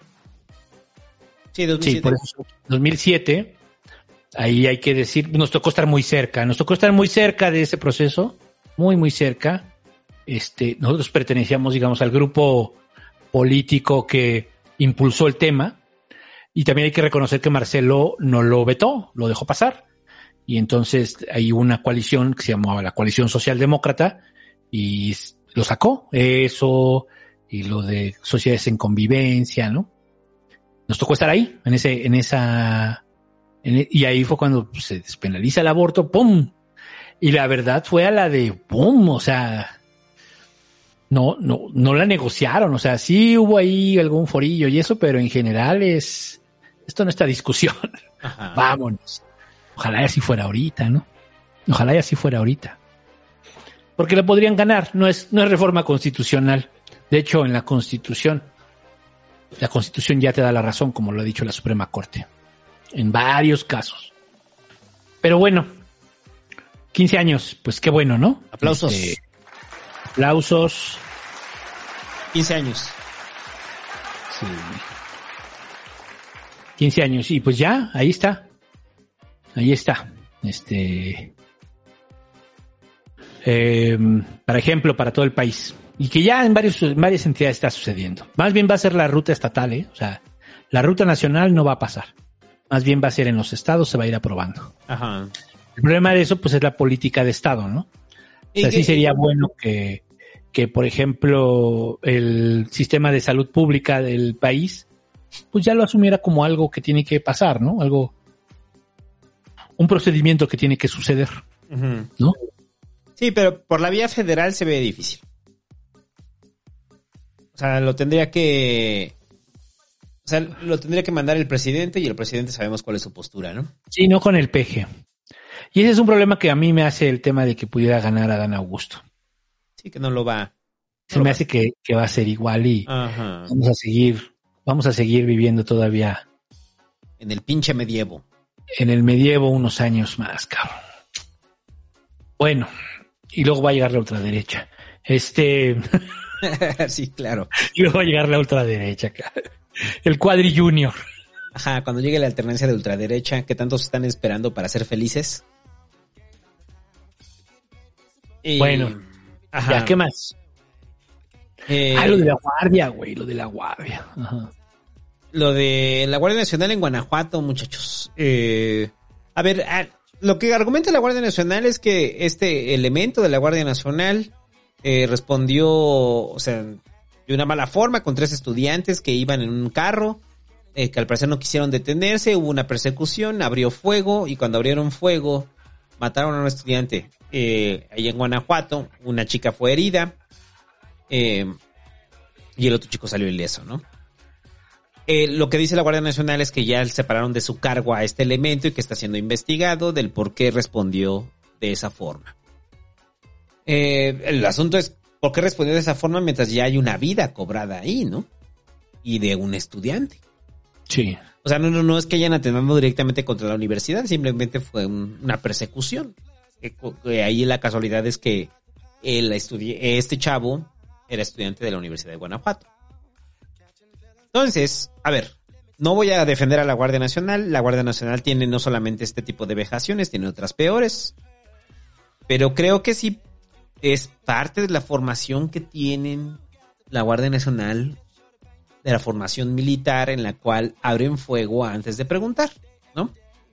Sí, dos mil siete. Sí, por eso, dos mil siete, ahí hay que decir, nos tocó estar muy cerca, nos tocó estar muy cerca de ese proceso, muy, muy cerca. Este, nosotros pertenecíamos, digamos, al grupo político que impulsó el tema, y también hay que reconocer que Marcelo no lo vetó, lo dejó pasar. Y entonces hay una coalición que se llamaba la Coalición Socialdemócrata y lo sacó, eso y lo de sociedades en convivencia, ¿no? Nos tocó estar ahí, en ese, en esa, en, y ahí fue cuando se despenaliza el aborto, ¡pum! Y la verdad fue a la de ¡pum! O sea, no, no, no la negociaron. O sea, sí hubo ahí algún forillo y eso, pero en general es, esto no está discusión. Ajá. Vámonos. Ojalá y así fuera ahorita, ¿no? Ojalá y así fuera ahorita. Porque la podrían ganar. No es, no es reforma constitucional. De hecho, en la Constitución, la Constitución ya te da la razón, como lo ha dicho la Suprema Corte. En varios casos. Pero bueno, quince años, pues qué bueno, ¿no? Aplausos. Este, aplausos. quince años. Sí. quince años. Y pues ya, ahí está. Ahí está. Este. Eh, por ejemplo, para todo el país. Y que ya en, varios, en varias entidades está sucediendo. Más bien va a ser la ruta estatal, ¿eh? O sea, la ruta nacional no va a pasar. Más bien va a ser en los estados, se va a ir aprobando. Ajá. El problema de eso, pues, es la política de estado, ¿no? O sea, sí sería bueno que, que, por ejemplo, el sistema de salud pública del país, pues ya lo asumiera como algo que tiene que pasar, ¿no? Algo, un procedimiento que tiene que suceder, uh-huh. ¿no? Sí, pero por la vía federal se ve difícil. O sea, lo tendría que... O sea, lo tendría que mandar el presidente y el presidente sabemos cuál es su postura, ¿no? Sí, no con el P G. Y ese es un problema que a mí me hace el tema de que pudiera ganar Adán Augusto. Sí, que no lo va... Se no me va. hace que, que va a ser igual y Ajá. vamos a seguir, vamos a seguir viviendo todavía... En el pinche medievo. En el medievo unos años más, cabrón. Bueno, y luego va a llegar la ultraderecha. Este... Sí, claro. Y luego va a llegar la ultraderecha, cabrón. El Cuadri Junior. Ajá, cuando llegue la alternancia de ultraderecha, ¿qué tantos están esperando para ser felices? Y... Bueno, ajá. Ya, ¿qué más? Eh... Ah, lo de la guardia, güey, lo de la guardia. Ajá. Lo de la Guardia Nacional en Guanajuato, muchachos. Eh, a ver, a, lo que argumenta la Guardia Nacional es que este elemento de la Guardia Nacional eh, respondió, o sea, de una mala forma con tres estudiantes que iban en un carro, eh, que al parecer no quisieron detenerse, hubo una persecución, abrió fuego y cuando abrieron fuego mataron a un estudiante eh, ahí en Guanajuato, una chica fue herida eh, y el otro chico salió ileso, ¿no? Eh, lo que dice la Guardia Nacional es que ya separaron de su cargo a este elemento y que está siendo investigado del por qué respondió de esa forma. Eh, el asunto es por qué respondió de esa forma mientras ya hay una vida cobrada ahí, ¿no? Y de un estudiante. Sí. O sea, no, no, no es que hayan atentado directamente contra la universidad, simplemente fue un, una persecución. Eh, eh, ahí la casualidad es que el estudi- este chavo era estudiante de la Universidad de Guanajuato. Entonces, a ver, no voy a defender a la Guardia Nacional. La Guardia Nacional tiene no solamente este tipo de vejaciones, tiene otras peores. Pero creo que sí es parte de la formación que tienen la Guardia Nacional, de la formación militar en la cual abren fuego antes de preguntar, ¿no?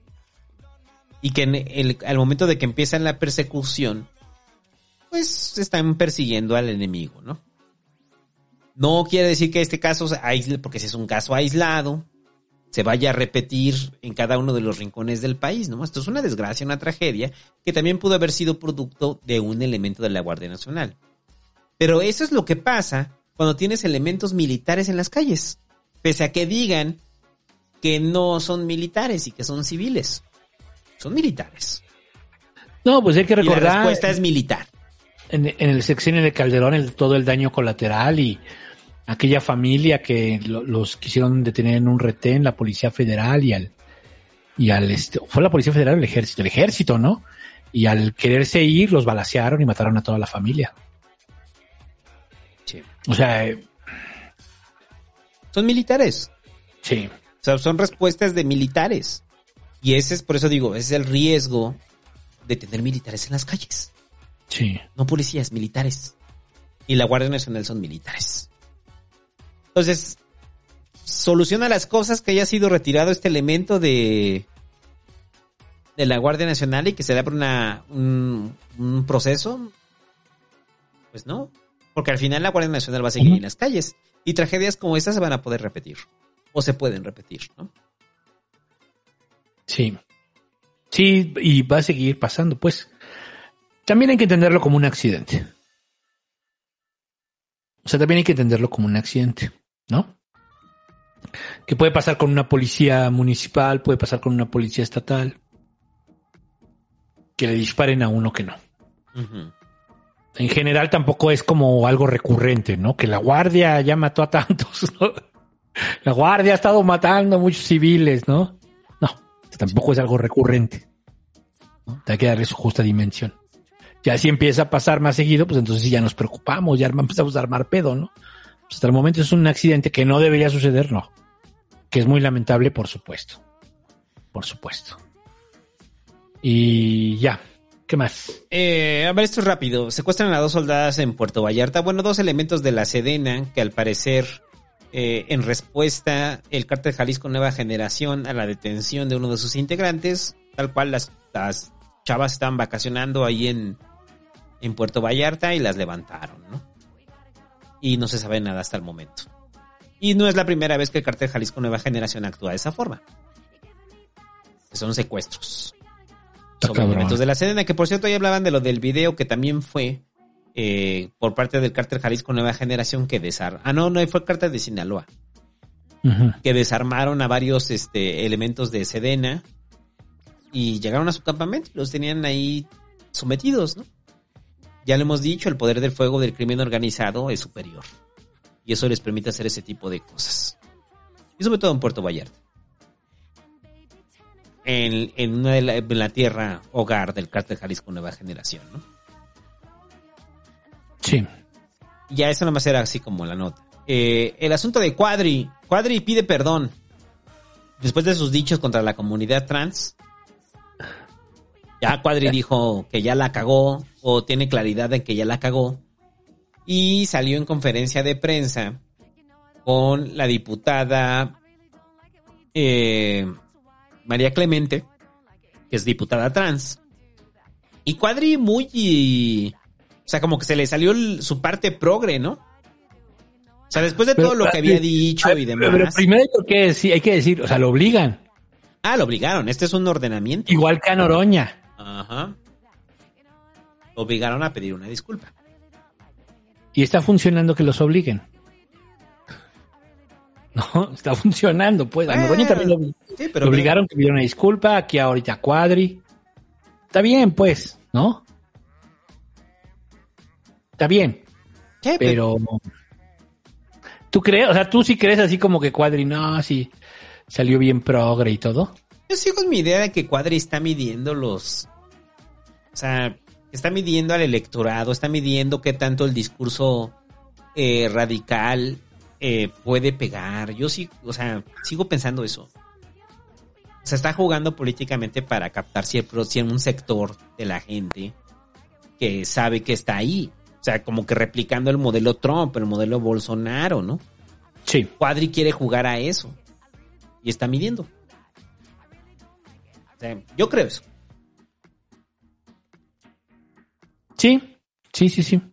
Y que en el, al momento de que empiezan la persecución, pues están persiguiendo al enemigo, ¿no? No quiere decir que este caso, porque si es un caso aislado, se vaya a repetir en cada uno de los rincones del país, ¿no? Esto es una desgracia, una tragedia, que también pudo haber sido producto de un elemento de la Guardia Nacional. Pero eso es lo que pasa cuando tienes elementos militares en las calles, pese a que digan que no son militares y que son civiles. Son militares. No, pues hay que recordar... Y la respuesta es militar. En, en el sexenio de Calderón, el, todo el daño colateral y aquella familia que lo, los quisieron detener en un retén, la Policía Federal y al, y al este, fue la Policía Federal o el Ejército, el Ejército, ¿no? Y al quererse ir, los balacearon y mataron a toda la familia. Sí. O sea, eh, son militares. Sí. O sea, son respuestas de militares. Y ese es, por eso digo, ese es el riesgo de tener militares en las calles. Sí. No policías, militares. Y la Guardia Nacional son militares. Entonces, soluciona las cosas que haya sido retirado este elemento de de la Guardia Nacional y que se le abra una, un, un proceso. Pues no. Porque al final la Guardia Nacional va a seguir uh-huh. en las calles. Y tragedias como estas se van a poder repetir. O se pueden repetir, ¿no? Sí. Sí, y va a seguir pasando, pues. También hay que entenderlo como un accidente. O sea, también hay que entenderlo como un accidente, ¿no? Que puede pasar con una policía municipal, puede pasar con una policía estatal. Que le disparen a uno que no. Uh-huh. En general tampoco es como algo recurrente, ¿no? Que la guardia ya mató a tantos, ¿no? La guardia ha estado matando a muchos civiles, ¿no? No, tampoco es algo recurrente, ¿no? Hay que darle su justa dimensión. Ya si empieza a pasar más seguido, pues entonces sí ya nos preocupamos, ya empezamos a armar pedo, ¿no? Pues hasta el momento es un accidente que no debería suceder, no. Que es muy lamentable, por supuesto. Por supuesto. Y ya. ¿Qué más? Eh, a ver, esto es rápido. Secuestran a dos soldadas en Puerto Vallarta. Bueno, dos elementos de la Sedena que al parecer, eh, en respuesta, el Cártel Jalisco Nueva Generación a la detención de uno de sus integrantes, tal cual las, las chavas estaban vacacionando ahí en, en Puerto Vallarta y las levantaron, ¿no? Y no se sabe nada hasta el momento. Y no es la primera vez que el Cártel Jalisco Nueva Generación actúa de esa forma. Son secuestros. Sobre elementos de la Sedena, que por cierto ya hablaban de lo del video que también fue eh, por parte del Cártel Jalisco Nueva Generación que desarmó. Ah, no, no, fue el Cártel de Sinaloa. Uh-huh. Que desarmaron a varios este, elementos de Sedena y llegaron a su campamento y los tenían ahí sometidos, ¿no? Ya lo hemos dicho, el poder del fuego del crimen organizado es superior. Y eso les permite hacer ese tipo de cosas. Y sobre todo en Puerto Vallarta. En, en, una de la, en la tierra hogar del Cártel Jalisco Nueva Generación, ¿no? Sí. Ya eso nomás era así como la nota. Eh, el asunto de Cuadri. Cuadri pide perdón. Después de sus dichos contra la comunidad trans. Ya Cuadri dijo que ya la cagó, o tiene claridad en que ya la cagó. Y salió en conferencia de prensa con la diputada... Eh... María Clemente, que es diputada trans. Y Cuadri muy... Y, o sea, como que se le salió el, su parte progre, ¿no? O sea, después de pero, todo lo que había dicho y demás... Pero primero hay que, decir, hay que decir, o sea, lo obligan. Ah, lo obligaron. Este es un ordenamiento. Igual que a Noroña. Ajá. Lo obligaron a pedir una disculpa. Y está funcionando que los obliguen. No, está funcionando, pues. A Noroña también lo, sí, pero lo obligaron a pedir una disculpa. Aquí ahorita a Cuadri. Está bien, pues, ¿no? Está bien. ¿Qué? Pero... ¿Tú crees? O sea, ¿tú sí crees así como que Cuadri, no, sí, salió bien progre y todo? Yo sigo con mi idea de que Cuadri está midiendo los... O sea, está midiendo al electorado, está midiendo qué tanto el discurso eh, radical... Eh, puede pegar. Yo sí, o sea, sigo pensando eso. O sea, está jugando políticamente para captar siempre un sector de la gente que sabe que está ahí. O sea, como que replicando el modelo Trump, el modelo Bolsonaro, ¿no? Sí. Cuadri quiere jugar a eso. Y está midiendo. O sea, yo creo eso. Sí, sí, sí, sí.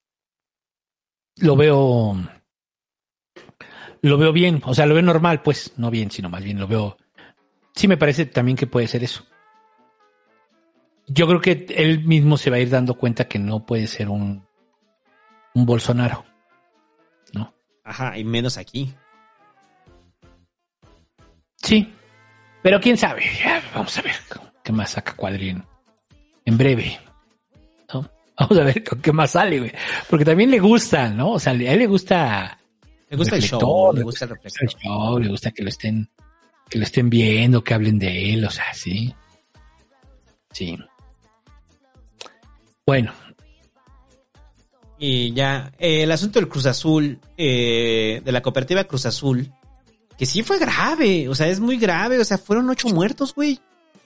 Lo veo... Lo veo bien, o sea, lo veo normal, pues, no bien, sino más bien lo veo... Sí me parece también que puede ser eso. Yo creo que él mismo se va a ir dando cuenta que no puede ser un, un Bolsonaro, ¿no? Ajá, y menos aquí. Sí, pero quién sabe, ya, vamos a ver qué más saca Cuadri en, en breve, ¿no? Vamos a ver con qué más sale, güey, porque también le gusta, ¿no? O sea, a él le gusta... Le gusta el show, le gusta el reflector. El show, le gusta que lo estén, que lo estén viendo, que hablen de él, o sea, sí. Sí. Bueno. Y ya, eh, el asunto del Cruz Azul, eh, de la cooperativa Cruz Azul, que sí fue grave, o sea, es muy grave, o sea, fueron ocho muertos, güey.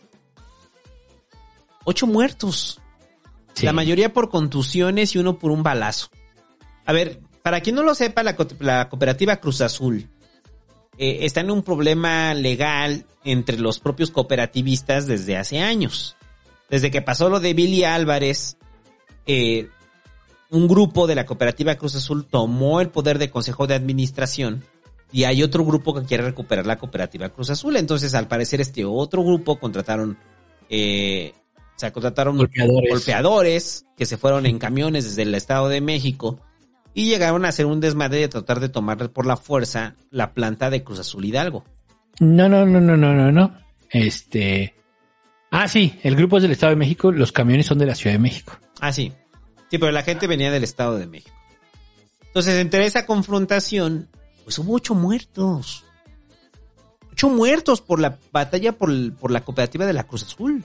Ocho muertos. Sí. La mayoría por contusiones y uno por un balazo. A ver... Para quien no lo sepa, la, co- la cooperativa Cruz Azul eh, está en un problema legal entre los propios cooperativistas desde hace años. Desde que pasó lo de Billy Álvarez, eh, un grupo de la cooperativa Cruz Azul tomó el poder de consejo de administración y hay otro grupo que quiere recuperar la cooperativa Cruz Azul. Entonces, al parecer, este otro grupo contrataron... Eh, o sea, contrataron golpeadores. golpeadores que se fueron en camiones desde el Estado de México... y llegaron a hacer un desmadre de tratar de tomar por la fuerza la planta de Cruz Azul Hidalgo. No, no, no, no, no, no, no. Este... Ah, sí, el grupo es del Estado de México, los camiones son de la Ciudad de México. Ah, sí. Sí, pero la gente venía del Estado de México. Entonces, entre esa confrontación, pues hubo ocho muertos. Ocho muertos por la batalla por, el, por la cooperativa de la Cruz Azul.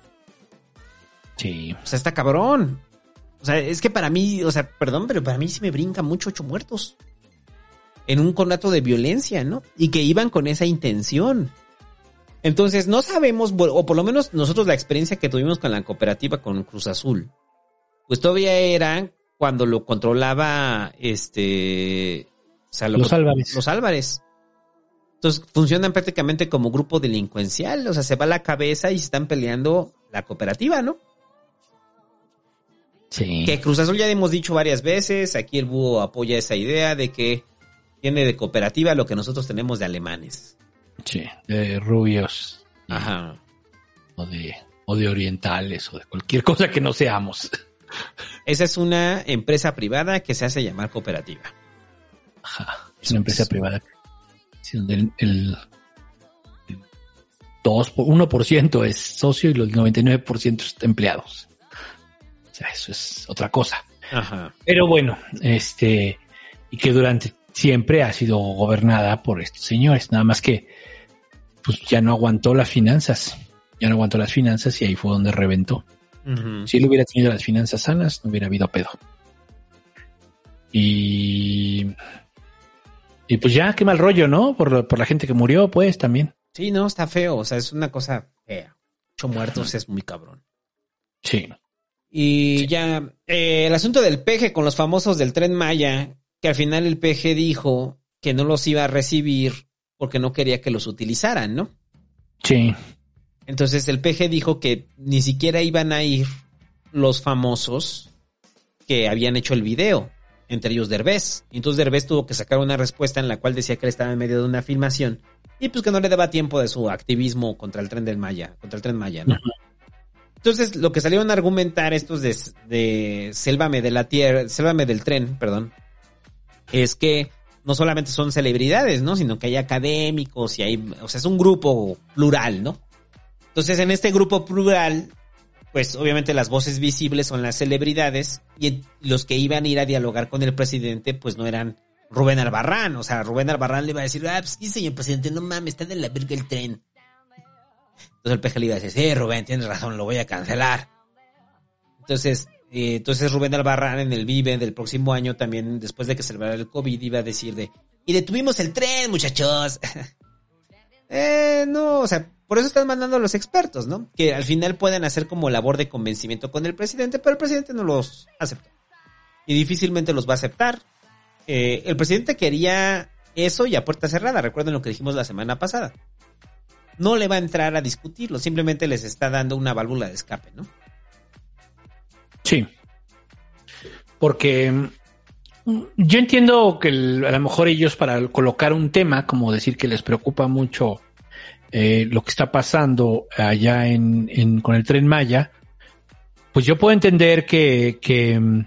Sí. O sea, está cabrón. O sea, es que para mí, o sea, perdón, pero para mí sí me brinca mucho ocho muertos. En un conato de violencia, ¿no? Y que iban con esa intención. Entonces, no sabemos, o por lo menos nosotros la experiencia que tuvimos con la cooperativa con Cruz Azul, pues todavía era cuando lo controlaba, este... O sea, lo los Álvarez. Los Álvarez. Entonces, funcionan prácticamente como grupo delincuencial. O sea, se va la cabeza y se están peleando la cooperativa, ¿no? Sí. Que Cruz Azul ya hemos dicho varias veces, aquí el búho apoya esa idea de que tiene de cooperativa lo que nosotros tenemos de alemanes. Sí, de rubios. Ajá. O de, o de orientales, o de cualquier cosa que no seamos. Esa es una empresa privada que se hace llamar cooperativa. Ajá, es una empresa privada. Donde el, el, el dos, uno por ciento es socio y los noventa y nueve por ciento es empleados. O sea, eso es otra cosa. Ajá. Pero bueno, este, y que durante siempre ha sido gobernada por estos señores, nada más que pues ya no aguantó las finanzas, ya no aguantó las finanzas y ahí fue donde reventó. Uh-huh. Si él hubiera tenido las finanzas sanas, no hubiera habido pedo. Y y pues ya, qué mal rollo, ¿no? Por, por la gente que murió, pues, también. Sí, no, está feo, o sea, es una cosa fea. Ocho muertos es muy cabrón. Sí. Y sí. ya, eh, el asunto del P G con los famosos del Tren Maya, que al final el P G dijo que no los iba a recibir porque no quería que los utilizaran, ¿no? Sí. Entonces el P G dijo que ni siquiera iban a ir los famosos que habían hecho el video, entre ellos Derbez. Y entonces Derbez tuvo que sacar una respuesta en la cual decía que él estaba en medio de una filmación y pues que no le daba tiempo de su activismo contra el Tren del Maya, contra el Tren Maya, ¿no? Uh-huh. Entonces, lo que salieron a argumentar estos de, de Sélvame de la Tierra, Sélvame del Tren, perdón, es que no solamente son celebridades, ¿no? Sino que hay académicos y hay, o sea, es un grupo plural, ¿no? Entonces, en este grupo plural, pues obviamente las voces visibles son las celebridades y los que iban a ir a dialogar con el presidente, pues no eran Rubén Albarrán. O sea, Rubén Albarrán le iba a decir, ah, pues sí, señor presidente, no mames, está de la verga el tren. Entonces el P G le iba a decir, sí, Rubén, tienes razón, lo voy a cancelar. Entonces, eh, entonces Rubén Albarrán en el Vive del próximo año también, después de que se celebrara el COVID, iba a decir de, y detuvimos el tren, muchachos. eh, no, o sea, por eso están mandando a los expertos, ¿no? Que al final puedan hacer como labor de convencimiento con el presidente, pero el presidente no los aceptó. Y difícilmente los va a aceptar. Eh, el presidente quería eso y a puerta cerrada, recuerden lo que dijimos la semana pasada. No le va a entrar a discutirlo, simplemente les está dando una válvula de escape, ¿no? Sí. Porque yo entiendo que el, a lo mejor ellos para colocar un tema, como decir que les preocupa mucho eh, lo que está pasando allá en, en con el Tren Maya, pues yo puedo entender que, que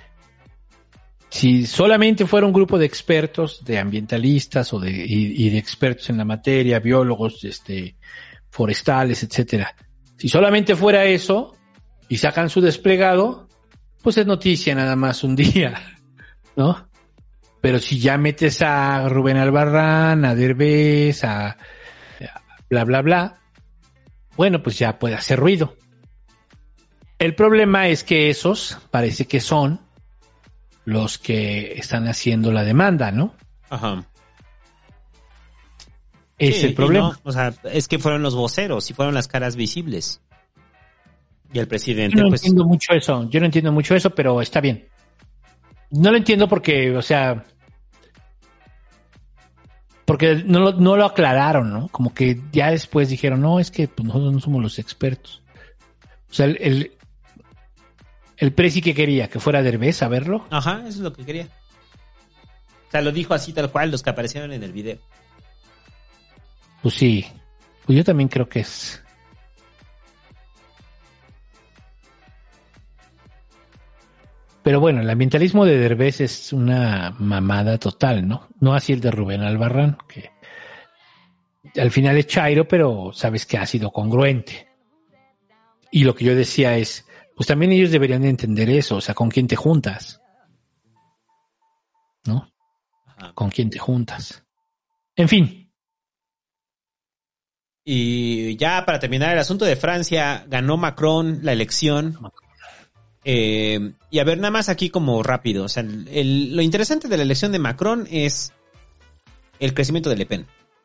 si solamente fuera un grupo de expertos, de ambientalistas o de y, y de expertos en la materia, biólogos, este, forestales, etcétera, si solamente fuera eso y sacan su desplegado, pues es noticia nada más un día, ¿no? Pero si ya metes a Rubén Albarrán, a Derbez, a, a bla bla bla, bueno, pues ya puede hacer ruido. El problema es que esos parece que son los que están haciendo la demanda, ¿no? Ajá. Es sí, el problema. No, o sea, es que fueron los voceros y fueron las caras visibles. Y el presidente, Yo no pues... entiendo mucho eso, yo no entiendo mucho eso, pero está bien. No lo entiendo porque, o sea... Porque no lo, no lo aclararon, ¿no? Como que ya después dijeron, no, es que pues, nosotros no somos los expertos. O sea, el... el El presi que quería, que fuera Derbez a verlo. Ajá, eso es lo que quería. O sea, lo dijo así tal cual, los que aparecieron en el video. Pues sí, pues yo también creo que es. Pero bueno, el ambientalismo de Derbez es una mamada total, ¿no? No así el de Rubén Albarrán, que al final es chairo, pero sabes que ha sido congruente. Y lo que yo decía es, pues también ellos deberían de entender eso, o sea, ¿con quién te juntas? ¿No? Ajá. ¿Con quién te juntas? En fin. Y ya para terminar el asunto de Francia, ganó Macron la elección. Eh, y a ver, nada más aquí como rápido. O sea, el, el, lo interesante de la elección de Macron es el crecimiento de Le Pen.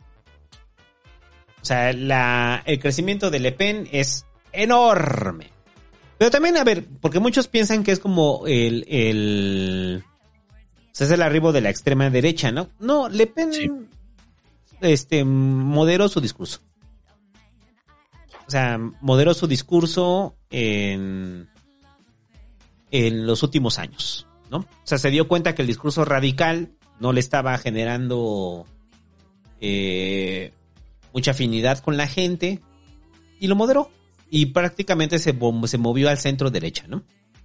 O sea, la, el crecimiento de Le Pen es enorme. Pero también, a ver, porque muchos piensan que es como el... el o sea, es el arribo de la extrema derecha, ¿no? No, Le Pen sí. este, moderó su discurso. O sea, moderó su discurso en... en los últimos años, ¿no? O sea, se dio cuenta que el discurso radical no le estaba generando eh, mucha afinidad con la gente y lo moderó. Y prácticamente se, se movió al centro derecha, ¿no?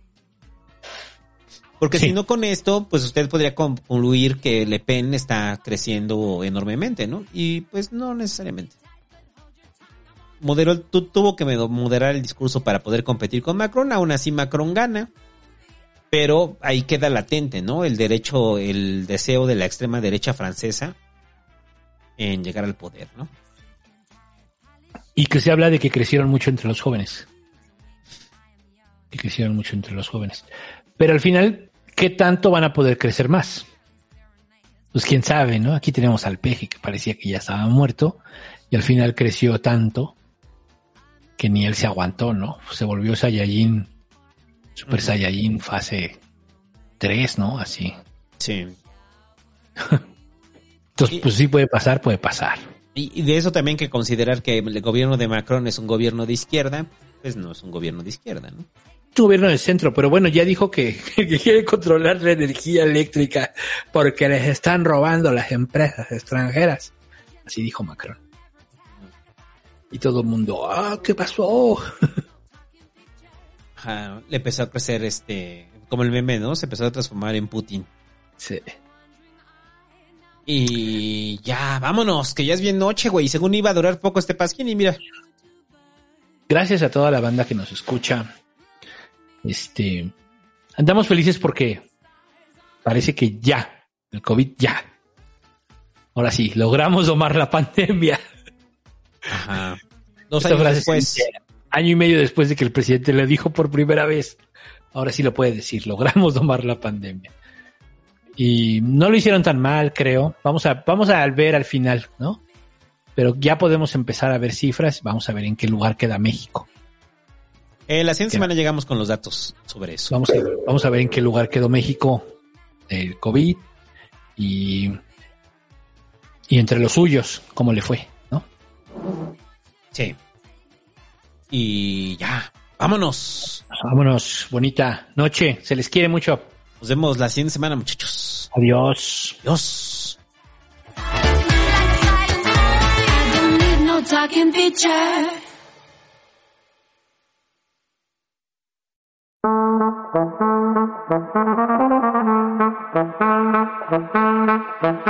Porque sí. Si no con esto, pues usted podría concluir que Le Pen está creciendo enormemente, ¿no? Y pues no necesariamente. Moderó, tu, tuvo que moderar el discurso para poder competir con Macron, aún así Macron gana. Pero ahí queda latente, ¿no? El derecho, el deseo de la extrema derecha francesa en llegar al poder, ¿no? Y que se habla de que crecieron mucho entre los jóvenes. Que crecieron mucho entre los jóvenes. Pero al final, ¿qué tanto van a poder crecer más? Pues quién sabe, ¿no? Aquí tenemos al Peje, que parecía que ya estaba muerto, y al final creció tanto que ni él se aguantó, ¿no? Se volvió Saiyajin, Super uh-huh. Saiyajin fase tres, ¿no? Así. Sí. Entonces, pues sí puede pasar, puede pasar. Y de eso también que considerar que el gobierno de Macron es un gobierno de izquierda, pues no es un gobierno de izquierda, ¿no? Es un gobierno de centro, pero bueno, ya dijo que, que quiere controlar la energía eléctrica porque les están robando las empresas extranjeras. Así dijo Macron. Y todo el mundo, ah, ¿qué pasó? Ajá, le empezó a crecer este, como el meme, ¿no? Se empezó a transformar en Putin. Sí. Y ya, vámonos, que ya es bien noche, güey. Según iba a durar poco este pasquín y mira. Gracias a toda la banda que nos escucha. Este, andamos felices porque parece que ya, el COVID ya. Ahora sí, logramos domar la pandemia. Ajá. Dos años después. Año y medio después de que el presidente le dijo por primera vez. Ahora sí lo puede decir, logramos domar la pandemia. Y no lo hicieron tan mal, creo. Vamos a, vamos a ver al final, ¿no? Pero ya podemos empezar a ver cifras. Vamos a ver en qué lugar queda México. Eh, la siguiente semana llegamos con los datos sobre eso. Vamos a, vamos a ver en qué lugar quedó México del COVID y, y entre los suyos, cómo le fue, ¿no? Sí. Y ya, vámonos. Vámonos, bonita noche. Se les quiere mucho. Nos vemos la siguiente semana, muchachos. Adiós. Adiós. Thank you.